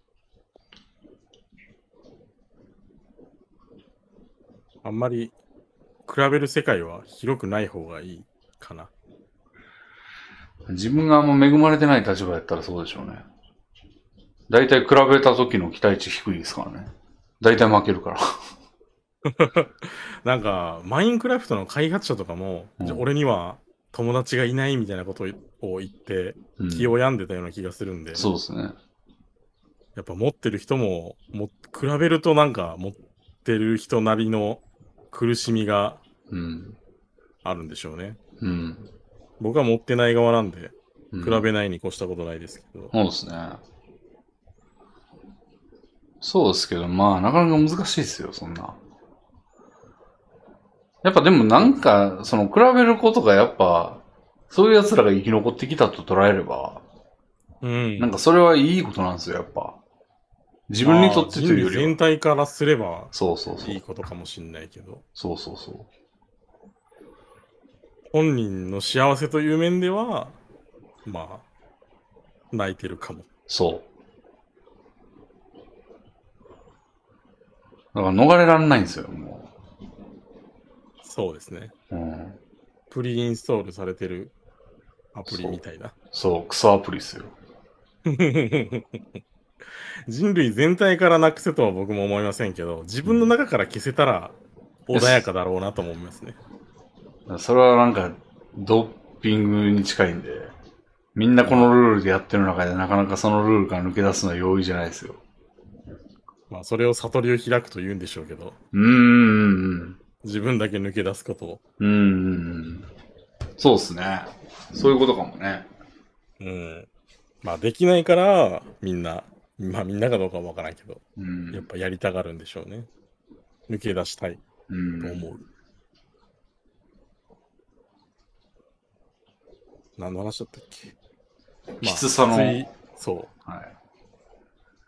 あんまり比べる世界は広くない方がいいかな。 自分があんま恵まれてない立場やったらそうでしょうね。だいたい比べた時の期待値低いですからね。だいたい負けるから。 なんか、マインクラフトの開発者とかも、うん、じゃ俺には友達がいないみたいなことを言って、気を病んでたような気がするんで。うん、 そうですね。 やっぱ持ってる人も、も比べるとなんか持ってる人なりの苦しみがあるんでしょうね。 うん、 僕は持ってない側なんで、比べないに越したことないですけど。 そうですね。そうですけど、まあ、なかなか難しいですよ、そんな。やっぱでもなんか、その比べることがやっぱ、そういう奴らが生き残ってきたと捉えれば、うん。なんかそれはいいことなんですよ、やっぱ。自分にとってというよりは。 全体からすれば、 そうそうそう。 いいことかもしんないけど。 そうそうそう。 本人の幸せという面では、まあ、泣いてるかも。 そう。だから逃れられないんですよ、もう。 そうですね。 うん。 プリインストールされてるアプリみたいな。 そう、そうクソアプリですよ。 人類全体からなくせとは僕も思いませんけど、自分の中から消せたら穏やかだろうなと思いますね。 それはなんか、ドーピングに近いんで、みんなこのルールでやってる中でなかなかそのルールから抜け出すのは容易じゃないですよ。 まあ、それを悟りを開くと言うんでしょうけど。 うーん。 自分だけ抜け出すことを。 うーん。そうっすね。そういうことかもね。 うん。まあ、できないから、みんな、まあみんなかどうかはわからないけど、うん、やっぱやりたがるんでしょうね。抜け出したいと思う。うん、何の話だったっけ？ きつさの。 まあ、そう。はい。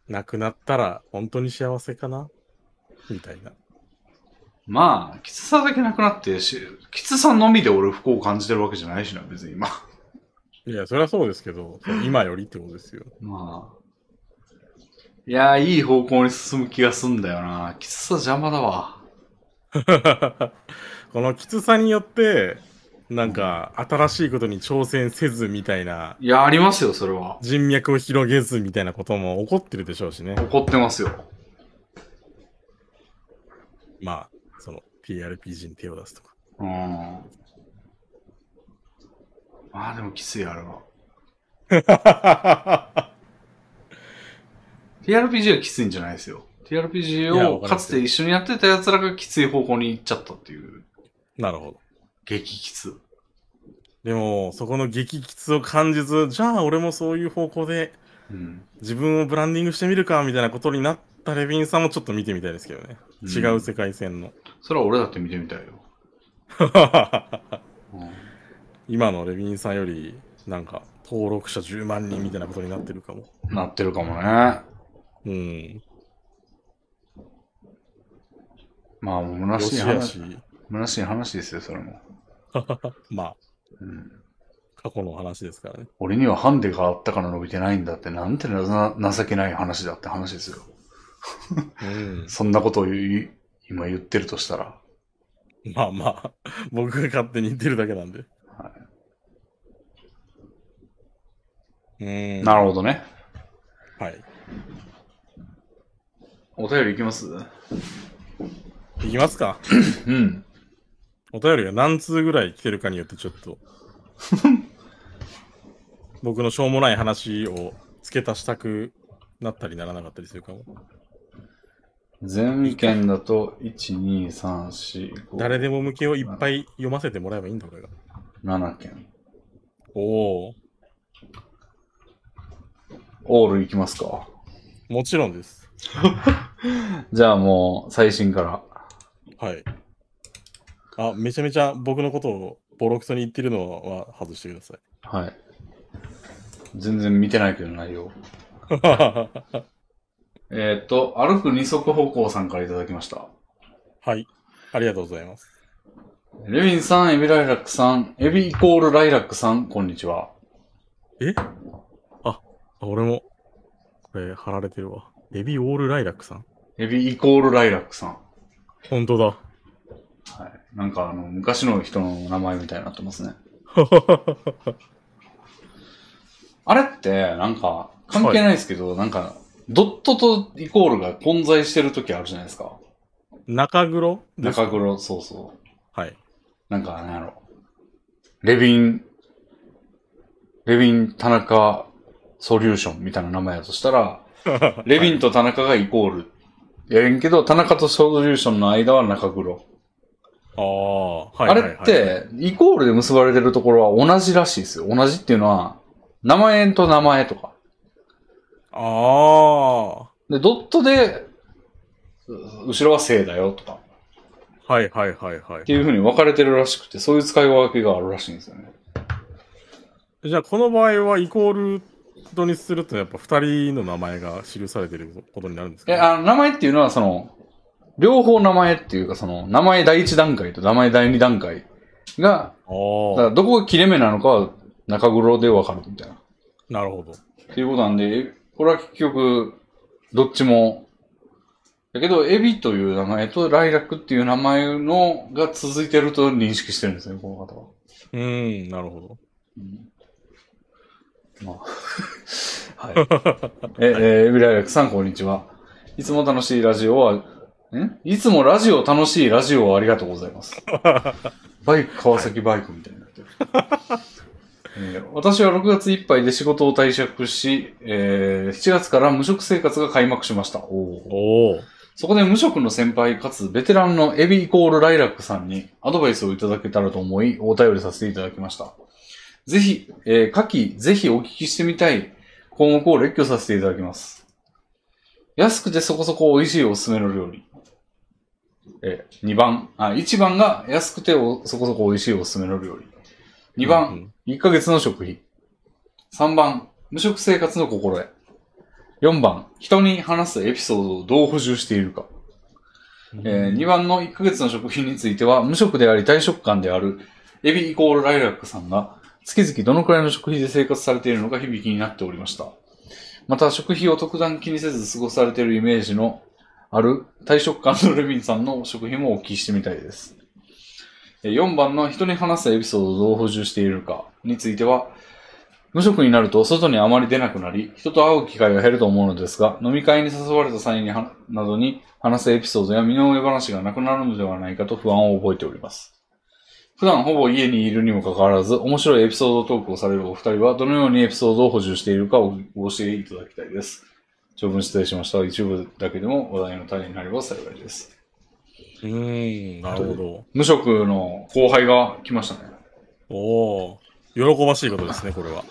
なくなったら本当に幸せかなみたいな。 まあ、きつさだけなくなってし、きつさのみで俺不幸を感じてるわけじゃないしな、別に今。 いや、そりゃそうですけど、今よりってことですよ。 まあ。いやー、いい方向に進む気がすんだよな。きつさ邪魔だわ。 このきつさによって、 なんか、新しいことに挑戦せずみたいな。 いや、ありますよ、それは。 人脈を広げずみたいなことも起こってるでしょうしね。 起こってますよ。 まあ、その、ティーアールピージー に手を出すとか。 うん。まあ、でもきつい、あれは。ティーアールピージー はきついんじゃないですよ。ティーアールピージー をかつて一緒にやってた奴らがきつい方向に行っちゃったっていう。 なるほど。 激きつ。 でも、そこの激きつを感じず、じゃあ俺もそういう方向で、自分をブランディングしてみるか、みたいなことになったレビンさんもちょっと見てみたいですけどね。うん、違う世界線の。 それは俺だって見てみたいよ。 うん、今のレビンさんより、なんか、登録者じゅうまんにんみたいなことになってるかも。 なってるかもね。 うん。 まあ、もう虚しい話。虚しい話ですよ、それも。 まあ、うん。過去の話ですからね。 俺にはハンデがあったから伸びてないんだって、なんてな情けない話だって話ですよ。うん、そんなことを今言ってるとしたら。 まあまあ、僕が勝手に言ってるだけなんで。はい、 うん。なるほどね。 はい。 お便りいきます？ いきますか。 うん。 お便りが何通ぐらい来てるかによってちょっと僕のしょうもない話を付け足したくなったりならなかったりするかも。 全件だといち、に、さん、よん、ご。 誰でも向けをいっぱい読ませてもらえばいいんだ俺が。 ななけん。 おお。 オールいきますか？ もちろんです。 じゃあもう最新から。 はい。あ、めちゃめちゃ僕のことをボロクソに言ってるのは外してください。 はい。全然見てないけど内容。えっと、歩く二足歩行さんからいただきました。 はい。ありがとうございます。 レビンさん、エビライラックさん、エビイコールライラックさん、こんにちは。 えあ、俺も、これ貼られてるわ。エビオールライラックさんエビイコールライラックさん。 ほんとだ。 はい。なんかあの、昔の人の名前みたいになってますね。あれって、なんか、関係ないですけど、はい、なんか、ドットとイコールが混在してるときあるじゃないですか。 中黒中黒、そうそう。 はい。 なんか、なんやろ。レビン、レビン田中ソリューションみたいな名前だとしたら、レビンと田中がイコール。やれんけど、田中とソリューションの間は中黒。 ああ、はい。 あれって、イコールで結ばれてるところは同じらしいですよ。同じっていうのは、名前と名前とか。 ああ。 で、ドットで、後ろは正だよとか。 はいはいはいはい。 っていう風に分かれてるらしくて、そういう使い分けがあるらしいんですよね。 じゃあ、この場合はイコールドにするとやっぱ二人の名前が記されてることになるんですか、ね、 え、あの、名前っていうのはその、両方名前っていうか、その、名前第一段階と名前第二段階が、だからどこが切れ目なのかは中黒で分かるみたいな。 なるほど。 っていうことなんで、これは結局、どっちも、だけど、エビという名前とライラックっていう名前のが続いてると認識してるんですね、この方は。 うーん、なるほど。うん、 まあ。はい。え、えー、エビライラックさん、こんにちは。いつも楽しいラジオは、んいつもラジオ楽しいラジオをありがとうございます。バイク、川崎バイクみたいになってる。えー、私はろくがついっぱいで仕事を退職し、えー、しちがつから無職生活が開幕しました。おお。そこで無職の先輩かつベテランのエビイコールライラックさんにアドバイスをいただけたらと思い、お便りさせていただきました。ぜひ、えー、下記、ぜひお聞きしてみたい項目を列挙させていただきます。安くてそこそこ美味しいおすすめの料理。えー、にばん、あ、いちばんが安くておそこそこ美味しいおすすめの料理。にばん、うんうん、いっかげつの食費。さんばん、無職生活の心得。よんばん、人に話すエピソードをどう補充しているか。うん、えー、にばんのいっかげつの食費については、無職であり退職官であるエビイコールライラックさんが月々どのくらいの食費で生活されているのか響きになっておりました。また、食費を特段気にせず過ごされているイメージのある退職官のレビンさんの食費もお聞きしてみたいです。 よんばんの人に話すエピソードをどう補充しているかについては、無職になると外にあまり出なくなり、人と会う機会が減ると思うのですが、飲み会に誘われた際にはなどに話すエピソードや身の上話がなくなるのではないかと不安を覚えております。普段ほぼ家にいるにもかかわらず、面白いエピソードトークをされるお二人は、どのようにエピソードを補充しているかをご教えいただきたいです。長文失礼しました。一部だけでも話題の種になれば幸いです。 うーん、なるほど。 無職の後輩が来ましたね。 おー、喜ばしいことですね、これは。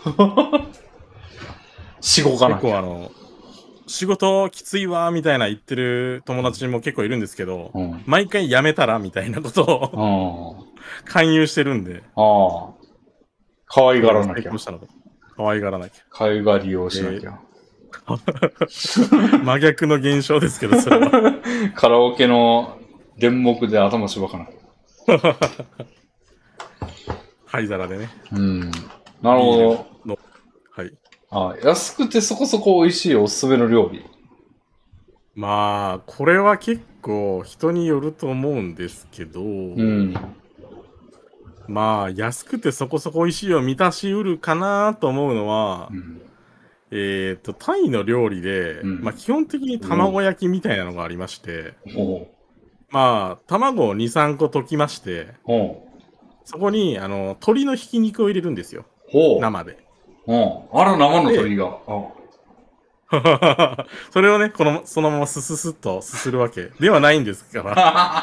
仕事かな。 結構あの、仕事きついわみたいな言ってる友達も結構いるんですけど、うん、毎回辞めたらみたいなことを勧誘してるんで。 ああ。可愛がらなきゃ。 可愛がらなきゃ。 可愛がりをしなきゃ。 真逆の現象ですけど、それは。 カラオケの電目で頭しばかな。 灰皿でね。 うん。なるほど。 はい。 あ、安くてそこそこ美味しいおすすめの料理。 まあ、これは結構人によると思うんですけど、うん、まあ、安くてそこそこ美味しいを満たしうるかなと思うのは、うん、えっと、タイの料理で、うん、まあ基本的に卵焼きみたいなのがありまして、うん、まあ、卵をに、さんこ溶きまして、うん、そこに、あの、鶏のひき肉を入れるんですよ。生で。 うん。あら、生の鶏が。 それをね、この、そのままスススッとすするわけではないんですから。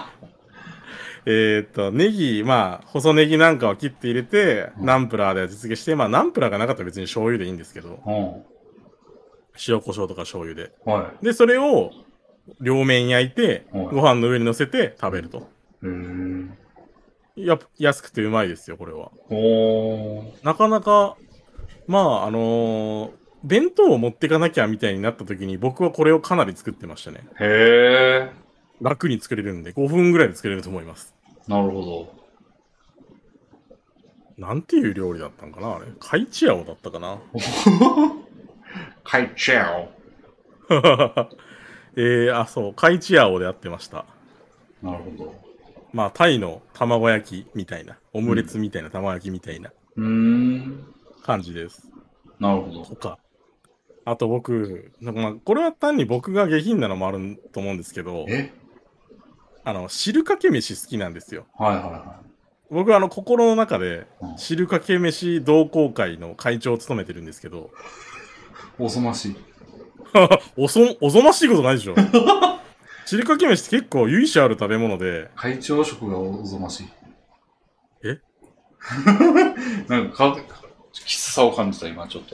えっと、ネギ、まあ、細ネギなんかを切って入れて、うん、ナンプラーで味付けして、まあ、ナンプラーがなかったら別に醤油でいいんですけど、うん、塩コショウとか醤油で。はい、で、それを両面焼いて、はい、ご飯の上に乗せて食べると。うん、や安くてうまいですよ、これは。なかなか、まあ、あのー、弁当を持ってかなきゃみたいになった時に僕はこれをかなり作ってましたね。へー。楽に作れるんでごふんぐらいで作れると思います。 なるほど。 なんていう料理だったんかなあれ。カイチアオだったかなカイチアオ。 えー、あ、そう、カイチアオでやってました。 なるほど。 まあ、タイの卵焼きみたいな、オムレツみたいな卵焼きみたいな感じです。 なるほど。 とか。あと僕、なんかまあ、これは単に僕が下品なのもあると思うんですけど、えあの、汁かけ飯好きなんですよ。はいはいはい。僕はあの、心の中で、汁かけ飯同好会の会長を務めてるんですけど。 おぞましい。 おそ、おぞましいことないでしょ。汁かけ飯って結構由緒ある食べ物で。 会長職がおぞましい。 えなんか、きつさを感じた、今、ちょっと。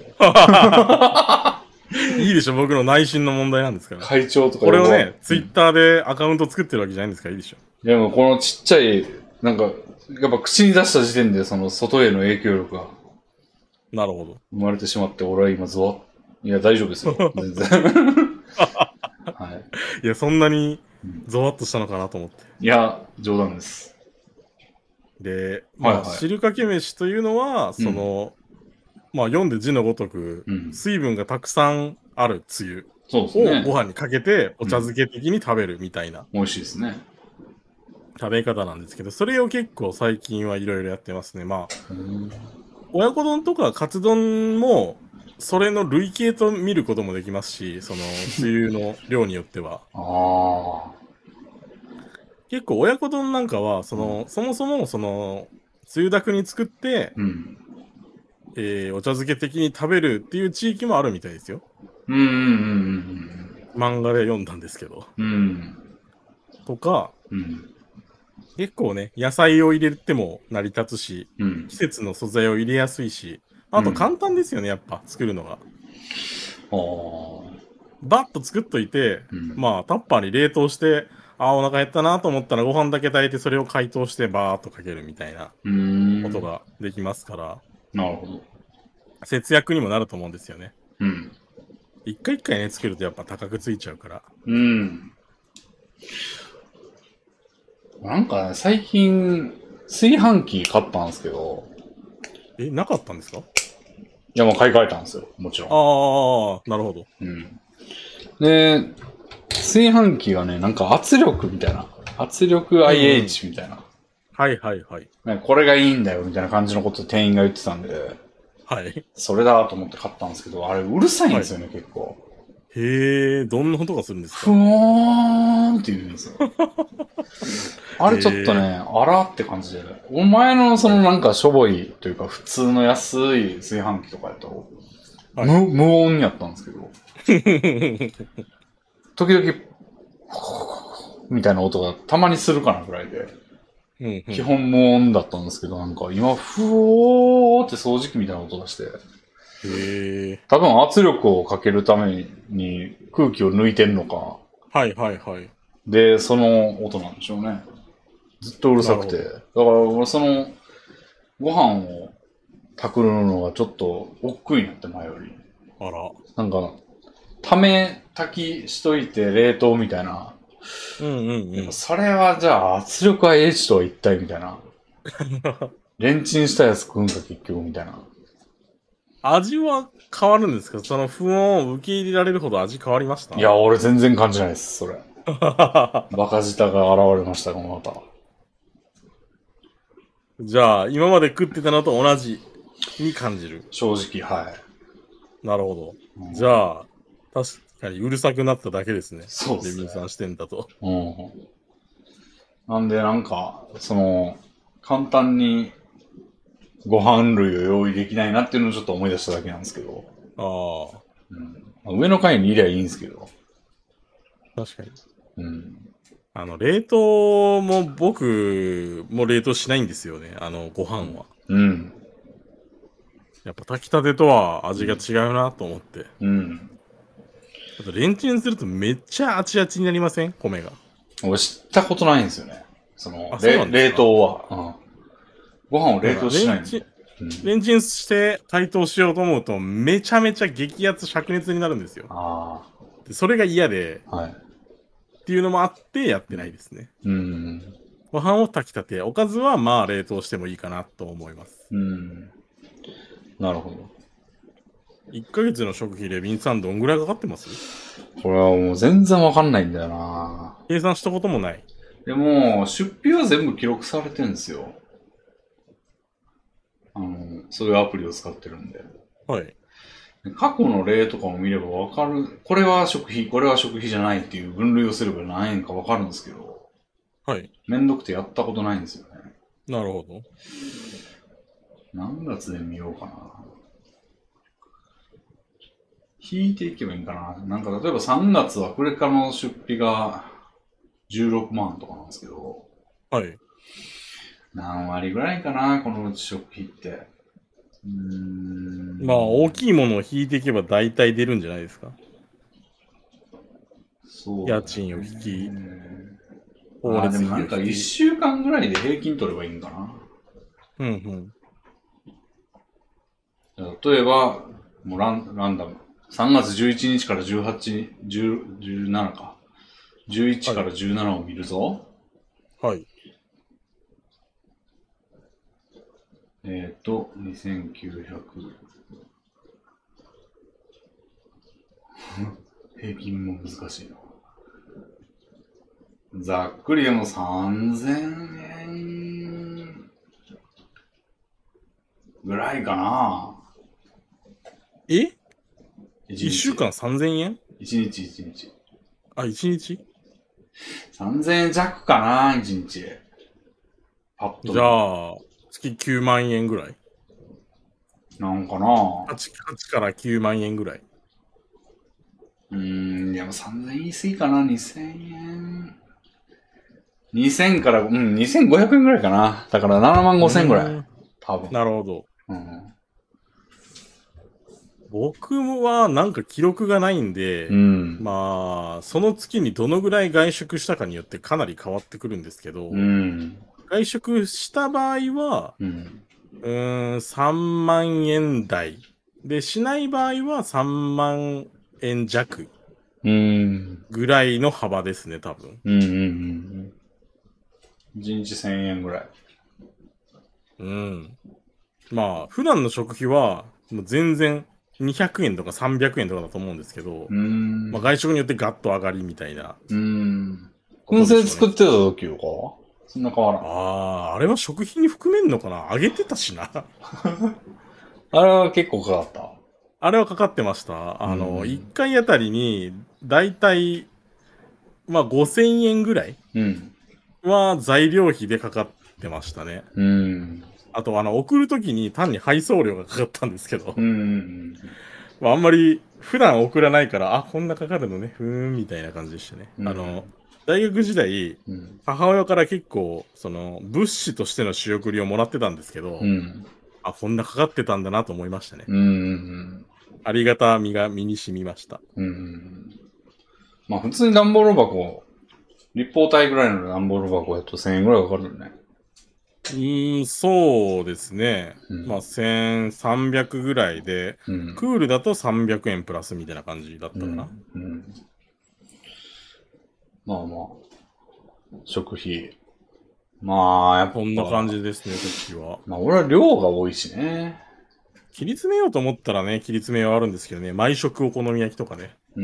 いいでしょ、僕の内心の問題なんですから。 会長とかこれをね、ツイッターでアカウント作ってるわけじゃないんですから、いいでしょ。 でも、このちっちゃい、なんか、やっぱ口に出した時点で、その、外への影響力が。 なるほど。 生まれてしまって、俺は今、ゾワッ。いや、大丈夫ですよ。全然。 はい。いや、そんなに、ゾワッとしたのかなと思って。 いや、冗談です。 で、まあ、はいはい、汁かけ飯というのは、その、うん、まあ、読んで字のごとく、うん、水分がたくさんあるつゆをご飯にかけて、お茶漬け的に食べるみたいな、うん。 美味しいですね。 食べ方なんですけど、それを結構最近はいろいろやってますね。まあ、親子丼とかカツ丼も、それの類型と見ることもできますし、その、つゆの量によっては。あ結構親子丼なんかは、その、うん、そもそもその、つゆだくに作って、うん、えー、お茶漬け的に食べるっていう地域もあるみたいですよ。うんうんうんうん、漫画で読んだんですけど。うん、とか、うん、結構ね、野菜を入れても成り立つし、うん、季節の素材を入れやすいし、あと簡単ですよね、やっぱ作るのが。バッと作っといて、うん、まあタッパーに冷凍して、ああ、お腹減ったなと思ったらご飯だけ炊いてそれを解凍してバーっとかけるみたいなことができますから。 なるほど。 節約にもなると思うんですよね。うん。一回一回ね、作るとやっぱ高くついちゃうから。うん。 なんかね、最近、炊飯器買ったんですけど。 え、なかったんですか？いや、もう買い替えたんですよ。もちろん。 ああ、なるほど。 うん。で、炊飯器がね、なんか圧力みたいな。圧力 アイエイチ みたいな。 はいはいはい。 ね、これがいいんだよみたいな感じのこと店員が言ってたんで、 はい。 それだと思って買ったんですけど、あれうるさいんですよね、はい、結構。 へえ、どんな音がするんですか？ ふーんって言うんですよ。あれちょっとね、あらって感じで、お前のそのなんかしょぼいというか普通の安い炊飯器とかやと、はい、無、無音やったんですけど、時々、みたいな音がたまにするかなぐらいで、うんうん、基本無音だったんですけど、なんか今、ふおーって掃除機みたいな音がして、へ多分圧力をかけるために空気を抜いてんのか。 はいはいはい。 で、その音なんでしょうね。ずっとうるさくて。だから俺その、ご飯を炊くのがちょっと億劫になって前より。あら。なんか、ため炊きしといて冷凍みたいな。うんうんうん。それはじゃあ圧力は H とは一体みたいな。レンチンしたやつ食うんか結局みたいな。 味は変わるんですか？その不穏を受け入れられるほど味変わりました？ いや、俺全然感じないです、それ。バカ舌が現れました、この方。 じゃあ、今まで食ってたのと同じに感じる。 正直、はい。 なるほど。うん、じゃあ、確かにうるさくなっただけですね。 そうですね。 レビンさん視点だと。 うん。なんで、なんか、その、簡単にご飯類を用意できないなっていうのをちょっと思い出しただけなんですけど。ああ。うん。上の階にいりゃいいんですけど。 確かに。うん。あの、冷凍も僕も冷凍しないんですよね。あの、ご飯は。うん。やっぱ炊きたてとは味が違うなと思って。うん。あと、レンチンするとめっちゃあちあちになりません？米が。 俺知ったことないんですよね。その、あ、そうなんですか？冷凍は。うん。ご飯を冷凍しないんで。 うん、レンチンして解凍しようと思うと、めちゃめちゃ激圧灼熱になるんですよ。あでそれが嫌で、はい、っていうのもあってやってないですね。うん、ご飯を炊きたて、おかずはまあ冷凍してもいいかなと思います。うん、 なるほど。 いっかげつの食費でビンさんどんぐらいかかってます？ これはもう全然わかんないんだよな。 計算したこともない。 でも、出費は全部記録されてるんですよ。あの、そういうアプリを使ってるんで。はい。過去の例とかも見ればわかる。これは食費、これは食費じゃないっていう分類をすれば何円かわかるんですけど。はい。めんどくてやったことないんですよね。 なるほど。 何月で見ようかな。引いていけばいいんかな。なんか例えばさんがつはクレカの出費がじゅうろくまんとかなんですけど。はい。何割ぐらいかな、このうち食費って。うーんまあ、大きいものを引いていけば大体出るんじゃないですか。そう、ね。家賃を引き。 ああ、でもなんかいっしゅうかんぐらいで平均取ればいいんかな。うんうん。例えば、もうランランダム。さんがつじゅういちにちからじゅうはち、じゅう、じゅうななか。じゅういちからじゅうななを見るぞ。はい。えっ、ー、と、にせんきゅうひゃく。平均も難しいな。ざっくりでもさんぜんえんぐらいかな。 え ?いっ 週間さんぜんえん ?いちにちいちにち。 あ、いちにちさんぜんえん弱かな、いちにち。 パッと。じゃあ、月きゅうまんえんぐらいなんかな 8, 8からきゅうまんえんぐらい。 うーん、でもさんぜんえん言い過ぎかな、にせんえん。にせんから、うん、にせんごひゃくえんぐらいかな。だからななまんごせんぐらい。多分。 なるほど。うん、僕はなんか記録がないんで、うん、まあ、その月にどのぐらい外食したかによってかなり変わってくるんですけど、うん、外食した場合は、うん、うーん、さんまんえん台。で、しない場合はさんまんえん弱。うん。ぐらいの幅ですね、多分。うんうんうん。 いちにちせんえんぐらい。 うん。まあ、普段の食費は、もう全然にひゃくえんとかさんびゃくえんとかだと思うんですけど、まあ、外食によってガッと上がりみたいな。 うん。燻製作ってた時よかそんな変わらん。 ああ、あれは食費に含めんのかな？揚げてたしな。 あれは結構かかった。 あれはかかってました。あの、いっかいあたりに、だいたい、まあごせんえんぐらいは材料費でかかってましたね。 うん。 あと、あの、送るときに単に配送料がかかったんですけど。 うん。 まあ、あんまり普段送らないから、あ、こんなかかるのね、ふーん、みたいな感じでしたね。うん、あの、大学時代、うん、母親から結構、その、物資としての仕送りをもらってたんですけど、うん、あ、こんなかかってたんだなと思いましたね。うん、ありがたみが身に染みました。うん、 まあ、普通に段ボール箱、立方体ぐらいの段ボール箱やとせんえんぐらいかかるよね。 うーん、そうですね。うん、まあ、せんさんびゃくぐらいで、うん、クールだとさんびゃくえんプラスみたいな感じだったかな。うんうん、 まあまあ、食費。まあ、やっぱ。 こんな感じですね、食費は。 まあ、俺は量が多いしね。 切り詰めようと思ったらね、切り詰めはあるんですけどね、毎食お好み焼きとかね。うん。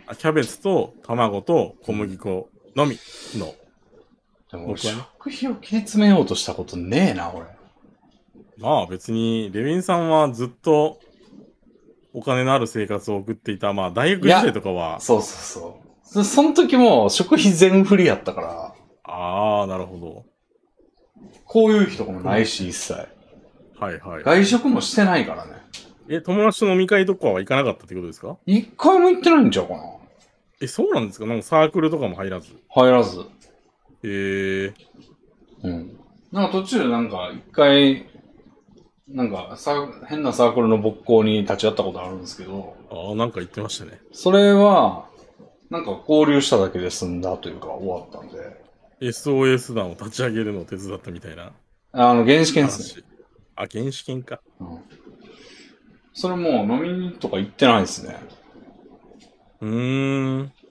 キャベツと卵と小麦粉のみの。 でも、僕はね、食費を切り詰めようとしたことねえな、俺。 まあ別に、レビンさんはずっとお金のある生活を送っていた、まあ大学時代とかは。 そうそうそう。そ、その時も食費全振りやったから。 ああ、なるほど。 こういう日とかもないし、一切。 はいはい。 外食もしてないからね。 え、友達と飲み会とかは行かなかったってことですか？ 一回も行ってないんちゃうかな。 え、そうなんですか？なんかサークルとかも入らず。 入らず。 へえ。 うん。なんか途中なんか一回、なんかさ、変なサークルの勃興に立ち会ったことあるんですけど。 ああ、なんか言ってましたね。 それは、なんか交流しただけで済んだというか終わったんで。 エスオーエス 団を立ち上げるのを手伝ったみたいな。 あの、原始圏ですね。 あ、原始圏か。 うん。それもう飲みにとか行ってないですね。うーん。だから、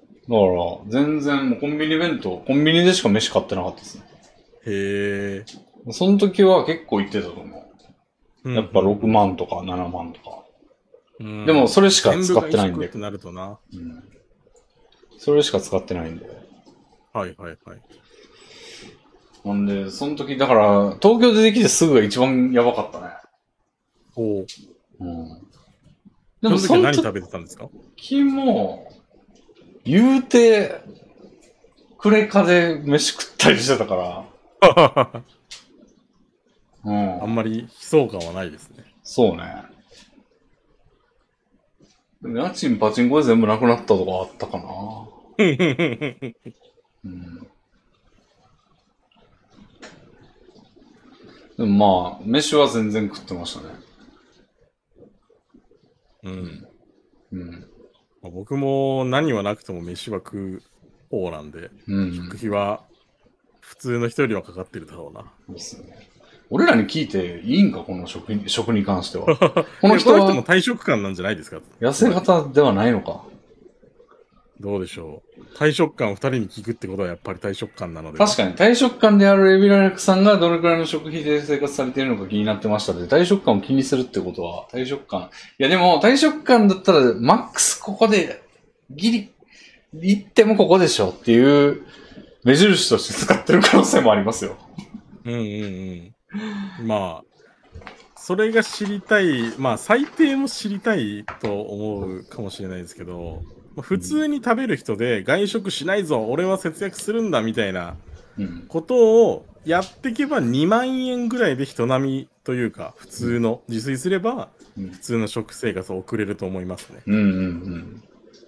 全然もうコンビニ弁当、コンビニでしか飯買ってなかったですね。へえ。その時は結構行ってたと思う。やっぱろくまんとかななまんとか。うん、でもそれしか使ってないんで。 ってなるとな。 うん。それしか使ってないんで。 はいはいはい。 ほんで、その時、だから、東京出てきてすぐが一番やばかったね。 おう。うん。でもその時何食べてたんですか？ 時も、言うて、クレカで飯食ったりしてたから。 うん。あんまり悲壮感はないですね。 そうね。家賃パチンコで全部なくなったとかあったかな。うん。でもまあ、飯は全然食ってましたね。 うん。うん。まあ、僕も何はなくとも飯は食う方なんで、うん、食費は普通の人よりはかかってるだろうな。そうですね。俺らに聞いていいんか、この食に、食に関しては。 この人は。この人も退職感なんじゃないですか？ 痩せ方ではないのか。 どうでしょう。退職感を二人に聞くってことはやっぱり退職感なので。 確かに退職感であるエビラレクさんがどれくらいの食費で生活されているのか気になってましたので、退職感を気にするってことは、退職感。いやでも退職感だったらマックスここでギリ、行ってもここでしょっていう目印として使ってる可能性もありますよ。 うんうんうん。まあ、それが知りたい、まあ最低も知りたいと思うかもしれないですけど、普通に食べる人で外食しないぞ、俺は節約するんだみたいなことをやっていけばにまんえんぐらいで人並みというか、普通の自炊すれば普通の食生活を送れると思いますね。うんうんうん。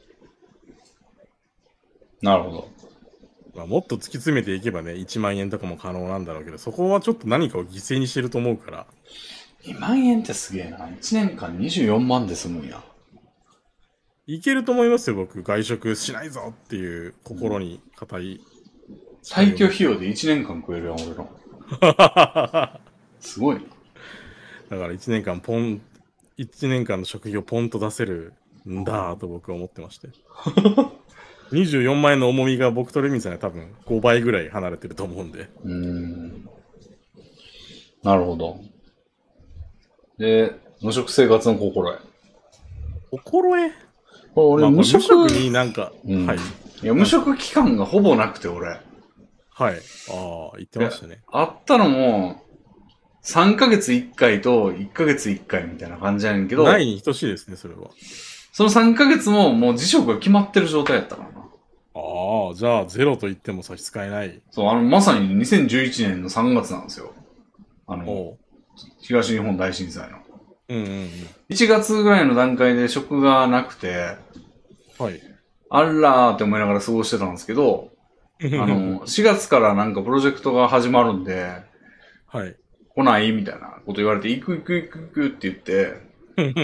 なるほど。 まあ、もっと突き詰めていけばね、いちまんえんとかも可能なんだろうけど、そこはちょっと何かを犠牲にしてると思うから。 にまんえんってすげえな。いちねんかんにじゅうよんまんで済むんや。 いけると思いますよ、僕。外食しないぞっていう心に固い。 退去費用でいちねんかん食えるやん、俺の。すごいな。 だからいちねんかんポン、いちねんかんの食費をポンと出せるんだと僕は思ってまして。にじゅうよんまんえんの重みが僕とレミさんが多分ごばいぐらい離れてると思うんで。うーん。 なるほど。で、無職生活の心得。 心得これ俺、 まあ、 無職無職になんか、うん、はい。 いや、無職期間がほぼなくて、俺。 ははい。ああ、言ってましたね。 あったのも、さんかげついっかいといっかげついっかいみたいな感じやねんけど。 ないに等しいですね、それは。 そのさんかげつももう辞職が決まってる状態やったからな。 ああ、じゃあゼロと言っても差し支えない。 そう、あの、まさににせんじゅういちねんのさんがつなんですよ。あの、東日本大震災の。 うんうんうん。 いちがつぐらいの段階で職がなくて、 はい。 あらーって思いながら過ごしてたんですけど、あの、しがつからなんかプロジェクトが始まるんで、 はい。 来ないみたいなこと言われて、行く行く行く行くって言って、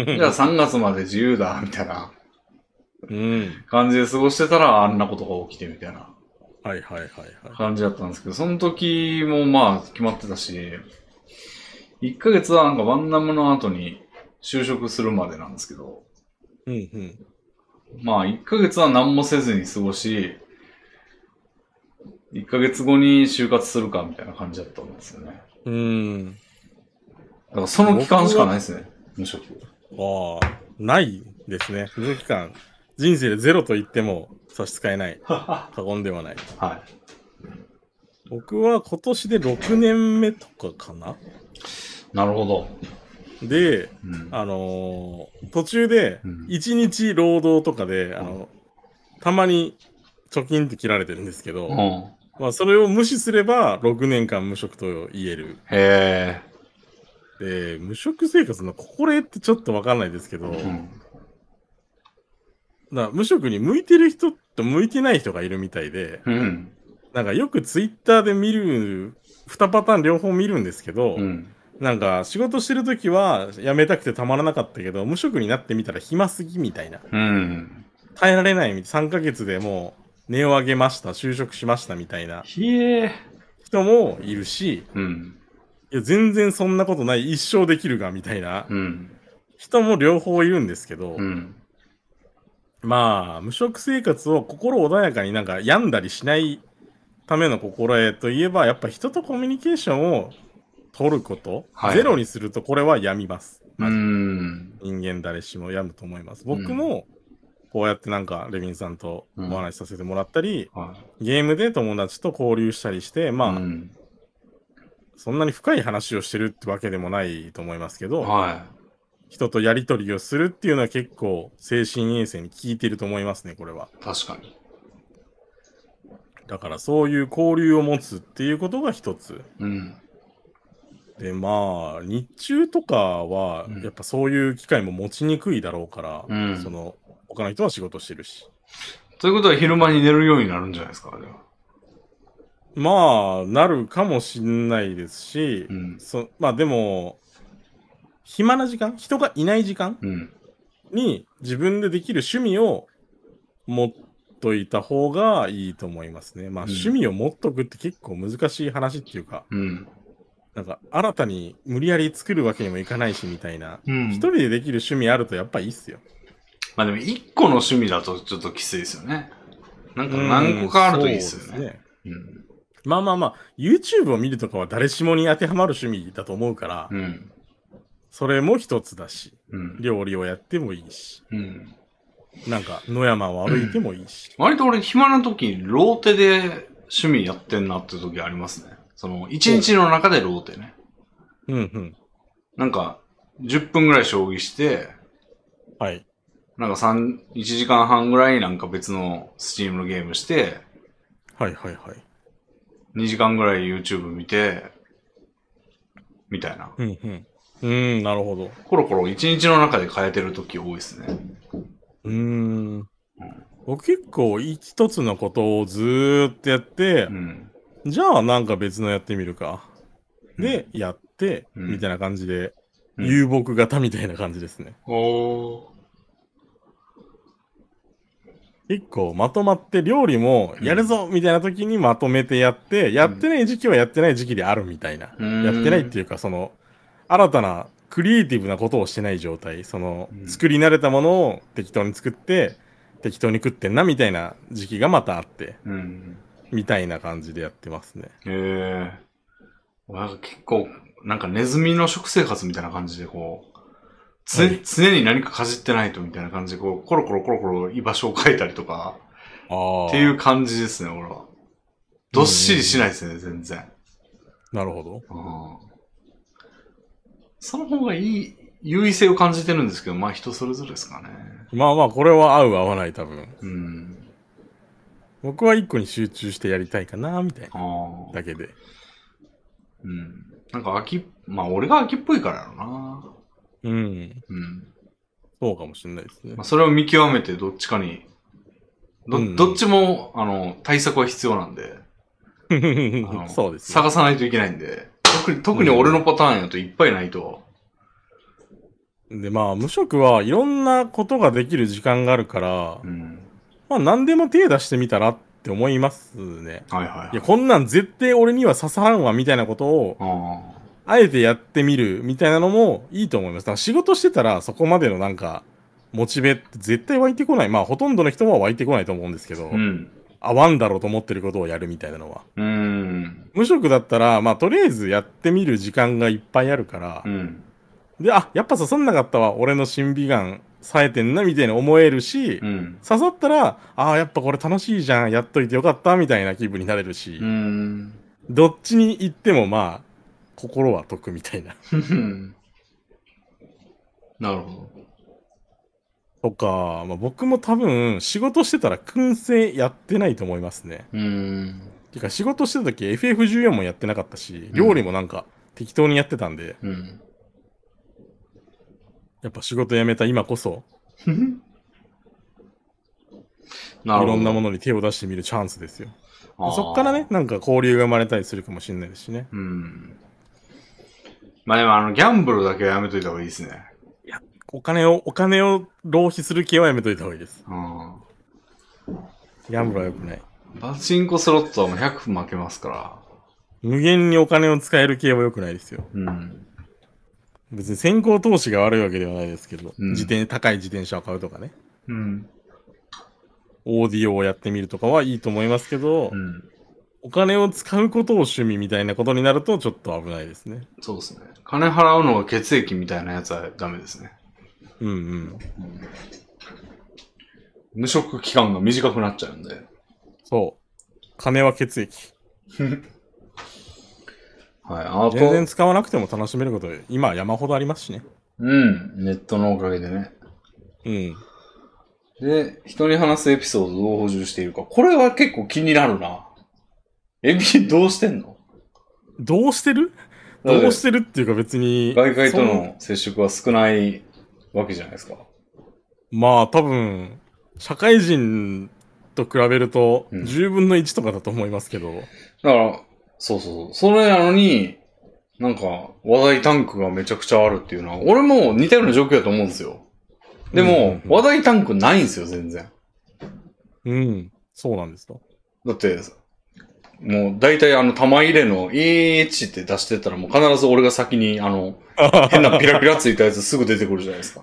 じゃあさんがつまで自由だ、みたいな感じで過ごしてたらあんなことが起きてみたいなはいはいはいはい。 感じだったんですけど、その時もまあ決まってたし、いっかげつはなんかバンナムの後に就職するまでなんですけど、 うんうん、 まあいっかげつは何もせずに過ごし、いっかげつごに就活するかみたいな感じだったんですよね。 うん。 だからその期間しかないですね、無職。 ああ、ないですね。無期間。人生でゼロと言っても差し支えない。過言ではない。 はい。 僕は今年でろくねんめとかかな。 なるほど。 で、うん、あのー、途中でいちにち労働とかで、うん、あの、たまに貯金って切られてるんですけど、うん、まあそれを無視すればろくねんかん無職と言える。 へー。で、無職生活の心得ってちょっとわかんないですけど、うん、だ無職に向いてる人と向いてない人がいるみたいで、うん、なんかよくツイッターで見る、にパターン両方見るんですけど、うん、なんか仕事してるときは辞めたくてたまらなかったけど、無職になってみたら暇すぎみたいな。うん、耐えられないみたいな。さんかげつでもう値を上げました、就職しましたみたいな人もいるし、うん、いや全然そんなことない、一生できるがみたいな人も両方いるんですけど、うん、まあ無職生活を心穏やかになんか病んだりしないための心得といえば、やっぱ人とコミュニケーションを取ること、はい、ゼロにするとこれは病みます。うん、人間誰しも病むと思います。僕もこうやってなんかレビンさんとお話しさせてもらったり、うんはい、ゲームで友達と交流したりして、まあ、うん、そんなに深い話をしてるってわけでもないと思いますけど、はい、人とやり取りをするっていうのは結構精神衛生に効いてると思いますね、これは。 確かに。 だからそういう交流を持つっていうことが一つ。うんで、まあ、日中とかは、やっぱそういう機会も持ちにくいだろうから、うん、その、他の人は仕事してるし。 ということは昼間に寝るようになるんじゃないですか、あれは。 まあ、なるかもしんないですし、うん、そまあでも、暇な時間人がいない時間、うん、に自分でできる趣味を持っといた方がいいと思いますね。まあ、うん、趣味を持っとくって結構難しい話っていうか、うんなんか、新たに無理やり作るわけにもいかないし、みたいな。うん、一人でできる趣味あるとやっぱいいっすよ。 まあでも、一個の趣味だとちょっときついですよね。なんか何個かあるといいっすよね。ねうん、 まあまあまあ、YouTube を見るとかは誰しもに当てはまる趣味だと思うから、うん、それも一つだし、うん、料理をやってもいいし、うん、なんか野山を歩いてもいいし。 うん、割と俺暇な時、ローテで趣味やってんなって時ありますね。その、一日の中でローテね。うんうん。なんか、じゅっぷんぐらい将棋して、はい。なんか三、いちじかんはんぐらいなんか別のスチームのゲームして、 はいはいはい。 にじかんぐらい YouTube 見て、みたいな。 うんうん。うん、なるほど。 コロコロ一日の中で変えてる時多いですね。 うーん。うん、僕結構一つのことをずーっとやって、うんじゃあなんか別のやってみるか。で、うん、やって、うん、みたいな感じで、うん、遊牧型みたいな感じですね。おー。結構まとまって料理もやるぞみたいな時にまとめてやって、やってない時期はやってない時期であるみたいな。やってないっていうか、その、新たなクリエイティブなことをしてない状態。その、作り慣れたものを適当に作って、適当に食ってんなみたいな時期がまたあって。うんみたいな感じでやってますね。 へえ。結構、なんかネズミの食生活みたいな感じでこう、つ、はい、常に何かかじってないとみたいな感じでこう、コロコロコロコロ居場所を変えたりとか、っていう感じですね、俺は。 どっしりしないですね、全然。 なるほど。 うんその方がいい、優位性を感じてるんですけど、まあ人それぞれですかね。 まあまあ、これは合う合わない多分。 うん。 僕は一個に集中してやりたいかな、みたいな。だけで。 うん。なんか秋、まあ俺が秋っぽいからやろな。 うん。うん。そうかもしれないですね。 まあそれを見極めてどっちかに、ど、うん、どっちも、あの、対策は必要なんで。 そうです、 ね。探さないといけないんで。特に、特に俺のパターンやといっぱいないと。 うん、で、まあ、無職はいろんなことができる時間があるから、うん、まあ、何でも手出してみたらって思いますね。 はいはい、はい。 いや、こんなん絶対俺には刺さらんわ、みたいなことを、あ, あえてやってみるみたいなのもいいと思います。だから仕事してたら、そこまでのなんか、モチベって絶対湧いてこない。まあ、ほとんどの人は湧いてこないと思うんですけど、うん、合わんだろうと思ってることをやるみたいなのは。 うーん無職だったら、まあ、とりあえずやってみる時間がいっぱいあるから、うん、で、あ、やっぱ刺さんなかったわ、俺の審美眼冴えてんな、みたいに思えるし、うん、刺さったら、ああ、やっぱこれ楽しいじゃん、やっといてよかった、みたいな気分になれるし、うんどっちに行っても、まあ、心は得みたいな。 なるほど。 とか、まあ、僕も多分仕事してたら燻製やってないと思いますね。うーん。てか仕事してた時 エフエフじゅうよん もやってなかったし、料理もなんか適当にやってたんで、うん、やっぱ仕事辞めた今こそ、いろんなものに手を出してみるチャンスですよ。そっからね、なんか交流が生まれたりするかもしれないですしね。うん。 まあでもあの、ギャンブルだけはやめといた方がいいですね。 いや、お金を、お金を浪費する系はやめといた方がいいです。うん。ギャンブルは良くない。 パチンコスロットはもうひゃく負けますから。 無限にお金を使える系は良くないですよ。うん。別に先行投資が悪いわけではないですけど、うん、自転、高い自転車を買うとかね。うん。オーディオをやってみるとかはいいと思いますけど、うん、お金を使うことを趣味みたいなことになるとちょっと危ないですね。 そうですね。金払うのが血液みたいなやつはダメですね。うんうん。うん、無職期間が短くなっちゃうんで。 そう。金は血液。 はい。あと。 全然使わなくても楽しめること、今山ほどありますしね。 うん。ネットのおかげでね。うん。で、人に話すエピソードをどう補充しているか。これは結構気になるな。エビどうしてんの？ どうしてる？どうしてるっていうか別に。 外界との接触は少ないわけじゃないですか。 まあ多分、社会人と比べるとじゅうぶんのいちとかだと思いますけど。うん、 だから、そうそうそう。それなのに、なんか話題タンクがめちゃくちゃあるっていうのは、俺も似たような状況だと思うんですよ。でも、うんうんうん、話題タンクないんですよ、全然。 うん、そうなんですか。 だって、もう大体あの玉入れのイーチって出してたらもう必ず俺が先にあの、変なピラピラついたやつすぐ出てくるじゃないですか。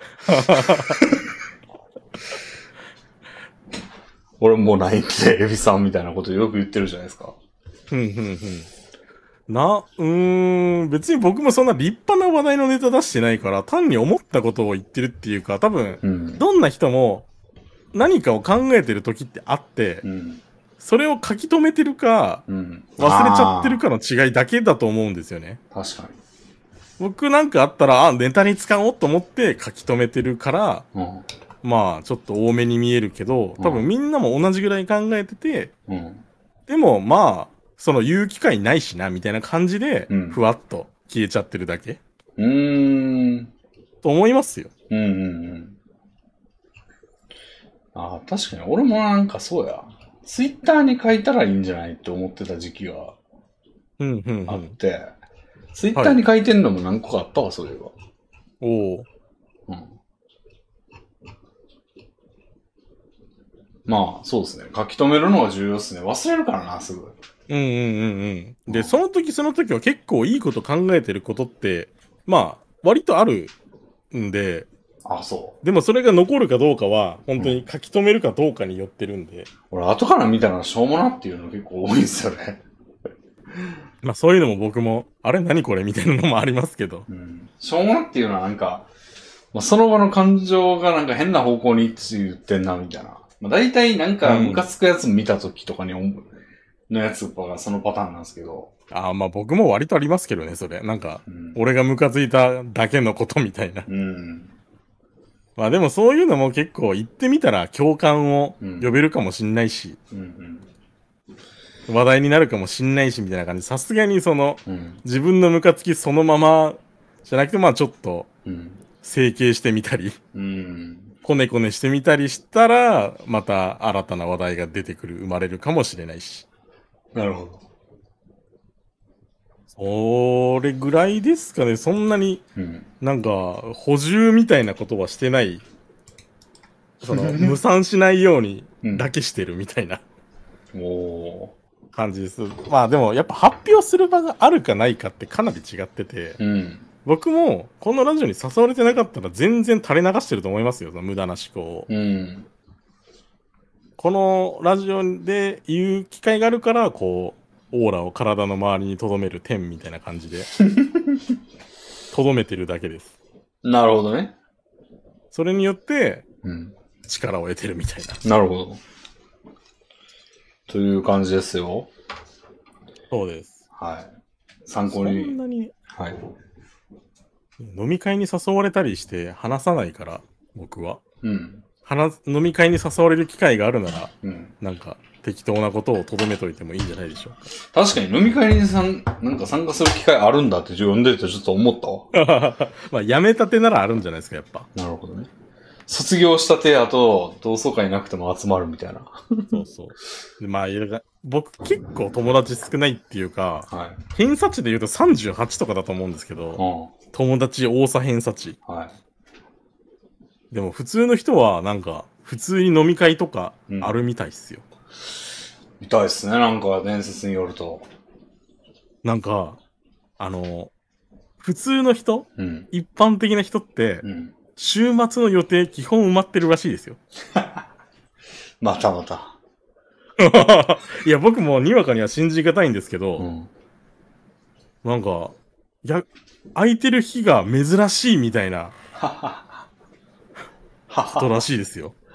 俺もうないんで、エビさんみたいなことよく言ってるじゃないですか。 ふんふんふん。な、うーん、別に僕もそんな立派な話題のネタ出してないから、単に思ったことを言ってるっていうか、多分、うん、どんな人も何かを考えてる時ってあって、うん、それを書き留めてるか、うん、忘れちゃってるかの違いだけだと思うんですよね。 確かに。 僕なんかあったら、あ、ネタに使おうと思って書き留めてるから、うん、まあ、ちょっと多めに見えるけど、多分みんなも同じぐらい考えてて、うん、でもまあ、その言う機会ないしな、みたいな感じで、ふわっと消えちゃってるだけ。うーん。と思いますよ。うんうんうん。 ああ、確かに俺もなんかそうや。ツイッターに書いたらいいんじゃないって思ってた時期があって、うんうんうん、ツイッターに書いてんのも何個かあったわ、そういえば。おお。うん。まあ、そうですね。書き留めるのが重要ですね。忘れるからな、すぐ。 うんうんうんうん。で、その時その時は結構いいこと考えてることって、まあ、割とあるんで、 あ、そう。 でもそれが残るかどうかは、本当に書き留めるかどうかによってるんで。うん、 俺、後から見たらしょうもなっていうの結構多いんですよね。 まあ、そういうのも僕も、あれ何これみたいなのもありますけど。 うん。しょうもなっていうのはなんか、まあ、その場の感情がなんか変な方向に言ってんな、みたいな。まあ、大体なんかムカつくやつ見た時とかに、うん、 のやつがそのパターンなんですけど。 ああ、まあ僕も割とありますけどね、それ。なんか、うん、俺がムカついただけのことみたいな。うん。まあでもそういうのも結構言ってみたら共感を呼べるかもしんないし、うんうんうん、話題になるかもしんないしみたいな感じで、さすがにその、うん、自分のムカつきそのままじゃなくて、まあちょっと、整形してみたり、うん、コネコネしてみたりしたら、また新たな話題が出てくる、生まれるかもしれないし。 なるほど。 それぐらいですかね。そんなに、なんか、補充みたいなことはしてない。その、無賛しないようにだけしてるみたいな、うん、お感じです。まあでも、やっぱ発表する場があるかないかってかなり違ってて、うん、僕もこのラジオに誘われてなかったら全然垂れ流してると思いますよ。その無駄な思考を。うん、このラジオで言う機会があるから、こう、オーラを体の周りに留める点みたいな感じで留めてるだけです。 なるほどね。 それによって、うん、力を得てるみたいな。なるほど。という感じですよ。 そうです。 はい。参考に。 そんなに、 はい。 飲み会に誘われたりして話さないから、僕は。うん。話飲み会に誘われる機会があるなら、うん、なんか、適当なことを留めといてもいいんじゃないでしょうか。確かに飲み会にさんなんか参加する機会あるんだって読んでるとちょっと思ったわ。まあ、やめたてならあるんじゃないですか、やっぱ。 なるほどね。卒業したてやと、同窓会なくても集まるみたいな。 そうそう。でまあ、僕結構友達少ないっていうか、はい、偏差値で言うとさんじゅうはちとかだと思うんですけど、うん、友達多さ偏差値。はい。でも普通の人はなんか、普通に飲み会とかあるみたいっすよ。うんみたいですね、なんか伝説によると。 なんか、あの、普通の人、うん、一般的な人って、うん、週末の予定基本埋まってるらしいですよ。 またまた。 いや、僕もにわかには信じがたいんですけど、うん、なんか、いや、空いてる日が珍しいみたいな人らしいですよ。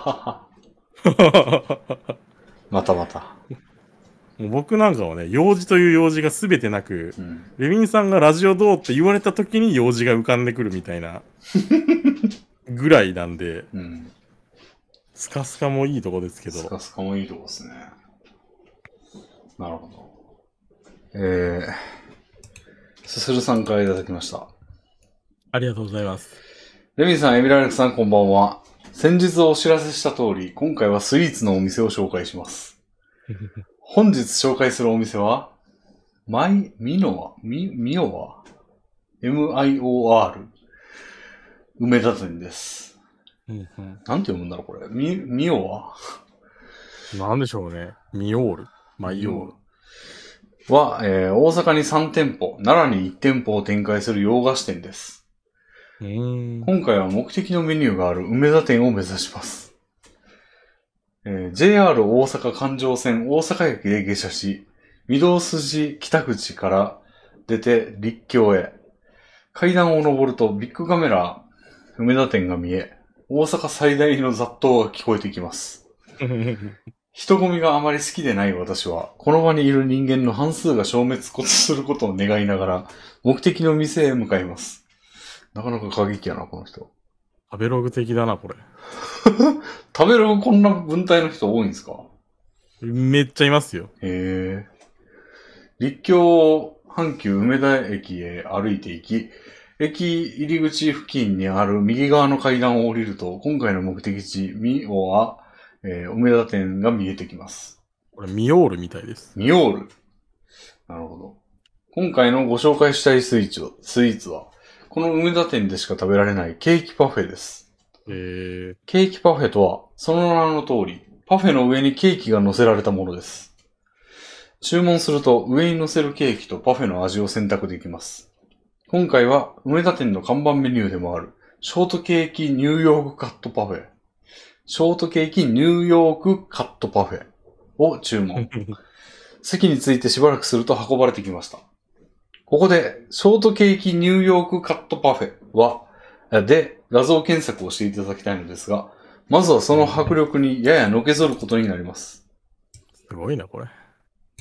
またまた。 もう僕なんかはね、用事という用事が全てなく、うん、レビンさんがラジオどうって言われた時に用事が浮かんでくるみたいなぐらいなんで、うん、スカスカもいいとこですけど。 スカスカもいいとこですね。なるほど。えー、すするさんからいただきました。 ありがとうございます。 レビンさん、エミラレクさん、こんばんは。先日お知らせした通り、今回はスイーツのお店を紹介します。本日紹介するお店は、マイ、ミノワ、ミ、ミオワ エムアイオーアール 梅田店です。うんうん、なんて読むんだろう、これ。ミ、ミオワなんでしょうね。ミオール。マイオール。は、えー、大阪にさん店舗、奈良にいち店舗を展開する洋菓子店です。今回は目的のメニューがある梅田店を目指します。えー、ジェイアール 大阪環状線大阪駅で下車し、御堂筋北口から出て立教へ。階段を上るとビッグカメラ梅田店が見え、大阪最大の雑踏が聞こえてきます。人混みがあまり好きでない私は、この場にいる人間の半数が消滅することを願いながら、目的の店へ向かいます。なかなか過激やな、この人。 食べログ的だな、これ。 食べログこんな文体の人多いんですか？ めっちゃいますよ。 へー。立教阪急梅田駅へ歩いて行き、駅入り口付近にある右側の階段を降りると、今回の目的地、ミオは、えー、梅田店が見えてきます。 これ、ミオールみたいです。 ミオール。なるほど。今回のご紹介したいスイーツは、スイーツは、この梅田店でしか食べられないケーキパフェです。 へー。 ケーキパフェとは、その名の通り、パフェの上にケーキが乗せられたものです。注文すると上に乗せるケーキとパフェの味を選択できます。今回は梅田店の看板メニューでもある、ショートケーキニューヨークカットパフェ。ショートケーキニューヨークカットパフェを注文。席に着いてしばらくすると運ばれてきました。ここで、ショートケーキニューヨークカットパフェは、で、画像検索をしていただきたいのですが、まずはその迫力にややのけぞることになります。 すごいな、これ。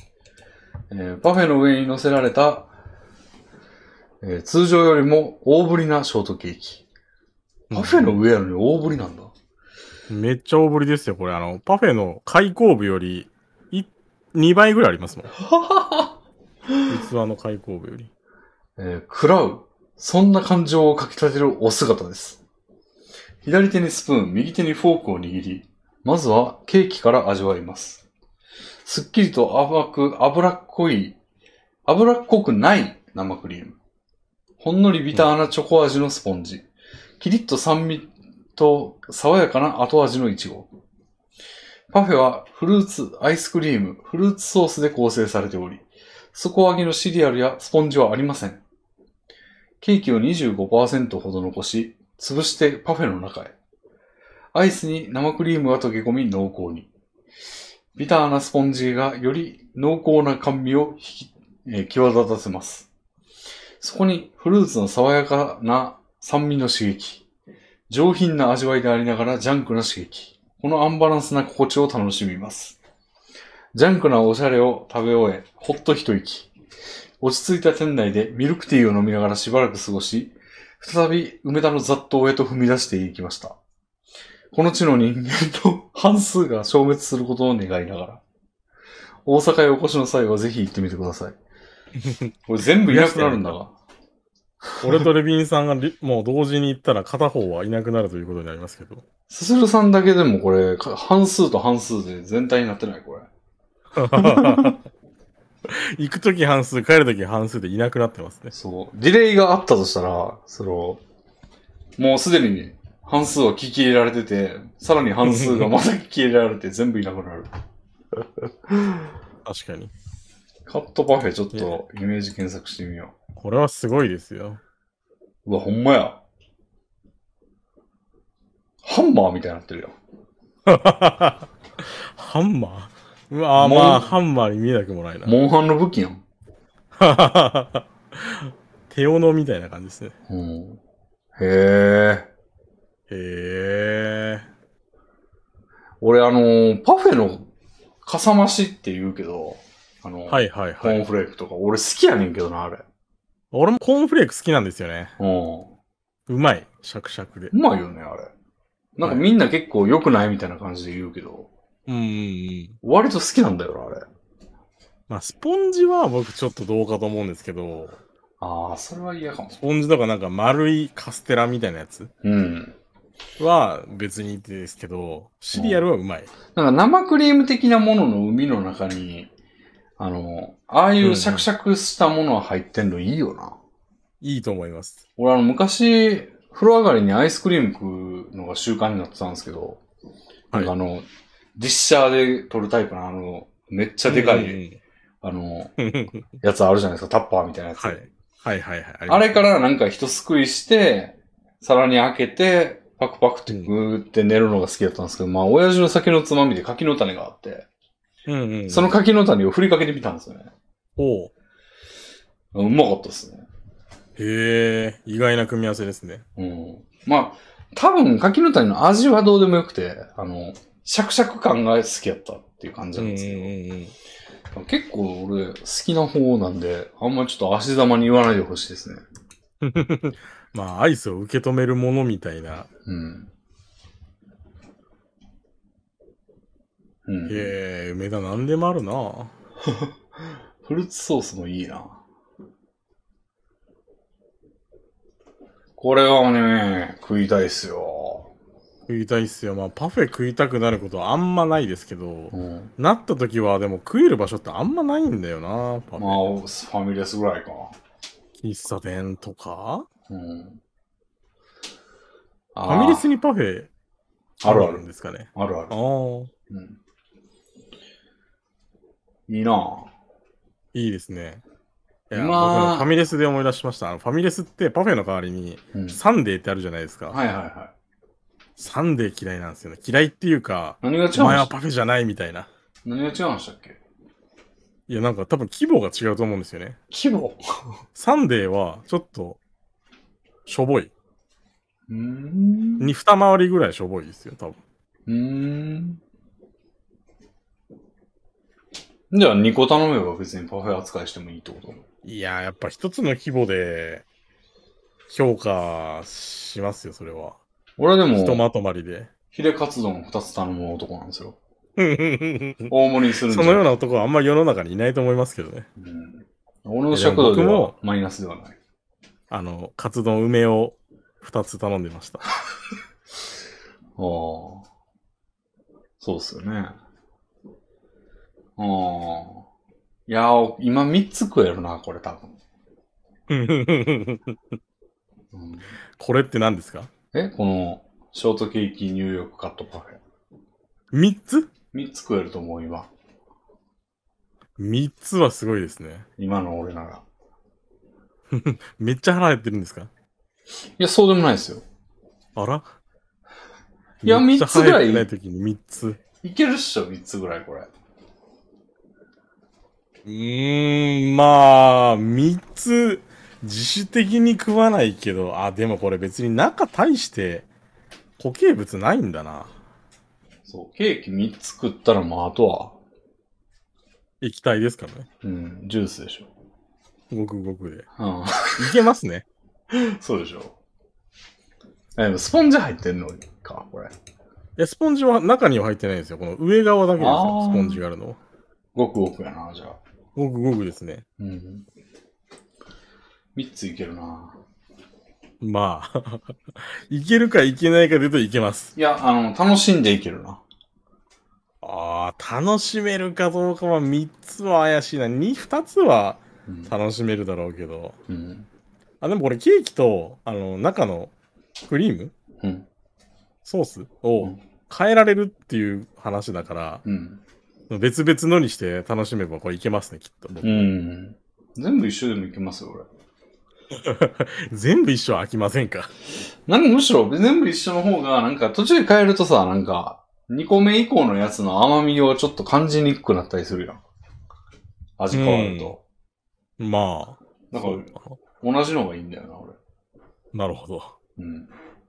えー、パフェの上に乗せられた、えー、通常よりも大ぶりなショートケーキ。パフェの上やのに大ぶりなんだ。 めっちゃ大ぶりですよ、これ。あの、パフェの開口部より、い、にばいぐらいありますもん。器の開口部より。 えー、食らう。そんな感情をかき立てるお姿です。左手にスプーン、右手にフォークを握り、まずはケーキから味わいます。すっきりと甘く脂っこい、脂っこくない生クリーム。ほんのりビターなチョコ味のスポンジ。うん、キリッと酸味と爽やかな後味のイチゴ。パフェはフルーツ、アイスクリーム、フルーツソースで構成されており、底上げのシリアルやスポンジはありません。ケーキを にじゅうごパーセント ほど残し、潰してパフェの中へ。アイスに生クリームが溶け込み濃厚に。ビターなスポンジがより濃厚な甘味を引き、えー、際立たせます。そこにフルーツの爽やかな酸味の刺激。上品な味わいでありながらジャンクな刺激。このアンバランスな心地を楽しみます。ジャンクなおしゃれを食べ終え、ほっと一息。落ち着いた店内でミルクティーを飲みながらしばらく過ごし、再び梅田の雑踏へと踏み出していきました。この地の人間の半数が消滅することを願いながら。大阪へお越しの際はぜひ行ってみてください。これ全部いなくなるんだが。 俺とレビンさんがもう同時に行ったら片方はいなくなるということになりますけど。 すするさんだけでもこれ、半数と半数で全体になってないこれ。 行くとき半数、帰るとき半数でいなくなってますね。 そう。ディレイがあったとしたら、その、もうすでに半数は聞き入れられてて、さらに半数がまた聞き入れられて全部いなくなる。 確かに。 カットパフェちょっとイメージ検索してみよう。これはすごいですよ。 うわ、ほんまや。ハンマーみたいになってるよ。 ハンマーうわーまあ、ハンマーに見えなくもないな。 モンハンの武器やん。 手斧みたいな感じですね。 うん、へえ。へえ。 俺あのー、パフェのかさ増しって言うけど、あのー、 はいはいはい。 コーンフレークとか、俺好きやねんけどな、あれ。 俺もコーンフレーク好きなんですよね。 うん。 うまい。シャクシャクで。 うまいよね、あれ。なんかみんな結構良くないみたいな感じで言うけど。 うんうんうん。 割と好きなんだよな、あれ。 まあ、スポンジは僕ちょっとどうかと思うんですけど。 ああ、それは嫌かも。 スポンジとかなんか丸いカステラみたいなやつうん。 は別にいいですけど、シリアルはうまい。 なんか生クリーム的なものの海の中に、あの、ああいうシャクシャクしたものが入ってんのいいよな。うんうん、 いいと思います。 俺あの昔、風呂上がりにアイスクリーム食うのが習慣になってたんですけど、はい、なんかあの、ディッシャーで取るタイプのあの、めっちゃでかい、うんうん、あの、やつあるじゃないですか、タッパーみたいなやつ。 はい。はいはいはい。 あ, あれからなんか一すくいして、皿に開けて、パクパクってグーって寝るのが好きだったんですけど、うん、まあ、親父の酒のつまみで柿の種があって、うんうんうん、その柿の種を振りかけてみたんですよね。 おう。 うまかったですね。 へえ、意外な組み合わせですね。 うん。まあ、多分柿の種の味はどうでもよくて、あの、シャクシャク感が好きやったっていう感じなんですけど、うんうんうん、結構俺好きな方なんで、あんまりちょっと足ざまに言わないでほしいですね。 まあ、アイスを受け止めるものみたいな。うん。うん、へえ、梅田なんでもあるな。 フルーツソースもいいな。これはね、食いたいっすよ。 食いたいっすよ。まあ、パフェ食いたくなることはあんまないですけど、うん、なった時はでも食える場所ってあんまないんだよな、 パフェ。まあ、ファミレスぐらいか。 喫茶店とか、うん、 ファミレスにパフェあるあるんですかね。 あるある。ああ、 うん、いいな。 いいですね。いや、まあ、僕ファミレスで思い出しました。あのファミレスってパフェの代わりに、サンデーってあるじゃないですか。 うん、はいはいはい。 サンデー嫌いなんですよね。嫌いっていうか、 何が違うんお前はパフェじゃないみたいな。 何が違うんでしたっけ？ いや、なんか多分規模が違うと思うんですよね。 規模サンデーは、ちょっと、しょぼい。 うーん。 に二回りぐらいしょぼいですよ、多分。 うーん。 じゃあにこ頼めば別にパフェ扱いしてもいいってこと？ いや、やっぱ一つの規模で評価しますよ、それは。 俺でも、 ひとまとまりで。 ヒレカツ丼ふたつ頼む男なんですよ。大盛りにするんじゃそのような男はあんまり世の中にいないと思いますけどね。 うん、俺の尺度ではマイナスではない。 あの、カツ丼梅をふたつ頼んでました。ああ。 そうっすよね。ああ。いやー、今みっつ食えるな、これ多分。 うん、これって何ですか？ えこの、ショートケーキニューヨークカットパフェ。 みっつ ? みっ つ食えると思う、今。 みっつはすごいですね。 今の俺なら。 めっちゃ腹減ってるんですか？ いや、そうでもないですよ。 あらいや、みっつぐらい。 ない時にみっつ。 いけるっしょ、みっつぐらい、これ。 うーん、まあ、みっつ、自主的に食わないけど、あ、でもこれ別に中大して固形物ないんだな。 そう、ケーキみっつ食ったらもうあとは。 液体ですかね。 うん、ジュースでしょ。 ごくごくで。 うん。 いけますね。 そうでしょ。え、でもスポンジ入ってんのか、これ。いや、スポンジは中には入ってないんですよ。この上側だけですよ、スポンジがあるの。 ごくごくやな、じゃあ。 ごくごくですね。 うん。みっついけるな。 まあ、いけるかいけないかで言うといけます。 いや、あの、楽しんでいけるな。 ああ、楽しめるかどうかはみっつは怪しいな。に、ふたつは楽しめるだろうけど。うん。あ、でもこれケーキと、あの、中のクリーム、うん、ソースを変えられるっていう話だから、うん、別々のにして楽しめばこれいけますね、きっと。 うん。全部一緒でもいけますよ、俺。 全部一緒は飽きませんか？ なんかむしろ全部一緒の方が、なんか途中で変えるとさ、なんか、にこめ以降のやつの甘みをちょっと感じにくくなったりするやん。味変わると。 うん、まあ。 だから、同じのがいいんだよな、俺。 なるほど。うん。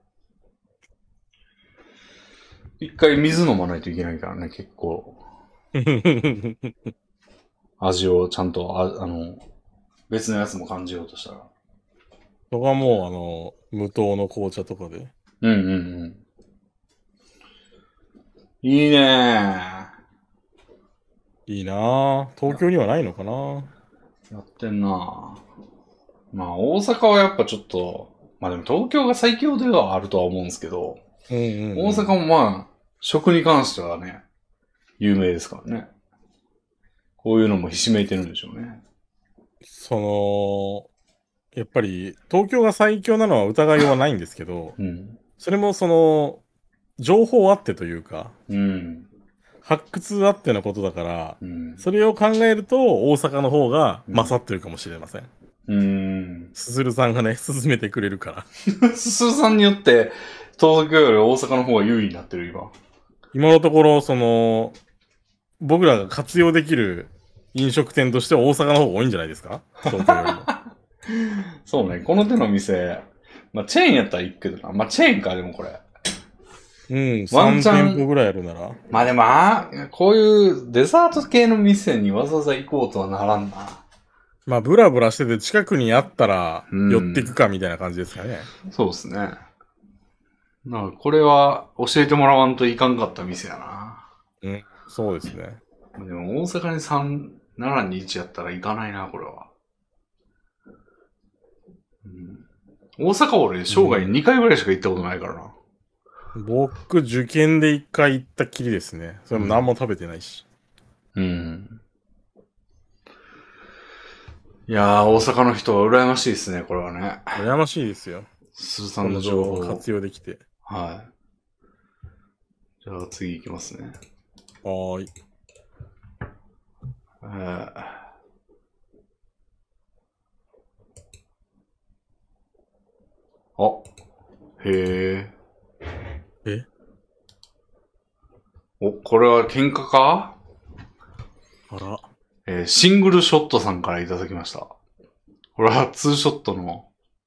一回水飲まないといけないからね、結構。味をちゃんと、あ、あの、別のやつも感じようとしたら。 そこはもう、あの、無糖の紅茶とかで。 うんうんうん。いいねー。 いいなぁ。東京にはないのかな？ やってんなぁ。まあ、大阪はやっぱちょっと、まあでも東京が最強ではあるとは思うんですけど、うんうんうん、大阪もまあ、食に関してはね、有名ですからね。こういうのもひしめいてるんでしょうね。 その、やっぱり、東京が最強なのは疑いようはないんですけど、うん、それもその、情報あってというか、うん、発掘あってのことだから、うん、それを考えると大阪の方が勝ってるかもしれません。うん。すずるさんがね、進めてくれるから。 すずるさんによって、東京より大阪の方が優位になってる、今。 今のところ、その、僕らが活用できる飲食店としては大阪の方が多いんじゃないですか？東京よりも。 そうね、この手の店、まあチェーンやったらいいけどな。まあチェーンか、でもこれ。 うん、ワンチャンさん店舗ぐらいあるなら。 まあでも、あこういうデザート系の店にわざわざ行こうとはならんな。 まあ、ブラブラしてて近くにあったら、寄っていくかみたいな感じですかね。 うん、そうですね。なんかこれは教えてもらわんといかんかった店やな。 うん、そうですね。 でも大阪にさん、奈良にいちやったら行かないな、これは。うん、大阪俺、生涯にかいぐらいしか行ったことないからな。 うん、僕、受験でいっかい行ったきりですね。それも何も食べてないし。うん。うんいやー、大阪の人は羨ましいですね、これはね。 羨ましいですよ。 すずさんの情報を活用できて。 はい。じゃあ次行きますね。 はーい。 えー、あ、へえ。えお、これは喧嘩か？ あら。 えー、シングルショットさんからいただきました。これはツーショットの、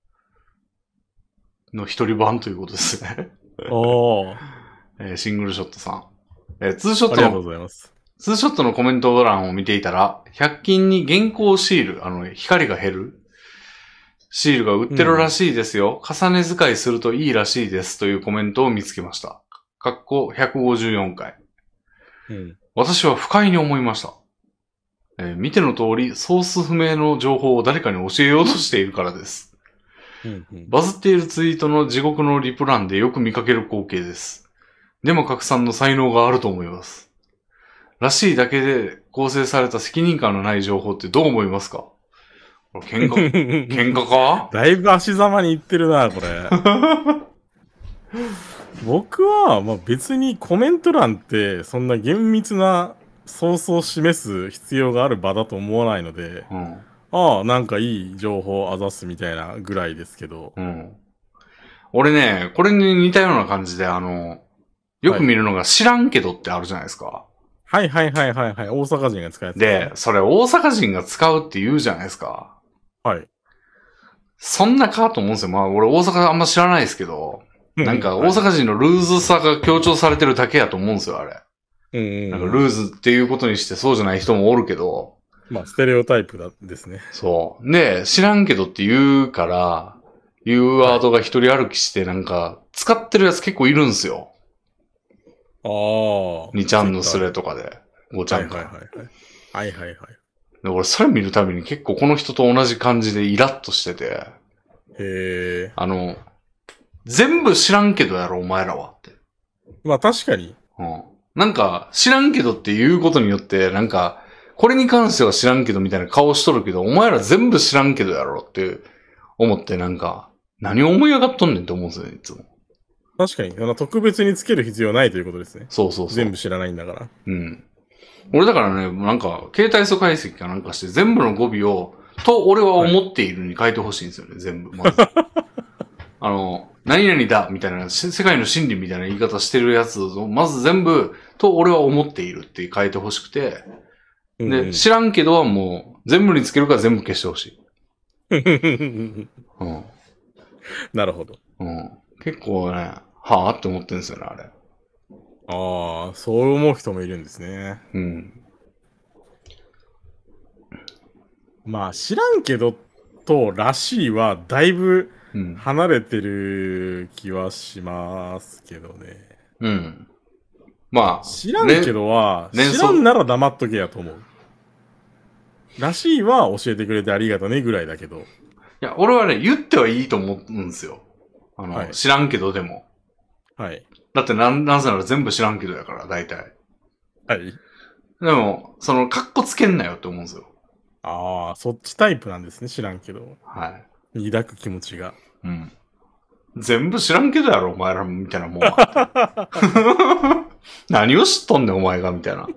の一人版ということですね。 おー。 えー、シングルショットさん。えー、ツーショットの、 ありがとうございます。 ツーショットのコメント欄を見ていたら、ひゃく均に現行シール、あの、光が減るシールが売ってるらしいですよ。うん、重ね使いするといいらしいですというコメントを見つけました。かっこひゃくごじゅうよんかい。うん、私は不快に思いました。えー、見ての通り、ソース不明の情報を誰かに教えようとしているからです。うんうん、バズっているツイートの地獄のリプ欄でよく見かける光景です。でも拡散の才能があると思います。らしいだけで構成された責任感のない情報ってどう思いますか？喧嘩、喧嘩か？ だいぶ足ざまに言ってるな、これ。僕は、まあ、別にコメント欄ってそんな厳密なソースを示す必要がある場だと思わないので、うん、ああ、なんかいい情報あざすみたいなぐらいですけど。 うん、俺ね、これに似たような感じで、あの、よく見るのが知らんけどってあるじゃないですか。 はいはいはいはいはい。大阪人が使うやつ、 ね。で、それ大阪人が使うって言うじゃないですか。 はい。 そんなかと思うんですよ。まあ俺大阪あんま知らないですけど、なんか大阪人のルーズさが強調されてるだけやと思うんですよ、あれ。うんうんうん、なんかルーズっていうことにしてそうじゃない人もおるけど。 まあステレオタイプだですね。 そう。で、知らんけどって言うから、言うワードが一人歩きしてなんか、使ってるやつ結構いるんですよ。ああ。にちゃんのスレとかで。ごちゃんか。はいはいはい。 はいはいはい。 で俺それ見るたびに結構この人と同じ感じでイラッとしてて。へえ。 あの、全部知らんけどやろ、お前らはって。 まあ確かに。 うん。なんか、知らんけどっていうことによって、なんか、これに関しては知らんけどみたいな顔しとるけど、お前ら全部知らんけどやろって思ってなんか、何を思い上がっとんねんって思うんですよね、いつも。 確かに。特別につける必要ないということですね。 そうそうそう。 全部知らないんだから。 うん。俺だからね、なんか、携帯素解析かなんかして全部の語尾を、と俺は思っているに書いてほしいんですよね、はい、全部。まず。あの、何々だみたいな、世界の真理みたいな言い方してるやつを、まず全部、と俺は思っているって書いてほしくて、で、うんうん、知らんけどはもう、全部につけるから全部消してほしい。うん。 なるほど。 うん。結構ね、はぁって思ってるんですよね、あれ。 ああ、そう思う人もいるんですね。 うん。 まあ、知らんけどと、らしいは、だいぶ、離れてる気はしますけどね。 うん。まあ。 知らんけどは、知らんなら黙っとけやと思う。らしいは教えてくれてありがとねぐらいだけど。いや、俺はね、言ってはいいと思うんですよ。あの、はい、知らんけどでも。 はい。 だってなん、なぜなら全部知らんけどやから、大体。 はい。 でも、その、カッコつけんなよって思うんですよ。 ああ、そっちタイプなんですね、知らんけど。 はい。 抱く気持ちが。 うん。全部知らんけどやろ、お前ら、みたいなもんは。何を知っとんねん、お前が、みたいな。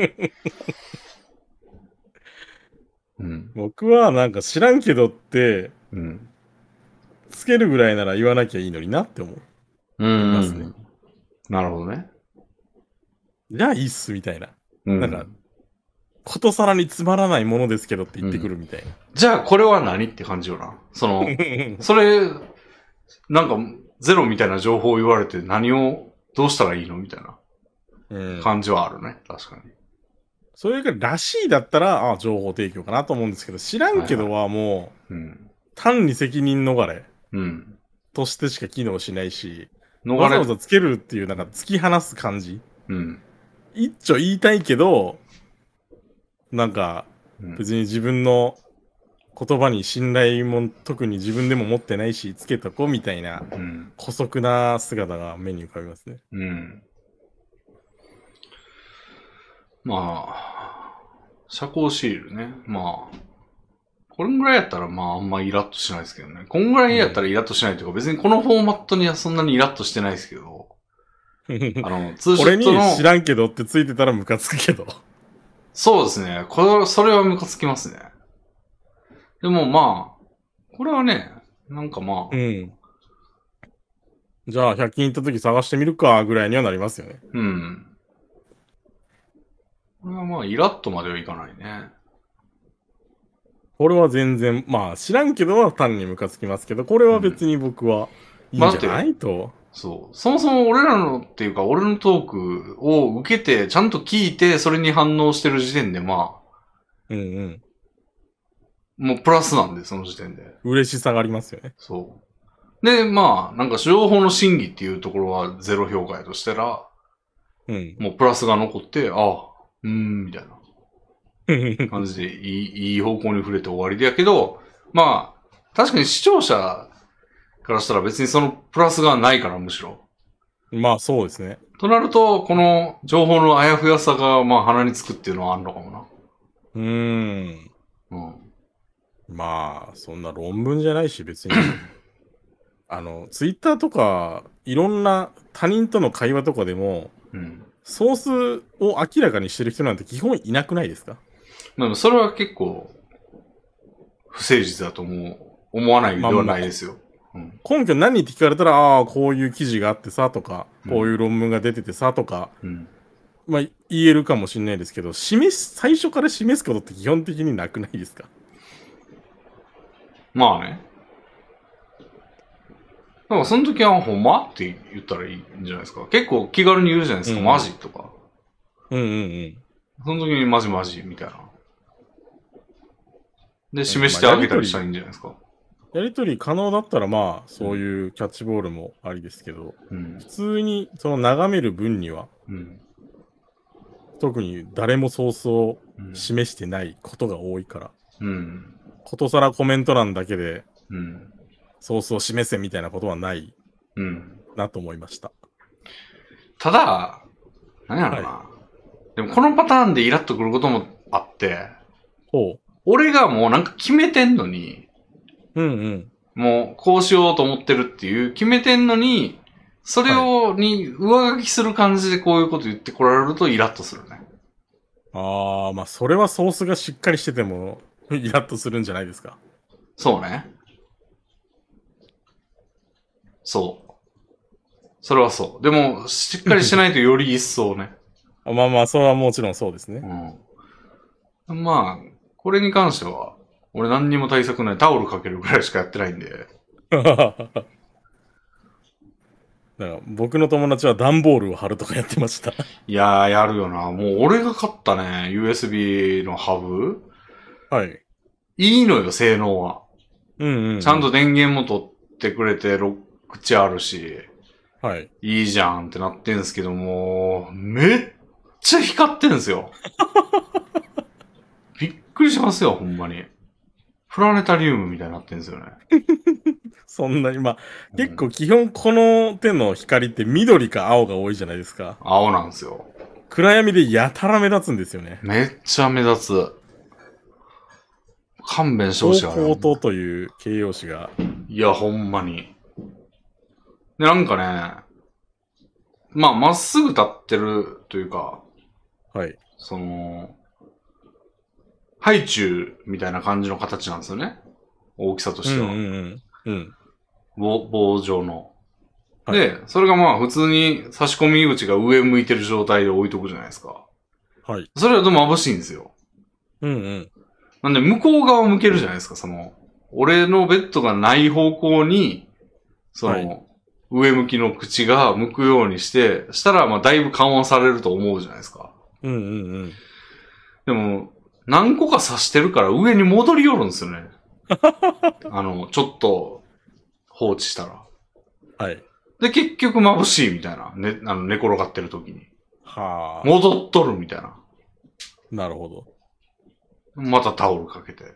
うん、僕はなんか知らんけどって、うん、つけるぐらいなら言わなきゃいいのになって思う。 うん。いますね。なるほどね。 じゃあいいっす、みたいな。うん、なんか、ことさらにつまらないものですけどって言ってくるみたいな。うん、 じゃあこれは何って感じよな。その、それ、なんかゼロみたいな情報を言われて何をどうしたらいいのみたいな感じはあるね。うん、確かに。 それがらしいだったら、ああ、情報提供かなと思うんですけど、知らんけどはもう、はいはい、うん、単に責任逃れ、うん、としてしか機能しないし、逃れわざわざつけるっていうなんか突き放す感じ。うん、一丁言いたいけど、なんか、別に自分の言葉に信頼も特に自分でも持ってないし、つけとこうみたいな、うん、姑息な姿が目に浮かびますね。うん。 まあ、遮光シールね。まあ、これぐらいやったらまああんまイラッとしないですけどね。こんぐらいやったらイラッとしないというか、別にこのフォーマットにはそんなにイラッとしてないですけど。 あの、ツーショットの。俺に知らんけどってついてたらムカつくけど。 そうですね。これ、それはムカつきますね。でもまあ、これはね、なんかまあ。うん。 じゃあ、ひゃく均行った時探してみるか、ぐらいにはなりますよね。 うん。これはまあ、イラッとまではいかないね。 これは全然、まあ、知らんけどは単にムカつきますけど、これは別に僕は、いいんじゃないと。 そう。そもそも俺らのっていうか、俺のトークを受けて、ちゃんと聞いて、それに反応してる時点で、まあ。 うんうん。 もうプラスなんで、その時点で。 嬉しさがありますよね。 そう。で、まあ、なんか情報の真偽っていうところはゼロ評価やとしたら、うん。もうプラスが残って、ああ、うーん、みたいな感じでいい、いい方向に触れて終わりだけど、まあ、確かに視聴者からしたら別にそのプラスがないから、むしろ。 まあそうですね。 となると、この情報のあやふやさが、まあ鼻につくっていうのはあるのかもな。 うーん。うん。まあ、そんな論文じゃないし、別に。あの、ツイッターとか、いろんな他人との会話とかでも、うん、ソースを明らかにしてる人なんて基本いなくないですか？ まあ、それは結構、不誠実だと思う、思わないではないですよ。 まあまあうん、根拠何って聞かれたら、ああ、こういう記事があってさ、とか、こういう論文が出ててさ、とか、うん、まあ、言えるかもしれないですけど、示す、最初から示すことって基本的になくないですか？ まあね。だからその時はほんまって言ったらいいんじゃないですか。結構気軽に言うじゃないですか。うん、マジとか。 うんうんうん。 その時にマジマジみたいな。で、示してあげたりしたらいいんじゃないですか。 やりとり可能だったらまあ、そういうキャッチボールもありですけど、うん、普通にその眺める分には、うん、特に誰もソースを示してないことが多いから、うん、ことさらコメント欄だけで、うん、ソースを示せみたいなことはない、うん、なと思いました。 ただ、何やろな、はい、でもこのパターンでイラッとくることもあって、ほう俺がもうなんか決めてんのに、うんうん。もうこうしようと思ってるっていう決めてんのに、それを、はい、に上書きする感じでこういうこと言ってこられるとイラッとするね。 ああ、まあそれはソースがしっかりしててもイラッとするんじゃないですか。 そうね。そう。それはそう。でも、しっかりしないとより一層ね。 まあまあ、それはもちろんそうですね。 うん。まあ、これに関しては、俺何にも対策ない。タオルかけるぐらいしかやってないんで。だから僕の友達は段ボールを貼るとかやってました。 いやー、やるよな。もう俺が買ったね、ユーエスビー のハブはい。いいのよ、性能は。うんうん、うん。ちゃんと電源も取ってくれて、ろく口あるし。はい。いいじゃんってなってんすけども、めっちゃ光ってんすよ。びっくりしますよ、ほんまに。プラネタリウムみたいになってんですよね。 そんなに、まあ、うん、結構基本この手の光って緑か青が多いじゃないですか。 青なんですよ。 暗闇でやたら目立つんですよね。 めっちゃ目立つ。勘弁してほしいわ。 高光という形容詞が。 いや、ほんまに。で、なんかね、まあ、まっすぐ立ってるというか、はい。その、ハイチュウみたいな感じの形なんですよね。大きさとしては。うんうんうん。うん。棒、棒状の。はい、で、それがまあ普通に差し込み口が上向いてる状態で置いとくじゃないですか。はい。それだと眩しいんですよ。うんうん。なんで向こう側を向けるじゃないですか、その、俺のベッドがない方向に、その、はい、上向きの口が向くようにして、したらまあだいぶ緩和されると思うじゃないですか。うんうんうん。でも、何個か刺してるから上に戻り寄るんですよね。あの、ちょっと放置したら。はい。で、結局眩しいみたいな。ね、あの寝転がってる時に。はあ。戻っとるみたいな。 なるほど。 またタオルかけて。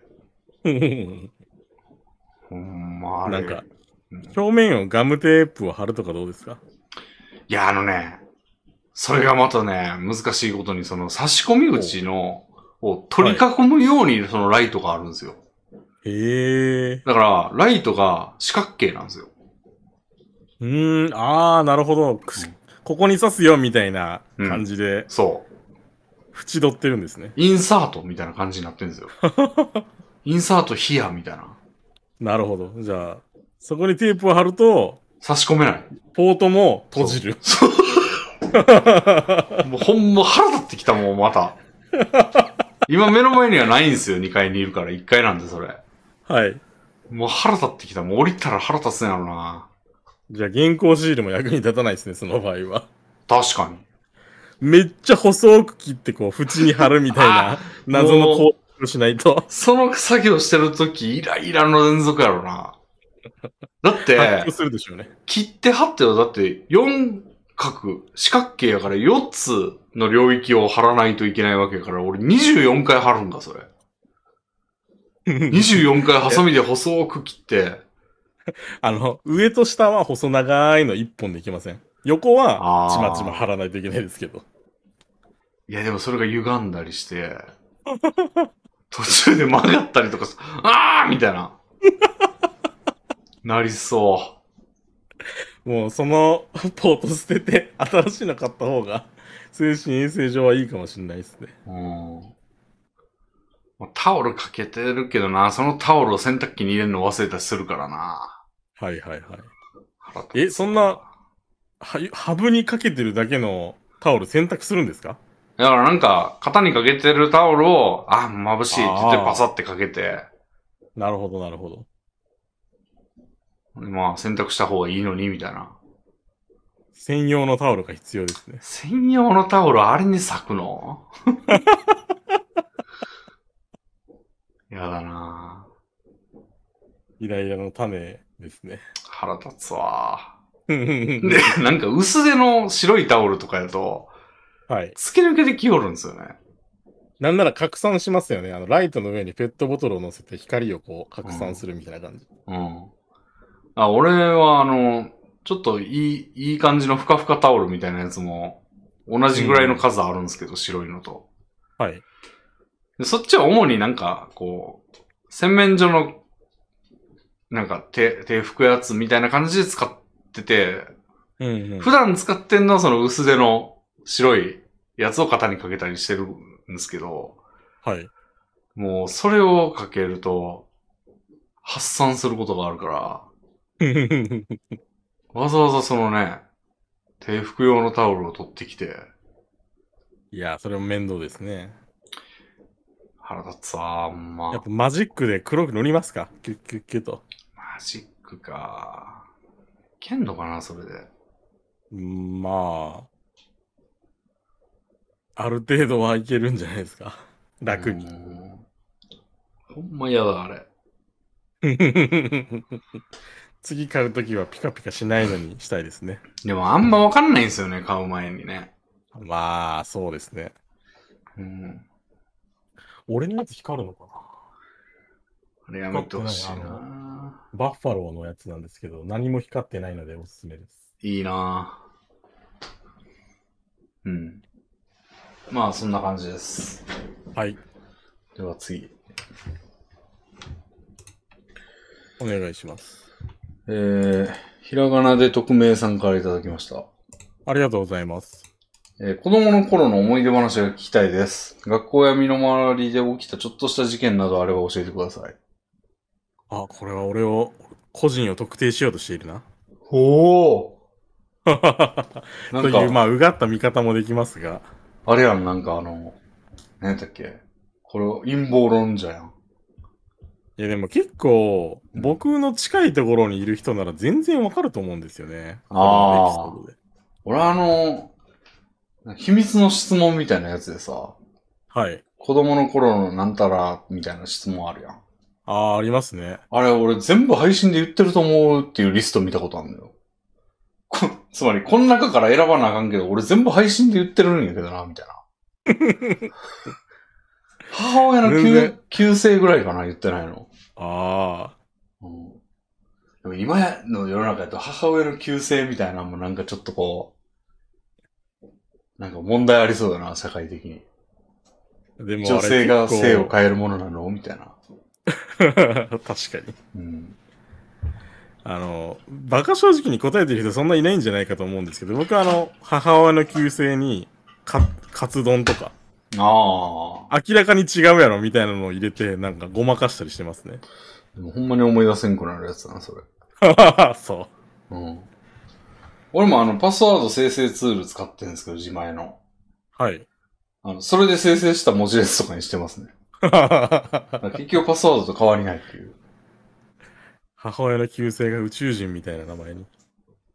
ほんまあれ。 なんか、表面をガムテープを貼るとかどうですか？ いや、あのね、それがまたね、難しいことに、その差し込み口の、を取り囲むようにそのライトがあるんですよ。へえ。だから、ライトが四角形なんですよ。 うーん、あー、なるほど。うん、ここに刺すよ、みたいな感じで。うん、そう。縁取ってるんですね。 インサートみたいな感じになってるんですよ。インサートヒアみたいな。 なるほど。じゃあ、そこにテープを貼ると、 差し込めない。 ポートも閉じる。そう。 もうほんま腹立ってきたもん、また。今目の前にはないんですよ、にかいにいるから。いっかいなんで、それ。はい。もう腹立ってきた。もう降りたら腹立つんやろな。 じゃあ原稿シールも役に立たないですね、その場合は。 確かに。 めっちゃ細く切ってこう、縁に貼るみたいな謎の工作をしないと。 その作業してるとき、イライラの連続やろな。だって、 するでしょうね、 切って貼ってよ。だって、四角、四角形やからよっつの領域を貼らないといけないわけやから、俺にじゅうよんかい貼るんだ、それ。にじゅうよんかいハサミで細く切って。 あの、上と下は細長いの一本でいけません。横はちまちま貼らないといけないですけど。 いや、でもそれが歪んだりして、途中で曲がったりとか、あーみたいな。なりそう。 もうそのポート捨てて新しいの買った方が精神衛生上はいいかもしれないですね。 うん。タオルかけてるけどな、そのタオルを洗濯機に入れるの忘れたりするからな。 はいはいはい。え、そんな、は、ハブにかけてるだけのタオル洗濯するんですか？ だからなんか、肩にかけてるタオルを、あ、眩しいって言ってパサってかけて。 なるほどなるほど。 まあ、洗濯した方がいいのに、みたいな。 専用のタオルが必要ですね。 専用のタオルあれに咲くのやだなぁ。 イライラの種ですね。 腹立つわ。で、なんか薄手の白いタオルとかやと、はい。突き抜けてきよるんですよね。 なんなら拡散しますよね。あの、ライトの上にペットボトルを乗せて光をこう拡散するみたいな感じ。 うん。うん、あ、俺はあの、ちょっといい、いい感じのふかふかタオルみたいなやつも、同じぐらいの数あるんですけど、うん、白いのと。はい。でそっちは主になんか、こう、洗面所の、なんか手、手拭くやつみたいな感じで使ってて、うんうん、普段使ってんのはその薄手の白いやつを肩にかけたりしてるんですけど、はい。もう、それをかけると、発散することがあるから、わざわざそのね、手拭く用のタオルを取ってきて。 いや、それも面倒ですね。 腹立つわ、ほんま。 やっぱマジックで黒く塗りますか？キュッキュッキュッと。 マジックか。いけんのかな、それで。 まあ。ある程度はいけるんじゃないですか。楽に。 ほんま嫌だ、あれ。 次買うときはピカピカしないのにしたいですね。 でもあんまわかんないんですよね、買う前にね。 まあ、そうですね。うん。俺のやつ光るのかな？ あれやめてほしいな。 バッファローのやつなんですけど、何も光ってないのでおすすめです。 いいなぁ。うん。まあ、そんな感じです。 はい。 では次。 お願いします。 えー、ひらがなで匿名さんからいただきました。 ありがとうございます。 えー、子供の頃の思い出話が聞きたいです。学校や身の回りで起きたちょっとした事件などあれば教えてください。 あ、これは俺を、個人を特定しようとしているな。 ほー。という、まあ、うがった見方もできますが。 あれやん、なんかあの、何だっけ。これ、陰謀論者やん。 いやでも結構、僕の近いところにいる人なら全然わかると思うんですよね。ああ。 俺あの、秘密の質問みたいなやつでさ。はい。子供の頃のなんたらみたいな質問あるやん。 ああ、ありますね。 あれ俺全部配信で言ってると思うっていうリスト見たことあるんだよ。つまり、この中から選ばなあかんけど、俺全部配信で言ってるんやけどな、みたいな。母親の旧、旧姓ぐらいかな、言ってないの。ああ、うん。でも今の世の中だと母親の旧姓みたいなのもなんかちょっとこう、なんか問題ありそうだな、社会的に。でも女性が姓を変えるものなのみたいな。 確かに。うん。あの、馬鹿正直に答えてる人そんないないんじゃないかと思うんですけど、僕はあの、母親の旧姓に、か、カツ丼とか。ああ。明らかに違うやろみたいなのを入れて、なんかごまかしたりしてますね。 でもほんまに思い出せんくなるやつだな、それ。そう。うん。俺もあの、パスワード生成ツール使ってるんですけど、自前の。はい。あの、それで生成した文字列とかにしてますね。結局パスワードと変わりないっていう。 母親の旧姓が宇宙人みたいな名前に。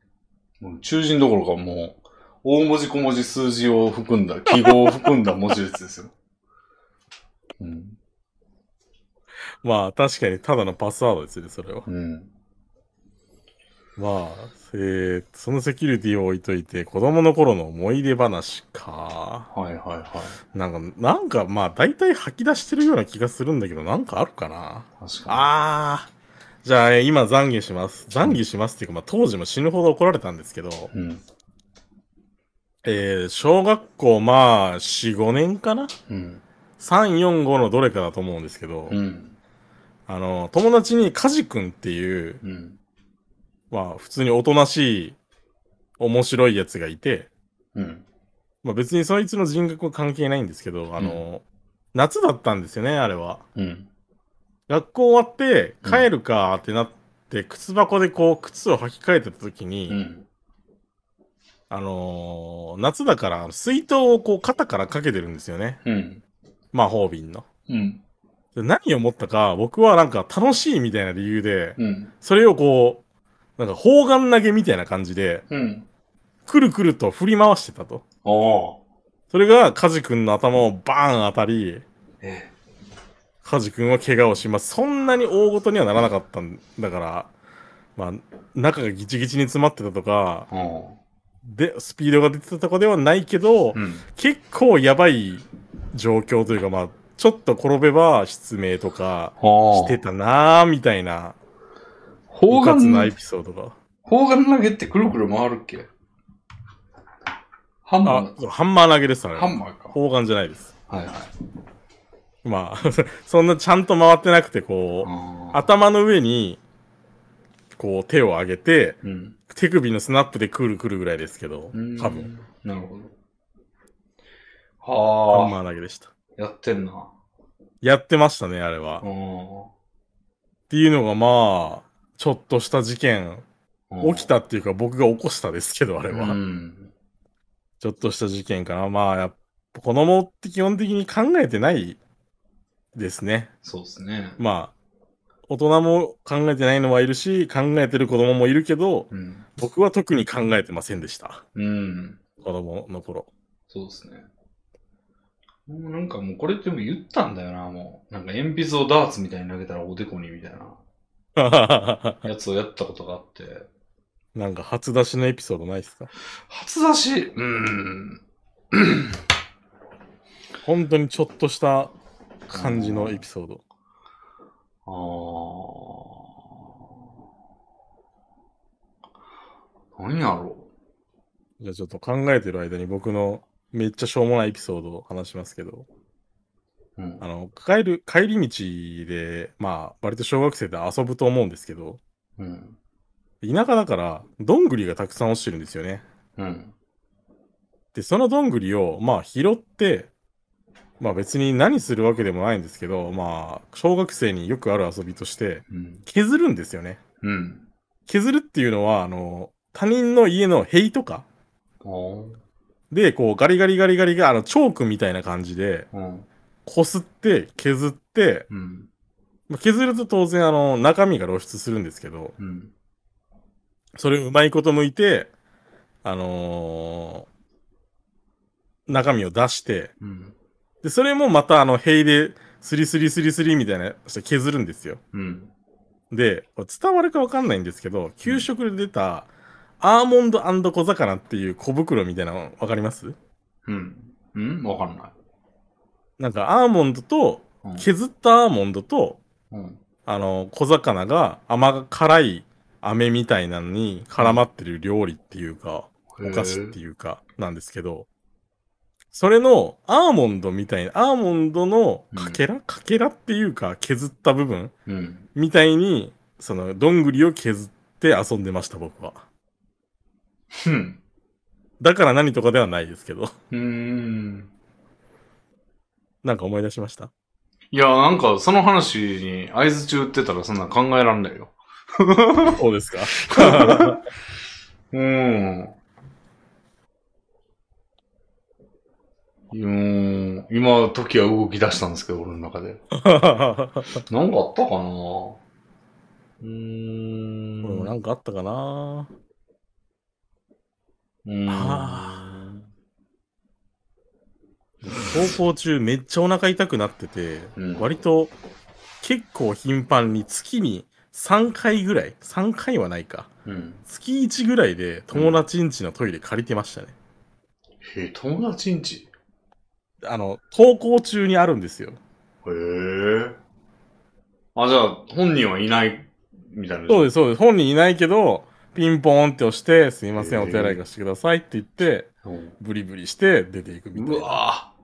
もう中人どころかもう、大文字小文字数字を含んだ、記号を含んだ文字列ですよ。うん、 まあ、確かにただのパスワードですね、それは。 うん、 まあ、えー、そのセキュリティを置いといて、子供の頃の思い出話か。 はいはいはい。 なんか、なんか、まあ、大体吐き出してるような気がするんだけど、なんかあるかな。 確かに。 あー。じゃあ、今、懺悔します。懺悔しますっていうか、まあ、当時も死ぬほど怒られたんですけど、うん、えー、小学校、まあ、よん、ごねんかな、うん、さん、よん、ごのどれかだと思うんですけど、うん、あの、友達にカジ君っていう、うん、まあ、普通におとなしい、面白いやつがいて、うん、まあ別にそいつの人格は関係ないんですけど、あの、うん、夏だったんですよね、あれは。うん、学校終わって帰るかってなって、うん、靴箱でこう靴を履き替えてた時に、うん、あのー、夏だから水筒をこう肩からかけてるんですよね。うん、魔法瓶の。うん、で何を思ったか、僕はなんか楽しいみたいな理由で、うん、それをこう、なんか砲丸投げみたいな感じで、うん、くるくると振り回してたと。それがカジ君の頭をバーン当たり、ええ、カジ君は怪我をします。そんなに大ごとにはならなかったんだから、まあ、中がギチギチに詰まってたとか、で、スピードが出てたとかではないけど、うん、結構やばい状況というか、まあ、ちょっと転べば失明とかしてたなーみたいな、 砲丸なエピソードが。 砲丸投げってくるくる回るっけ？ハンマー？ あ、ハンマー投げです、あれ。 ハンマーか。 砲丸じゃないです。 はいはい。 まあ、そんなちゃんと回ってなくて、こう、頭の上に、こう手を上げて、うん、手首のスナップでくるくるぐらいですけど、多分。 なるほど。はあ。ハンマー投げでした。 やってんな。 やってましたね、あれは。っていうのがまあ、ちょっとした事件、起きたっていうか僕が起こしたですけど、あれは。ちょっとした事件かな。まあ、やっぱ子供って基本的に考えてないですね。 そうですね。 まあ、大人も考えてないのはいるし、考えてる子供もいるけど、うん、僕は特に考えてませんでした。うん。子供の頃。 そうですね。もうなんかもうこれってもう言ったんだよな、もう。なんか鉛筆をダーツみたいに投げたらおでこにみたいなやつをやったことがあって。 なんか初出しのエピソードないですか？ 初出しうーん。 本当にちょっとした感じのエピソード。 ああ。何やろう。じゃあちょっと考えてる間に僕のめっちゃしょうもないエピソードを話しますけど。うん、あの、帰る、帰り道で、まあ、割と小学生で遊ぶと思うんですけど、うん、田舎だから、どんぐりがたくさん落ちてるんですよね。うん、で、そのどんぐりを、まあ、拾って、まあ別に何するわけでもないんですけど、まあ、小学生によくある遊びとして、削るんですよね。うん、削るっていうのは、あの、他人の家の塀とか、で、こう、ガリガリガリガリが、あの、チョークみたいな感じで、こすって、削って、うん、まあ、削ると当然、あの、中身が露出するんですけど、うん、それをうまいこと剥いて、あのー、中身を出して、うん、で、それもまた、あの、塀で、スリスリスリスリみたいな、削るんですよ。うん、で、伝わるかわかんないんですけど、給食で出た、アーモンド&小魚っていう小袋みたいなのわかります？ うん。うんわかんない。 なんかアーモンドと、削ったアーモンドと、うん、あの、小魚が甘辛い飴みたいなのに絡まってる料理っていうか、うん、お菓子っていうか、なんですけど、それのアーモンドみたいな、アーモンドのかけら、うん、かけらっていうか、削った部分、うん、みたいに、その、どんぐりを削って遊んでました、僕は。うん。だから何とかではないですけど。うーん。なんか思い出しました？ いや、なんかその話に合図中打ってたらそんな考えらんないよ。 そうですか。 うーん。うん。今、時は動き出したんですけど、俺の中で。なんかあったかなうーん。 なんかあったかなうん。は登校中めっちゃお腹痛くなってて、うん、割と結構頻繁に月にさんかいぐらい、さんかいはないか。うん、月いちぐらいで友達ん家のトイレ借りてましたね。 うん、へえ、友達ん家あの、登校中にあるんですよ。へえ。あ、じゃあ、本人はいないみたいな。 そうです、そうです。本人いないけど、ピンポーンって押して、すいません、お手洗い貸してくださいって言って、ブリブリして出ていくみたいな。うわ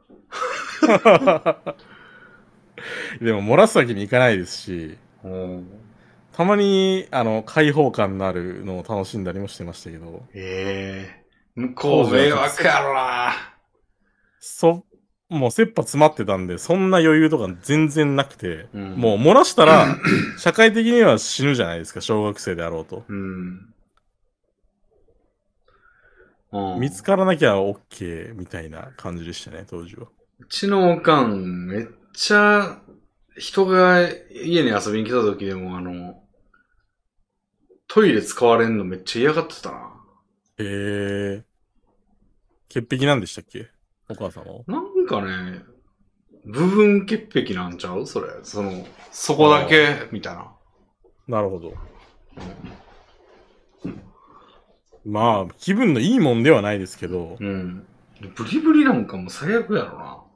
ぁ。でも、漏らすわけにいかないですし、たまに、あの、開放感のあるのを楽しんだりもしてましたけど。 へえー。向こう迷惑やろな。 そ、もう切羽詰まってたんで、そんな余裕とか全然なくて、うん、もう漏らしたら、社会的には死ぬじゃないですか、小学生であろうと。うんうん、見つからなきゃ OK みたいな感じでしたね、当時は。 うちのおかん、めっちゃ、人が家に遊びに来た時でも、あの、トイレ使われんのめっちゃ嫌がってたな。 へえ。潔癖なんでしたっけお母さんは。 なんかね、部分潔癖なんちゃうそれ。その、そこだけ、みたいな。 なるほど。うん、まあ、気分のいいもんではないですけど。 うん。ブリブリなんかも最悪やろな。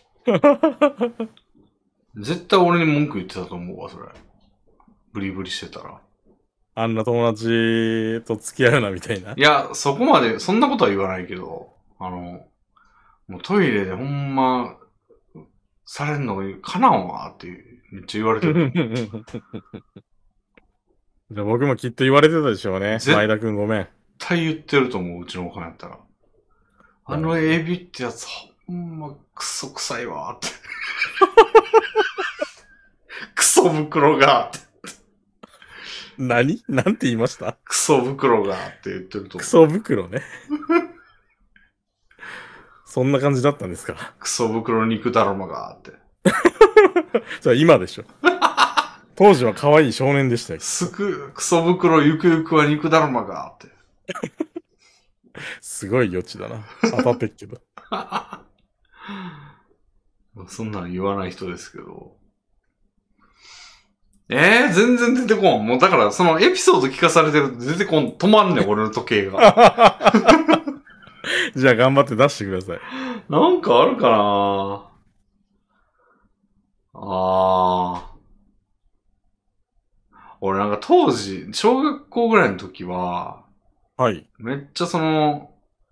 絶対俺に文句言ってたと思うわ、それ。ブリブリしてたら。 あんな友達と付き合うな、みたいな。 いや、そこまで、そんなことは言わないけど、あの、もうトイレでほんま、されんのがかなわんわってめっちゃ言われてる。 じゃあ僕もきっと言われてたでしょうね。前田くんごめん。 絶対言ってると思う、うちのおかんやったら。あのエビってやつ、ほんまクソ臭いわって。クソ袋がって。 何なんて言いました？ クソ袋がって言ってると思う。 クソ袋ね。そんな感じだったんですか？ クソ袋肉だるまがって。 じゃあ今でしょ。当時は可愛い少年でしたよ。 すく、クソ袋ゆくゆくは肉だるまがって。 すごい余地だな。当たってっけど。 そんなん言わない人ですけど。ええー、全然出てこん。もうだからそのエピソード聞かされてると出てこん。止まんねん、俺の時計が。 じゃあ頑張って出してください。 なんかあるかなああ。俺なんか当時、小学校ぐらいの時は、 はい。 めっちゃその、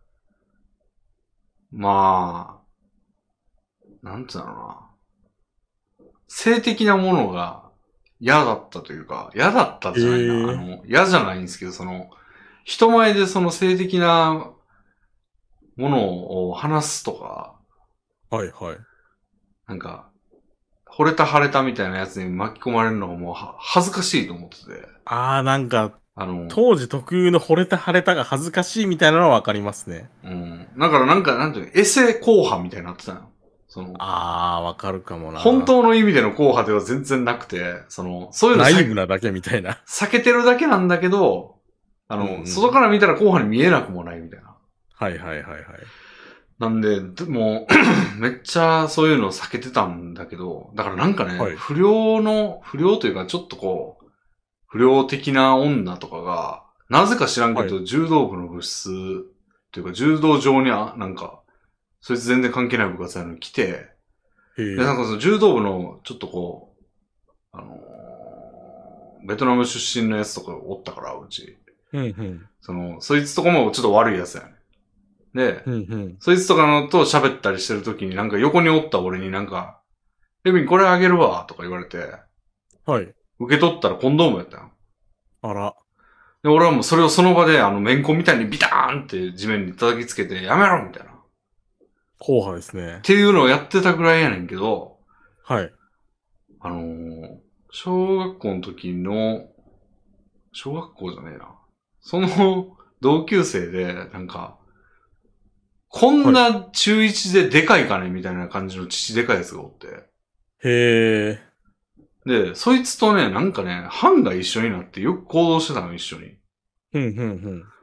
まあ、なんつうのな。性的なものが嫌だったというか、嫌だったじゃないな。えー、あの、嫌じゃないんですけど、その、人前でその性的なものを話すとか、 はいはい。 なんか、惚れた腫れたみたいなやつに巻き込まれるのがもう恥ずかしいと思ってて。 ああ、なんか、あの、当時特有の惚れた腫れたが恥ずかしいみたいなのはわかりますね。 うん。だからなんか、なんていうの、エセ硬派みたいになってたの。その、 ああ、わかるかもな。 本当の意味での硬派では全然なくて、その、そういうのナイーブなだけみたいな。 避けてるだけなんだけど、あの、うんうん、外から見たら硬派に見えなくもないみたいな。 はいはいはいはい。 なんで、でも、めっちゃそういうのを避けてたんだけど、だからなんかね、はい、不良の、不良というかちょっとこう、不良的な女とかが、なぜか知らんけど、はい、柔道部の部室、というか柔道場にあ、なんか、そいつ全然関係ない部活なのに来て、で、なんかその柔道部の、ちょっとこう、あのー、ベトナム出身のやつとかおったから、うち。 うんうん、 その、そいつとかもちょっと悪いやつやね。で、うんうん、そいつとかのと喋ったりしてるときになんか横におった俺になんか、レビンこれあげるわ、とか言われて、 はい。 受け取ったらコンドームやったよ。 あら。 で、俺はもうそれをその場であの、めんこみたいにビターンって地面に叩きつけて、やめろみたいな。 硬派ですね。 っていうのをやってたぐらいやねんけど、 はい。 あのー、小学校の時の、小学校じゃねえな。その同級生で、なんか、こんな中一ででかいかねみたいな感じの父でかいやつがおって。 へー。で、そいつとね、なんかね、班が一緒になってよく行動してたの、一緒に。 ふんふんふん。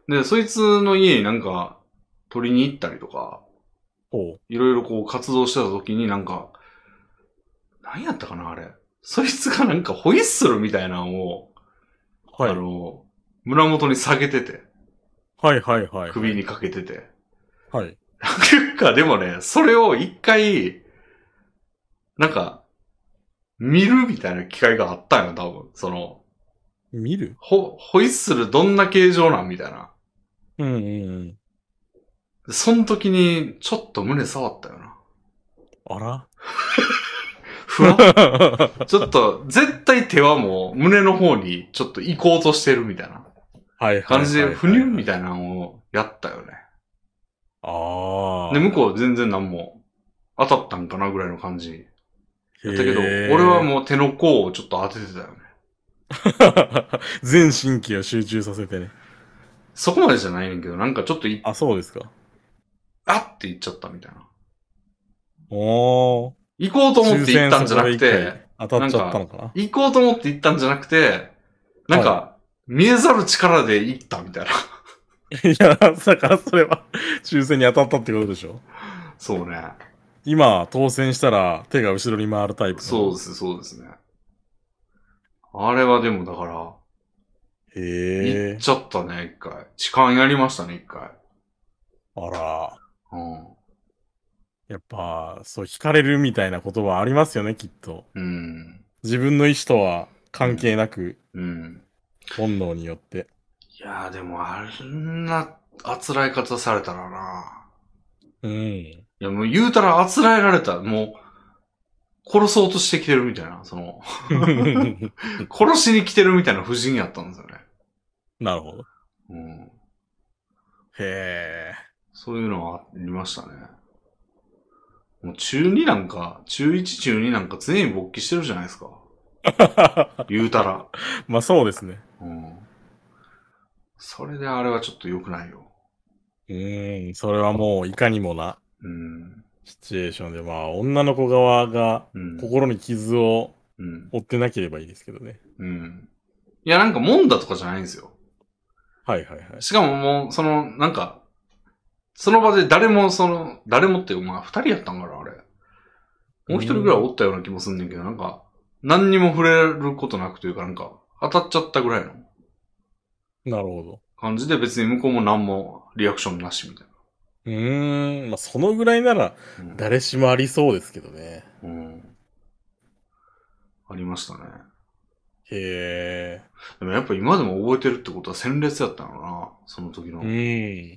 で、そいつの家になんか、取りに行ったりとか、 ほう。 いろいろこう活動してた時になんか、何やったかな、あれ。そいつがなんかホイッスルみたいなのを、はい。あの、胸元に下げてて。 はいはいはい、はい。 首にかけてて。 はい。 なんか、でもね、それを一回、なんか、見るみたいな機会があったんよ、多分。その、 見るホ、ホイッスルどんな形状なんみたいな。 うんうんうん。 その時に、ちょっと胸触ったよな。 あらふわちょっと、絶対手はもう、胸の方にちょっと行こうとしてるみたいな。はい。感じで、ふにゅんみたいなのをやったよね。ああ。で、向こう全然何も当たったんかなぐらいの感じ。やったけど、俺はもう手の甲をちょっと当ててたよね。 全神経を集中させてね。 そこまでじゃないねんけど、なんかちょっとい、 あ、そうですか。 あって言っちゃったみたいな。 おー。 行こうと思って行ったんじゃなくて、 当たっちゃったのかな。 な行こうと思って行ったんじゃなくて、なんか、はい、見えざる力で行ったみたいな。 いや、だからそれは、抽選に当たったってことでしょ。 そうね。 今、当選したら手が後ろに回るタイプ。 そうです、そうですね。あれはでもだから、へえ。行っちゃったね、一回。痴漢やりましたね、一回。 あら。うん。やっぱ、そう、惹かれるみたいな言葉ありますよね、きっと。うん。自分の意思とは関係なく、うん。うん、本能によって。 いやー、でもあんな、あつらい方されたらな。うん。いや、もう言うたらあつらえられた。もう、殺そうとしてきてるみたいな、その、殺しに来てるみたいな夫人やったんですよね。 なるほど。うん。へえ。 そういうのはありましたね。もう中になんか、中いち中になんか常に勃起してるじゃないですか。言うたら。 まあそうですね。 うん。それであれはちょっと良くないよ。 うーん、それはもういかにもな。うん。シチュエーションで、まあ女の子側が心に傷を負ってなければいいですけどね。 うん。うん、いやなんかもんだとかじゃないんですよ。 はいはいはい。 しかももう、その、なんか、その場で誰もその、誰もっていう、まあ二人やったんかな、あれ。もう一人ぐらいおったような気もすんねんけど、なんか、何にも触れることなくというか、なんか、当たっちゃったぐらいの。 なるほど。 感じで別に向こうも何もリアクションなしみたいな。 うーん、まあそのぐらいなら、誰しもありそうですけどね。うん。うん、 ありましたね。 へえ。 でもやっぱ今でも覚えてるってことは鮮烈やったのな、その時の。 うん。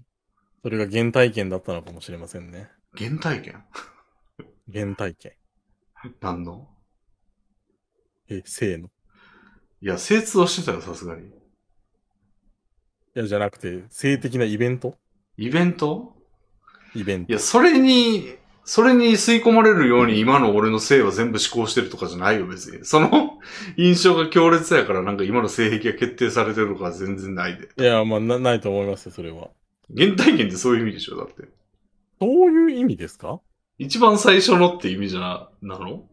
それが原体験だったのかもしれませんね。 原体験原体験。 何のえ、性の。 いや、精通はしてたよ、さすがに。 いや、じゃなくて、性的なイベントイベントイベント。 いや、それに、それに吸い込まれるように今の俺の性は全部思考してるとかじゃないよ、別に。その印象が強烈やからなんか今の性癖が決定されてるとかは全然ないで。 いや、まあな、ないと思いますよ、それは。 原体験ってそういう意味でしょ、だって。 そういう意味ですか？ 一番最初のって意味じゃな、なの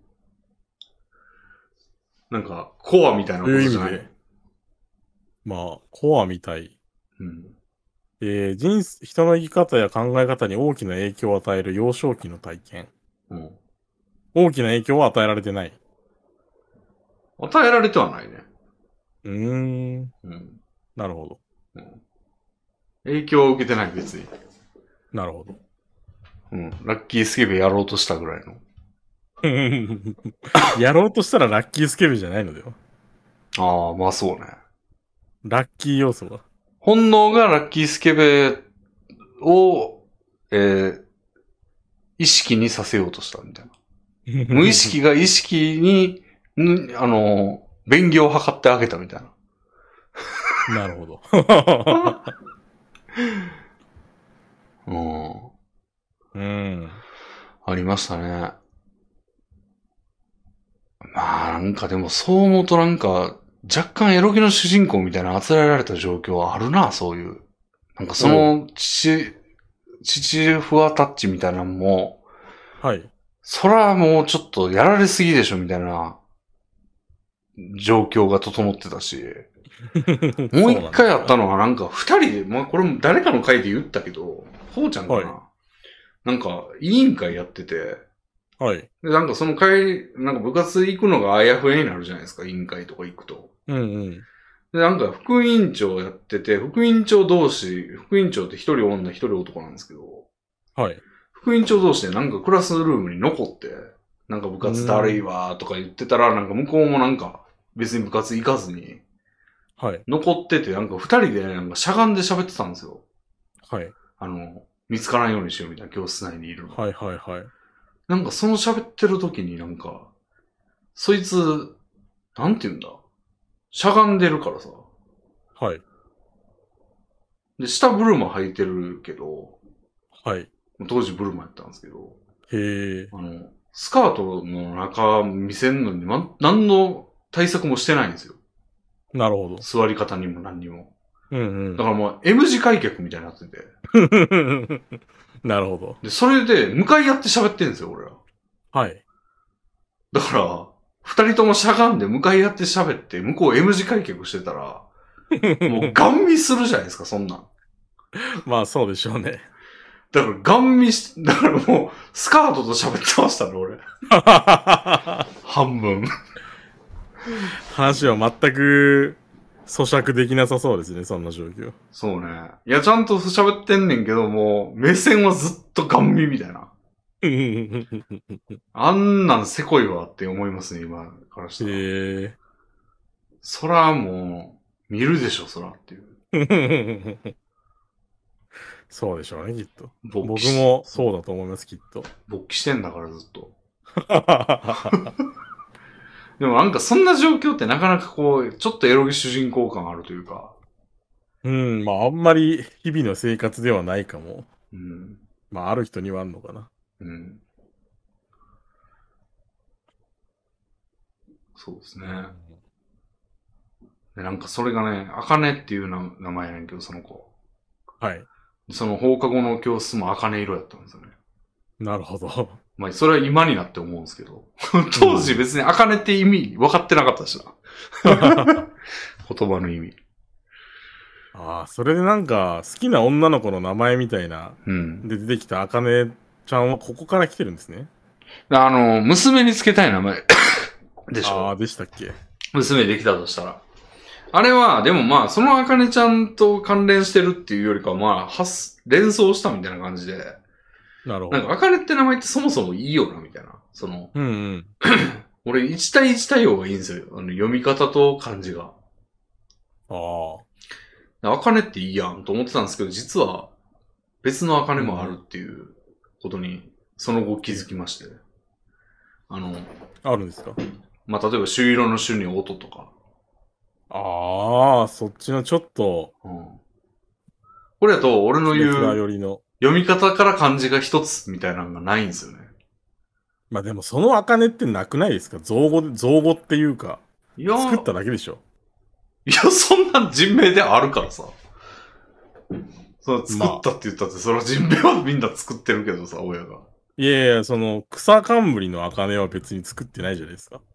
なんか、コアみたいなことじゃない。いう意味で。 まあ、コアみたい。うん。えー、人生、人の生き方や考え方に大きな影響を与える幼少期の体験。うん。大きな影響は与えられてない。 与えられてはないね。 うーん。うん。なるほど。うん。 影響を受けてない、別に。 なるほど。 うん。ラッキースケベやろうとしたぐらいの。 やろうとしたらラッキースケベじゃないのだよ。 ああ、まあそうね。 ラッキー要素が。 本能がラッキースケベを、えー、意識にさせようとしたみたいな。無意識が意識に、んあの、便宜を図ってあげたみたいな。なるほど。 うん。うん。ありましたね。まあ、なんかでもそう思うとなんか、若干エロゲの主人公みたいなあつらえられた状況はあるな、そういう。なんかその、父、父フワタッチみたいなのも、はい。そらもうちょっとやられすぎでしょ、みたいな。 状況が整ってたし、もう一回あったのはなんか二人で、まあこれも誰かの回で言ったけど、ほうちゃんかな、はい、なんか委員会やってて、 はい。 で、なんかその会、なんか部活行くのがあやふやになるじゃないですか、委員会とか行くと。 うんうん。 で、なんか副委員長やってて、副委員長同士、副委員長って一人女一人男なんですけど、 はい。 副委員長同士でなんかクラスルームに残って、なんか部活だるいわーとか言ってたら、なんか向こうもなんか別に部活行かずに、 はい。 残ってて、なんか二人でなんかしゃがんで喋ってたんですよ。 はい。 あの、見つからんようにしようみたいな教室内にいるの。 はいはいはい。 なんかその喋ってる時になんか、そいつ、なんて言うんだ、しゃがんでるからさ。 はい。 で、下ブルマ履いてるけど、 はい。 当時ブルマやったんですけど、 へえ。 あの、スカートの中見せんのに、ま、何の対策もしてないんですよ。 なるほど。 座り方にも何にも。 うんうん。 だからもう M 字開脚みたいになってて。 なるほど。 で、それで向かい合って喋ってんですよ、俺ら。 はい。 だから、二人ともしゃがんで向かい合って喋って、向こう M 字開脚してたら、もうガン見するじゃないですか、そんなん。 まあそうでしょうね。 だからガン見し、だからもう、スカートと喋ってましたね、俺。半分。 話は全く咀嚼できなさそうですね、そんな状況。 そうね。いや、ちゃんと喋ってんねんけども、目線はずっとガン見みたいな。あんなんせこいわって思いますね、今からしたら。へー。 そらもう、見るでしょ、そらっていう。 そうでしょうね、きっと。僕もそうだと思います、きっと。 勃起してんだから、ずっと。でもなんかそんな状況ってなかなかこう、ちょっとエロゲ主人公感あるというか。 うん、まああんまり日々の生活ではないかも。 うん。 まあある人にはあるのかな。 うん。そうですね。で、なんかそれがね、あかねっていう名前やねんけど、その子。 はい。 その放課後の教室もあかね色やったんですよね。 なるほど。 まあ、それは今になって思うんですけど。当時別にあかねって意味分かってなかったしな。言葉の意味。 ああ、それでなんか、好きな女の子の名前みたいな、うん。で出てきたあかねちゃんはここから来てるんですね。 あの、娘につけたい名前でしょ。 ああ、でしたっけ。 娘できたとしたら。あれは、でもまあ、そのあかねちゃんと関連してるっていうよりかは、まあ、発、連想したみたいな感じで。 なるほど。 なんか、あかねって名前ってそもそもいいよな、みたいな。その、 うんうん。 俺、一対一対応がいいんですよ。あの、読み方と漢字が。 ああ。あかねっていいやんと思ってたんですけど、実は、別のあかねもあるっていうことに、その後気づきまして。あの、 あるんですか？ まあ、例えば、朱色の朱に音とか。 ああ、そっちのちょっと。うん。 これだと、俺の言う、 よりの読み方から漢字が一つみたいなのがないんですよね。 まあでも、そのあかねってなくないですか？造語、造語っていうか。いや作っただけでしょ。 いや、そんな人名であるからさ。そう作ったって言ったって、その人名はみんな作ってるけどさ、親が。 いやいや、その、草冠のあかねは別に作ってないじゃないですか。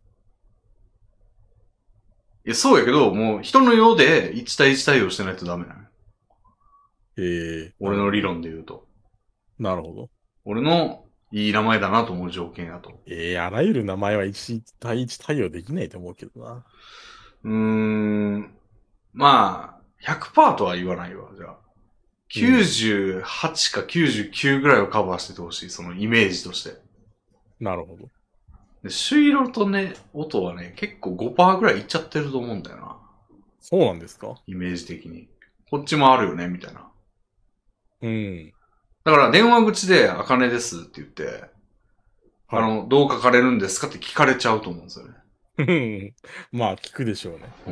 いや、そうやけど、もう人のようで一対一対応してないとダメなの。 ええー。 俺の理論で言うと。 なるほど。 俺のいい名前だなと思う条件やと。 ええー、あらゆる名前は一対一対応できないと思うけどな。 うーん。まあ、ひゃくパーセント とは言わないわ、じゃあ。きゅうじゅうはちかきゅうじゅうきゅうぐらいをカバーしててほしい、そのイメージとして。 なるほど。 で、朱色とね、音はね、結構 ごパーセント ぐらいいっちゃってると思うんだよな。 そうなんですか？ イメージ的に。こっちもあるよね、みたいな。 うん。 だから電話口で、あかねですって言って、はい、あの、どう書かれるんですかって聞かれちゃうと思うんですよね。まあ、聞くでしょうね。うん。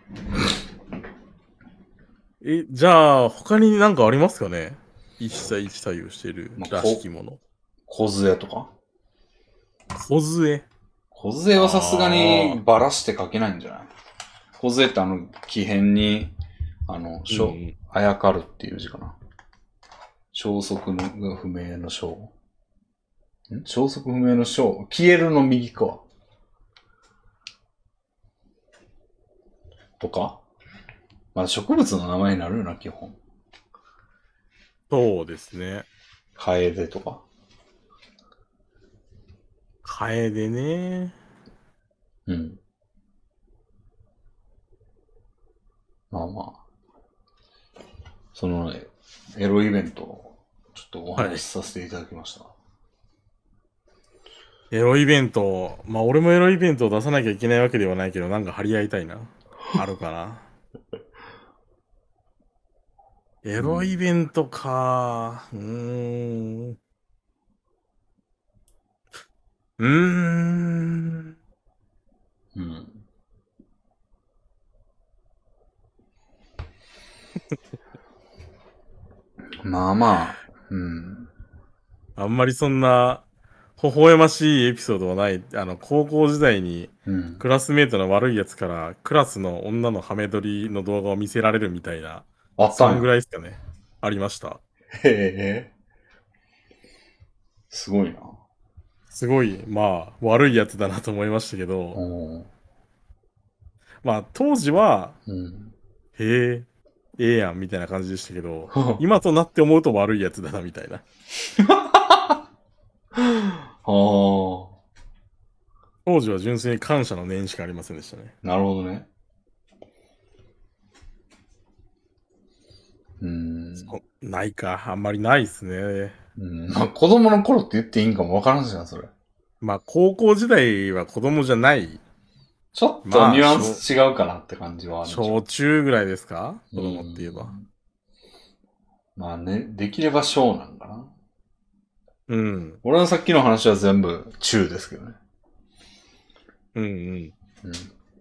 え、じゃあ、他になんかありますかね？一対一対応してるらしきもの。 小杖とか？ 小杖？ 小杖はさすがにバラして書けないんじゃない？小杖ってあの、木片に、あの、しょ、うん、あやかるっていう字かな。消息のが不明の消。ん消息不明の消。消えるの右か。 とか。まあ植物の名前になるよな、基本。 そうですね。 カエデとか。 カエデね。 うん。まあまあ。その、エロイベントをちょっとお話しさせていただきました。はい、 エロイベント。まあ俺もエロイベントを出さなきゃいけないわけではないけど、なんか張り合いたいな。あるかな。エロイベントか。うーん。うーん。うん。 まあまあ、うん。 あんまりそんな、微笑ましいエピソードはない。あの、高校時代に、クラスメイトの悪いやつから、クラスの女のハメ撮りの動画を見せられるみたいな。 あったんや。 そんぐらいですかね。ありました。 へえ。すごいな。 すごい、まあ、悪いやつだなと思いましたけど、まあ、当時は、うん、へえ、ええやん、みたいな感じでしたけど、今となって思うと悪いやつだな、みたいな。当時は純粋に感謝の念しかありませんでしたね。 なるほどね。 うん。ないか。あんまりないっすね。 うん。まあ、子供の頃って言っていいんかもわからんしな、それ。 まあ、高校時代は子供じゃない。 ちょっとニュアンス違うかなって感じはある。 小中ぐらいですか子供って言えば。 まあね、できれば小なんかな。 うん。 俺のさっきの話は全部中ですけどね。 うんうん。うん。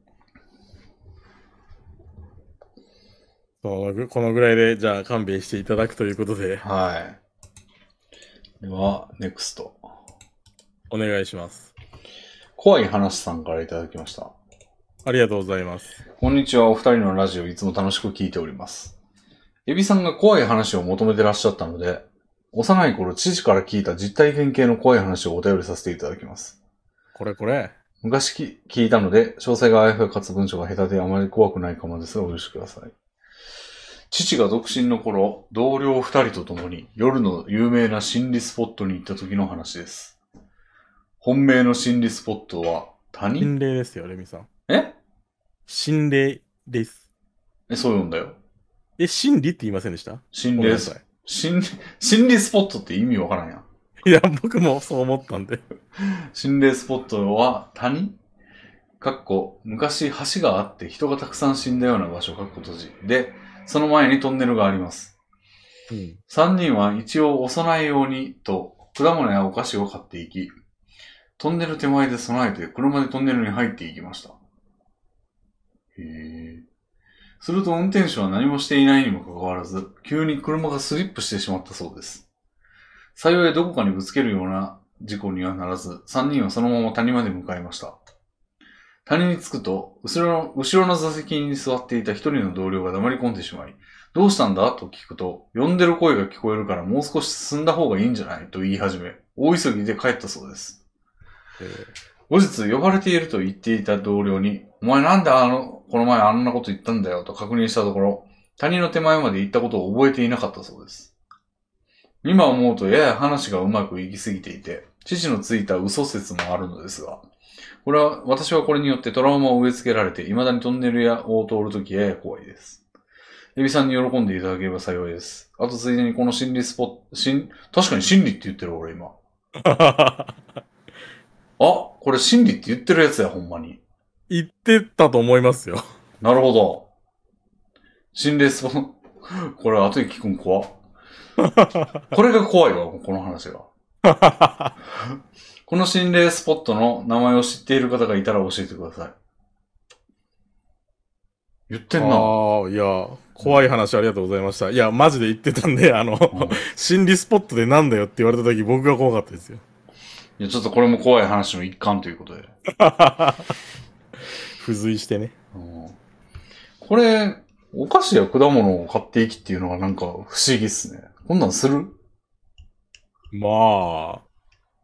そう、このぐらいで、じゃあ勘弁していただくということで。 はい。では、ネクスト。 お願いします。 怖い話さんからいただきました。 ありがとうございます。 こんにちは。お二人のラジオいつも楽しく聞いております。エビさんが怖い話を求めてらっしゃったので、幼い頃父から聞いた実体験系の怖い話をお便りさせていただきます。 これこれ。 昔聞いたので、詳細があやふやかつ文章が下手であまり怖くないかもですがお許しください。父が独身の頃、同僚二人と共に夜の有名な心理スポットに行った時の話です。本命の心理スポットは谷？ 心霊ですよ、レミさん。 え？ 心霊です。 え、そう読んだよ。 え、心理って言いませんでした？ 心霊ス、心、心理スポットって意味わからんやん。 いや、僕もそう思ったんで。 心霊スポットは谷？かっこ、昔橋があって人がたくさん死んだような場所かっこ閉じ。で、その前にトンネルがあります。うん。三人は一応お供え用にと果物やお菓子を買っていき、トンネル手前で備えて車でトンネルに入っていきました。へえ。すると運転手は何もしていないにもかかわらず、急に車がスリップしてしまったそうです。幸いどこかにぶつけるような事故にはならず、三人はそのまま谷まで向かいました。谷に着くと、後ろの、後ろの座席に座っていた一人の同僚が黙り込んでしまい、どうしたんだと聞くと、呼んでる声が聞こえるからもう少し進んだ方がいいんじゃないと言い始め、大急ぎで帰ったそうです。えー、後日、呼ばれていると言っていた同僚に、お前なんであの、この前あんなこと言ったんだよと確認したところ、谷の手前まで行ったことを覚えていなかったそうです。今思うとやや話がうまくいきすぎていて、父のついた嘘説もあるのですが、これは、私はこれによってトラウマを植え付けられて、未だにトンネルやを通るときやや怖いです。エビさんに喜んでいただければ幸いです。あとついでにこの心理スポット、心、確かに心理って言ってる俺今。あ、これ心理って言ってるやつや、ほんまに。 言ってたと思いますよ。 なるほど。心霊スポット、これ後で聞くん怖っ。これが怖いわ、この話が。この心霊スポットの名前を知っている方がいたら教えてください。言ってんな。 ああ、いや、怖い話ありがとうございました。いや、マジで言ってたんで、あの、うん、心理スポットでなんだよって言われた時僕が怖かったですよ。 いや、ちょっとこれも怖い話の一環ということで。 付随してね、 うん。これ、お菓子や果物を買っていきっていうのがなんか不思議っすね。こんなんする？ まあ、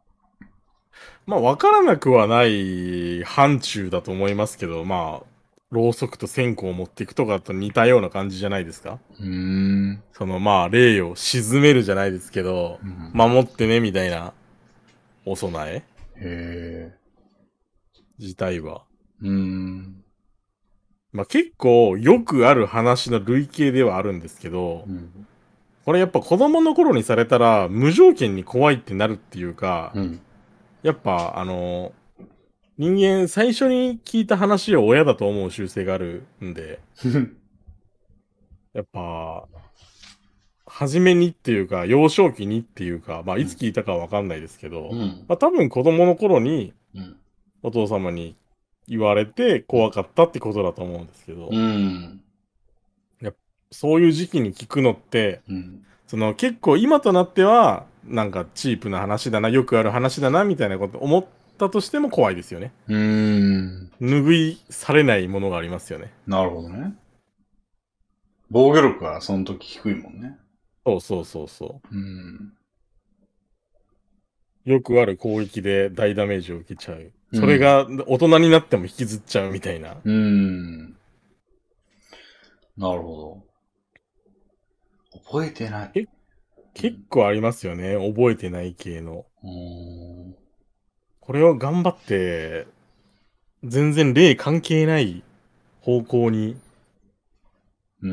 まあ、わからなくはない範疇だと思いますけど、まあ、 ろうそくと線香を持っていくとかと似たような感じじゃないですか。 うーん。 そのまあ、霊を鎮めるじゃないですけど、うん、守ってねみたいなお供え。へえ。自体は。うーん。まあ結構よくある話の類型ではあるんですけど、うん、これやっぱ子供の頃にされたら無条件に怖いってなるっていうか、うん、やっぱあの、人間最初に聞いた話を親だと思う習性があるんで、やっぱ、初めにっていうか、幼少期にっていうか、まあいつ聞いたかはわかんないですけど、うん、まあ多分子供の頃に、お父様に言われて怖かったってことだと思うんですけど、うん、やそういう時期に聞くのって、うん、その結構今となってはなんかチープな話だな、よくある話だなみたいなこと思ったとしても怖いですよね。うーん。拭いされないものがありますよね。 なるほどね。防御力はその時低いもんね。 そうそうそうそう。うん。よくある攻撃で大ダメージを受けちゃう。それが大人になっても引きずっちゃうみたいな。うん。なるほど。覚えてない。 結構ありますよね。覚えてない系の。うんこれを頑張って、全然例関係ない方向に。うん。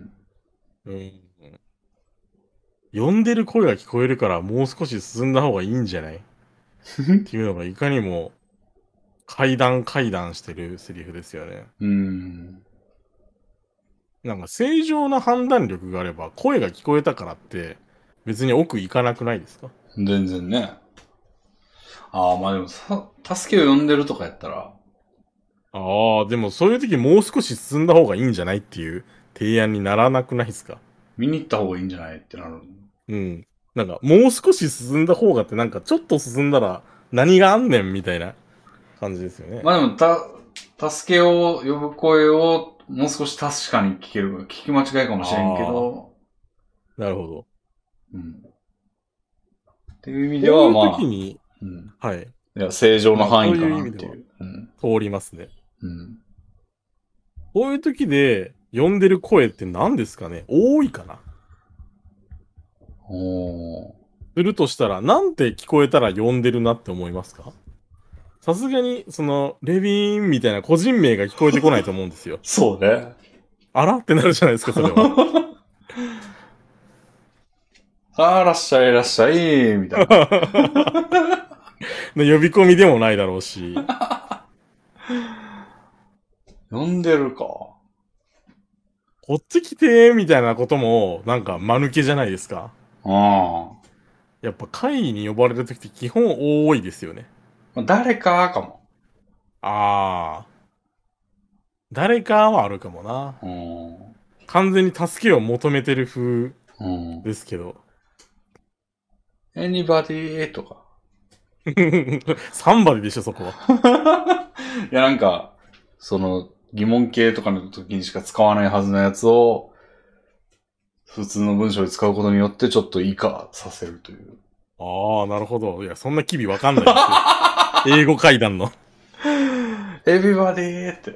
うん。呼んでる声が聞こえるからもう少し進んだ方がいいんじゃないっていうのがいかにも階段階段してるセリフですよね。うん。なんか正常な判断力があれば声が聞こえたからって別に奥行かなくないですか？ 全然ね。ああ、まあでもさ、助けを呼んでるとかやったら。 ああ、でもそういう時もう少し進んだ方がいいんじゃないっていう提案にならなくないですか？ 見に行った方がいいんじゃないってなる。 うん。なんかもう少し進んだ方がってなんかちょっと進んだら何があんねんみたいな感じですよね。 まあでもた、助けを呼ぶ声をもう少し確かに聞ける。聞き間違いかもしれんけど。 なるほど。うん。 っていう意味では、まあ。 こういう時に、うん、はい。 いや、正常の範囲かなっていう。まあ、ういううん、通りますね。うん。こういう時で呼んでる声って何ですかね？多いかな？おー。するとしたら、なんて聞こえたら呼んでるなって思いますか？さすがに、その、レビーンみたいな個人名が聞こえてこないと思うんですよ。 そうね。 あらってなるじゃないですか、それは。 あらっしゃい、いらっしゃい、みたいな。 呼び込みでもないだろうし。 呼んでるか。 こっち来てみたいなことも、なんか、間抜けじゃないですか。ああ。やっぱ会に呼ばれるときって基本多いですよね。 誰かかも。 ああ。誰かはあるかもな。うん、完全に助けを求めてる風ですけど。 うん、anybody とか。 サンバディでしょ、そこは。 いや、なんか、その、疑問形とかの時にしか使わないはずのやつを、普通の文章で使うことによってちょっといいかさせるという。 ああ、なるほど。いや、そんな機微わかんないですよ。英語会談の。 everybody って。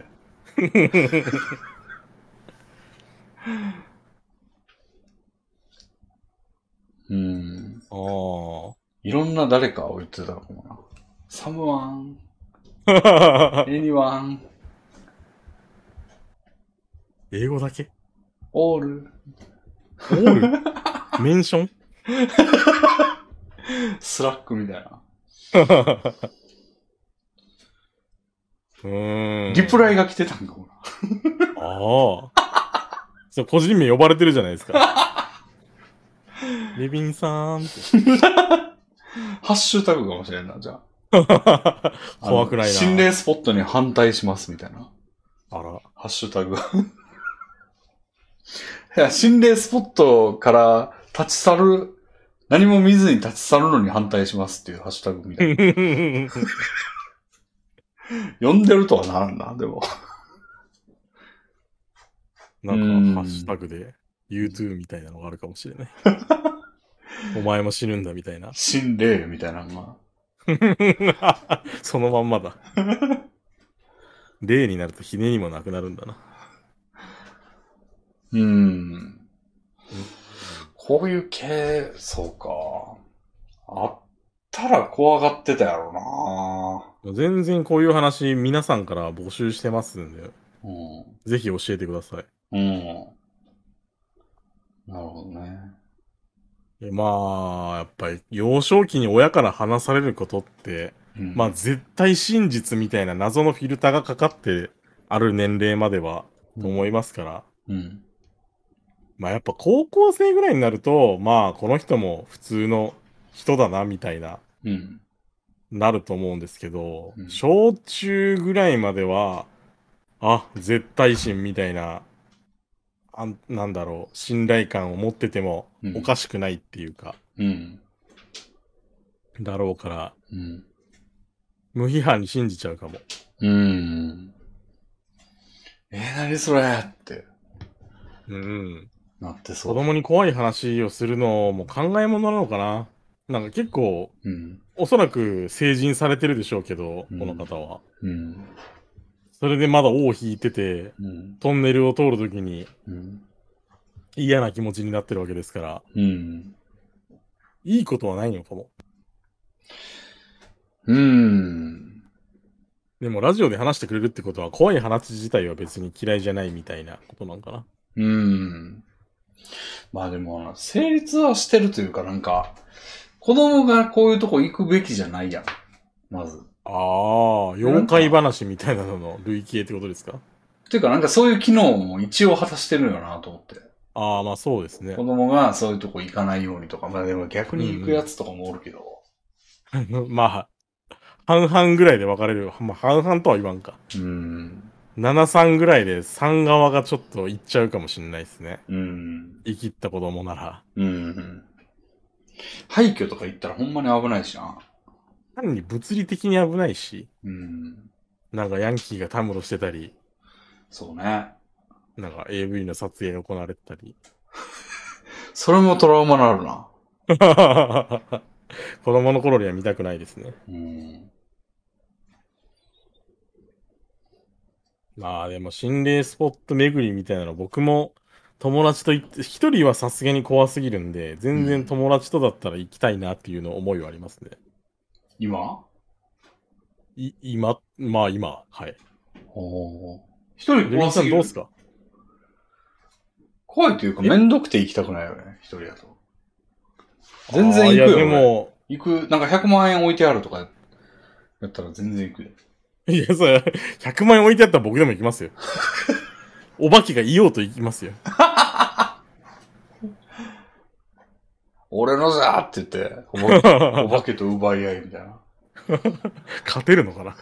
うん。ああ。いろんな誰かを言ってたかもな。someone, anyone, 英語だけ all, all? メンションスラックみたいな。うーん。リプライが来てたんかもな。 ああ。そう、個人名呼ばれてるじゃないですか。レビンさーんって。 ハッシュタグかもしれんな、じゃあ。 怖くないな。 心霊スポットに反対しますみたいな。 あら。 ハッシュタグ。いや、心霊スポットから立ち去る、何も見ずに立ち去るのに反対しますっていうハッシュタグみたいな。呼んでるとはならんな、でも。 なんか、ハッシュタグで、ユーツー みたいなのがあるかもしれない。お前も死ぬんだみたいな。 心霊みたいなのが。 そのまんまだ。 例になるとひねりもなくなるんだな。 うーん。こういう系、そうか。あったら怖がってたやろな。全然こういう話皆さんから募集してますんで、 うん、 ぜひ教えてください。 うん。なるほどね。 まあ、やっぱり幼少期に親から話されることって、うん、まあ絶対真実みたいな謎のフィルターがかかってある年齢までは、と思いますから。うん。うん、まあやっぱ高校生ぐらいになると、まあこの人も普通の人だな、みたいな、うん、なると思うんですけど、うん、小中ぐらいまでは、あ、絶対心みたいな、あなんだろう、信頼感を持っててもおかしくないっていうか、うん、だろうから、うん、無批判に信じちゃうかも。うん。 えー、何それって。 うん。なってそう。子供に怖い話をするのも考え物なのかな。なんか結構、うん、おそらく成人されてるでしょうけど、うん、この方は。うん。それでまだ尾を引いてて、うん、トンネルを通るときに、うん、嫌な気持ちになってるわけですから、うん、いいことはないのかも。うーん。でもラジオで話してくれるってことは怖い話自体は別に嫌いじゃないみたいなことなんかな。 うーん。まあでも、成立はしてるというかなんか、子供がこういうとこ行くべきじゃないやん。まず。 ああ、妖怪話みたいなのの類型ってことですか？ っていうかなんかそういう機能も一応果たしてるよなと思って。 ああ、まあそうですね。 子供がそういうとこ行かないようにとか、まあでも逆に行くやつとかもおるけど。 うんうん、まあ、半々ぐらいで分かれる。まあ半々とは言わんか。うん。ななさんぐらいでさん側がちょっと行っちゃうかもしれないですね。うん。生きった子供なら。うん。 廃墟とか行ったらほんまに危ないしな。 単に物理的に危ないし。うん。なんかヤンキーがたむろしてたり。 そうね。 なんか エーブイ の撮影が行われてたり。 それもトラウマになるな。 子供の頃には見たくないですね。うん。まあでも心霊スポット巡りみたいなの僕も友達と行って、一人はさすがに怖すぎるんで、全然友達とだったら行きたいなっていうの思いはありますね。 今い、今、まあ今、はい。 おー。一人怖すぎる。 どうすか？ 怖いというか、めんどくて行きたくないよね、一人だと。全然行くよ。いや、でも、行く、なんかひゃくまん円置いてあるとかやったら全然行くよ。 いや、それ、ひゃくまん円置いてあったら僕でも行きますよ。お化けがいようと行きますよ。 俺のじゃーって言って、お化けお化けと奪い合いみたいな。 勝てるのかな？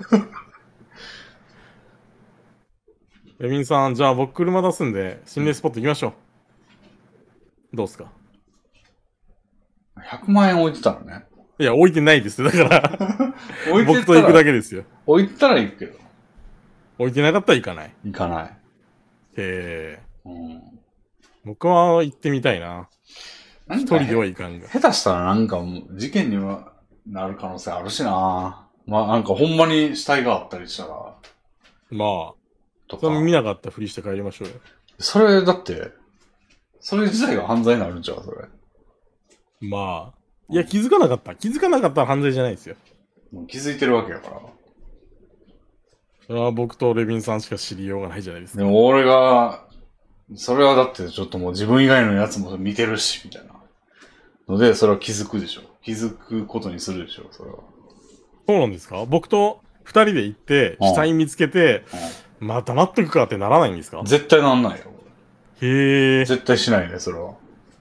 レミンさん、じゃあ僕車出すんで、心霊スポット行きましょう。どうすか？ ひゃくまん円置いてたらね。 いや、置いてないです。だから置いて僕と行くだけですよ。 置いてたら行くけど。 置いてなかったら行かない。 行かない。へえ。うん、僕は行ってみたいな。一人では行かんが。 下手したらなんか事件にはなる可能性あるしな。まあなんかほんまに死体があったりしたら。 まあ。とか。それ見なかったふりして帰りましょうよ。 それだって、それ自体が犯罪になるんちゃうそれ。 まあ。いや、気づかなかった。気づかなかったら犯罪じゃないですよ。 もう気づいてるわけやから。 それは僕とレビンさんしか知りようがないじゃないですか。 でも俺が、それはだってちょっともう自分以外のやつも見てるし、みたいな。ので、それは気づくでしょ。気づくことにするでしょ、それは。 そうなんですか？僕と二人で行って、死体見つけて、うん、まあ黙っとくかってならないんですか？ 絶対なんないよ。 へえ。 絶対しないね、それは。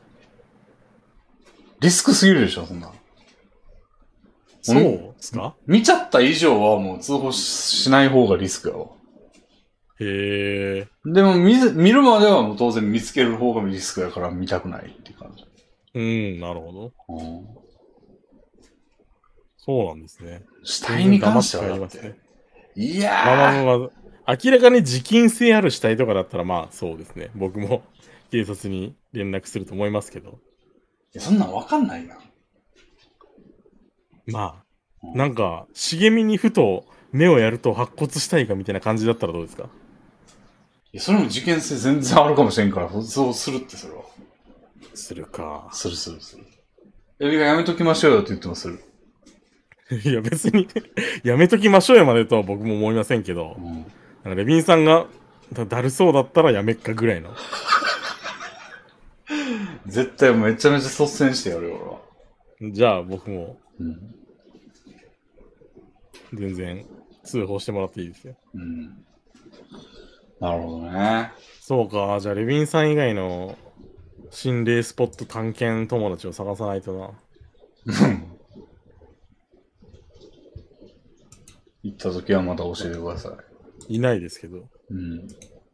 リスクすぎるでしょ、そんな。 そうですか？ 見ちゃった以上はもう通報しない方がリスクやわ。 へえ。 でも見、見るまではもう当然見つける方がリスクやから見たくないっていう感じ。 うん、なるほど。うん、そうなんですね。 死体に関してはだって。ね、いやー。まあまあまあまあ、明らかに事件性ある死体とかだったらまあそうですね。僕も警察に連絡すると思いますけど。 いや、そんなんわかんないな。 まあ、うん、なんか、茂みにふと目をやると白骨死体かみたいな感じだったらどうですか？ いや、それも事件性全然あるかもしれんから、そうするって、それは。 するか。 するするする。エビがやめときましょうよって言ってもする。 いや、別にやめときましょうよまでとは僕も思いませんけど、うん、なんかレビンさんがだ、だるそうだったらやめっかぐらいの。 絶対めちゃめちゃ率先してやるよ、 俺は。じゃあ僕も、うん、全然通報してもらっていいですよ。うん。 なるほどね。 そうか、じゃあレビンさん以外の心霊スポット探検友達を探さないとな。 行った時はまた教えてください。いないですけど。うん。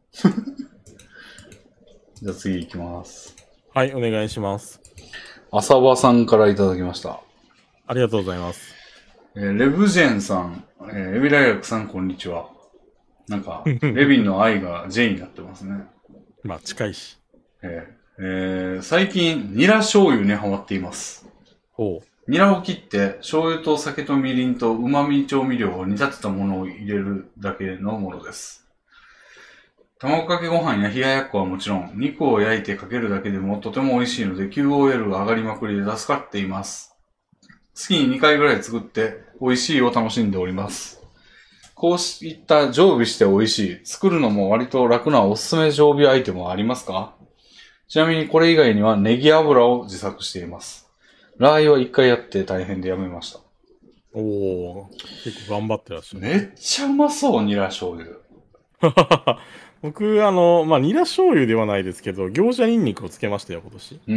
じゃあ次行きます。 はい、お願いします。 浅場さんからいただきました。 ありがとうございます。 えー、レブジェンさん、えー、エビ大学さん、こんにちは。なんか、レビンの愛が J になってますね。 まあ、近いし。 えーえー、最近、ニラ醤油にハマっています。ほう。ニラを切って、醤油と酒とみりんと旨味調味料を煮立てたものを入れるだけのものです。卵かけご飯や冷ややっこはもちろん、肉を焼いてかけるだけでもとても美味しいので キューオーエル が上がりまくりで助かっています。月ににかいぐらい作って美味しいを楽しんでおります。こういった常備して美味しい、作るのも割と楽なおすすめ常備アイテムはありますか？ちなみにこれ以外にはネギ油を自作しています。ラー油は一回やって大変でやめました。 おー、結構頑張ってらっしゃる。 めっちゃうまそう、ニラ醤油。 僕、あの、まあ、ニラ醤油ではないですけど、餃子ニンニクをつけましたよ、今年。うん。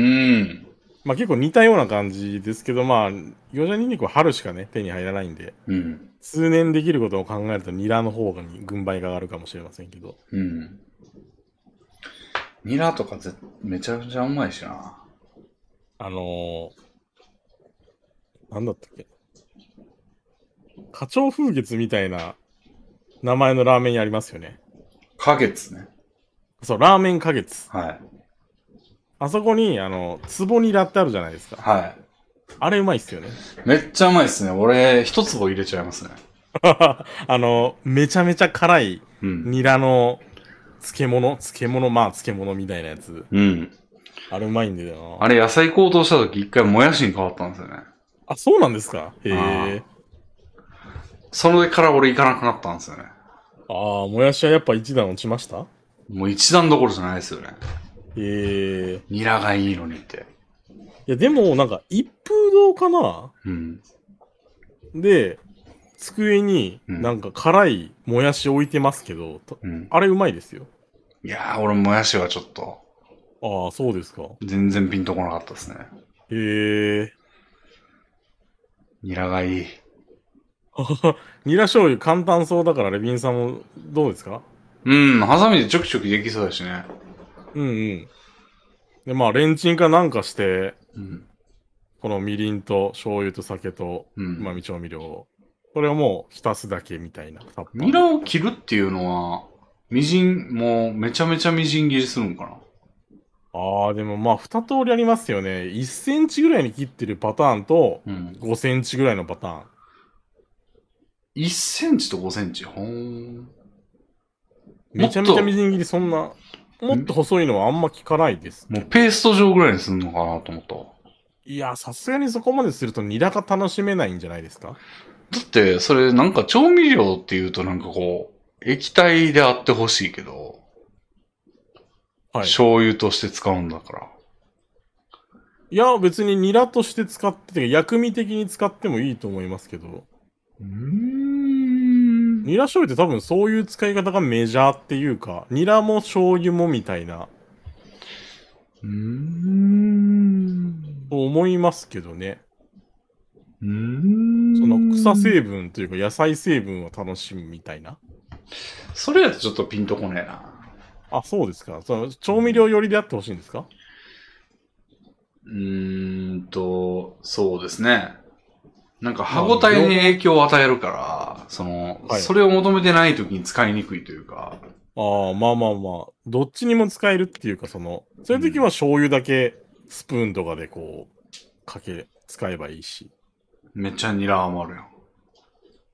まあ、結構似たような感じですけど、まあ、餃子ニンニクは春しかね、手に入らないんで、うん。通年できることを考えるとニラの方が軍配が上がるかもしれませんけど。うん。 ニラとかぜめちゃくちゃうまいしな。 あのー、なんだったっけ。花鳥風月みたいな名前のラーメン屋ありますよね。 花月ね。 そう、ラーメン花月。 はい。 あそこに、あの、壺ニラってあるじゃないですか。はい。あれうまいっすよね。 めっちゃうまいっすね。俺、一壺入れちゃいますね。 あの、めちゃめちゃ辛い、ニラの漬物、漬物、まあ漬物みたいなやつ。うん。あれうまいんだよな。あれ野菜高騰した時一回もやしに変わったんですよね。 あ、そうなんですか？へえ。 それから俺行かなくなったんですよね。 ああ、もやしはやっぱ一段落ちました？ もう一段どころじゃないですよね。 へえ。 ニラがいいのにって。 いや、でもなんか一風堂かな？うん。で、机になんか辛いもやし置いてますけど、うん、あれうまいですよ。 いやー、俺もやしはちょっと。 ああ、そうですか。 全然ピンとこなかったですね。へえ。ニラがいい。 ニラ醤油簡単そうだからレビンさんもどうですか？ うん、ハサミでちょきちょきできそうだしね。 うんうん。で、まあ、レンチンかなんかして、うん、このみりんと醤油と酒と、うまみ調味料を、これをもう浸すだけみたいな。 ニラを切るっていうのは、みじん、もうめちゃめちゃみじん切りするんかな？ ああ、でもまあ、二通りありますよね。いっセンチぐらいに切ってるパターンと、うん、ごセンチぐらいのパターン。 いっセンチとごセンチほーん。 めちゃめちゃみじん切り、そんな、もっと細いのはあんま効かないです。 もうペースト状ぐらいにするのかなと思った。 いや、さすがにそこまでするとニラが楽しめないんじゃないですか？ だって、それなんか調味料っていうとなんかこう、液体であってほしいけど、はい。醤油として使うんだから。 いや、別にニラとして使ってて、薬味的に使ってもいいと思いますけど。うーん。ニラ醤油って多分そういう使い方がメジャーっていうか、ニラも醤油もみたいな。うーん。と思いますけどね。うーん。その草成分というか野菜成分を楽しむみたいな。 それやとちょっとピンとこねえな。 あ、そうですか。その調味料寄りであってほしいんですか？ うーんと、そうですね。なんか歯応えに影響を与えるから、その、はい、それを求めてない時に使いにくいというか。 ああ、まあまあまあ、どっちにも使えるっていうか、その、そういう時は醤油だけスプーンとかでこう、かけ、使えばいいし。 めっちゃニラ余るよ。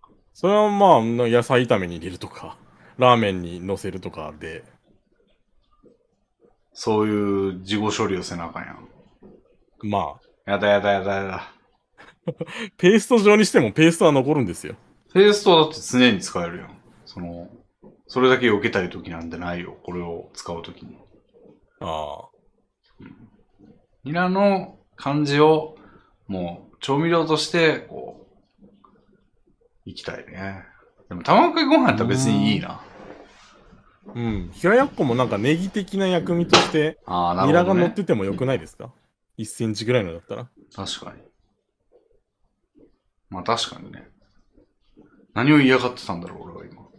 それはまあ、野菜炒めに入れるとか、ラーメンに乗せるとかで。 そういう事後処理をせなあかんやん。 まあ。やだやだやだやだ。 ペースト状にしてもペーストは残るんですよ。 ペーストだって常に使えるやん。その、それだけ避けたい時なんてないよ。これを使う時に。ああ。うん。ニラの感じを、もう、調味料として、こう、いきたいね。でも、卵かけご飯やったら別にいいな。 うん。冷ややっこもなんかネギ的な薬味として、ああ、なるほど、ね。ニラが乗っててもよくないですか、うん、いっセンチぐらいのだったら。 確かに。まあ確かにね。何を嫌がってたんだろう、俺は今。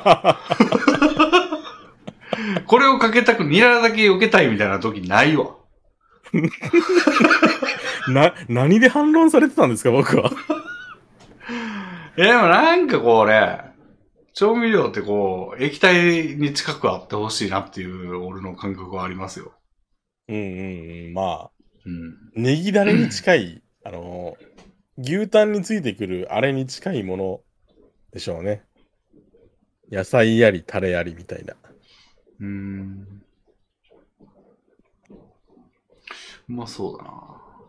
これをかけたく、ニラだけ避けたいみたいな時ないわ。 な、何で反論されてたんですか、僕は。 え、でもなんかこうね、調味料ってこう、液体に近くあってほしいなっていう、俺の感覚はありますよ。 うんうんうん、まあ。うん。ネギだれに近い、あの、牛タンについてくるあれに近いものでしょうね。野菜あり、タレありみたいな。うーん。 うまそうだな。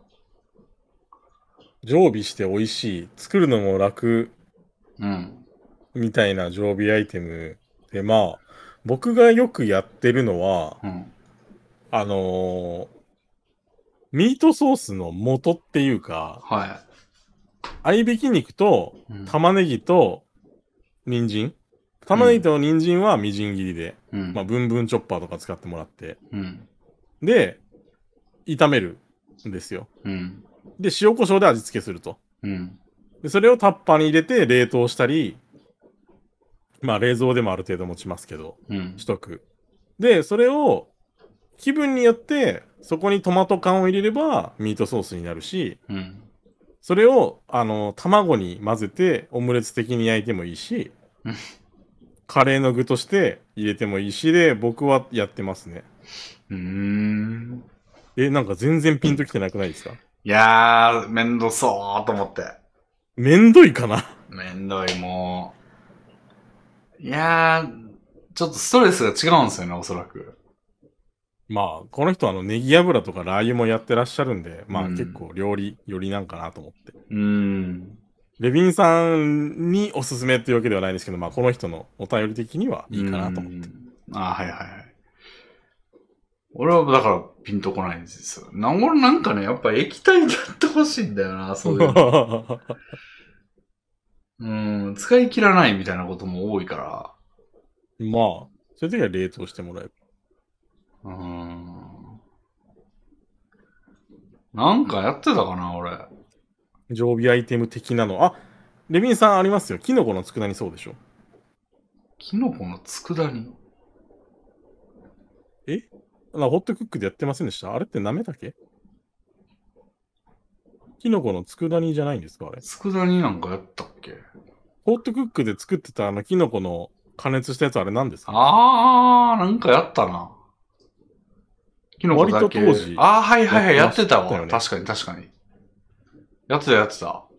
常備して美味しい。作るのも楽。 うん。 みたいな常備アイテムで、まあ、僕がよくやってるのは、うん、あのー、ミートソースの元っていうか、はい。合いびき肉と、玉ねぎと、人参、うん、玉ねぎと人参はみじん切りで、うん、まあ、ブンブンチョッパーとか使ってもらって、うん、で、炒めるんですよ。うん、で、塩コショウで味付けすると。うん、で、それをタッパーに入れて冷凍したり、まあ冷蔵でもある程度持ちますけど、うん、しとく。で、それを気分によってそこにトマト缶を入れればミートソースになるし、うん、それをあの卵に混ぜてオムレツ的に焼いてもいいし、カレーの具として入れてもいいしで、僕はやってますね。うーん。え、なんか全然ピンときてなくないですか？ いやー、めんどそうと思って。 めんどいかな？ めんどい、もう。いやー、ちょっとストレスが違うんですよね、おそらく。 まあ、この人はあの、ネギ油とかラー油もやってらっしゃるんで、まあ、うん、結構料理寄りなんかなと思って。うん。レビンさんにおすすめっていうわけではないんですけど、まあ、この人のお便り的にはいいかなと思って。 ああ、はいはいはい。俺はだからピンとこないんですよ。な、俺なんかね、やっぱ液体でやってほしいんだよな、そういうの。うん、使い切らないみたいなことも多いから。 まあ、そういう時は冷凍してもらえる。 うーん。なんかやってたかな、俺。 常備アイテム的なの。あ、レビンさんありますよ。キノコの佃煮そうでしょ。 キノコの佃煮？ えホットクックでやってませんでした？あれってなめたけ？キノコの佃煮じゃないんですかあれ。 佃煮なんかやったっけ？ ホットクックで作ってたあのキノコの加熱したやつあれ何ですか？ あー、なんかやったな。キノコだけ。割と当時。あー、はいはいはい、やってたわ。確かに確かに。やってたやってた。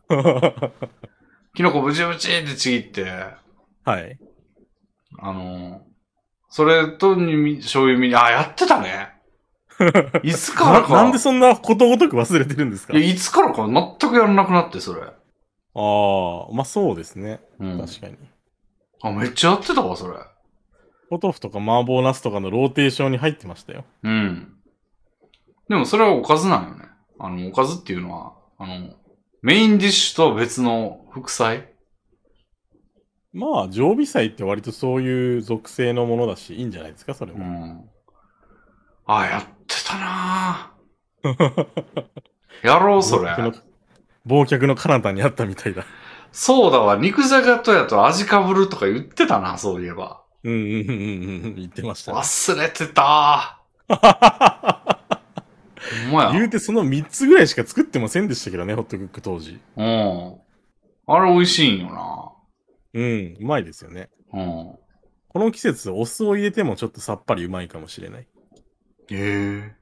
キノコブチブチってちぎって。はい。あの、それとに醤油み、あ、やってたね。いつからかな。なんでそんなことごとく忘れてるんですか？ いや、いつからか全くやらなくなって、それ。ああ、まあそうですね。うん、確かに。 あ、めっちゃやってたわ、それ。 ポトフとか麻婆茄子とかのローテーションに入ってましたよ。 うん。でもそれはおかずなんよね。あの、おかずっていうのは、あの、メインディッシュと別の副菜？ まあ、常備菜って割とそういう属性のものだし、いいんじゃないですか、それも。うん。 あ、やってたなぁ。やろう、それ。 忘却の彼方にあったみたいだ。 そうだわ、肉じゃがとやと味かぶるとか言ってたな、そういえば。 うんうんうんうん、言ってました、 ね。忘れてたほんまや。言うてそのみっつぐらいしか作ってませんでしたけどね、ホットクック当時。 うん。あれ美味しいんよな。 うん、うまいですよね。うん。この季節、お酢を入れてもちょっとさっぱりうまいかもしれない。へえ。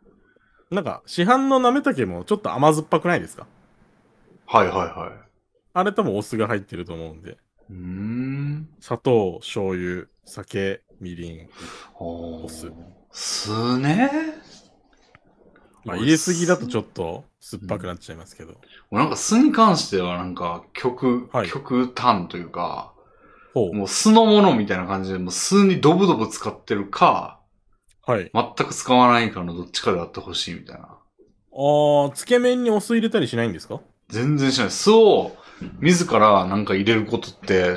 なんか、市販のなめたけもちょっと甘酸っぱくないですか？ はいはいはい。 あれ多分お酢が入ってると思うんで。 うーん。 砂糖、醤油、酒、みりん、お酢。 酢ね。 まあ入れすぎだとちょっと酸っぱくなっちゃいますけど。 うん、なんか酢に関してはなんか極、 はい、 極端というか、もう酢のものみたいな感じで、もう酢にドブドブ使ってるか、 はい。 全く使わないかのどっちかであってほしいみたいな。ああ、つけ麺にお酢入れたりしないんですか？ 全然しない。酢を自らなんか入れることって、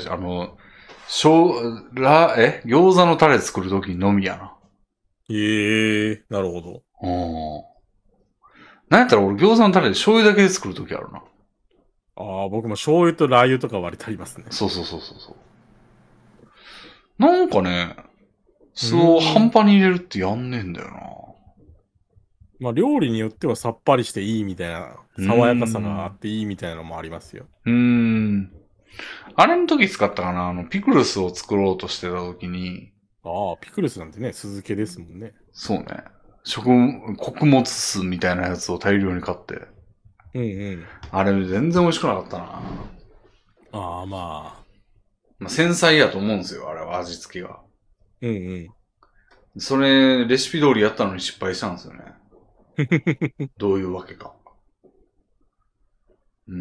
あの、しょう、ら、え餃子のタレ作るときのみやな。 ええー、なるほど。 うん。なんやったら俺餃子のタレで醤油だけで作るときあるな。 ああ、僕も醤油とラー油とか割り足りますね。 そうそうそうそうそう。なんかね、酢を半端に入れるってやんねえんだよな。 まあ料理によってはさっぱりしていいみたいな、爽やかさがあっていいみたいなのもありますよ。 うーん。あれの時使ったかなあの、ピクルスを作ろうとしてた時に。 ああ、ピクルスなんてね、酢漬けですもんね。 そうね。食、穀物酢みたいなやつを大量に買って。 うんうん。 あれ全然美味しくなかったな。 ああ、まあ。 まあ、繊細やと思うんですよ、あれは味付けが。 うんうん。 それ、レシピ通りやったのに失敗したんですよね。どういうわけか。うん。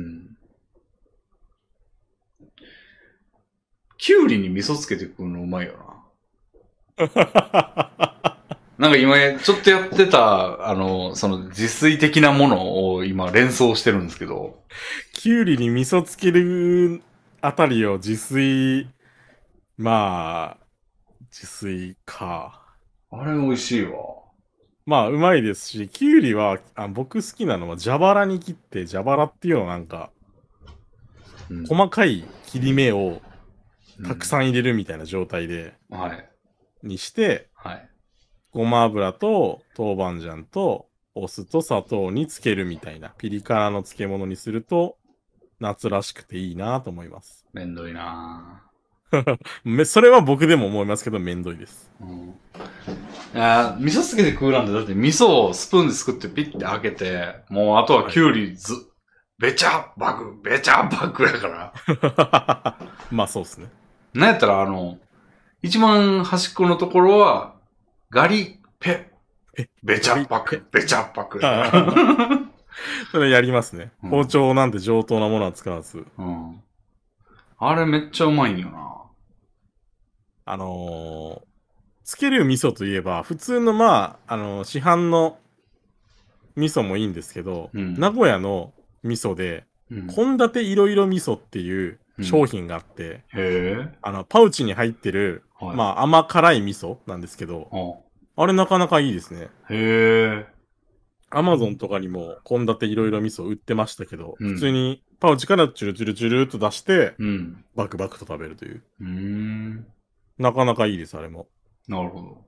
キュウリに味噌つけてくるのうまいよな。なんか今、ちょっとやってた、あの、その自炊的なものを今連想してるんですけど。 キュウリに味噌つけるあたりを自炊、まあ、自炊か。 あれ美味しいわ。 まあ、うまいですし、キュウリは、あ僕好きなのは蛇腹に切って、蛇腹っていうのはなんか、うん、細かい切り目をたくさん入れるみたいな状態で、 うん、はい。 にして、 はい。 ごま油と豆板醤とお酢と砂糖につけるみたいなピリ辛の漬物にすると夏らしくていいなと思います。 めんどいなそれは僕でも思いますけどめんどいです。 うん、いや味噌つけて食うなんてだって味噌をスプーンですくってピッて開けてもうあとはキュウリず、はい、べちゃバクべちゃバクやからまあそうっすね。 なんやったらあの一番端っこのところはガリペべちゃバクべちゃバクやからそれやりますね、うん、包丁なんて上等なものは使わず、 うん、あれめっちゃうまいんよな。 あのー、つける味噌といえば普通のまあ、あのー、市販の味噌もいいんですけど、うん、名古屋の味噌で献立いろいろ味噌っていう商品があって、うん、へあのパウチに入ってる、はい、まあ甘辛い味噌なんですけど、あれなかなかいいですね。へえ。アマゾンとかにも献立いろいろ味噌売ってましたけど、うん、普通にパウチからチュルチュルチュルっと出して、うん、バクバクと食べるという。うーん。なかなかいいです、あれも。 なるほど。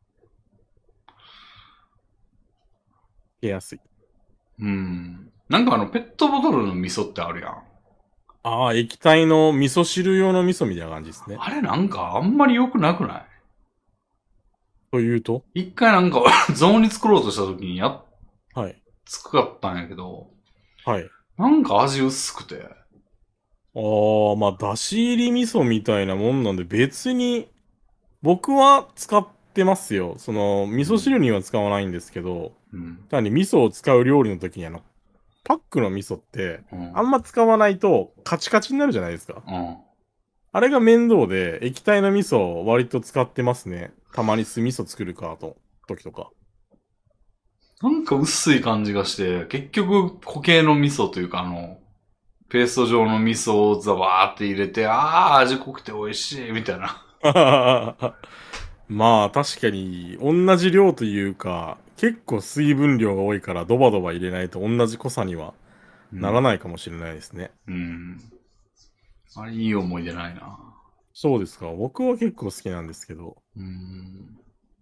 出やすい。 うん。なんかあの、ペットボトルの味噌ってあるやん。 ああ、液体の味噌汁用の味噌みたいな感じですね。 あれなんかあんまり良くなくない？ というと？ 一回なんか雑煮作ろうとした時にやっ、 はい。 作ったんやけど、 はい。 なんか味薄くて。 ああ、まあ、だし入り味噌みたいなもんなんで別に、僕は使ってますよ。その、味噌汁には使わないんですけど、うん。単に味噌を使う料理の時にあの、パックの味噌って、うん、あんま使わないとカチカチになるじゃないですか。うん。あれが面倒で、液体の味噌を割と使ってますね。たまに酢味噌作るかと、時とか。 なんか薄い感じがして、結局固形の味噌というかあの、ペースト状の味噌をザバーって入れて、あー味濃くて美味しい、みたいな。 まあ確かに、同じ量というか、結構水分量が多いからドバドバ入れないと同じ濃さにはならないかもしれないですね。うん。うん、 あれいい思い出ないな。 そうですか。僕は結構好きなんですけど。うん。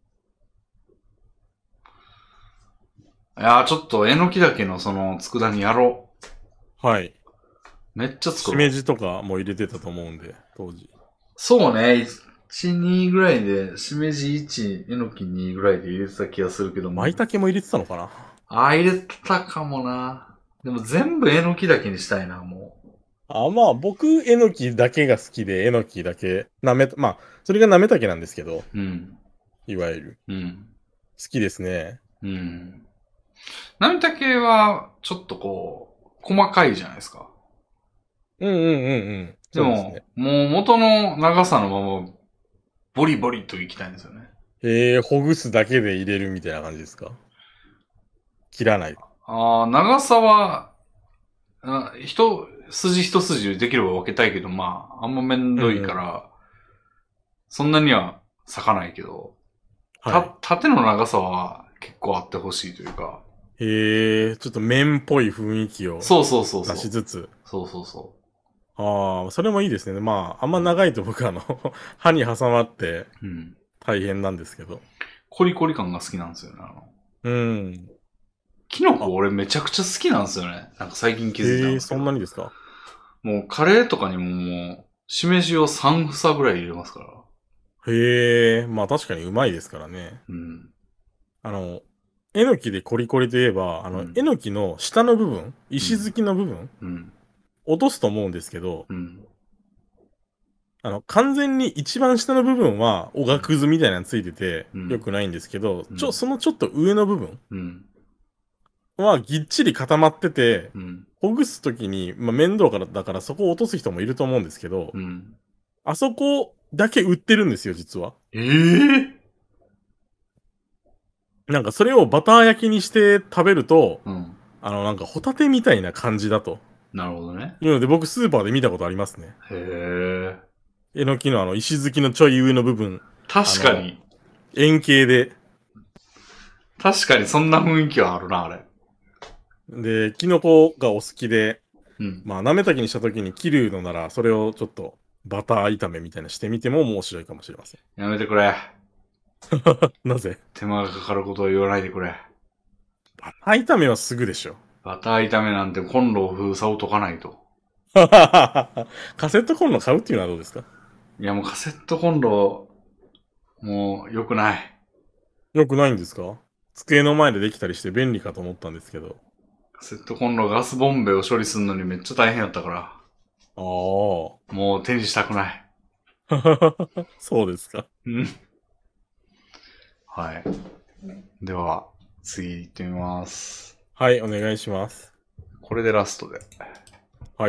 いやーちょっとえのきだけのその佃煮やろう。はい。 めっちゃ作ろう。しめじとかも入れてたと思うんで、当時。 そうね。いち、にぐらいで、しめじいち、えのきにぐらいで入れてた気がするけども。 舞茸も入れてたのかな？ ああ、入れてたかもな。でも全部えのきだけにしたいな、もう。 あ、まあ、僕、えのきだけが好きで、えのきだけ、なめ、まあ、それがなめたけなんですけど、 うん。 いわゆる。 うん。 好きですね。 うん。なめたけは、ちょっとこう、細かいじゃないですか。 うんうんうんうん。 でも、 そうですね。 もう元の長さのまま、ボリボリといきたいんですよね。 えー、ほぐすだけで入れるみたいな感じですか？切らない。 ああ、長さは、あ一筋一筋できれば分けたいけど、まあ、あんまめんどいうんうん。 から、そんなには咲かないけど、た、 はい。 縦の長さは結構あってほしいというか。 へえ、ちょっと麺っぽい雰囲気をそうそうそう出そう。 しつつ。 そうそうそああ、それもいいですね。まあ、あんま長いと僕あの、歯に挟まってう。うん。 大変なんですけど。 コリコリ感が好きなんですよね。あの、 うん。 キノコあ、 俺めちゃくちゃ好きなんですよね。なんか最近気づいたんへえ、そんなですけど。 にですか？ もうカレーとかにももう、しめじをさん房ぐらい入れますから。 へえ、まあ確かにうまいですからね。 うん。 あの、えのきでコリコリといえば、あの、えうん。 のきの下の部分、石突うん。 きの部分、 うん。 落とすと思うんですけど、 うん。 あの、完全に一番下の部分は、おがくずみたいなのついてて、 うん。 良くないんですけど、ちょ、 うん。 そのちょっと上の部分うん。 はぎっちり固まってて、 うん。 ほぐすときに、まあ、面倒からだからそこを落とす人もいると思うんですけど、 うん。 あそこだけ売ってるんですよ、実は。 ええなんかそれをバター焼きにして食べると、 ー、うん。 あの、なんかホタテみたいな感じだと。 なるほどね。 いうので僕スーパーで見たことありますね。 へえ。 えのきのあの石突きのちょい上の部分、あの、 確かに。 円形で、 確かにそんな雰囲気はあるな、あれ。 で、キノコがお好きで、 うん。 まあ、なめたけにした時に切るのなら、それをちょっとバター炒めみたいなしてみても面白いかもしれません。 やめてくれ。 なぜ？ 手間がかかることを言わないでくれ。 バター炒めはすぐでしょ。 バター炒めなんてコンロ封鎖を解かないと。 カセットコンロ買うっていうのはどうですか？ いやもうカセットコンロ、もう良くない。 よくないんですか？机の前でできたりして便利かと思ったんですけど。 カセットコンロガスボンベを処理するのにめっちゃ大変だったから。 あもう手にしたくない。 あ。そうですか。 うん。はい。では、次行ってみます。 はい、お願いします。 これでラストで。 はい。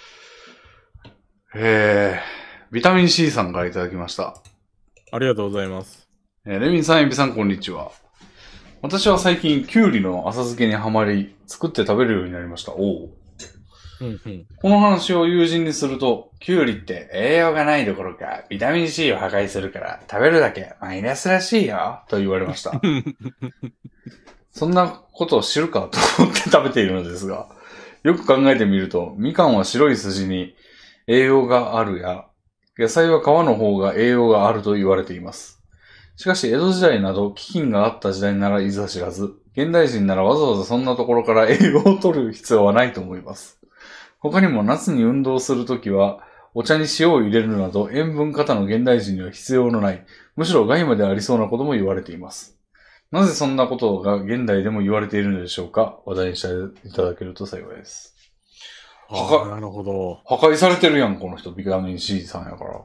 えー、ビタミン C さんからいただきました。 ありがとうございます。 えー、レミンさん、エビさん、こんにちは。私は最近、キュウリの浅漬けにはまり、作って食べるようになりました。おお。 うんうん。 この話を友人にすると、キュウリって栄養がないどころか、ビタミン C を破壊するから、食べるだけマイナスらしいよ、と言われました。そんなことを知るかと思って食べているのですが、よく考えてみると、みかんは白い筋に栄養があるや、野菜は皮の方が栄養があると言われています。しかし、江戸時代など飢饉があった時代ならいざ知らず、現代人ならわざわざそんなところから栄養を取る必要はないと思います。他にも夏に運動するときは、お茶に塩を入れるなど塩分過多の現代人には必要のない、むしろ害までありそうなことも言われています。なぜそんなことが現代でも言われているのでしょうか？話題にしていただけると幸いです。 ああ、なるほど。 破壊されてるやん、この人。ビタミン C さんやから。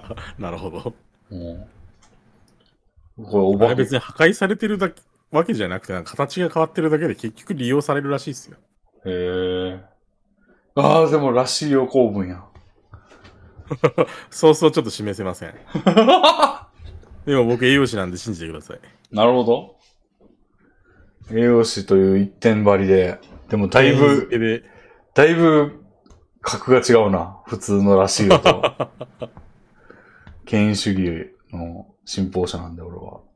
なるほど。 うん、これお化け。 あれ別に破壊されてるだけ、わけじゃなくて、形が変わってるだけで結局利用されるらしいですよ。 へえ。ああ、でもらしいよ、公文や。 そうそうちょっと示せません。でも僕栄養士なんで信じてください。 なるほど。栄養士という一点張りで、でもだいぶ、だいぶ格が違うな。普通のらしいよと。権威主義の信奉者なんで、俺は。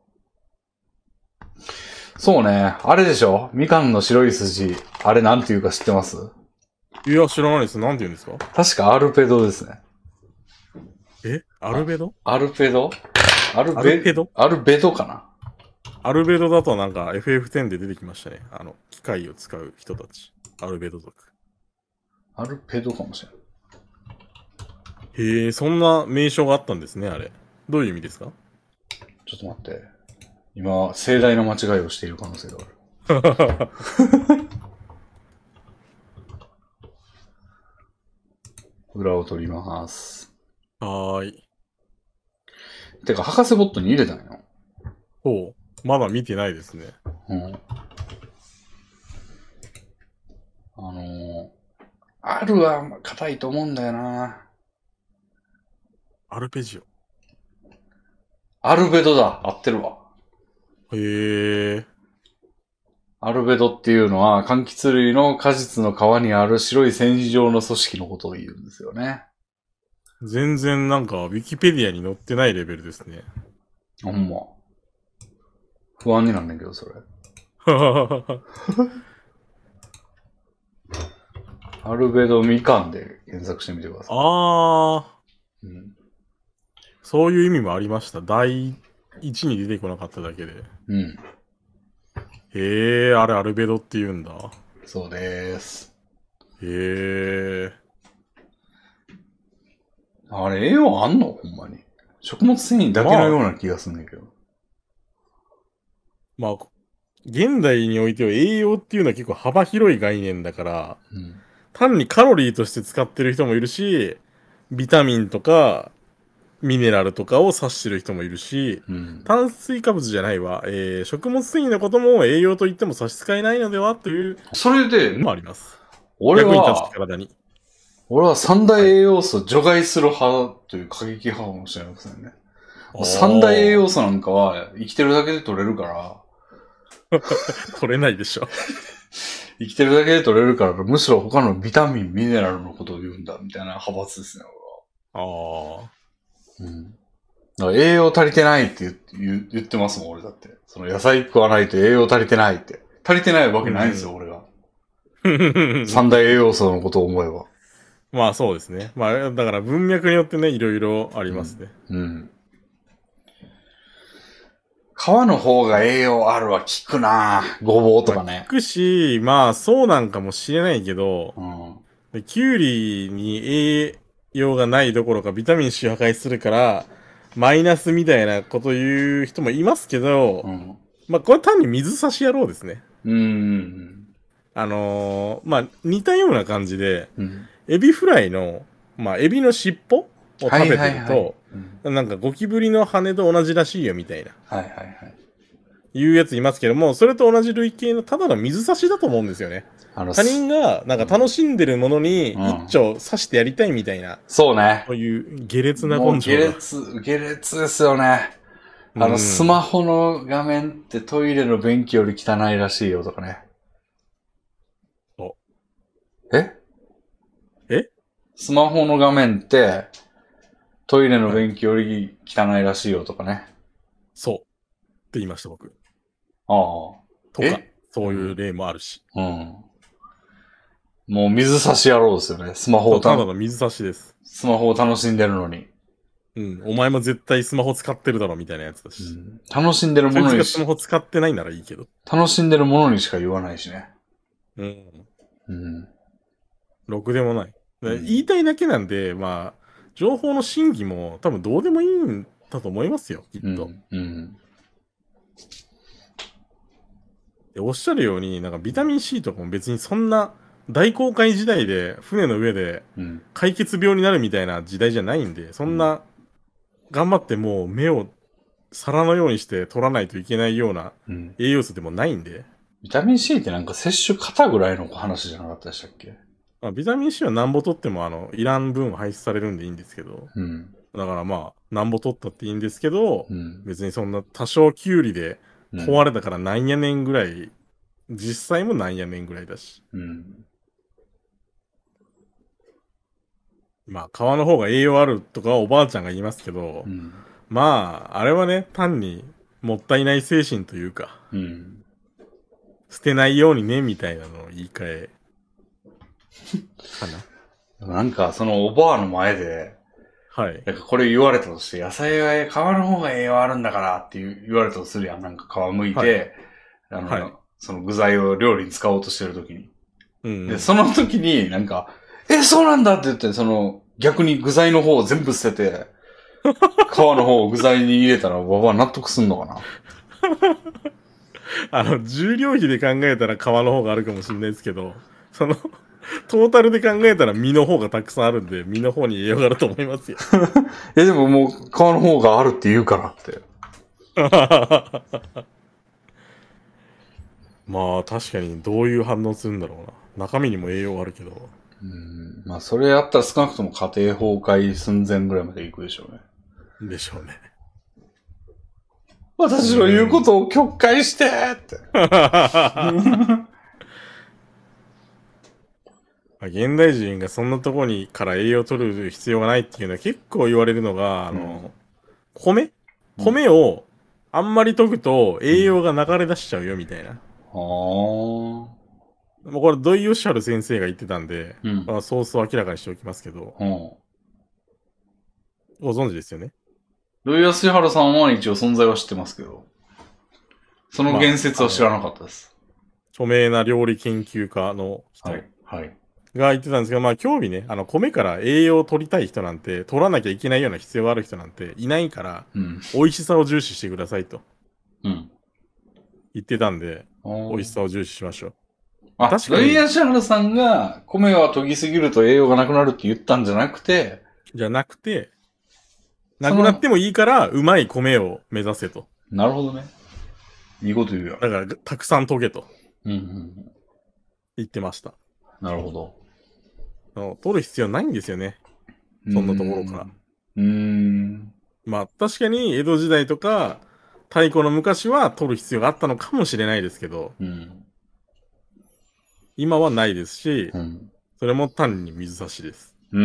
そうね。あれでしょ？みかんの白い筋。あれなんていうか知ってます？ いや、知らないです。なんて言うんですか？ 確かアルペドですね。 えアルベドアルペドアルベ、 アルペドアルベドかな？ アルベドだとなんか エフエフテン で出てきましたね。あの、機械を使う人たち。アルベド族。 アルペドかもしれない。 へえ、そんな名称があったんですね、あれ。どういう意味ですか？ ちょっと待って。今、盛大な間違いをしている可能性がある。 裏を取ります。 はーい。 てか、博士ボットに入れたんよ。 ほう。まだ見てないですね。 うん。あのー、あるは硬いと思うんだよな。 アルペジオ。 アルベドだ。合ってるわ。 へえ。 アルベドっていうのは、柑橘類の果実の皮にある白い線状の組織のことを言うんですよね。 全然なんか、ウィキペディアに載ってないレベルですね。 ほんま。不安になんねんけど、それ。アルベドみかんで検索してみてください。 ああ。うん。そういう意味もありました。第一に出てこなかっただけで。うん。へえ、あれアルベドって言うんだ。 そうでーす。 へえ。 あれ、栄養あんのほんまに。食物繊維だけのような気がすんねんけど。 まあ、まあ、現代においては栄養っていうのは結構幅広い概念だから、うん、単にカロリーとして使ってる人もいるし、ビタミンとか、ミネラルとかを指してる人もいるし、うん、炭水化物じゃないわ、えー、食物繊維のことも栄養と言っても差し支えないのではという。 それで、 もあります。 俺は、役に立つ体に。俺は三大栄養素を除外する派という過激派かもしれませんね。三大栄養素なんかは生きてるだけで取れるから。 取れないでしょ。 生きてるだけで取れるから、むしろ他のビタミン、ミネラルのことを言うんだ、みたいな派閥ですね、俺は。ああ。うん。だから栄養足りてないって言言ってますもん、俺だって。その野菜食わないと栄養足りてないって。足りてないわけないんですよ、うん、俺が。三大栄養素のことを思えば。 まあそうですね。まあだから文脈によってね、いろいろありますね。うん。うん、 皮の方が栄養あるは効くなぁ。ごぼうとかね。 まあ、効くし、まあそうなんかもしれないけど、うん、キュウリに栄養がないどころかビタミン C を破壊するから、マイナスみたいなこと言う人もいますけど、うん、まあこれ単に水差し野郎ですね。うん。あのー、まあ似たような感じで、うんエビフライの、まあ、エビの尻尾を食べてると、はいはいはいうん、なんかゴキブリの羽と同じらしいよみたいな。はいはいはい。いうやついますけども、それと同じ類型のただの水差しだと思うんですよね。あの他人がなんか楽しんでるものに一丁刺してやりたいみたいな。うん、 そうね。 そういう下劣な根性が。下劣、下劣ですよね。あの、うん、スマホの画面ってトイレの便器より汚いらしいよとかね。おええスマホの画面って、トイレの便器より汚いらしいよとかね。 そう。って言いました、僕。 ああ。 とか、そういう例もあるし。うん。 もう水差し野郎ですよね。スマホをただの水差しです。 スマホを楽しんでるのに。 うん。お前も絶対スマホ使ってるだろみたいなやつだし。うん、 楽しんでるものに。 そいつがスマホ使ってないならいいけど。 楽しんでるものにしか言わないしね。 うん。うん。ろくでもない。うん、言いたいだけなんで、まあ、情報の真偽も多分どうでもいいんだと思いますよ、きっと。うん。うん、でおっしゃるように、なんかビタミン C とかも別にそんな大航海時代で船の上で解決病になるみたいな時代じゃないんで、そんな頑張ってもう目を皿のようにして取らないといけないような栄養素でもないんで。うん、 ビタミン C ってなんか摂取型ぐらいの話じゃなかったでしたっけ？ まあ、ビタミン C はなんぼ取ってもあのいらん分排出されるんでいいんですけど、うん、だからまあなんぼ取ったっていいんですけど、うん、別にそんな多少キュウリで壊れたからなんやねんぐらい、うん、実際もなんやねんぐらいだし、うん、まあ皮の方が栄養あるとかはおばあちゃんが言いますけど、うん、まああれはね単にもったいない精神というか、うん、捨てないようにねみたいなのを言い換えかな。なんか、そのおばあの前で、はい。なんかこれ言われたとして、野菜は皮の方が栄養あるんだからって言われたとするやん。なんか皮むいて、はい、あの、はい、その具材を料理に使おうとしてるときに、うんうん。で、その時になんか、え、そうなんだって言って、その、逆に具材の方を全部捨てて、皮の方を具材に入れたら、ばば納得すんのかなあの、重量比で考えたら皮の方があるかもしれないですけど、その、 トータルで考えたら実の方がたくさんあるんで、実の方に栄養があると思いますよ。 え、でももう皮の方があるって言うからって。 まあ確かにどういう反応するんだろうな。中身にも栄養があるけど。 うん。まあそれやったら少なくとも家庭崩壊寸前ぐらいまでいくでしょうね。でしょうね。 私の言うことを曲解してって。 現代人がそんなところにから栄養を取る必要がないっていうのは結構言われるのが、あの、うん、米米をあんまり溶くと栄養が流れ出しちゃうよみたいな。うん、もうこれ土井善晴先生が言ってたんで、うん、まあ、ソースを明らかにしておきますけど、うん、ご存知ですよね。 土井善晴さんは一応存在は知ってますけど、その言説は知らなかったです。 まあ、著名な料理研究家の人。はい。はいが言ってたんですけど、まあ、興味ね、あの、米から栄養を取りたい人なんて、取らなきゃいけないような必要がある人なんていないから、うん、美味しさを重視してくださいと。うん。言ってたんで、美味しさを重視しましょう。 あ、確かに。土井善晴さんが、米は研ぎすぎると栄養がなくなるって言ったんじゃなくて、 じゃなくて、なくなってもいいから、うまい米を目指せと。 なるほどね。いいこと言うよ。 だから、たくさん研げと。うんうんうん。言ってました。 なるほど。 取る必要ないんですよね。そんなところから。うーん。まあ確かに江戸時代とか太古の昔は取る必要があったのかもしれないですけど、うん、今はないですし、うん、それも単に水差しです。 うん。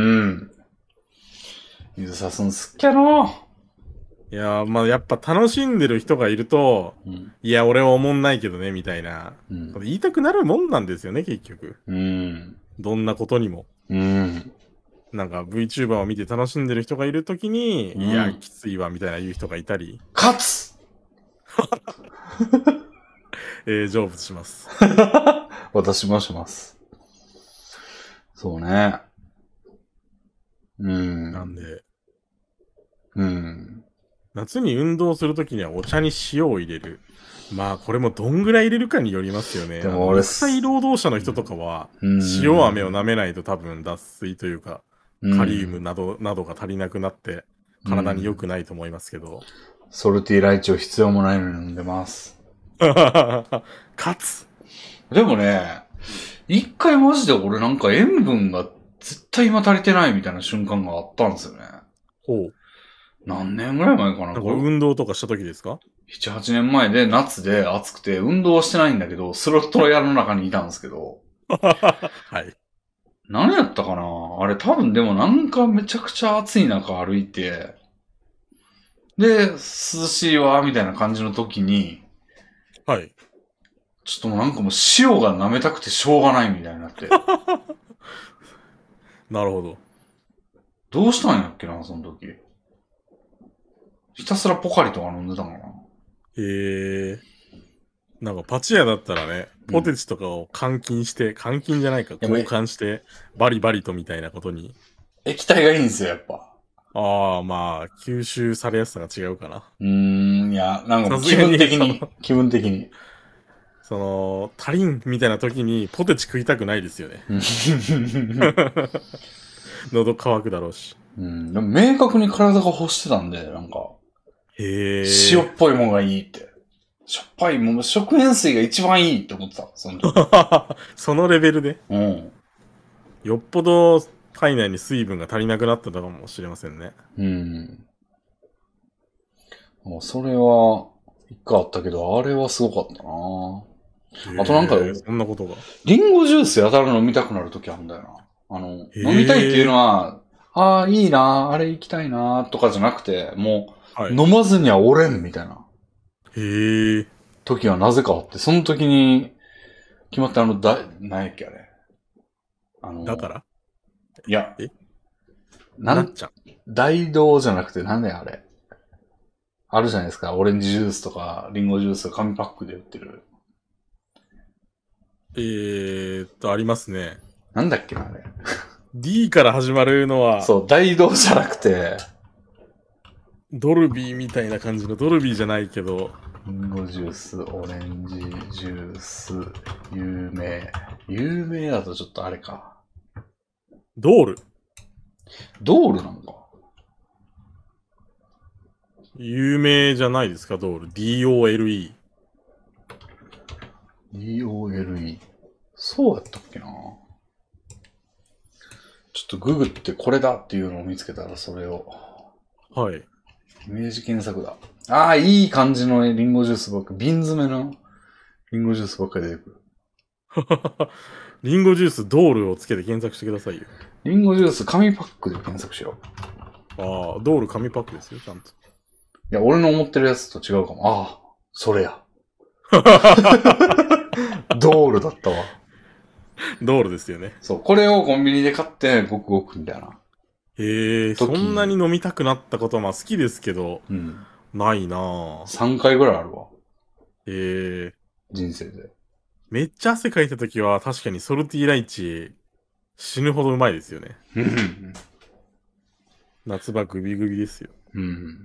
水差すんすっきゃのいやー、まあやっぱ楽しんでる人がいると、うん、いや俺は思んないけどねみたいな、うん、言いたくなるもんなんですよね結局。うん、どんなことにも。うん、なんか VTuber を見て楽しんでる人がいるときに、うん、いや、きついわ、みたいな言う人がいたり。 勝つえー、成仏します。 私もします。そうね。うん。 なんで。 うん。 夏に運動するときにはお茶に塩を入れる。まあ、これもどんぐらい入れるかによりますよね。でも俺、肉体労働者の人とかは、塩飴を舐めないと多分脱水というか、カリウムなど、などが足りなくなって、体に良くないと思いますけど。 ソルティライチを必要もないのに飲んでます。 勝つでもね、一回マジで俺なんか塩分が絶対今足りてないみたいな瞬間があったんですよね。ほう。何年ぐらい前かな。 なんか運動とかした時ですか？ なな、はちねんまえで夏で暑くて運動はしてないんだけど、スロットの屋の中にいたんですけど。はい。何やったかなあれ多分でもなんかめちゃくちゃ暑い中歩いて、で、涼しいわ、みたいな感じの時に、はい。ちょっともうなんかもう塩が舐めたくてしょうがないみたいになって。 なるほど。 どうしたんやっけな、その時。ひたすらポカリとか飲んでたかな。へえ。なんかパチ屋だったらね、ポテチとかを換金して、うん、換金じゃないか、交換して、バリバリとみたいなことに。 液体がいいんですよ、やっぱ。 ああ、まあ、吸収されやすさが違うかな。 うーん、いや、なんか気分的に、気分的に。 その、足りんみたいな時にポテチ食いたくないですよね。喉乾くだろうし。 うん、でも明確に体が欲してたんで、なんか。へえ。塩っぽいものがいいって。しょっぱいもの、食塩水が一番いいって思ってた。その時。 そのレベルで。うん。よっぽど体内に水分が足りなくなったのかもしれませんね。うん。 もうそれは、一回あったけど、あれはすごかったな。あとなんか、 そんなことが。 リンゴジュースやたら飲みたくなる時あるんだよな。あの、飲みたいっていうのは、ああ、いいな、あれ行きたいな、とかじゃなくて、もう、はい、飲まずにはおれん、みたいな。へえ。時はなぜかあって、その時に、決まってあの、だ、なんやっけあれ。あの、 だからいや、えなん、なっちゃん。大道じゃなくて、なんだよあれ。あるじゃないですか。オレンジジュースとか、リンゴジュースが紙パックで売ってる。 えーっと、ありますね。 なんだっけな、あれ。 D から始まるのは。 そう、大道じゃなくて。 ドルビーみたいな感じの、ドルビーじゃないけど。 リンゴジュース、オレンジジュース、有名。有名だとちょっとあれか。 ドール。 ドールなんだ。 有名じゃないですか、ドール。ディーオーエルイー。 ディーオーエルイー。そうやったっけな。ちょっとググってこれだっていうのを見つけたらそれを。 はい。 イメージ検索だ。ああ、いい感じのリンゴジュースばっかり。瓶詰めのリンゴジュースばっかり出てくる。 リンゴジュースドールをつけて検索してくださいよ。 リンゴジュース紙パックで検索しよう。ああ、ドール紙パックですよ、ちゃんと。いや、俺の思ってるやつと違うかも。ああ、それや。ドールだったわ。 ドールですよね。 そう、これをコンビニで買ってごくごくみたいな。 へえ、そんなに飲みたくなったことはまあ好きですけど、うん、ないなぁ。 さんかいぐらいあるわ。 へえ。 人生で。 めっちゃ汗かいたときは確かにソルティーライチ死ぬほどうまいですよね。夏場グビグビですよ。 うん。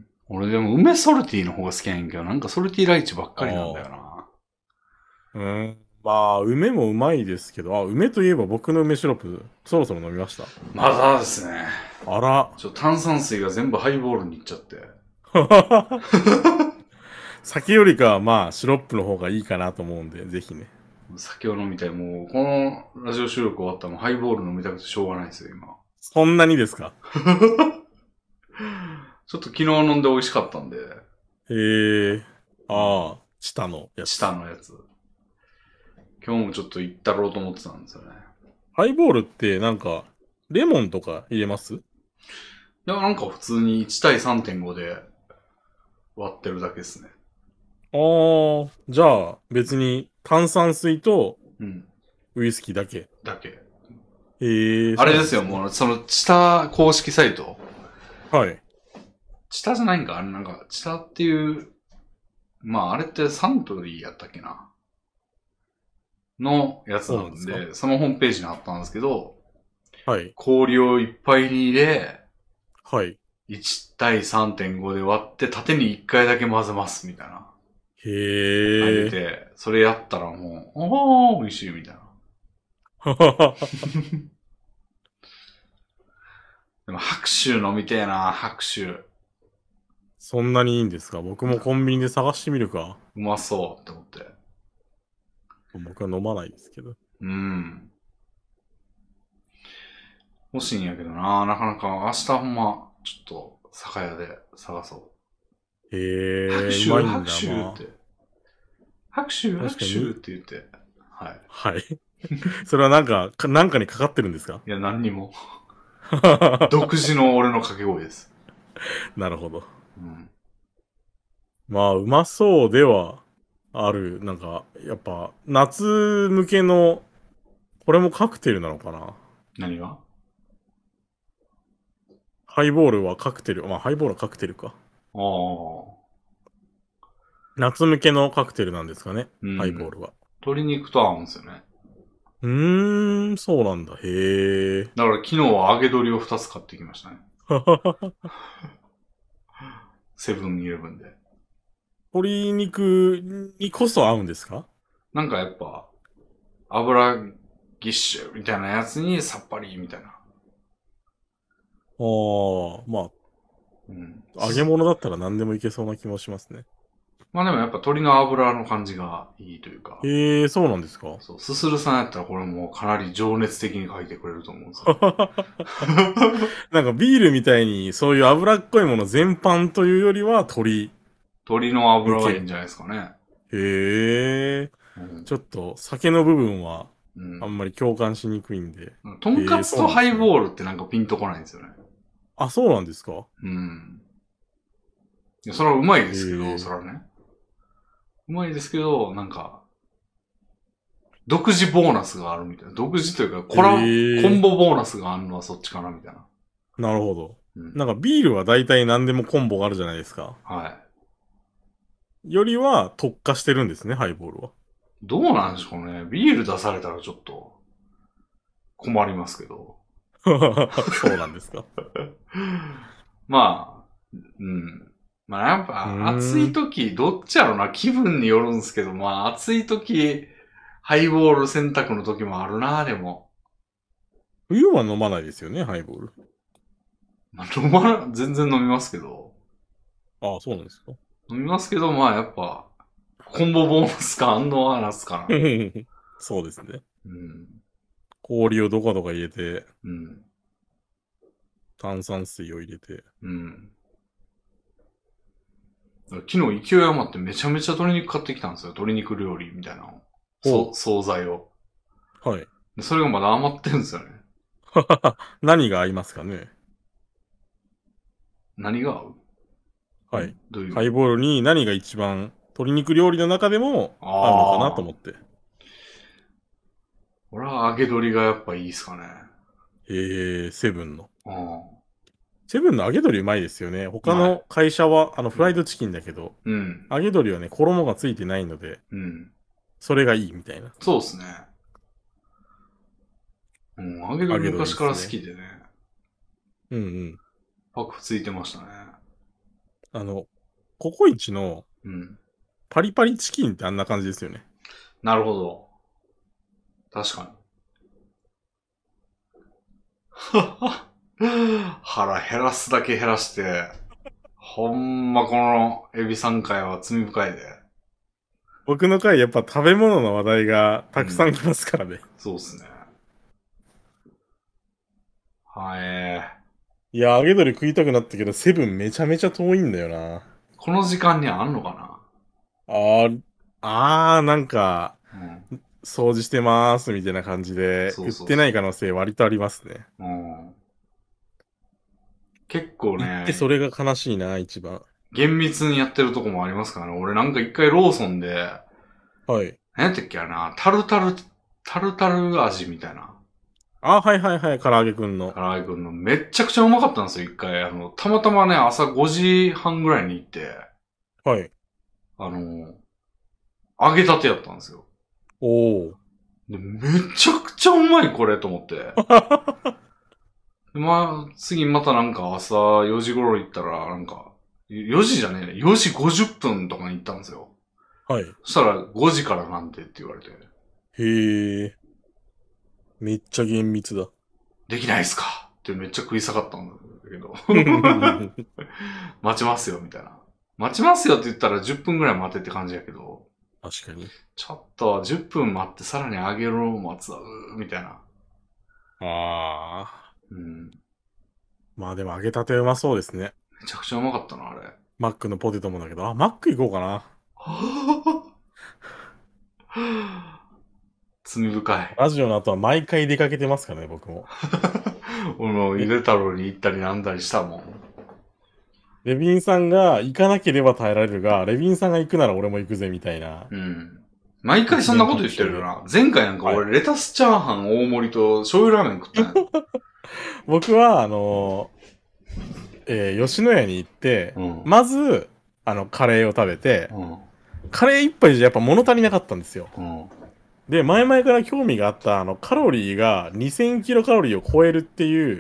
俺でも梅ソルティの方が好きなんやけど、なんかソルティーライチばっかりなんだよな。 うん。まあ、梅もうまいですけど、あ、梅といえば僕の梅シロップ、そろそろ飲みました。 まだですね。 あら。 ちょ、炭酸水が全部ハイボールにいっちゃって。 酒よりかはまあ、シロップの方がいいかなと思うんで、ぜひね。 酒を飲みたい。もう、このラジオ収録終わったらもうハイボール飲みたくてしょうがないですよ、今。 そんなにですか？ ちょっと昨日飲んで美味しかったんで。へえ。ああ、チタのやつ。 チタのやつ。今日もちょっと行ったろうと思ってたんですよね。 ハイボールってなんか、レモンとか入れます？いや、なんか普通にいち対さんてんごで割ってるだけですね。 ああ、じゃあ別に炭酸水とウイスキーだけ。 うん、だけ。 へえ。 あれですよ、もう、その、チタ公式サイト。 はい。 チタじゃないんかあれなんか、チタっていう、まああれってサントリーやったっけなのやつなんで、そ, でそのホームページにあったんですけど、 はい。 氷をいっぱいに入れ、 はい。 いち対さんてんごで割って縦にいっかいだけ混ぜますみたいな。 へえ。 あげて、それやったらもう、おー、美味しいみたいな。でも白州飲みてえな、白州。 そんなにいいんですか？僕もコンビニで探してみるか。 うまそうって思って。 僕は飲まないですけど。 うん。欲しいんやけどな、なかなか明日ほんま、ちょっと、酒屋で探そう。 へえ、 拍手、 うまいんだ、 拍手って。拍手、拍手って言って。はい。 はい。それはなんか、かなんかにかかってるんですか？ いや、何にも。独自の俺の掛け声です。 なるほど。 うん、 まあ、うまそうではある。なんか、やっぱ、夏向けの、これもカクテルなのかな？ 何が？ ハイボールはカクテル。まあ、ハイボールはカクテルか。 ああ。 夏向けのカクテルなんですかね、うん、ハイボールは。 鶏肉と合うんですよね。 うーん、そうなんだ。へえ。 だから昨日は揚げ鶏をふたつ買ってきましたね。セブンイレブンで。 鶏肉にこそ合うんですか？ なんかやっぱ、油ギッシュみたいなやつにさっぱりみたいな。ああ、まあ、うん。揚げ物だったら何でもいけそうな気もしますね。 まあでもやっぱ鶏の油の感じがいいというか。 へえ、そうなんですか？ そう、すするさんやったらこれもかなり情熱的に書いてくれると思うんですよ。 なんかビールみたいにそういう脂っこいもの全般というよりは鶏。 鶏の油がいいんじゃないですかね。 へえ、うん。ちょっと酒の部分はあんまり共感しにくいんで。 うん、とんかつとハイボールってなんかピンとこないんですよね。 あ、そうなんですか？ うん。いや、それはうまいですけど、それはね。うまいですけど、なんか、独自ボーナスがあるみたいな。独自というか、コラ、コンボボーナスがあるのはそっちかなみたいな。 なるほど。うん、なんかビールは大体何でもコンボがあるじゃないですか。 はい。 よりは特化してるんですね、ハイボールは。 どうなんでしょうね。ビール出されたらちょっと困りますけど。 そうなんですか。 まあ、うん。まあやっぱ暑い時、どっちやろな、気分によるんですけど、まあ暑い時、ハイボール選択の時もあるな、でも。 冬は飲まないですよね、ハイボール。 まあ、飲まな、全然飲みますけど。 ああ、そうなんですか。 飲みますけど、まあやっぱ、コンボボーナス感はなすかな。 そうですね。 うん。 氷をどかどか入れて、 うん。 炭酸水を入れて。 うん。昨日勢い余ってめちゃめちゃ鶏肉買ってきたんですよ。鶏肉料理みたいなの。そ、惣菜を。 はい。 それがまだ余ってるんですよね。 何が合いますかね。 何が合う？ はい。 どういう？ ハイボールに何が一番鶏肉料理の中でも合うのかなと思って。 俺は揚げ鶏がやっぱいいっすかね。 へえ、セブンの。 うん。 セブンの揚げ鶏うまいですよね。他の会社は、あの、フライドチキンだけど、 うん。 揚げ鶏はね、衣がついてないので、 うん。 それがいいみたいな。 そうっすね。うん、揚げ鶏昔から好きでね。 うんうん。 パクついてましたね。 あの、ココイチの、 うん。 パリパリチキンってあんな感じですよね。 なるほど。確かに。腹減らすだけ減らして、ほんまこのエビさん回は罪深いで。 僕の回やっぱ食べ物の話題がたくさん来ますからね。うん、 そうっすね。はい。 いや、揚げ鶏食いたくなったけど、セブンめちゃめちゃ遠いんだよな。 この時間にあんのかな？ あー、あー、なんか、うん、掃除してまーすみたいな感じで、売ってない可能性割とありますね。 うん。結構ね。 行ってそれが悲しいな、一番。 厳密にやってるとこもありますからね。俺なんか一回ローソンで、 はい。 何やったっけな、タルタル、タルタル味みたいな。 あ、はいはいはい、唐揚げくんの。 唐揚げくんの。めっちゃくちゃうまかったんですよ、一回。あの、たまたまね、朝ごじはんぐらいに行って。 はい。 あの、揚げたてやったんですよ。 おー。 で、めちゃくちゃうまい、これ、と思って。まあ、次またなんか朝よじ頃行ったら、なんか、よじじゃねえ、よじごじゅっぷんとかに行ったんですよ。 はい。 そしたらごじからなんてって言われて。 へえ。めっちゃ厳密だ。 できないっすかってめっちゃ食い下がったんだけど。待ちますよ、みたいな。待ちますよって言ったらじゅっぷんぐらい待てって感じやけど。 確かに。 ちょっとじゅっぷん待ってさらに揚げるのを待つ、みたいな。 ああ。 うん。 まあでも揚げたてうまそうですね。 めちゃくちゃうまかったな、あれ。 マックのポテトもだけど、あ、マック行こうかな。 罪深い。 ラジオの後は毎回出かけてますからね、僕も。 俺もゆで太郎に行ったりなんだりしたもん。 レビンさんが行かなければ耐えられるが、レビンさんが行くなら俺も行くぜ、みたいな。 うん。毎回そんなこと言ってるよな。前回なんか俺、レタスチャーハン大盛りと醤油ラーメン食ったんや。 僕は、あのー、えー、吉野家に行って、うん、まず、あの、カレーを食べて、うん、カレー一杯じゃやっぱ物足りなかったんですよ。うん、で、前々から興味があった、あの、カロリーがにせんキロカロリーを超えるっていう、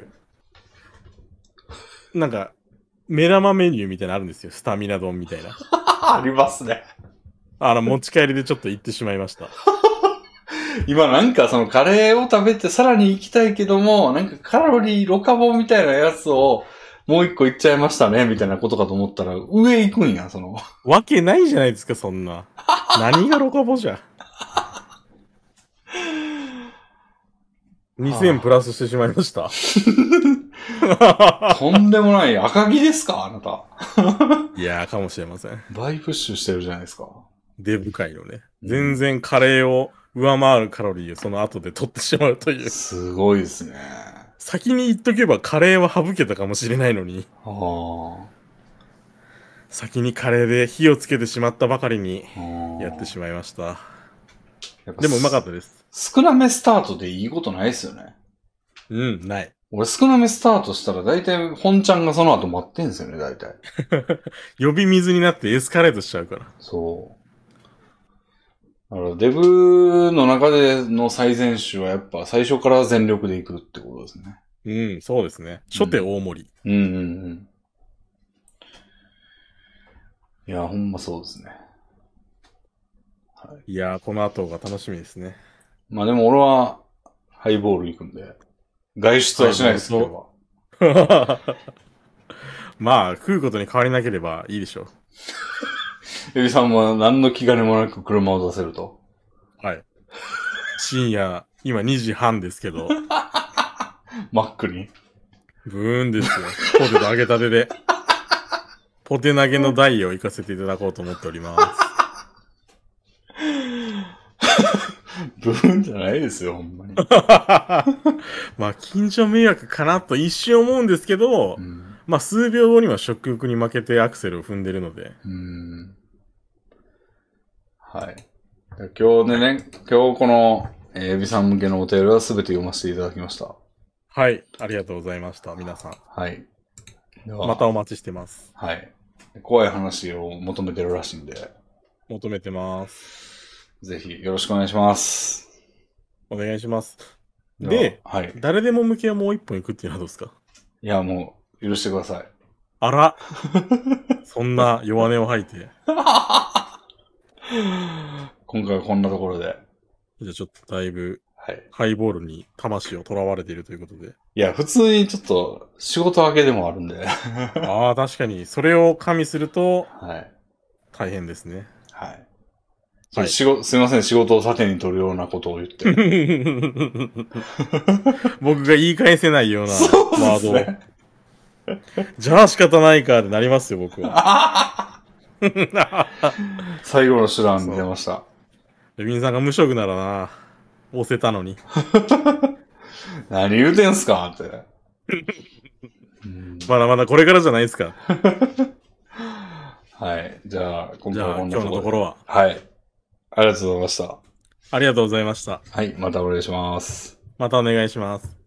なんか、目玉メニューみたいなのあるんですよ。スタミナ丼みたいな。 ありますね。 あの、持ち帰りでちょっと行ってしまいました。 今なんかそのカレーを食べてさらに行きたいけども、なんかカロリーロカボみたいなやつをもう一個行っちゃいましたね、みたいなことかと思ったら上行くんや、その。 わけないじゃないですか、そんな。何がロカボじゃ。にせんプラスしてしまいました。 とんでもない赤木ですかあなた。 いやー、かもしれません。 倍プッシュしてるじゃないですか。 デブ界のね。うん、全然カレーを上回るカロリーをその後で取ってしまうという。 すごいですね。 先に言っとけばカレーは省けたかもしれないのに。 あ先にカレーで火をつけてしまったばかりにやってしまいました。でもうまかったです。 少なめスタートでいいことないですよね。 うん、ない。 俺少なめスタートしたら大体本ちゃんがその後待ってんすよね、大体。 呼び水になってエスカレートしちゃうから。 そう。だからデブの中での最善手はやっぱ最初から全力でいくってことですね。 うん、そうですね。初手大盛り。 うん、うん、うんうんいや、ほんまそうですね。 はい、いやー、この後が楽しみですね。 まあでも俺はハイボール行くんで、 外出はしないですけど。 まあ、食うことに変わりなければいいでしょう。 エビさんも何の気兼ねもなく車を出せると。 はい。深夜、今にじはんですけど。 マックにブーンですよ。ポテト揚げたてで。ポテ投げの台を行かせていただこうと思っております。 ブーンじゃないですよ、ほんまに。 まあ、近所迷惑かなと一瞬思うんですけど、うん、まあ、数秒後には食欲に負けてアクセルを踏んでるので。 うん。はい。今日ね、今日この、えー、エビさん向けのお便りはすべて読ませていただきました。 はい。ありがとうございました、皆さん。 はい。 ではまたお待ちしてます。 はい。怖い話を求めてるらしいんで。 求めてます。 ぜひよろしくお願いします。 お願いします。で、はい、誰でも向けをもう一本行くっていうのはどうですか？ いや、もう、許してください。 あらそんな弱音を吐いて。 今回はこんなところで。 じゃあちょっとだいぶ、はい、ハイボールに魂を囚われているということで。 いや、普通にちょっと仕事明けでもあるんで。 ああ、確かに。それを加味すると、はい、大変ですね。 はい。はい、仕事すいません、仕事を盾に取るようなことを言って。 僕が言い返せないようなワードを。ね、じゃあ仕方ないかってなりますよ、僕は。 最後の手段に出ました。 レビンさんが無職ならな、押せたのに。 何言うてんすかって。 まだまだこれからじゃないですか。 はい。じゃあ、今回はこんなところで。 じゃあ、今日のところは。 はい。ありがとうございました。 ありがとうございました。 はい。またお願いします。 またお願いします。